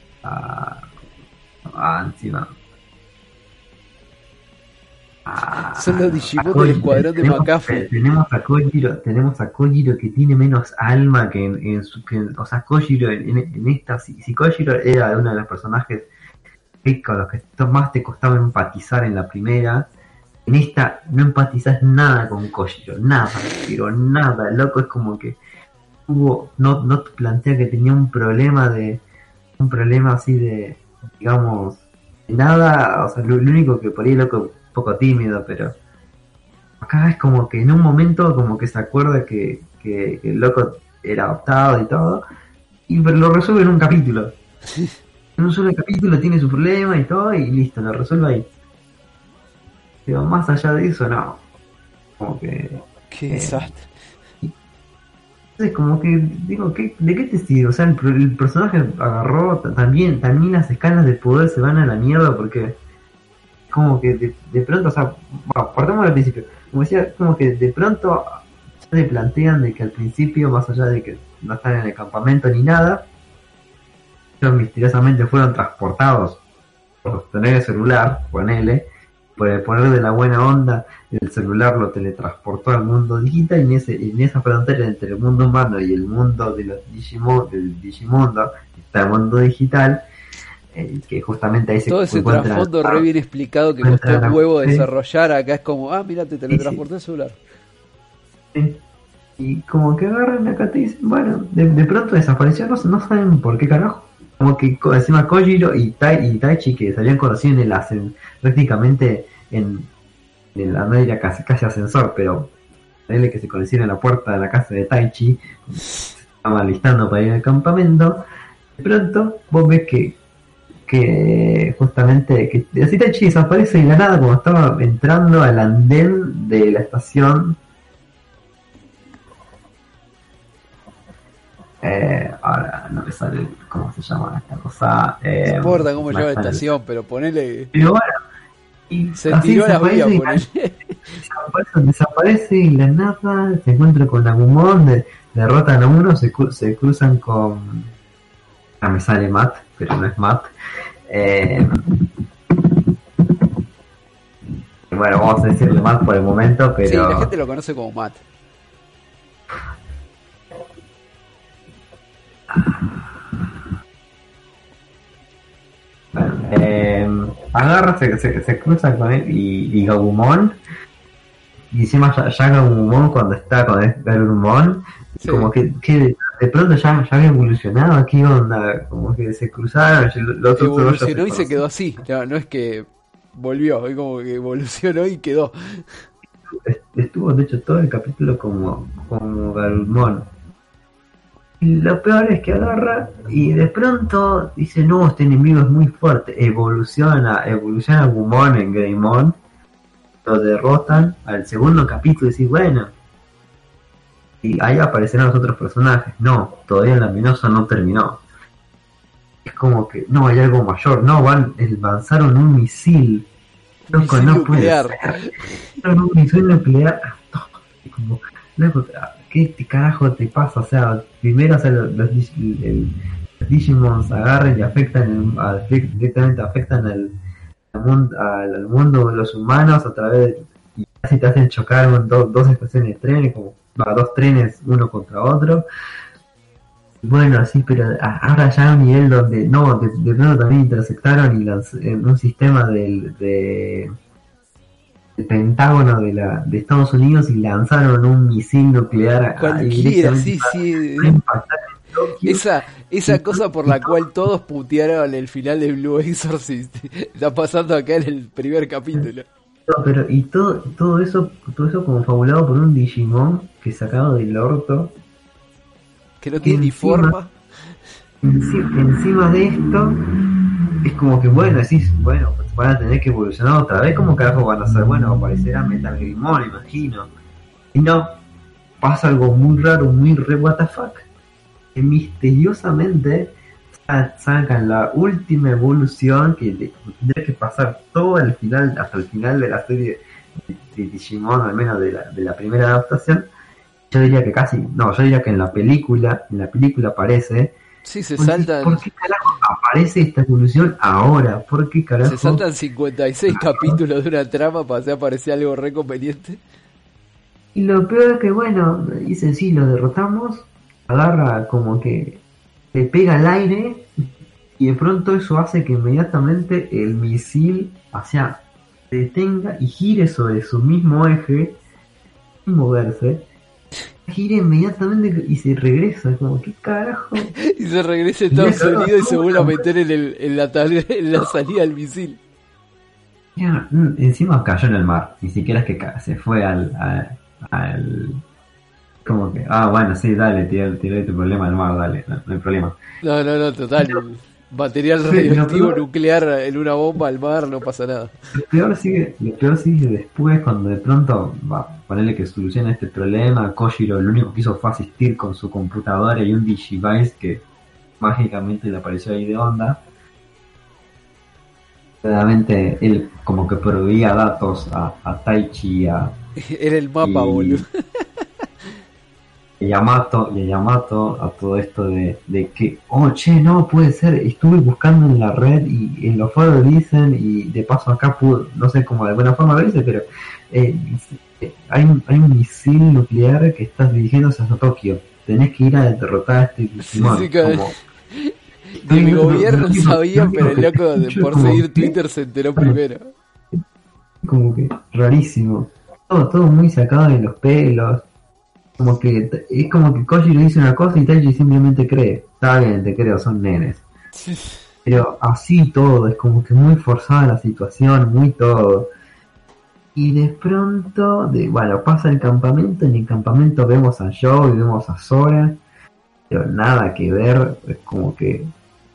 A, a encima... A, a... Son los Digimon a del Kojiro. escuadrón de Tenemos- McAfee. Tenemos a Kojiro, tenemos a Kojiro que tiene menos alma que en, en su... Que, o sea, Kojiro en, en, en esta... Si, si Kojiro era uno de los personajes que con los que más te costaba empatizar en la primera, en esta no empatizas nada con Kojiro, nada, pero nada, loco, es como que hubo, no, no te plantea que tenía un problema de, un problema así de, digamos, de nada, o sea, lo, lo único que por ahí, loco, un poco tímido, pero acá es como que en un momento como que se acuerda que, que, que el loco era adoptado y todo, y pero lo resuelve en un capítulo. En un solo capítulo tiene su problema y todo, y listo, lo resuelve ahí. Pero más allá de eso, no. Como que... Qué eh, desastre. Entonces, como que, digo, ¿qué, ¿de qué te sirve? O sea, el, el personaje agarró t- también, también las escalas de poder se van a la mierda porque como que de, de pronto, o sea, bueno, partamos del principio. Como decía, como que de pronto ya te plantean de que al principio, más allá de que no están en el campamento ni nada, ellos misteriosamente fueron transportados por tener el celular, ponele, por el poner de la buena onda, el celular lo teletransportó al mundo digital, y en ese en esa frontera entre el mundo humano y el mundo de los Digimon, del Digimundo, está el mundo digital, eh, que justamente ahí se Todo ese encuentran- trasfondo re bien explicado que encuentran costó un a- huevo sí. desarrollar. Acá es como, ah, mira, te teletransporté el celular. Sí. Y como que agarran acá te dicen, bueno, de, de pronto desapareció, no, no saben por qué carajo. Como que co- encima Kojiro y, Tai, y Taichi, que se habían conocido en el ascen, prácticamente en, en la media casi, casi ascensor, pero él que se conocieron en la puerta de la casa de Taichi, se estaban listando para ir al campamento. De pronto vos ves que que justamente que así Taichi desaparece de la nada como estaba entrando al andén de la estación. Eh, ahora no me sale cómo se llama esta cosa. Eh, No importa cómo me llama la sale. estación, pero ponele. Pero bueno, y Se así tiró a la vía, desaparece, y ponele. desaparece, desaparece y la nada se encuentra con Agumon, de, derrotan a uno, se, cru- se cruzan con... Ah, me sale Matt, pero no es Matt. Eh, bueno, vamos a decirle Matt por el momento, pero... Sí, la gente lo conoce como Matt. Bueno, eh, agarra, se, se, se cruza con él y, y Gabumon. Y encima ya, ya Gabumon cuando está con el Gabumon, Sí. como que, que de, de pronto ya, ya había evolucionado, ¿qué onda? Como que se cruzaron, y los otros dos ya Evolucionó y se conocían. quedó así. No, no es que volvió, es como que evolucionó y quedó. Estuvo de hecho todo el capítulo como, como Gabumon. Y lo peor es que agarra y de pronto dice, no, este enemigo es muy fuerte, evoluciona, evoluciona Gumon en Greymon, lo derrotan al segundo capítulo y decís, bueno, y ahí aparecerán los otros personajes. No, todavía la amenaza no terminó. Es como que, no, hay algo mayor, no, van, lanzaron un misil. Loco, Misil no puede nuclear. ser. Lanzaron un misil nuclear. Y como, loco, ¿qué te carajo te pasa? O sea, primero, o sea, los, los, Dig- el- los Digimons agarran y afectan, el- a- directamente afectan al, al, mundo, al, al mundo de los humanos a través de, y casi te hacen chocar con do- dos estaciones de trenes, como va, dos trenes uno contra otro. Bueno, así, pero a- ahora ya a un nivel donde no, de, de pronto también intersectaron y lanz- en un sistema del de, del Pentágono de la de Estados Unidos y lanzaron un misil nuclear a- Cualquiera, sí, directamente sí. para impactar en Tokio. Esa, esa cosa por la cual todos putearon el final de Blue Exorcist. Está pasando acá en el primer capítulo. No, pero y todo todo eso todo eso confabulado por un Digimon que sacado del orto. Que no tiene ni Encima- forma. Enci- encima de esto es como que bueno, decís, bueno, pues van a tener que evolucionar otra vez, como carajo van a hacer, bueno, aparecerá Metal Grimon, imagino. Y no, pasa algo muy raro, muy re what the fuck, que misteriosamente sa- sacan la última evolución que de- tendría que pasar todo el final, hasta el final de la serie de, de Digimon, al menos de la, de la primera adaptación. Yo diría que casi, no, yo diría que en la película, en la película aparece Sí, se ¿Por qué- saltan. ¿Por qué carajo aparece esta evolución ahora? ¿Por qué carajo? Se saltan cincuenta y seis capítulos de una trama para hacer aparecer algo re conveniente. Y lo peor es que, bueno, dice, sí, lo derrotamos, agarra como que le pega al aire y de pronto eso hace que inmediatamente el misil, o sea, se detenga y gire sobre su mismo eje sin moverse. Gire inmediatamente y se regresa, como, ¿qué carajo? Y se regresa a Estados Unidos y se vuelve a meter en, el, en, la, tal- en la salida del misil. Ya, mm, encima cayó en el mar, ni siquiera es que ca- se fue al, al, al- como que, ah, bueno, sí, dale, tiré, tiré tu problema al mar, dale, no, no hay problema. No, no, no, total. Material Sí, radioactivo no, pero- nuclear en una bomba al mar, no pasa nada. Lo peor sigue, lo peor sigue después, cuando de pronto va a ponerle que soluciona este problema. Kojiro lo único que hizo fue asistir con su computadora y un Digivice que mágicamente le apareció ahí de onda. Claramente él como que proveía datos a, a Taichi, a, Era el mapa, Y- boludo. y a Yamato, y a Yamato a todo esto de, de que, oh, che, no, puede ser, estuve buscando en la red y en los foros dicen, y de paso acá pudo, no sé cómo de alguna forma lo dice, pero eh, hay, un- hay un misil nuclear que está dirigiéndose hacia Tokio, tenés que ir a derrotar a este Digimon. sí, claro. como- De mi no, no, gobierno no, no, sabía, no, pero el no, loco de- yo por como seguir que- Twitter se enteró primero. como que rarísimo, todo, todo muy sacado de los pelos, como que t- es como que Koji le dice una cosa y Taichi simplemente cree, está bien, te creo, son nenes, pero así todo, es como que muy forzada la situación, muy todo, y de pronto, de, bueno, pasa el campamento, en el campamento vemos a Joe y vemos a Sora, pero nada que ver, es como que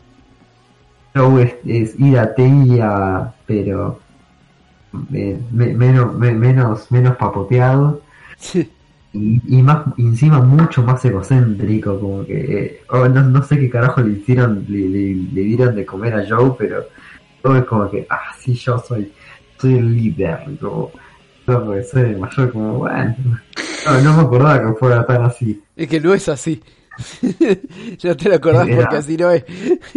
Joe es, es ira Teia, pero me- me- menos, me- menos, menos papoteado. Sí. Y, y más y encima mucho más egocéntrico, como que eh, oh, no, no sé qué carajo le hicieron, le, le, le dieron de comer a Joe, pero todo es como que, ah, sí, yo soy, soy el líder, y como, no, que soy el mayor, como, bueno, no, no me acordaba que fuera tan así. Es que no es así. Ya te lo acordás Era- porque así no es.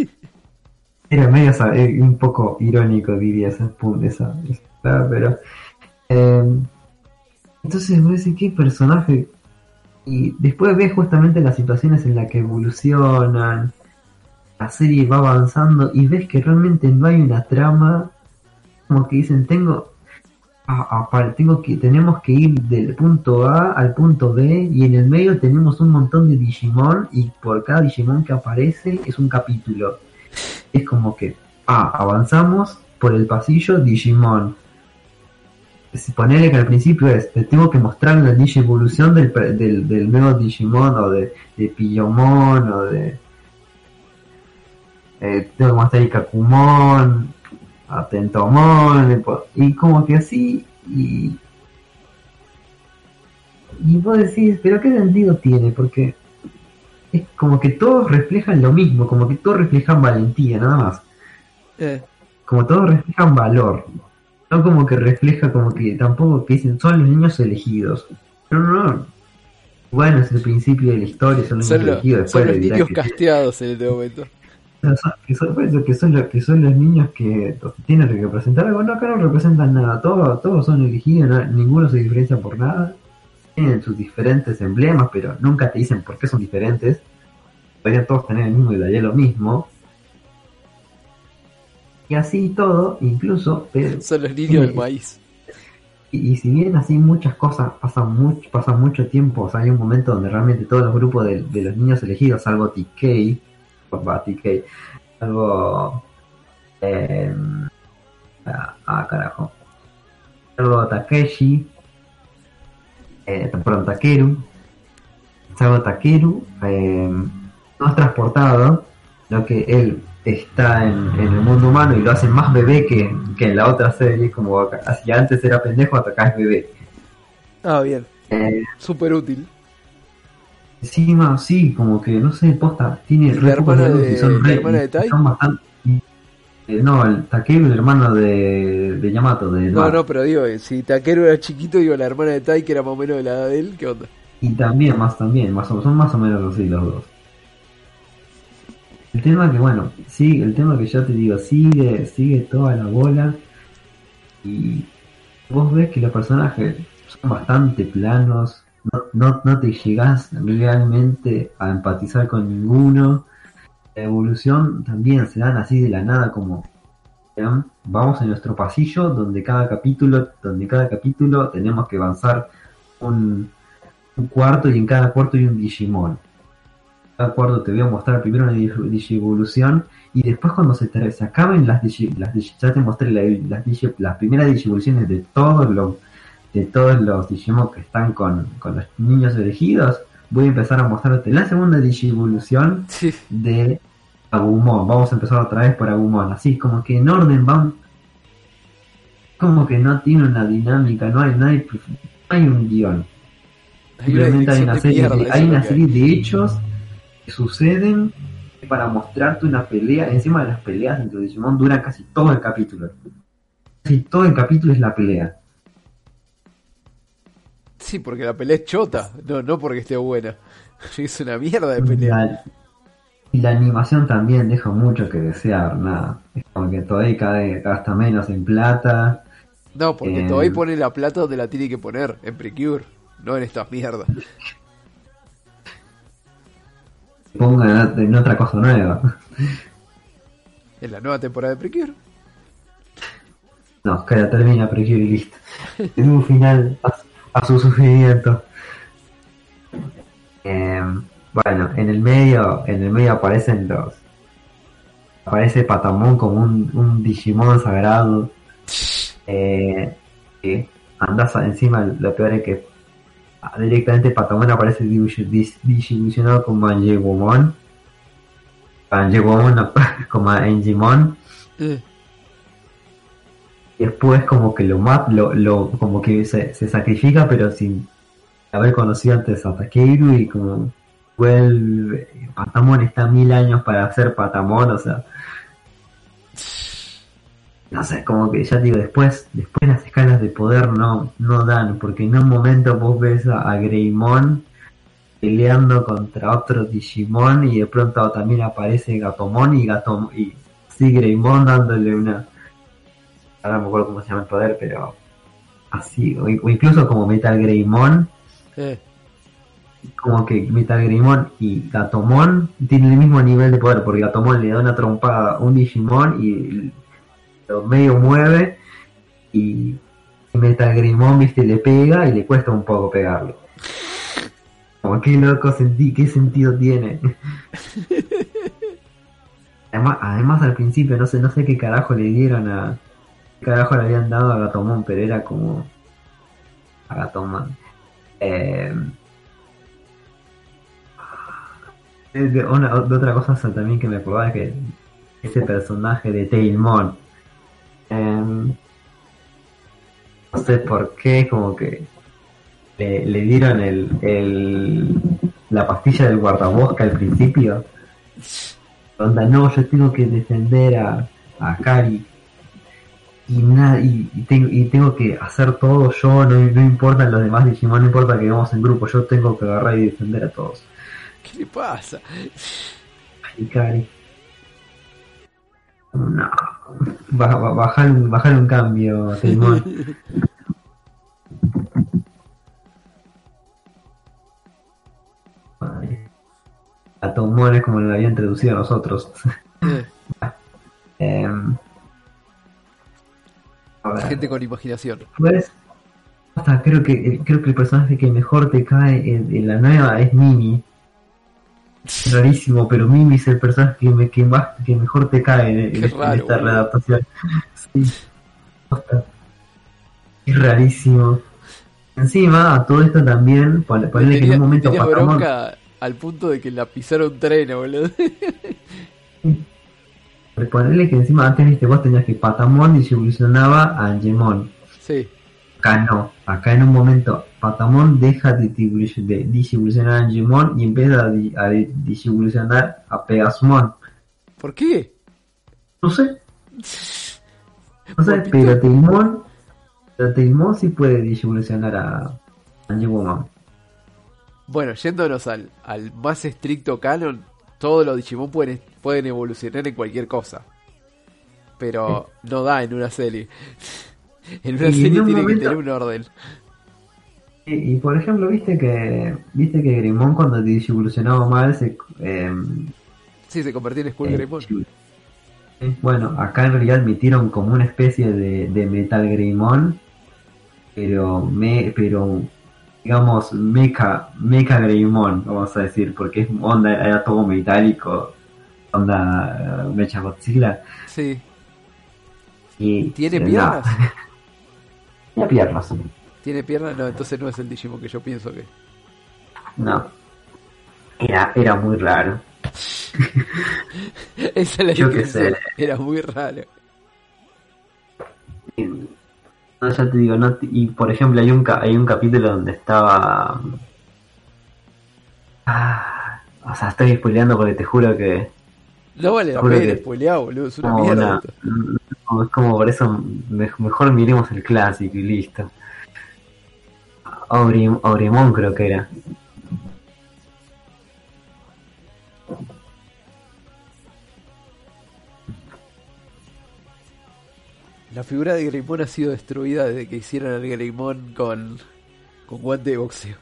Era medio sa- eh, un poco irónico, diría ese punto, esa, esa- pero eh, entonces me parece qué personaje, y después ves justamente las situaciones en las que evolucionan, la serie va avanzando y ves que realmente no hay una trama, como que dicen tengo a- a- tengo que tenemos que ir del punto A al punto B y en el medio tenemos un montón de Digimon y por cada Digimon que aparece es un capítulo. Es como que, ah, avanzamos por el pasillo Digimon. Si ponele que al principio es, te tengo que mostrar la Digievolución del, pre- del, del nuevo Digimon o de, de Pillomon o de... Eh, tengo que mostrar Ikakumon, Atentomon, y po- y como que así, y... Y vos decís, pero ¿qué sentido tiene? Porque es como que todos reflejan lo mismo, como que todos reflejan valentía, nada más. Eh, Como todos reflejan valor. No como que refleja como que tampoco que dicen son los niños elegidos. No, no, no. Bueno, es el principio de la historia, son los son niños los, elegidos. Después son los le dirán niños que, casteados en este momento. son, que, son, por eso que, son los, que son los niños que tienen que representar algo. No, acá no representan nada. Todos, todos son elegidos, no- ninguno se diferencia por nada. Tienen sus diferentes emblemas, pero nunca te dicen por qué son diferentes. Podrían todos tener el mismo y daría lo mismo. Y así todo, incluso, pero, Son los niños Sí. del maíz. y, y si bien así muchas cosas pasan mucho, pasan mucho tiempo, o sea, hay un momento donde realmente todos los grupos de, de los niños elegidos, salvo T K, va, T K, salvo eh, ah, ah, carajo, salvo Takeshi, eh, perdón, Takeru, salvo Takeru, eh, no es transportado, lo que él está en, en el mundo humano y lo hace más bebé que, que en la otra serie, como acá, así antes era pendejo, hasta acá es bebé. Ah, bien. Eh, Súper útil. encima, sí, como que, no sé, posta, tiene ¿Y re la pocos hermana diálogos y de- son la re- hermana de Tai? son bastante... eh, no, el Takeru, el hermano de, de Yamato, de No, Noah. no, pero digo, eh, si Takeru era chiquito, digo, la hermana de Tai, que era más o menos de la edad de él, ¿qué onda? Y también, más también, más o, son más o menos así los dos. El tema que, bueno, sí, el tema que yo te digo, sigue, sigue toda la bola y vos ves que los personajes son bastante planos, no, no, no te llegás realmente a empatizar con ninguno. La evolución también se dan así de la nada como ¿vean? Vamos en nuestro pasillo donde cada capítulo, donde cada capítulo tenemos que avanzar un, un cuarto y en cada cuarto hay un Digimon. Cada cuarto te voy a mostrar primero una Digivolución y después cuando se, te, se acaben las digi, las digi, ya te mostré la, las, digi, las primeras Digivoluciones de todos los de todos los Digimon que están con, con los niños elegidos, voy a empezar a mostrarte la segunda Digivolución Sí. de Agumon. Vamos a empezar otra vez por Agumon, así como que en orden van, como que no tiene una dinámica, no hay, no hay, no hay un guión. Hay una Simplemente hay dirección una de serie, mierda, de, eso hay es lo una que serie hay. de hechos que suceden para mostrarte una pelea. Encima de las peleas entre Digimon duran casi todo el capítulo. Casi todo el capítulo es la pelea. Sí, porque la pelea es chota, no, no porque esté buena. Es una mierda de pelea. La, y la animación también deja mucho que desear, nada. Es como que todavía cada vez gasta menos en plata. No, porque Eh, todavía pone la plata donde la tiene que poner, en Precure, no en estas mierdas. Pongan en otra cosa nueva. En la nueva temporada de Precure. No, que la termina Precure y listo. Es un final a, a su sufrimiento. Eh, bueno, en el medio, en el medio aparecen los. Aparece Patamon como un, un Digimon sagrado. Eh, que andas encima, lo peor es que directamente Patamon aparece digivolucionado como Anjewomon. Anjewomon no, como Angemon. Eh, Y después como que lo mata, lo, lo, como que se, se sacrifica pero sin haber conocido antes a Takeru y como vuelve, Patamon está mil años para ser Patamon, o sea, no sé, como que ya te digo, después, después las escalas de poder no, no dan, porque en un momento vos ves a, a Greymon peleando contra otro Digimon y de pronto también aparece Gatomon y Gatomon y sí, Greymon dándole una, ahora no me acuerdo cómo se llama el poder, pero así, o, o incluso como Metal Greymon, eh. como que Metal Greymon y Gatomon tienen el mismo nivel de poder, porque Gatomon le da una trompada a un Digimon y lo medio mueve y Metal Greymon, viste, le pega y le cuesta un poco pegarlo. Como qué loco sentí, qué sentido tiene. Además, además al principio no sé, no sé qué carajo le dieron a qué carajo le habían dado a Gatomon, pero era como a Gatomon. Eh, de, una, de otra cosa también que me acordaba es que ese personaje de Tailmon, eh, no sé por qué, como que le, le dieron el, el la pastilla del guardabosque al principio. Onda, no, yo tengo que defender a, a Kari y, nada, y, y, tengo, y tengo que hacer todo yo, no, no importan los demás Digimon, no importa que vamos en grupo, yo tengo que agarrar y defender a todos. ¿Qué le pasa? Y Kari, no, baja, bajar, bajar un cambio, Tailmon. Gatomon es como lo habían traducido a nosotros. Eh. eh, Gente con imaginación. Pues, hasta creo que creo que el personaje que mejor te cae en, en la nueva es Mimi. Es rarísimo, pero Mimi es el personaje que, me, que más que mejor te cae en, en, raro, en esta boludo. readaptación. Sí. Hasta. Es rarísimo. Encima, a todo esto también, pon- ponele que en Tenía, un momento tenía Patamon. bronca al punto de que la pisaron tren, boludo. Ponerle que encima antes viste vos tenías que Patamon digivolucionaba a Angemon. Sí. Acá no, acá en un momento Patamon deja de, digivolu- de digivolucionar a Angemon y empieza a, di- a di- digivolucionar a Pegasmon. ¿Por qué? No sé, no sé, Porque pero tú- Tailmon, pero Tailmon sí puede digivolucionar a Angemon. Bueno, yéndonos al, al más estricto canon, todos los Digimon pueden, pueden evolucionar en cualquier cosa. Pero no da en una serie. En una Y serie en un tiene momento- que tener un orden. Y, y, por ejemplo, viste que viste que Greymon cuando evolucionaba mal se eh, Sí, se convirtió en Skull eh, Greymon. bueno, acá en realidad metieron como una especie de, de Metal Greymon, pero me pero digamos Mecha Mecha Greymon, vamos a decir, porque es onda, era todo metálico, onda uh, Mecha Godzilla. Sí. Y ¿Tiene eh, piernas? no. Tiene piernas. ¿Tiene piernas? No, entonces no es el Digimon que yo pienso que... No. Era, era muy raro. Esa es la Yo qué descripción. sé. Era muy raro. No, ya te digo, no, y por ejemplo hay un ca- hay un capítulo donde estaba... Ah, o sea, estoy spoileando porque te juro que... No vale la Juro pena que- spoilear, boludo. Es una como mierda. una- esto. no, es como por eso me- mejor miremos el clásico y listo. Auri- Auremon creo que era. La figura de Greymon ha sido destruida desde que hicieron al Greymon con, con guante de boxeo.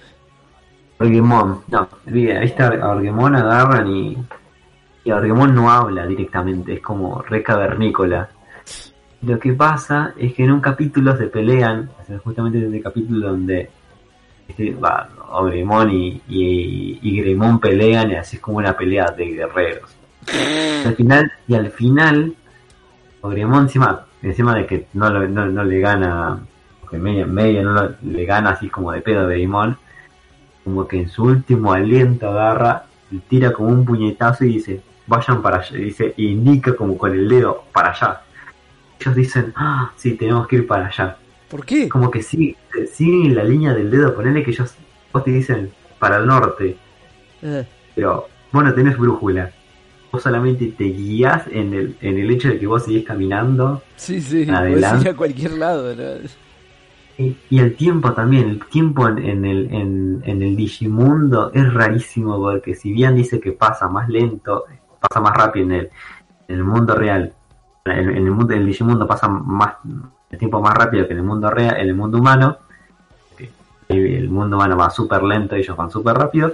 Auremon, no, mira, viste, a Auremon agarran y, y Auremon no habla directamente, es como re cavernícola. Lo que pasa es que en un capítulo se pelean, o sea, justamente en ese capítulo donde este, va, Auremon y, y, y Greymon pelean y así es como una pelea de guerreros. Al final, y al final, Auremon encima, encima de que no, lo- no, no le gana, que media, media no lo- le gana así como de pedo a Greymon, como que en su último aliento agarra y tira como un puñetazo y dice, vayan para allá, y dice, e indica como con el dedo para allá. Ellos dicen, ah, sí, tenemos que ir para allá. ¿Por qué? Como que sigue, siguen la línea del dedo, ponele que ellos, vos te dicen para el norte, Eh, pero vos no tenés brújula. Vos solamente te guías en el, en el hecho de que vos seguís caminando. sí, sí. Podés Adelante. ir a cualquier lado, ¿no? Y, y el tiempo también, el tiempo en, en el, en, en el Digimundo es rarísimo porque si bien dice que pasa más lento, pasa más rápido en el, en el mundo real. En, en el mundo, en el Digimundo pasa más, el tiempo más rápido que en el mundo real, en el mundo humano. Que el mundo humano va súper lento y ellos van súper rápido.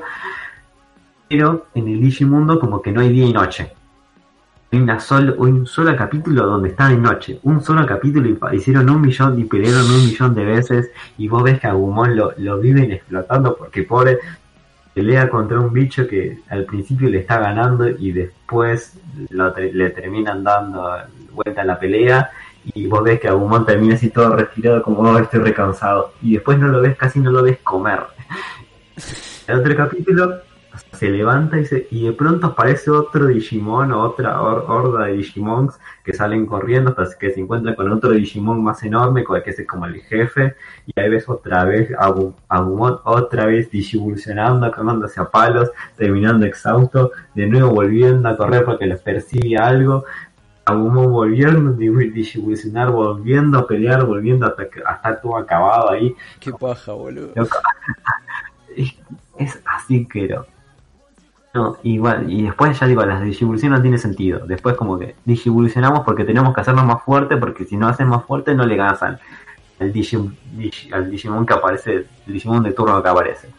Pero en el Digimundo como que no hay día y noche. Hay una sol, un solo capítulo donde está de noche, un solo capítulo y pa- hicieron un millón y pelearon un millón de veces y vos ves que Agumon lo, lo viven explotando porque pobre pelea contra un bicho que al principio le está ganando y después lo te- le terminan dando vuelta a la pelea y vos ves que Agumon termina así todo respirado como oh, estoy recansado y después no lo ves, casi no lo ves comer. El otro capítulo se levanta y, se, y de pronto aparece otro Digimon o otra or, horda de Digimons que salen corriendo hasta que se encuentran con otro Digimon más enorme, con el que es como el jefe, y ahí ves otra vez a Agu- Agumon otra vez digivolucionando, cagándose a palos, terminando exhausto, de nuevo volviendo a correr porque les persigue algo, Agumon volviendo a digivolucionar, volviendo a pelear, volviendo hasta, que- hasta estar todo acabado ahí. Qué paja, boludo. Loco. Es, es así que no. No, igual, y después ya digo, la digivolución no tiene sentido. Después como que digivolucionamos porque tenemos que hacernos más fuerte, porque si no hacen más fuerte no le ganas al, al, Digi, Digi- al Digimon que aparece, el Digimon de turno que aparece.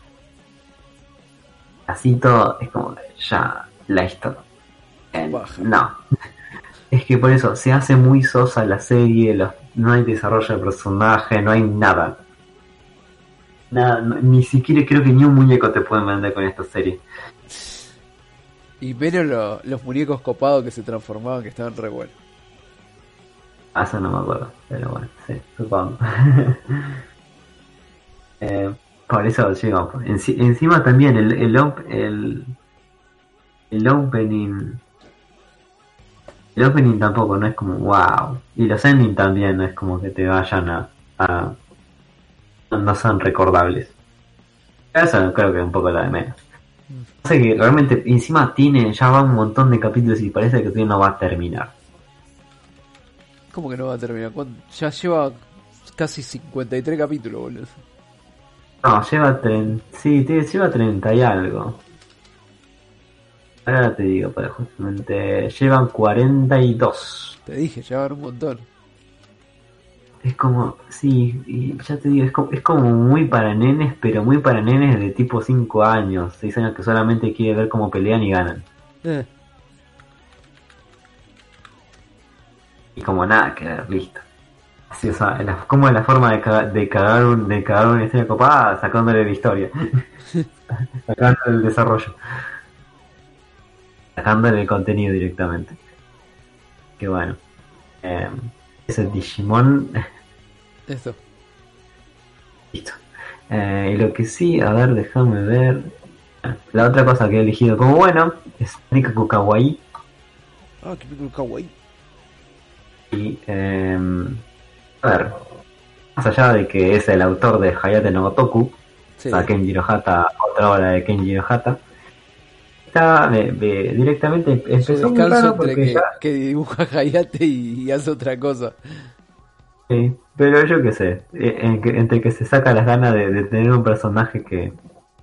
Así todo, es como que ya la historia. Eh, Baja. no. Es que por eso se hace muy sosa la serie, los, no hay desarrollo de personaje, no hay nada. Nada, no- ni siquiera creo que ni un muñeco te pueden vender con esta serie. Y menos lo- los muñecos copados que se transformaban, que estaban re buenos. Ah, eso no me acuerdo, pero bueno, sí, supongo. eh, por eso digo, enci- encima también el, el, op- el, el opening, el opening tampoco no es como wow, y los ending también no es como que te vayan a, a no son recordables. Eso creo que es un poco la de menos. O sea que realmente encima tiene, ya va un montón de capítulos y parece que todavía no va a terminar. ¿Cómo que no va a terminar? ¿Cuándo? Ya lleva casi cincuenta y tres capítulos, boludo. No, lleva treinta, sí, te- lleva treinta y algo. Ahora te digo, pues justamente llevan cuarenta y dos. Te dije, llevan un montón. Es como, sí, y ya te digo, es como, es como muy para nenes, pero muy para nenes de tipo cinco años, seis años que solamente quiere ver cómo pelean y ganan. Eh, Y como nada que ver, listo. Así, o sea, la, como es la forma de, caga- de cagar un, de cagar una historia copada, sacándole la historia. Sacándole el desarrollo. Sacándole el contenido directamente. Que bueno. Eh, ese Digimon. Esto. Listo. Eh, y lo que sí, a ver, déjame ver. La otra cosa que he elegido como bueno es Rikaku Kawaii. Ah, qué película kawaii. Y, eh, a ver, más allá de que es el autor de Hayate no Gotoku, Sí. o sea, Kenjiro Hata, otra obra de Kenjiro Hata, está me- me- directamente Su empezó muy descanso raro entre porque que, ya, que dibuja Hayate y, y hace otra cosa. sí, pero yo qué sé, eh, en que- entre que se saca las ganas de, de tener un personaje que,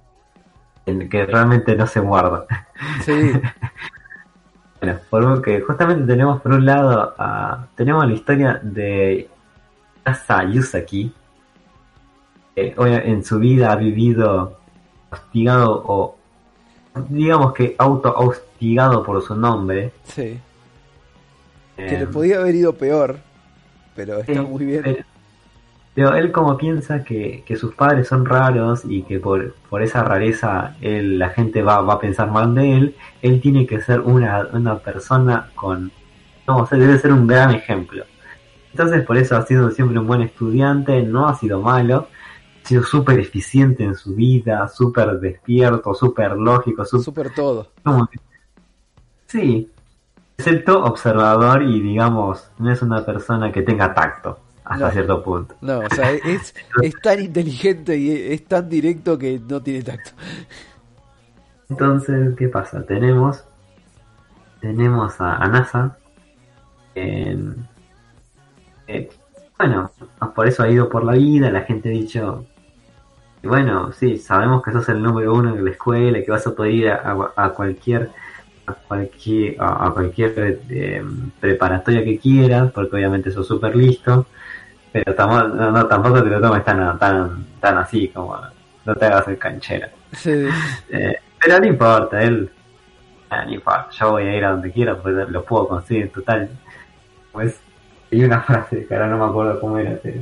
en que realmente no se guarda. Sí, Bueno, porque justamente tenemos por un lado a, tenemos la historia de Asa Yusaki, que hoy en su vida ha vivido hostigado o digamos que auto hostigado por su nombre. sí. eh, Que le podía haber ido peor, pero está sí, muy bien. Pero, pero él como piensa que, que sus padres son raros y que por, por esa rareza él, la gente va, va a pensar mal de él, él tiene que ser una, una persona con... No, o sea, debe ser un gran ejemplo. Entonces por eso ha sido siempre un buen estudiante, no ha sido malo, ha sido súper eficiente en su vida, súper despierto, súper lógico, súper... Súper todo. como que- Sí, excepto observador y digamos, no es una persona que tenga tacto hasta No. cierto punto. No, o sea, es, es tan inteligente y es tan directo que no tiene tacto. Entonces, ¿qué pasa? Tenemos tenemos a, a NASA. en- eh, bueno, por eso ha ido por la vida. La gente ha dicho, y bueno, sí, sabemos que sos el número uno en la escuela, que vas a poder ir a, a- a cualquier a cualquier a, a cualquier eh, preparatoria que quieras, porque obviamente sos súper listo. Pero tamo- no, no, tampoco te lo tomes tan, tan, tan así, como no te hagas el canchero. Sí, Eh, pero no importa, él, ah, no importa, yo voy a ir a donde quiera, porque lo puedo conseguir total. Pues, hay una frase que ahora no me acuerdo cómo era, pero,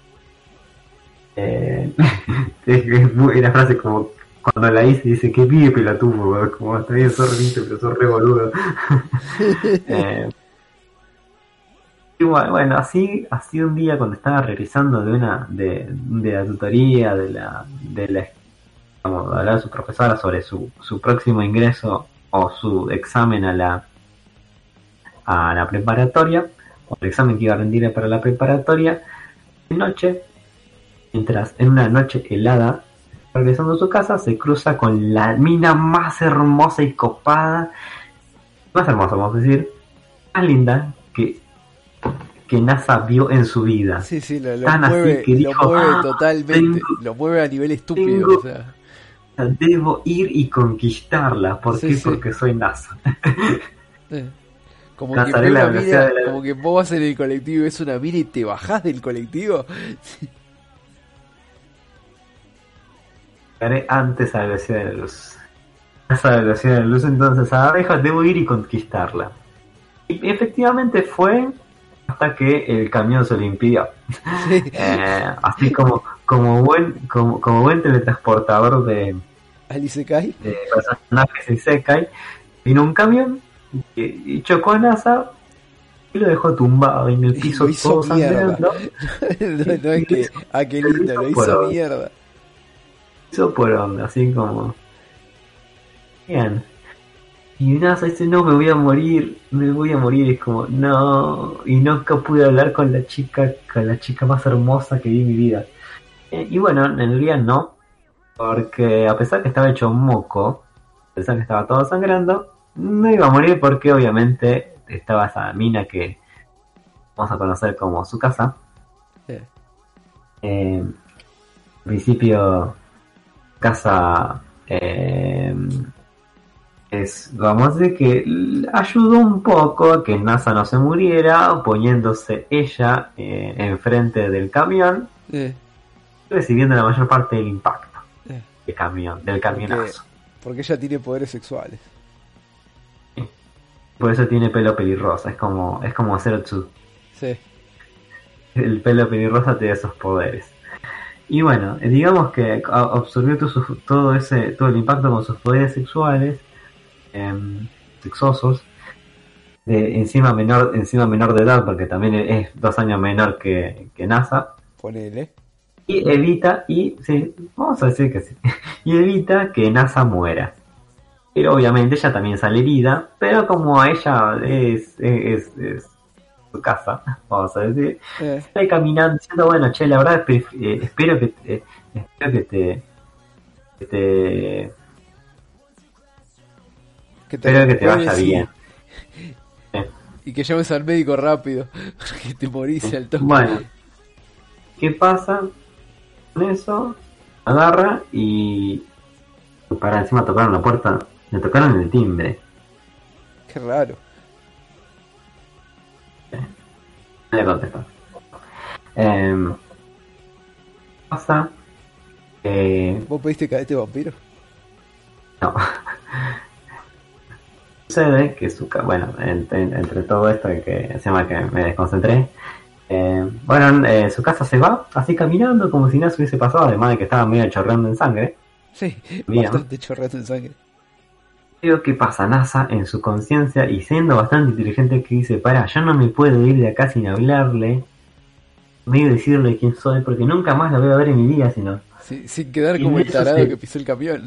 eh, es, es muy- una frase como cuando la hice dice que pibe pelotudo, como está bien sos listo, pero sos re boludo. eh, Igual, bueno, así, así un día cuando estaba regresando de una, de, de la tutoría, de la, de la, vamos a hablar a su profesora sobre su, su próximo ingreso o su examen a la, a la preparatoria, o el examen que iba a rendir para la preparatoria, de noche, mientras en una noche helada, regresando a su casa, se cruza con la mina más hermosa y copada, más hermosa, vamos a decir, más linda que que NASA vio en su vida. sí, sí, lo, lo Tan así mueve, que lo dijo, mueve "Ah, totalmente. tengo- Lo mueve a nivel estúpido. tengo- O sea, Debo ir y conquistarla. ¿Por Sí, qué? sí. Porque soy NASA. eh. Como que, Casaré ve la una velocidad mina- de la- como que vos vas en el colectivo y ves una mina y te bajás del colectivo. Llegaré antes a la velocidad de la luz. A la velocidad de la luz, entonces abejas, debo ir y conquistarla. Y efectivamente fue hasta que el camión se lo impidió. Sí. Eh, así como, como buen, como, como buen teletransportador de, Alice Kai. de personajes en Sekai, vino un camión y, y chocó a NASA y lo dejó tumbado en el Y piso lo hizo todo mierda. sangrando. no, no es que, ah, qué lindo, lo hizo Pero- mierda. Hizo por onda, así como bien. Y NASA dice, no, me voy a morir, me voy a morir, es como, no, y nunca pude hablar con la chica, con la chica más hermosa que vi en mi vida. Eh, y bueno, en realidad no, porque a pesar que estaba hecho un moco, a pesar que estaba todo sangrando, no iba a morir porque obviamente estaba esa mina que vamos a conocer como su casa. Sí. Eh, en principio, casa... Eh, es, vamos a decir que ayudó un poco a que NASA no se muriera, poniéndose ella eh, enfrente del camión, Eh, recibiendo la mayor parte del impacto eh, del camión, del porque, camionazo. porque ella tiene poderes sexuales. Por eso tiene pelo pelirrosa, es como, es como Zero Two. Sí. El pelo pelirrosa te da esos poderes. Y bueno, digamos que absorbió todo, su, todo ese todo el impacto con sus poderes sexuales, eh, sexosos, de encima menor encima menor de edad, porque también es dos años menor que, que NASA. Ponele. Y evita, y sí, vamos a decir que sí, y evita que NASA muera. Pero obviamente ella también sale herida, pero como ella es, es, es, es su casa, vamos a decir, Eh, está ahí caminando diciendo, bueno, che, la verdad pref- eh, espero que te, espero que te, que te, que te espero que te recuerdes vaya y- bien. Y que llames al médico rápido. Que te morís al toque. Bueno, ¿qué pasa con eso? Agarra y para encima tocaron la puerta, le tocaron el timbre. Qué raro. No le contestó. Eh, pasa que ¿Vos pediste cadete vampiro? no. Sucede que su ca- bueno, entre, entre todo esto que encima que me desconcentré, eh, bueno, eh, su casa se va así caminando como si nada se hubiese pasado, además de que estaba medio chorreando en sangre. Sí, Bien. bastante chorreato en sangre. Digo, ¿qué pasa? NASA en su conciencia y siendo bastante inteligente que dice, para, yo no me puedo ir de acá sin hablarle, medio decirle quién soy, porque nunca más la voy a ver en mi vida, sino Sí, sin quedar Y como el eso tarado sí. que pisó el camión.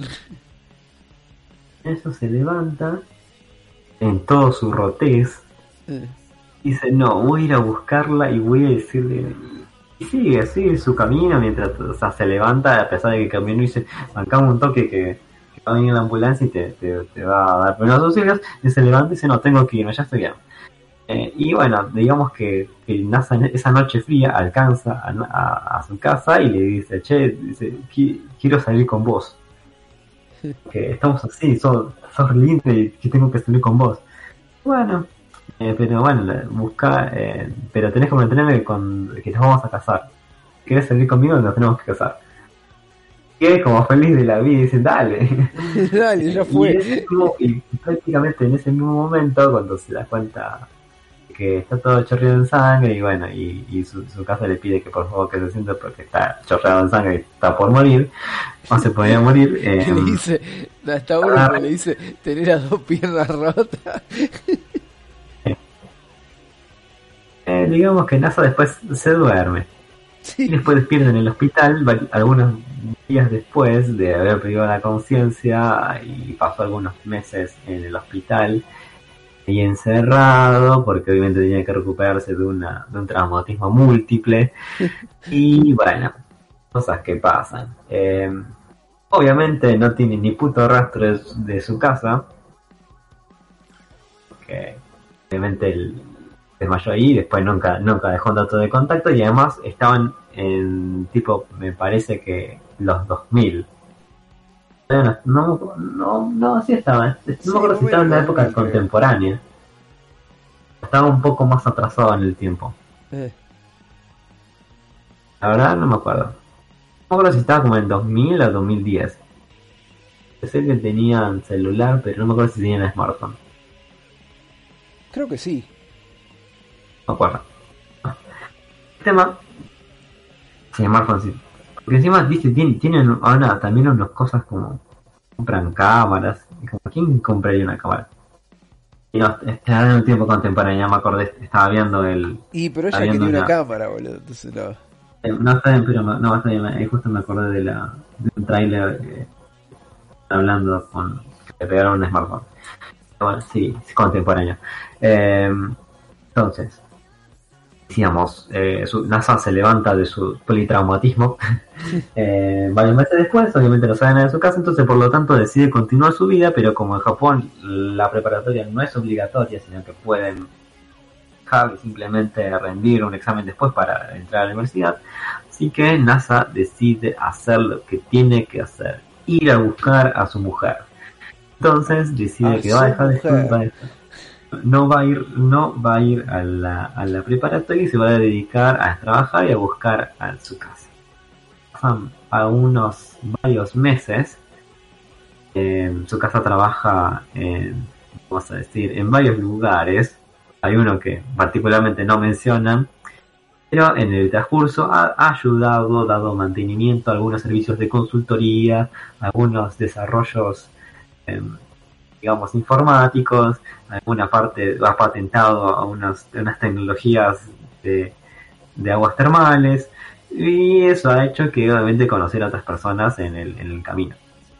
eso se levanta en todo su rotez. Eh, Dice, no, voy a ir a buscarla y voy a decirle... Y sigue, sigue su camino mientras, o sea, se levanta, a pesar de que el camino dice, bancamos un toque que, que va a venir la ambulancia y te, te, te va a dar primeros auxilios, y se levanta y dice, no, tengo que irme, ya estoy bien. Eh, y bueno, digamos que, que NASA en esa noche fría alcanza a, a, a su casa y le dice, che, dice, "Qui- quiero salir con vos. Que estamos así, sos, sos lindo y que tengo que salir con vos. Bueno, eh, pero bueno, la- busca, eh, pero tenés que mantenerme con que nos vamos a casar. ¿Querés salir conmigo? Nos tenemos que casar. Y es como feliz de la vida y dice, dale. Dale, ya Y, fue. en ese mismo- y prácticamente en ese mismo momento, cuando se da cuenta que está todo chorreado en sangre, y bueno, y, y su, su casa le pide que por favor que se siente porque está chorreado en sangre y está por morir, o se podría morir. Eh, Que le dice, hasta ahora agarra- le dice, tener las dos piernas rotas. eh, digamos que NASA después se duerme. Y Sí, después despierta en el hospital, vari- algunos días después de haber perdido la conciencia, y pasó algunos meses en el hospital y encerrado, porque obviamente tenía que recuperarse de, una, de un traumatismo múltiple. Y bueno, cosas que pasan. Eh, obviamente no tiene ni puto rastro de, su- de su casa, porque obviamente él desmayó ahí, después nunca, nunca dejó un dato de contacto, y además estaban en tipo, me parece que los dos mil. No, no, no, no, sí estaban, no Sí, me acuerdo si bueno, estaban en la época creo. contemporánea. Estaba un poco más atrasado en el tiempo. eh, La verdad no me acuerdo. No me acuerdo si estaba como en dos mil o dos mil diez. Sé que tenían celular, pero no me acuerdo si tenían smartphone. creo que sí. No me acuerdo. El tema... Sí, smartphone sí. Porque encima, viste, tienen, tienen ahora también unas cosas como... Compran cámaras. Y como, ¿quién compraría una cámara? Y no, está en el tiempo contemporáneo, ya me acordé. Estaba viendo el... Y pero ella Está viendo quería una una- cámara, boludo. Entonces no. Eh, No está bien, pero me- no, está bien. eh, Justo me acordé de la de un tráiler que hablando con que le pegaron un smartphone. Bueno, sí, es contemporáneo. Eh, entonces, decíamos, eh, su, NASA se levanta de su politraumatismo eh, varios meses después, obviamente lo saben de su casa, entonces por lo tanto decide continuar su vida, pero como en Japón la preparatoria no es obligatoria, sino que pueden dejar y simplemente rendir un examen después para entrar a la universidad, así que NASA decide hacer lo que tiene que hacer, ir a buscar a su mujer. Entonces decide A que va a su dejar de mujer. estudiar, no va a ir, no va a ir a la, a la preparatoria y se va a dedicar a trabajar y a buscar a su casa. Pasan a unos varios meses. En su casa trabaja en, vamos a decir, en varios lugares. Hay uno que particularmente no mencionan, pero en el transcurso ha, ha ayudado, dado mantenimiento a algunos servicios de consultoría, algunos desarrollos, eh, digamos, informáticos, alguna parte ha patentado a unas, unas tecnologías de, de aguas termales, y eso ha hecho que obviamente conocer a otras personas en el, en el camino.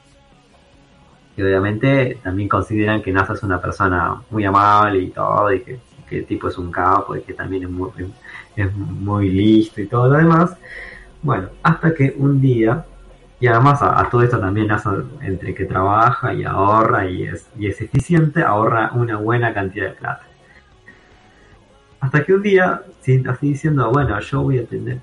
Y obviamente también consideran que NASA es una persona muy amable y todo, y que, que el tipo es un capo, y que también es muy, es muy listo y todo lo demás. Bueno, hasta que un día, y además a, a todo esto también NASA, entre que trabaja y ahorra y es, y es eficiente, ahorra una buena cantidad de plata. Hasta que un día, así diciendo, bueno, yo voy a tener...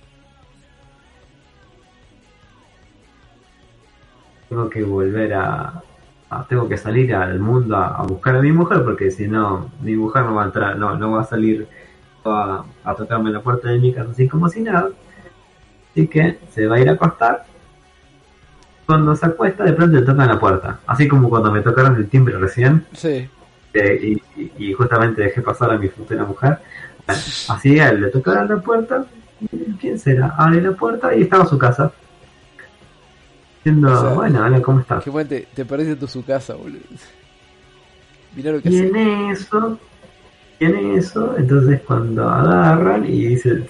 Tengo que volver a, a... Tengo que salir al mundo a, a buscar a mi mujer, porque si no, mi mujer no va a entrar, no, no va a salir a, a tocarme la puerta de mi casa así como si nada. Así que se va a ir a acostar. Cuando se acuesta, de pronto le tocan la puerta. Así como cuando me tocaron el timbre recién. Sí. Eh, y, y, y justamente dejé pasar a mi futura mujer. Bueno, así a él le tocaron la puerta. ¿Quién será? Abre la puerta y estaba en su casa. Diciendo, O sea, bueno, hola, ¿cómo estás? Qué mal te, te parece tu su casa, boludo. Mirá lo que Y hace. en eso, y en eso, entonces cuando agarran y dicen,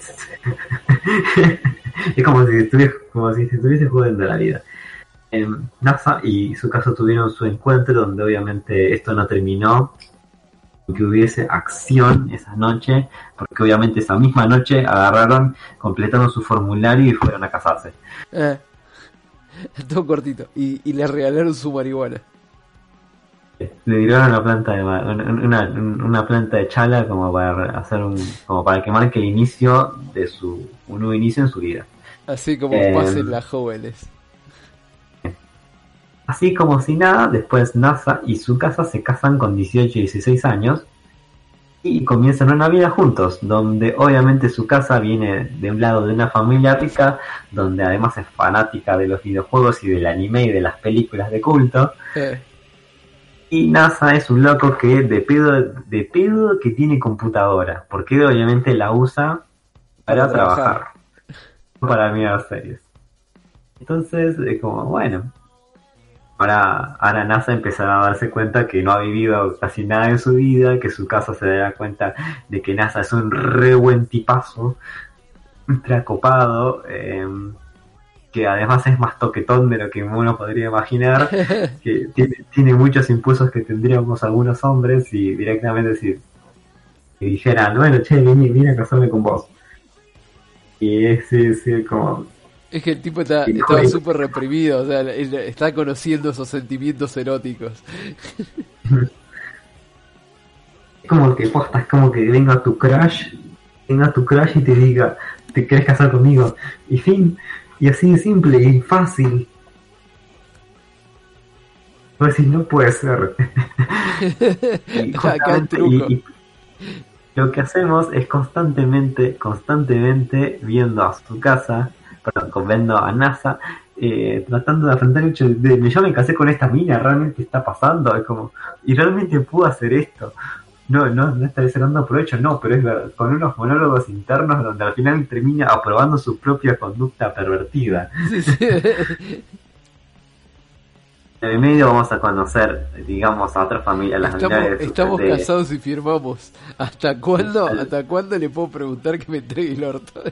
es como si estuviese, como si se estuviese jugando la vida. Eh, NASA y su casa tuvieron su encuentro, donde obviamente esto no terminó, que hubiese acción esa noche, porque obviamente esa misma noche agarraron, completaron su formulario y fueron a casarse. Eh. Todo cortito. Y, y le regalaron su marihuana. Le dieron una planta de una, una planta de chala como para hacer un, como para que marque el inicio de su un nuevo inicio en su vida. Así como Eh, pasen las jóvenes. Así como si nada, después NASA y su casa se casan con dieciocho y dieciséis años y comienzan una vida juntos, donde obviamente su casa viene de un lado de una familia rica, donde además es fanática de los videojuegos y del anime y de las películas de culto. Eh. Y NASA es un loco que de pedo, de pedo que tiene computadora, porque obviamente la usa para, Para trabajar, trabajar. para mirar series. Entonces es como, bueno, ahora, ahora NASA empezará a darse cuenta que no ha vivido casi nada en su vida, que su casa se dará cuenta de que NASA es un re buen tipazo, ultra copado, eh, que además es más toquetón de lo que uno podría imaginar, que tiene, tiene muchos impulsos que tendríamos algunos hombres, y directamente si, si dijeran, bueno, che, vine, vine a casarme con vos. Y es sí, sí, como... Es que el tipo está, Y, estaba joder. súper reprimido, o sea, él está conociendo esos sentimientos eróticos. Es como que posta, es como que venga tu crush, venga tu crush y te diga, ¿te querés casar conmigo? Y fin, y así de simple y fácil. Pues si no puede ser. Y Acá el justamente, truco. y- y lo que hacemos es constantemente, constantemente viendo a su casa, perdón, con- viendo a NASA, eh, tratando de afrontar el hecho de, yo me casé con esta mina, realmente está pasando, es como, y realmente puedo hacer esto. No, no, no estaré sacando provecho, no, pero es verdad, con unos monólogos internos donde al final termina aprobando su propia conducta pervertida. Sí, sí. En el medio vamos a conocer, digamos, a otra familia, las Estamos, familiares de- estamos de- casados y firmamos. ¿Hasta cuándo? ¿Hasta cuándo le puedo preguntar que me entregue el orto?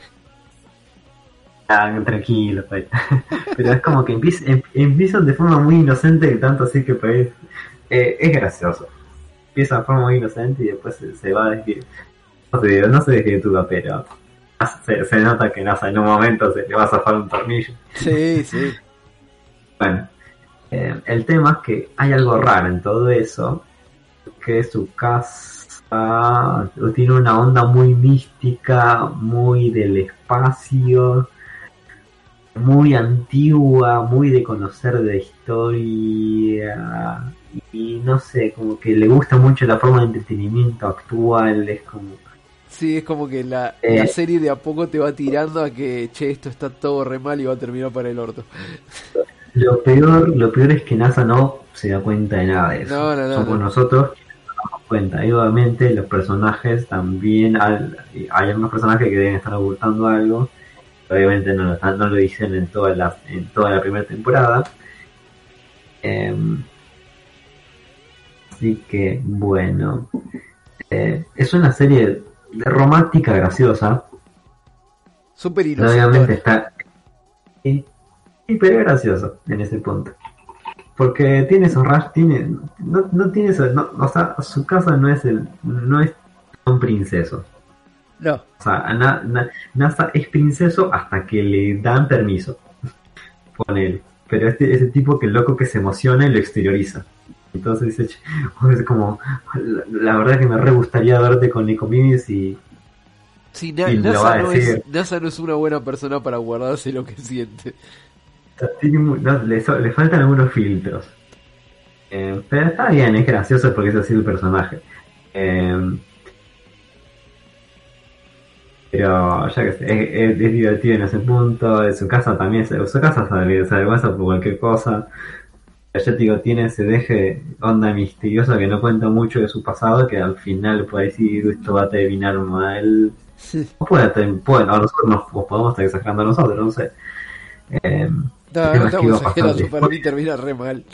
Ah, tranquilo, pues. Pero es como que empieza, em- empiezan de forma muy inocente, tanto así que pues eh, es gracioso. Empieza de forma muy inocente y después se, se va a decir, no sé, no se desvirtúa, pero se, se nota que NASA en un momento se le va a zafar un tornillo. Sí, sí. Bueno, eh, el tema es que hay algo raro en todo eso, que su casa tiene una onda muy mística, muy del espacio. muy antigua, muy de conocer de historia, y no sé, como que le gusta mucho la forma de entretenimiento actual, es como... Sí, es como que la, Eh. la serie de a poco te va tirando a que, che, esto está todo re mal y va a terminar para el orto. Lo peor, lo peor es que NASA no se da cuenta de nada de eso. No, no, no, Somos no. nosotros quienes nos damos cuenta. Y obviamente los personajes también, al- hay algunos personajes que deben estar ocultando algo. Obviamente no lo, están- no lo dicen en toda la, en toda la primera temporada. Em, así que, bueno. Eh, es una serie de romántica graciosa. Súper Pero obviamente inocente. está... Sí, sí, pero es gracioso en ese punto. Porque tiene esos rush, tiene... No, no tiene eso... No, o sea, su casa no es el... No es un princeso. No, O sea, na- na- NASA es princeso hasta que le dan permiso. Con él. Pero este ese tipo que loco que se emociona y lo exterioriza. Entonces dice, "Che", es como, la, la verdad que me re gustaría verte con Nicominis y sí, Na- Y lo va NASA, a no decir. es, NASA no es una buena persona para guardarse lo que siente. o sea, tiene mu- no, le, so- le faltan algunos filtros. Eh, pero está bien, es gracioso porque es así el personaje. Eh, pero ya que sé, es, es- es divertido en ese punto. En su casa también, se- su casa se se avergüenza por cualquier cosa. Ya te digo, tiene ese deje onda misteriosa que no cuenta mucho de su pasado, que al final puede decir esto va a terminar mal. O puede, ter- puede, a nosotros nos o podemos estar exagerando a nosotros, no sé. Eh, No, el tema no es que iba estamos a pasar exagerando, para después. mí termina re mal.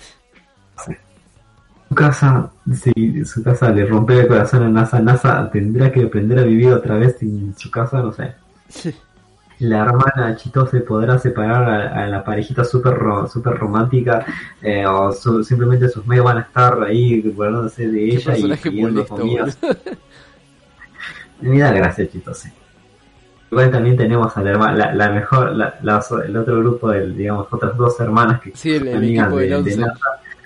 Su casa, si su casa le rompe el corazón a NASA, NASA tendrá que aprender a vivir otra vez sin su casa, no sé. La hermana Chito se podrá separar a, a la parejita super, ro- super romántica, eh, o su- simplemente sus medios van a estar ahí guardándose de Qué ella y personaje pidiendo molesto, comidas. boludo. Me da gracia Chitose. Igual también tenemos a la hermana, la, la mejor, la, la- el otro grupo, de, digamos, otras dos hermanas que Sí, el, son el amigas equipo de, del de once. NASA,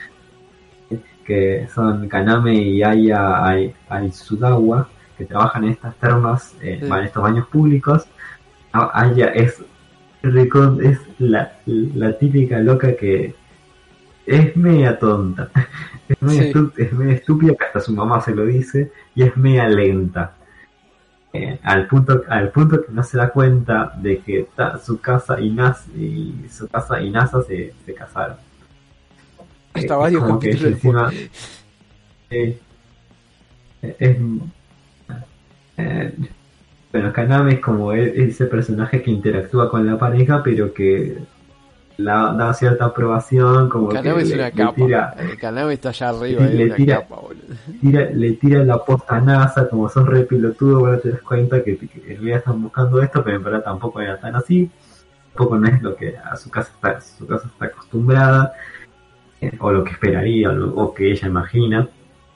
que son Kaname y Aya Ai- Aitsudawa, que trabajan en estas termas, eh, Sí. en estos baños públicos. A- Aya es, recon- es la, la típica loca que es media tonta, es media, Sí. estu- es media estúpida, que hasta su mamá se lo dice, y es media lenta. Eh, al punto al punto que no se da cuenta de que ta- su casa y Nas y su casa y NASA se, se casaron. Hasta Eh, varios como que capítulos encima eh, es eh, bueno, Kaname es como e- ese personaje que interactúa con la pareja pero que la, da cierta aprobación, como Kaname que es le, una le capa. tira, Eh, Kaname está allá arriba, le es una tira- capa, boludo. tira, le tira la posta a NASA, como sos re pilotudo, bueno te das cuenta que, que en realidad están buscando esto, pero en verdad tampoco era tan así, tampoco no es lo que a su casa está, su casa está acostumbrada, eh, o lo que esperaría, o, lo, o que ella imagina.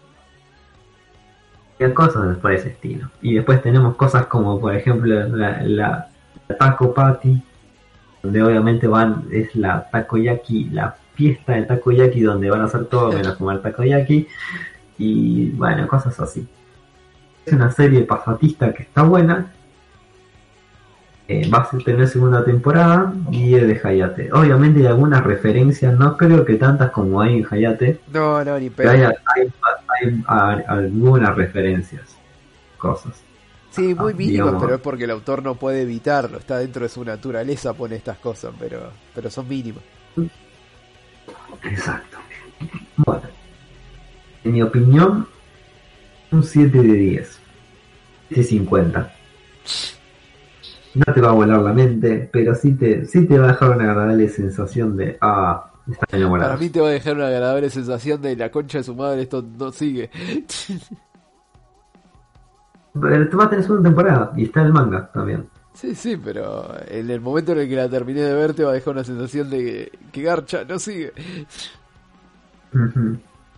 Y cosas después de ese estilo. Y después tenemos cosas como por ejemplo la, la, la Taco Party, donde obviamente van, es la takoyaki, la fiesta del takoyaki, donde van a hacer todo menos comer takoyaki, y bueno, cosas así. Es una serie pasatista que está buena, eh, va a tener segunda temporada y es de Hayate. Obviamente hay algunas referencias, no creo que tantas como hay en Hayate, No, no, ni pero pedo. hay, hay, hay- hay algunas referencias, cosas. Sí, muy Ah, mínimas, digamos. pero es porque el autor no puede evitarlo. Está dentro de su naturaleza, pone estas cosas, pero pero son mínimas. Exacto. Bueno, en mi opinión, un siete de diez. siete cincuenta. No te va a volar la mente, pero sí te, sí te va a dejar una agradable sensación de, ah, está enamorado. Para mí te va a dejar una agradable sensación de la concha de su madre, esto no sigue. Pero tú vas a tener segunda temporada y está el manga también. Sí, sí, pero en el momento en el que la terminé de ver te va a dejar una sensación de que, que garcha, no sigue. Ujú.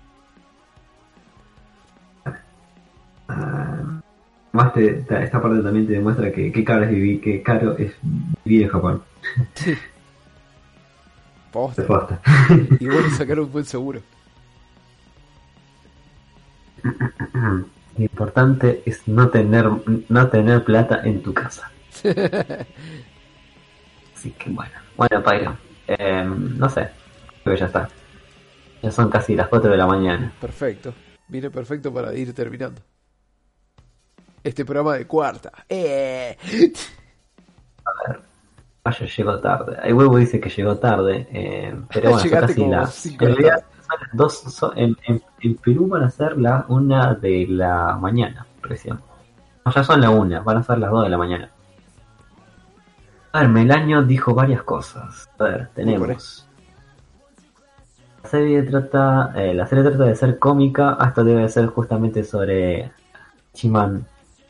Ah, más te, te- esta parte también te demuestra que, que caro es vivir, que caro es vivir en Japón. Posta. Se posta. Y bueno, sacar un buen seguro. Lo importante es no tener no tener plata en tu casa. Así que bueno. Bueno, Pyro. Eh, no sé. Creo que ya está. Ya son casi las cuatro de la mañana. Perfecto. Viene perfecto para ir terminando este programa de cuarta. Eh. Ah, yo llego tarde. El huevo dice que llegó tarde. Eh, pero bueno, son Llegaste casi como las. cinco En de la realidad, son las dos. Son, en, en, en Perú van a ser las una de la mañana, recién. No, ya son la una, van a ser las dos de la mañana. A ver, Melaño dijo varias cosas. A ver, tenemos. La serie trata. Eh, la serie trata de ser cómica. Esto debe ser justamente sobre. Chiman.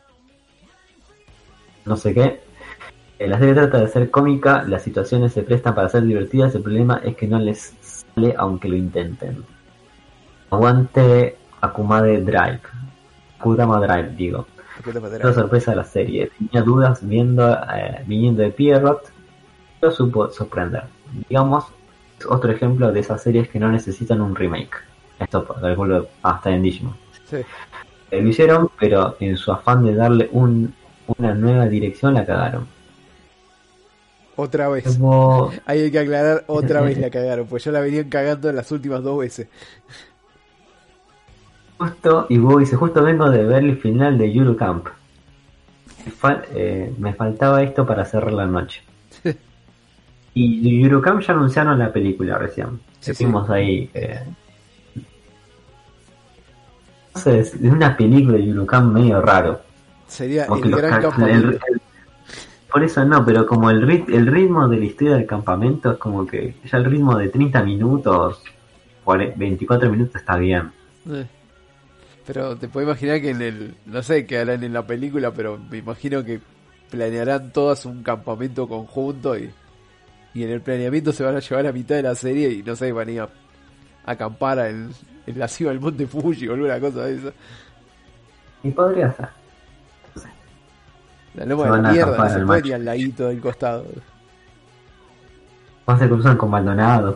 No sé qué. Eh, la serie trata de ser cómica. Las situaciones se prestan para ser divertidas. El problema es que no les sale aunque lo intenten. Aguante Akumade Drive. Akudama Drive, digo. La sorpresa de la serie. Tenía dudas viendo eh, viniendo de Pierrot, pero supo sorprender. Digamos, es otro ejemplo de esas series que no necesitan un remake. Esto calculo hasta en Digimon. Sí. Eh, lo hicieron, pero en su afán de darle un, una nueva dirección la cagaron. Otra vez. Como... Ahí hay que aclarar, otra vez la cagaron, pues ya la venían cagando en las últimas dos veces. Justo, y vos dice, justo vengo de ver el final de Yuru Camp. Fal- eh, me faltaba esto para cerrar la noche. Y Yuru Camp ya anunciaron la película recién. Sí, Seguimos sí. ahí. Eh... No sé, es una película de Yuru Camp medio raro. Sería Como que el los gran ca- campamento. el- el- Por eso no, pero como el, rit- el ritmo de la historia del campamento es como que ya el ritmo de treinta minutos, cuarenta, veinticuatro minutos está bien. Eh. Pero te puedo imaginar que en el, no sé qué harán en la película, pero me imagino que planearán todas un campamento conjunto y, y en el planeamiento se van a llevar a mitad de la serie y no sé, van a ir a, a acampar en, en la cima del monte Fuji o alguna cosa de esa. Y podría ser. La loma Se de van la a mierda, acampar no se al puede macho. ni al laguito del costado. O se cruzan con Maldonado.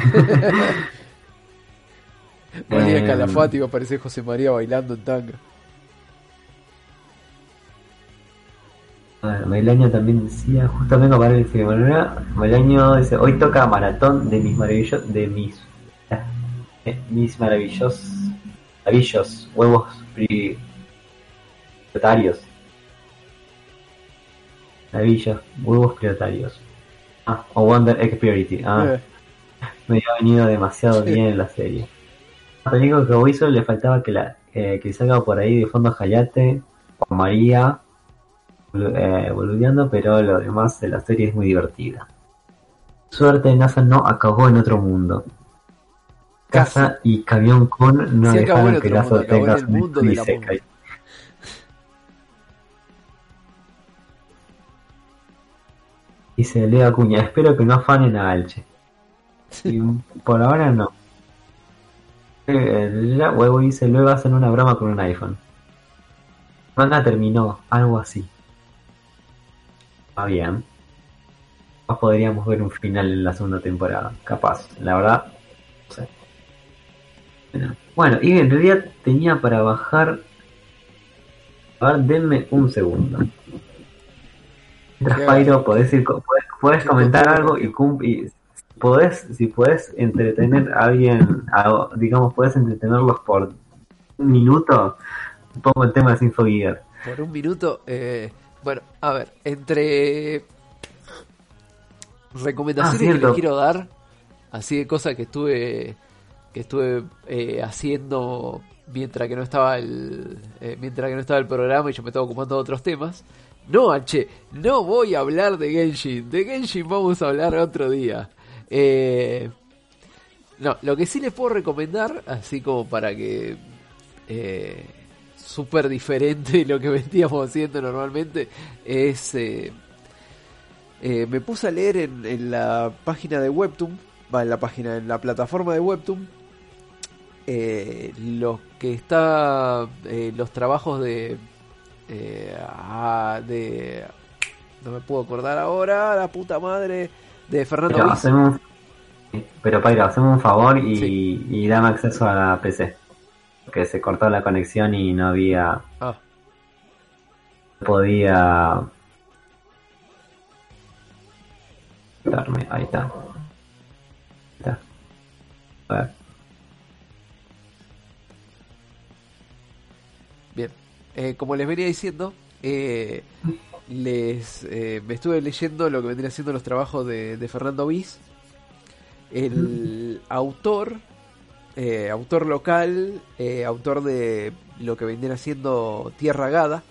Venía Eh, Calafate y va a aparecer José María bailando en tanga. A ver, Melaño también decía, justo vengo para el film. Melaño dice, hoy toca maratón de mis maravillosos, de mis, eh, mis maravillosos, maravillosos huevos pri- prioritarios. Maravillos, huevos prioritarios. Ah, o Wonder Egg Priority. Ah, Eh, me había venido demasiado Sí. bien en la serie. Lo único que hizo le faltaba que la eh, que salga por ahí de fondo Hayate o María bolu- eh, boludeando, pero lo demás de la serie es muy divertida. Suerte, NASA no acabó en otro mundo. Casa y Camión Kun no Sí, acabó en dejaron que otro Lazo mundo, acabó en tenga el su mundo de la Isekai. Dice Leo Acuña, espero que no afanen a Alche. Y por ahora no. Eh, ya huevo dice, luego hacen una broma con un iPhone. Manga terminó, algo así. Va bien. Capaz podríamos ver un final en la segunda temporada. Capaz, la verdad. No sé. Bueno, bueno, y en realidad tenía para bajar. A ver, denme un segundo. Mientras Qué Pyro, bárbaro. podés, ir, co- podés, podés Qué comentar contento. algo y, cum- y si podés, si podés entretener a alguien, a- digamos, podés entretenerlos por un minuto, pongo el tema de Sinfogear. Por un minuto, eh, bueno, a ver, entre recomendaciones Ah, que cierto. les quiero dar, así de cosas que estuve que estuve eh, haciendo mientras que no estaba el eh, mientras que no estaba el programa y yo me estaba ocupando de otros temas. No, H, no voy a hablar de Genshin. De Genshin vamos a hablar otro día. Eh, no, lo que sí les puedo recomendar, así como para que eh, súper diferente de lo que veníamos haciendo normalmente, es eh, eh, me puse a leer en, en la página de Webtoon, va en la página, en la plataforma de Webtoon, eh, lo que está, eh, los trabajos de, eh, ah, de, no me puedo acordar ahora, la puta madre, de Fernando Pero Viz. hacemos, pero Pyro, hacemos un favor y, Sí. y dame acceso a la P C. Que se cortó la conexión y no había, Ah, podía conectarme. Ahí está. Ahí está. A ver. Bien, eh, como les venía diciendo, eh, les eh, me estuve leyendo lo que vendría siendo los trabajos de, de Fernando Bis, el autor, eh, autor local, eh, autor de lo que vendría siendo Tierra Gada,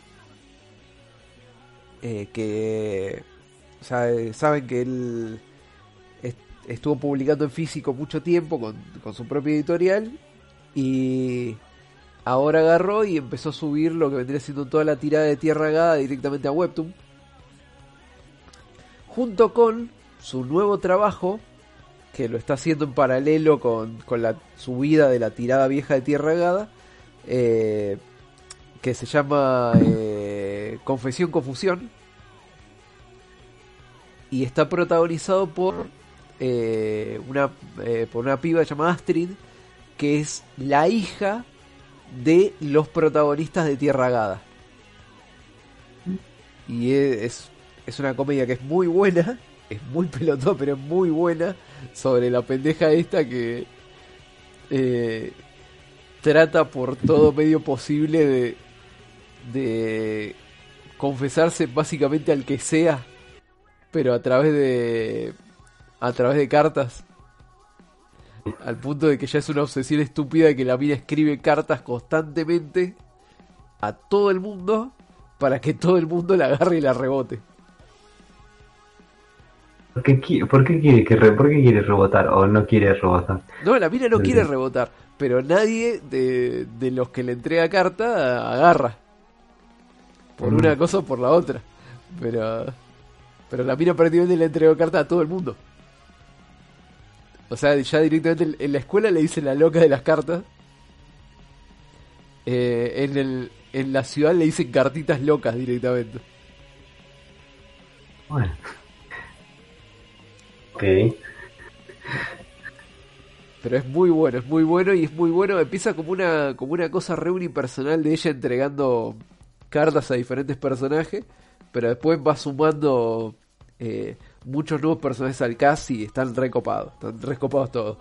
eh, que o sea, saben que él est- estuvo publicando en físico mucho tiempo con, con su propia editorial y ahora agarró y empezó a subir lo que vendría siendo toda la tirada de Tierra Gada directamente a Webtoon, junto con su nuevo trabajo, que lo está haciendo en paralelo con, con la subida de la tirada vieja de Tierra Gada, eh, que se llama eh, Confesión Confusión, y está protagonizado por eh, una eh, por una piba llamada Astrid, que es la hija de los protagonistas de Tierra Gada. Y es, es una comedia que es muy buena, es muy pelotón, pero es muy buena, sobre la pendeja esta que eh, trata por todo medio posible de, de confesarse básicamente al que sea, pero a través de a través de cartas, al punto de que ya es una obsesión estúpida de que la mina escribe cartas constantemente a todo el mundo para que todo el mundo la agarre y la rebote. ¿Por qué, qui- por qué quiere que re- por qué quiere rebotar o no quiere rebotar? No, la mina no Sí. quiere rebotar, pero nadie de, de los que le entrega carta agarra. Por Mm. una cosa o por la otra. Pero pero la mina prácticamente le entregó carta a todo el mundo. O sea, ya directamente en- en la escuela le dicen la loca de las cartas. Eh, en, el, en la ciudad le dicen cartitas locas directamente. Bueno. Ok. Pero es muy bueno, es muy bueno y es muy bueno. Empieza como una, como una cosa re unipersonal de ella entregando cartas a diferentes personajes, pero después va sumando eh, muchos nuevos personajes al cast y están recopados, están recopados todos.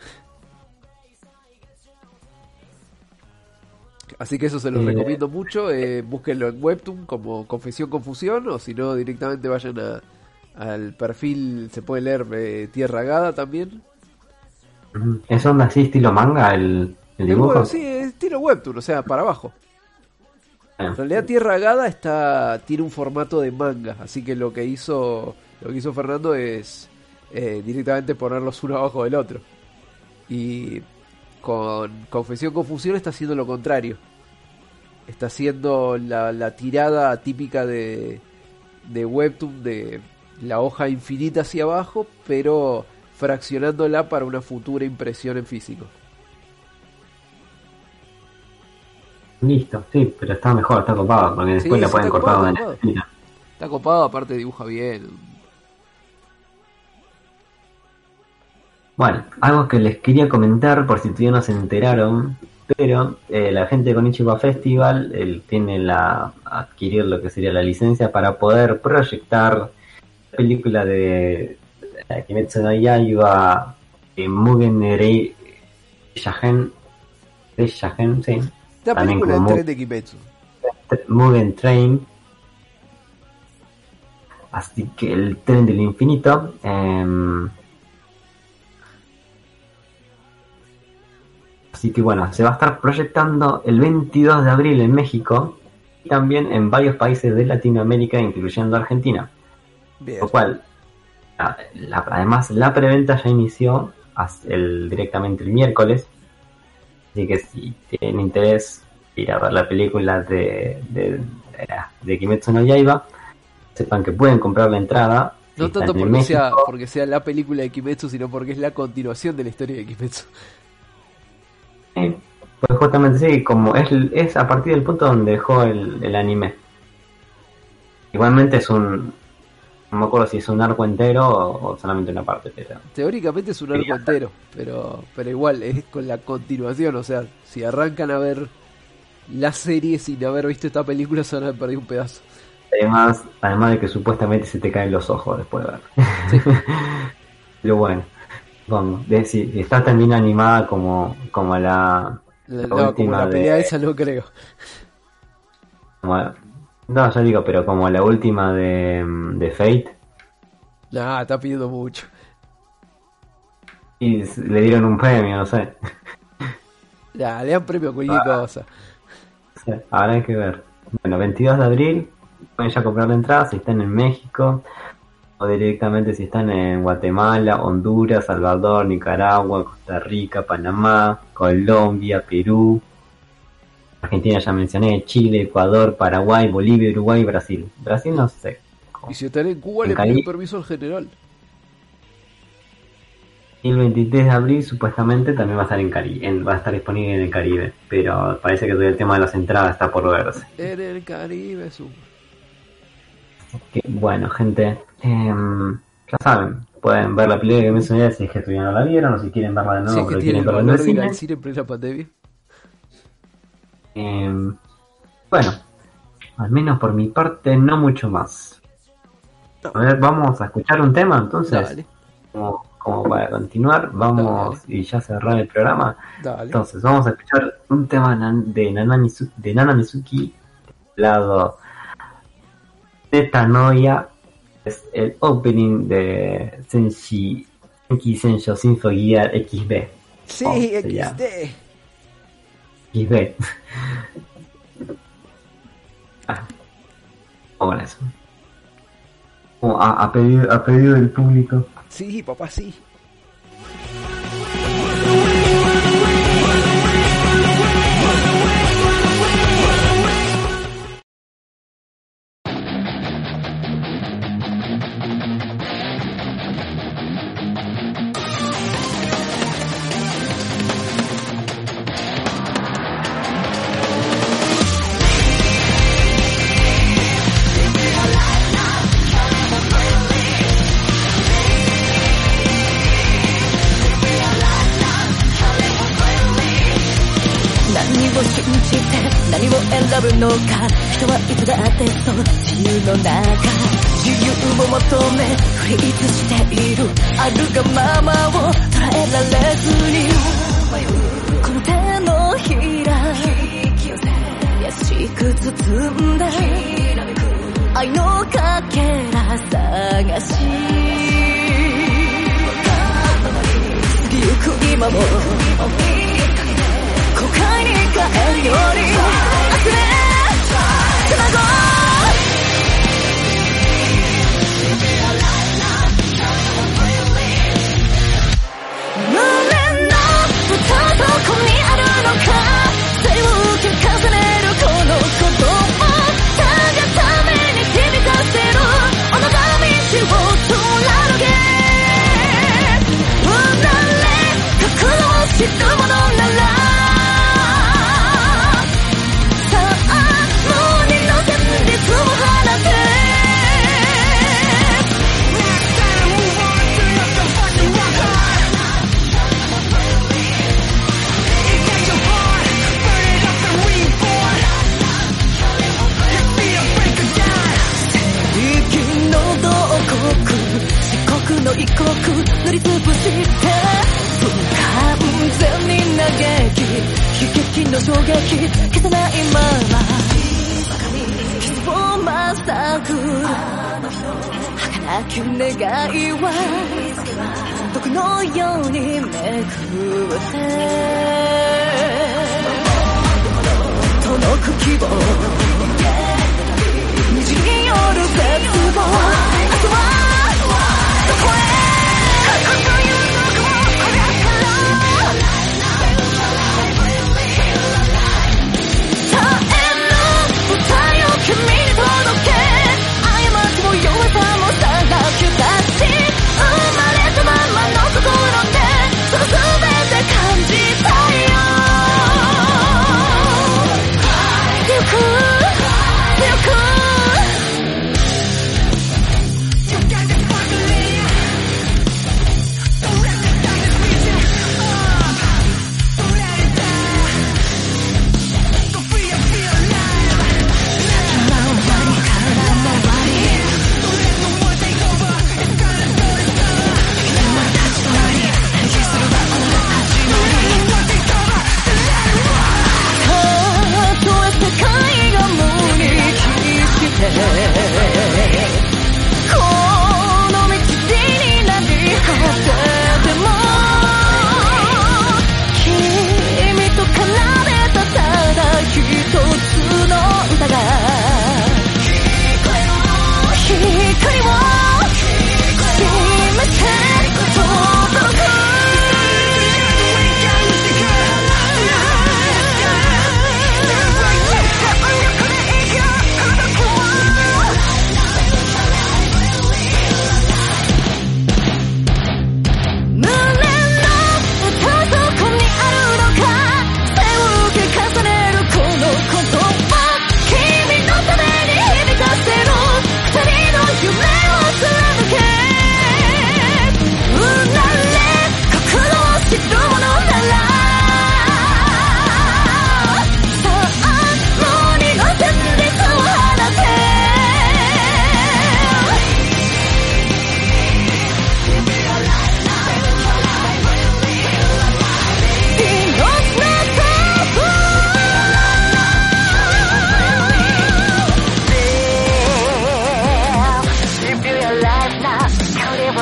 Así que eso se los Eh. recomiendo mucho. Eh, búsquenlo en Webtoon como Confesión Confusión, o si no directamente vayan a, al perfil, se puede leer eh, Tierra Gada también. Ujú. ¿Es onda así estilo manga el, el Eh, dibujo? bueno, sí, es estilo Webtoon, o sea, para abajo. Ah. En realidad Tierra Gada está, tiene un formato de manga, así que lo que hizo, lo que hizo Fernando es eh, directamente ponerlos uno abajo del otro. Y con Confesión Confusión está haciendo lo contrario. Está haciendo la, la tirada típica de, de Webtoon, de la hoja infinita hacia abajo, pero fraccionándola para una futura impresión en físico. Listo, sí, pero está mejor, está copado, porque después Sí, la sí, pueden está cortar copado, donde está necesitan. Está copado, aparte dibuja bien. Bueno, algo que les quería comentar por si todavía no se enteraron, pero eh, la gente de Konichiwa Festival él tiene la adquirir lo que sería la licencia para poder proyectar la película de eh, Kimetsu no Yaiba, eh, Mugen Rei Shahen, Rei Shahen, sí, La también película del como tren de Kimetsu. Mugen Train. Así que el tren del infinito. em, Así que bueno, se va a estar proyectando el veintidós de abril en México y también en varios países de Latinoamérica, incluyendo Argentina. Bien. Lo cual, la- la- además, la preventa ya inició as- el, directamente el miércoles. Así que si tienen interés ir a ver la película de, de, de Kimetsu no Yaiba, sepan que pueden comprar la entrada. No si tanto están en porque sea, México. porque sea la película de Kimetsu, sino porque es la continuación de la historia de Kimetsu. Sí, pues justamente sí, como es, es a partir del punto donde dejó el, el anime. Igualmente es un, no me acuerdo si es un arco entero o, o solamente una parte, pero Teóricamente es un arco entero, pero, pero igual es con la continuación. O sea, si arrancan a ver la serie sin haber visto esta película, se van a haber perdido un pedazo. además, además de que supuestamente se te caen los ojos después de ver. Sí. Pero bueno, supongo. De, si está también animada como, como la, La- la no, como última la pelea de... esa no creo. como- no, yo digo, pero como la última de, de Fate. Nah, está pidiendo mucho. Y s- le dieron un premio, no sé. Ya, le dan premio a cualquier Ah. cosa. Sí, habrá que ver. Bueno, veintidós de abril, pueden ya comprar la entrada si están en México, o directamente si están en Guatemala, Honduras, Salvador, Nicaragua, Costa Rica, Panamá, Colombia, Perú, Argentina ya mencioné, Chile, Ecuador, Paraguay, Bolivia, Uruguay y Brasil. Brasil no sé. Y si están en Cuba, En le Cali- piden permiso al general. Y el veintitrés de abril supuestamente también va a estar en Cari en- va a estar disponible en el Caribe, pero parece que todavía el tema de las entradas está por verse. En el Caribe Sur. Que, bueno, gente, em, ya saben, pueden ver la película que mencioné si es que todavía no la vieron o si quieren verla de nuevo Si es que pero tiene quieren el verla en el valor de ir cine. al cine en plena pandemia. Em, bueno, al menos por mi parte, no mucho más. A ver, vamos a escuchar un tema entonces, Dale, como, como para continuar, vamos y ya cerrar el programa. dale. Entonces, vamos a escuchar un tema nan- de Nana, Mizu- de Nana Mizuki, titulado Tetanoia, es el opening de Senshi Senki Sensho Sinfo Gear X B. Sí, Oh, se X llama. D. X B. Ah, vamos con eso. Oh, a, a pedido, a pedido del público. Sí, papá, sí. 何を信じて何を選ぶのか、人はいつだってそう自由の中、自由を求めフリーズしている、あるがままを捉えられずに、この手のひら優しく包んだ愛のかけら探し、過ぎゆく今も後悔に帰るように集めつなごう、無念の歌どこにあるのか、それを受け重ねるこの鼓動をたがために響かせる己が道を貫け、うなれ覚悟を知るものなら、の異国塗りつぶして不完全に嘆き、悲劇の衝撃消せないまま傷をまさぐる儚き願いは毒のようにめくって届く希望にじみ寄る絶望、あとはどこへ過去という毒をこれから絶えぬ歌よ君に届け、過ちも弱さもさらけ出し、生まれたままの心でその全て感じたいよ、強く強く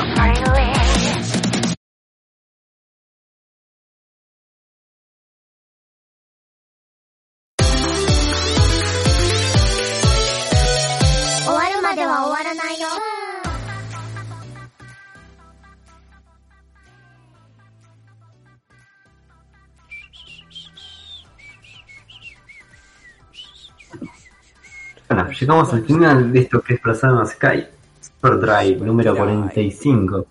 far away. Bueno, llegamos al final de esto que es Persona Sky Super Drive número cuarenta y cinco.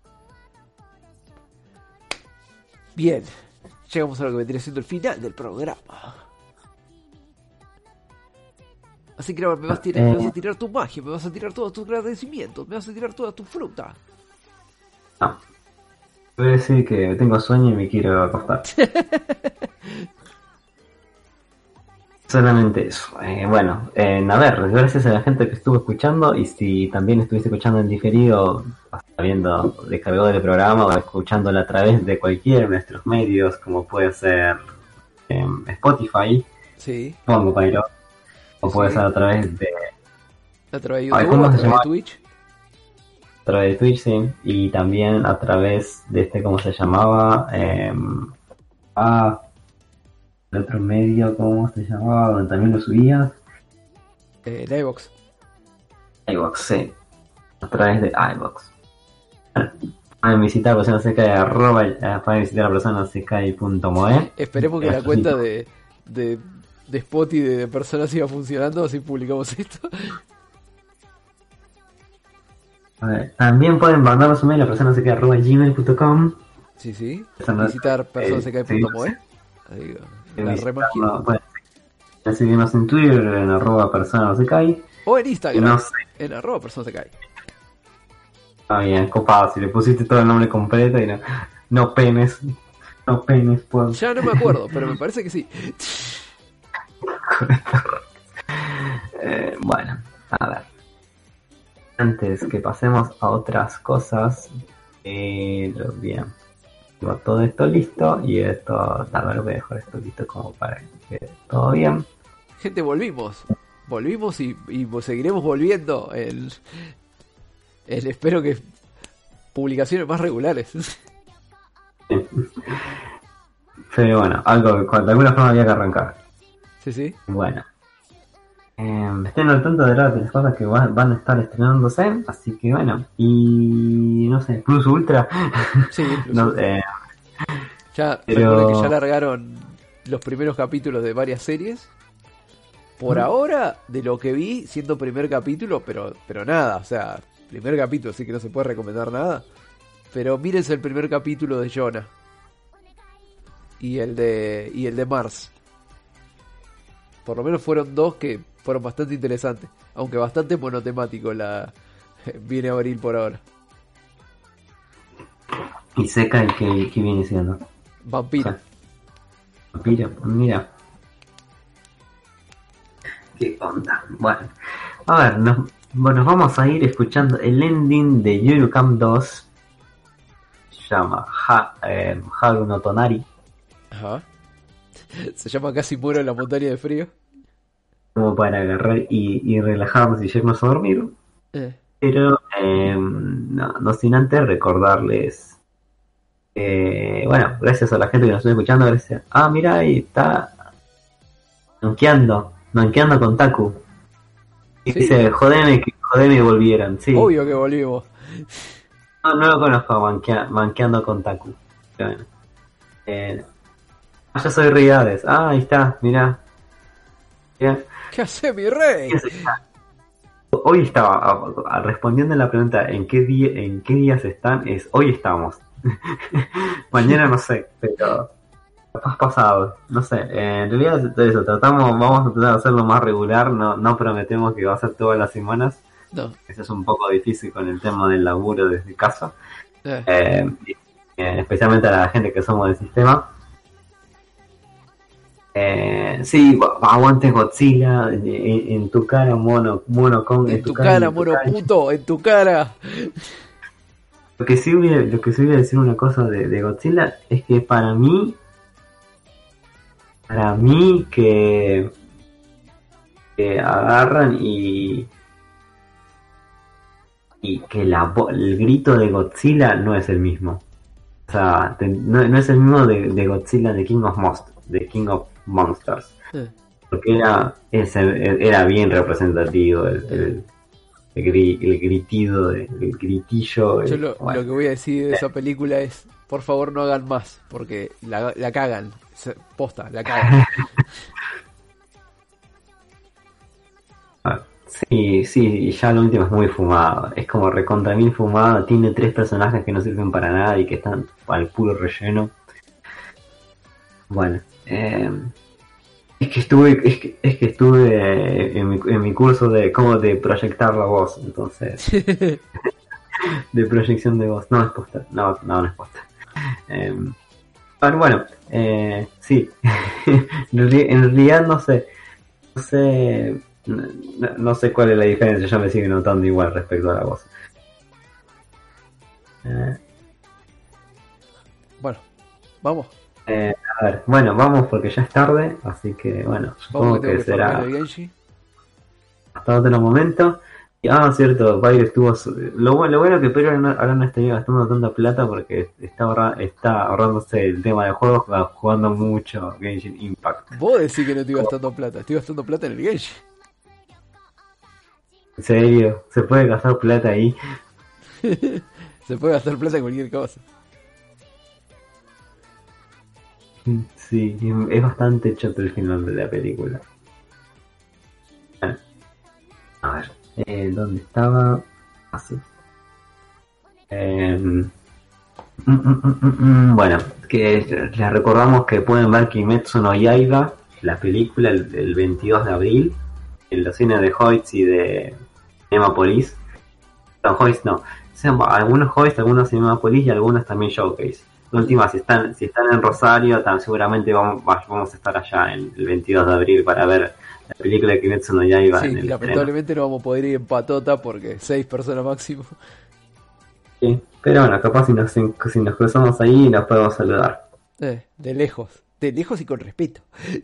Bien, llegamos a lo que vendría siendo el final del programa. Así que ahora me vas, a tirar, Eh. me vas a tirar tu magia, me vas a tirar todos tus agradecimientos, me vas a tirar toda tu fruta. No. Voy a decir que tengo sueño y me quiero acostar. Solamente eso. Eh, bueno, eh, a ver, gracias a la gente que estuvo escuchando y si también estuviste escuchando en diferido, habiendo descargado del programa o escuchándolo a través de cualquiera de nuestros medios, como puede ser eh, Spotify, Sí, pongo Pyro, o Sí. puede ser a través de, a través de Ay, YouTube, ¿cómo a se través de llama? Twitch. a través de Twitch, sí, y también a través de este, ¿cómo se llamaba? Eh, ah, el otro medio, ¿cómo se llamaba? Donde también lo subías. Eh, en iVoox. iVoox, sí. A través de iVoox. Pueden visitar la persona seca de arroba, eh, pueden visitar la persona seca punto moe. Esperemos que la cuenta de, de, de Spot y de personas siga funcionando, así publicamos esto. A ver, también pueden mandarnos un mail a persona seca arroba gmail punto com. Sí, sí. Persona- Visitar eh, personasecai punto moe. sí. Ahí, Eh, la visitarnos, remagina. pueden seguirnos en Twitter en arroba persona secai. O en Instagram, No sé. en arroba personasecai. Está bien, copado, si le pusiste todo el nombre completo y no, no penes, no penes, pues. Ya no me acuerdo, pero me parece que sí. Eh, bueno, a ver. Antes que pasemos a otras cosas, eh, lo- bien, tengo todo esto listo y esto, tal vez voy a dejar esto listo como para que quede todo bien. Gente, volvimos. Volvimos y, y seguiremos volviendo. El, el, espero que publicaciones más regulares. Pero bueno, algo que de alguna forma había que arrancar. Sí, sí. Bueno. Eh, estén al tanto de las de las cosas que van, van a estar estrenándose, así que bueno, y no sé, Plus Ultra, Sí, incluso. no, eh, Ya, pero- recuerden que ya largaron los primeros capítulos de varias series. Por ahora, de lo que vi, siendo primer capítulo, pero, pero nada, o sea, primer capítulo, así que no se puede recomendar nada. Pero mírense el primer capítulo de Jonah. Y el de. Y el de Mars. Por lo menos fueron dos que fueron bastante interesantes. Aunque bastante monotemático la. Viene Abril por ahora. y seca el que, que viene siendo. Vampiro. Mira, mira. Qué onda. Bueno, a ver, nos, bueno, nos vamos a ir escuchando el ending de Yuru Camp dos. Se llama ha, eh, Haru no Tonari. Ajá. Se llama Casi muero en la montaña de frío. Como para agarrar y, y relajarnos y irnos a dormir. Eh. Pero eh, no, no sin antes recordarles. Eh, bueno, gracias a la gente que nos estuvo escuchando. Gracias. Ah, mira, ahí está. Nonkeando. Nonkeando con Taku. Y Sí. dice, jodeme que jodeme y volvieron. Sí. Obvio que volvimos. No, no lo conozco a Mankea- Manqueando con Taku. Pero bueno. Eh, ah, yo soy Riades. Ah, ahí está, mirá. Mirá. ¿Qué hace mi rey? Hoy estaba a- a- respondiendo a la pregunta en qué día, en qué días están, es hoy estamos. Mañana no sé, pero capaz pasado, no sé. Eh, en realidad es eso, tratamos, vamos a tratar de hacerlo más regular, no, no prometemos que va a ser todas las semanas. No. Eso es un poco difícil con el tema del laburo desde casa. Eh. Eh, y, eh, especialmente a la gente que somos del sistema. Eh, sí, gu- aguante Godzilla, en, en- en tu cara, mono, mono con, En tu cara, en tu mono cara. puto, en tu cara. Lo que sí voy a, lo que sí voy a decir una cosa de, de Godzilla es que para mí, para mí que, que agarran y y que la vo- el grito de Godzilla no es el mismo. O sea, te- no, no es el mismo de, de Godzilla de King of Monsters, de King of Monsters. Eh, Porque era ese, era bien representativo el, el, el, gri- el gritido, de- el gritillo. Yo el- lo, bueno. lo que voy a decir de esa película es, por favor no hagan más, porque la, la cagan. Se- Posta, la cagan. Ah, Sí, sí, y ya lo último es muy fumado. Es como recontra mil fumado. Tiene tres personajes que no sirven para nada y que están al puro relleno. Bueno, eh, es que estuve, es que, es que estuve en mi, en mi curso de cómo de proyectar la voz, entonces, de proyección de voz. No es posta, no, no, no es posta. Eh, pero bueno, eh, sí, en reali- en realidad no sé, no sé, no, no sé cuál es la diferencia. Yo me sigo notando igual respecto a la voz. Eh, Bueno, vamos. eh, a ver, bueno, vamos porque ya es tarde, así que bueno, supongo Vamos que tengo que que farmear será el Genshi. hasta otro momento. Y, ah, cierto, Pyro estuvo. su- Lo, bueno- lo bueno que Pyro no- ahora no estaría gastando tanta plata porque está, ahorra- está ahorrándose el tema de juegos, va jugando mucho Genshin Impact. Vos decís que no estoy gastando plata, estoy gastando plata en el Genshi. En serio, se puede gastar plata ahí. Se puede gastar plata en cualquier cosa. Sí, es bastante choto el final de la película. Bueno, a ver, eh, ¿dónde estaba? Así. Eh, mm, mm, mm, mm, mm, bueno, que les recordamos que pueden ver Kimetsu no Yaiba, la película, el, el veintidós de abril, en los cines de Hoyts y de Cinemapolis. No, Hoyts no. Sean algunos Hoyts, algunos Cinemapolis y algunos también Showcase. La última, si están, si están en Rosario, tan seguramente vamos, vamos a estar allá en el veintidós de abril para ver la película de Kimetsu no Yaiba Sí, en y el estreno. lamentablemente no vamos a poder ir en patota porque seis personas máximo. Sí, pero bueno, capaz si nos, si nos cruzamos ahí nos podemos saludar. Eh, de lejos, de lejos y con respeto.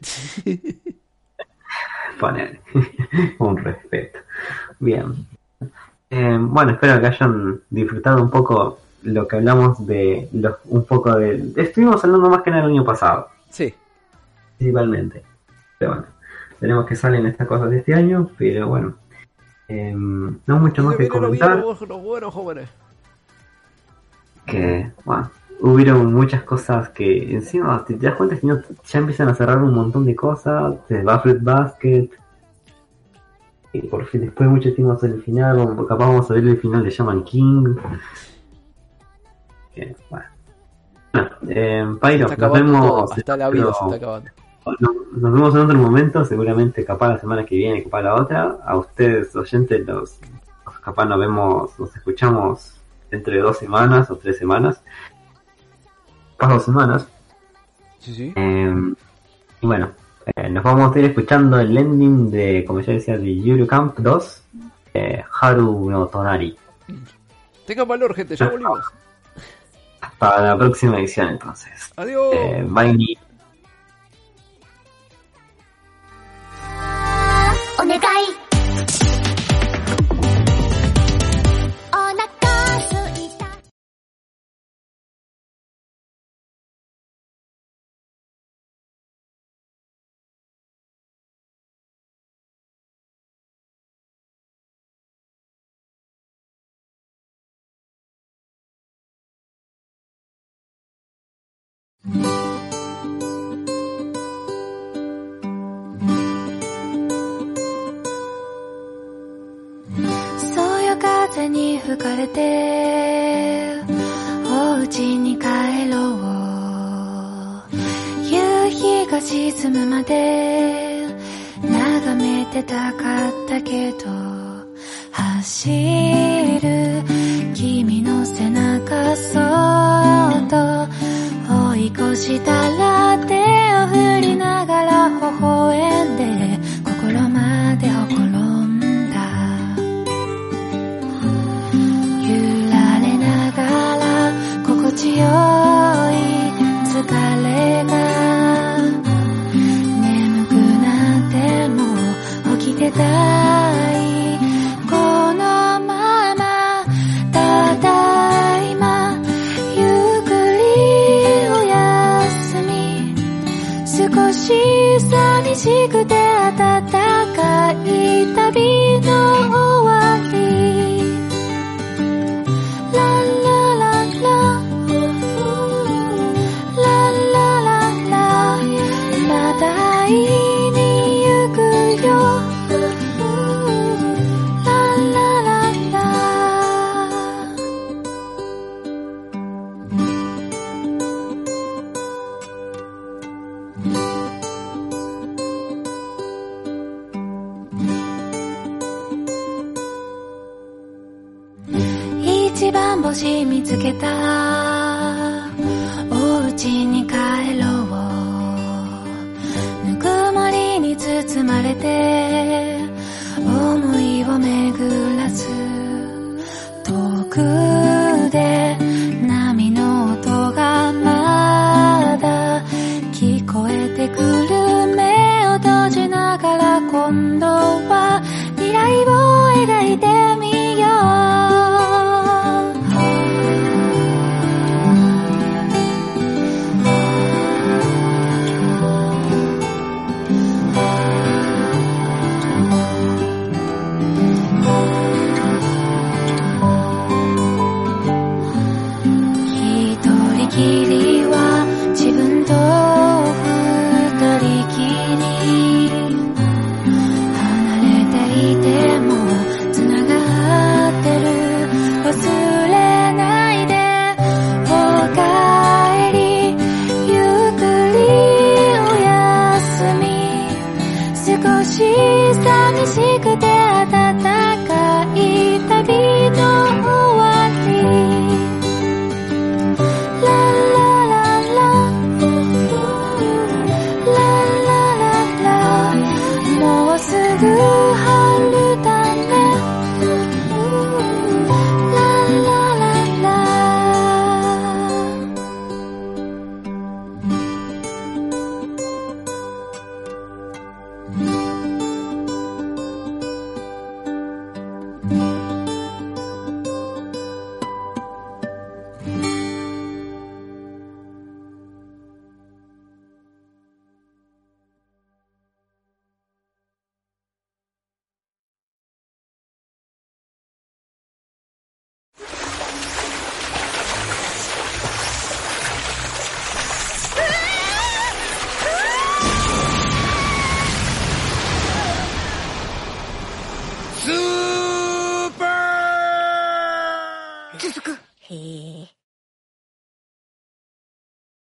Poner un respeto. Bien. Eh, bueno, espero que hayan disfrutado un poco lo que hablamos de los, un poco de. Estuvimos hablando más que nada el año pasado, Sí, principalmente. Pero bueno, tenemos que salen estas cosas de este año, pero bueno. Eh, no mucho más que comentar. Los buenos jóvenes. Que, bueno, hubieron muchas cosas que encima te, te das cuenta que no- ya empiezan a cerrar un montón de cosas, de Fruit Basket, y por fin después de mucho tiempo hacer el final, vamos- capaz vamos a ver el final de Shaman King. Que, bueno. Bueno, eh, Se Pyro, está nos acabando vemos, todo, hasta la vida pero- se está acabando. no- nos vemos en otro momento, seguramente capaz la semana que viene, capaz la otra. A ustedes oyentes, los, capaz nos vemos, nos escuchamos entre dos semanas o tres semanas. Capaz dos semanas. Sí, sí. Eh, y bueno, eh, nos vamos a ir escuchando el ending de, como ya decía, de Yuru Camp dos, eh, Haru no Tonari. Tengan valor, gente, ya volvimos. Hasta la próxima edición entonces. Adiós. Eh, bye. お願いお腹すいたそよ風に吹かれてお家に帰ろう夕日が沈むまで眺めてたかったけど走る君の背中そっと追い越したら手を振りながら微笑んで心までほころんだ揺られながら心地よい疲れが眠くなっても起きてたいこのままただいまゆっくりおやすみ少し寂しくて暖かい旅の終わりララララララララまた会いに行くよララララ一番星見つけたお家に帰ろうぬくもりに包まれて思いを巡らす遠くで波の音がまだ聞こえてくる目を閉じながら今度は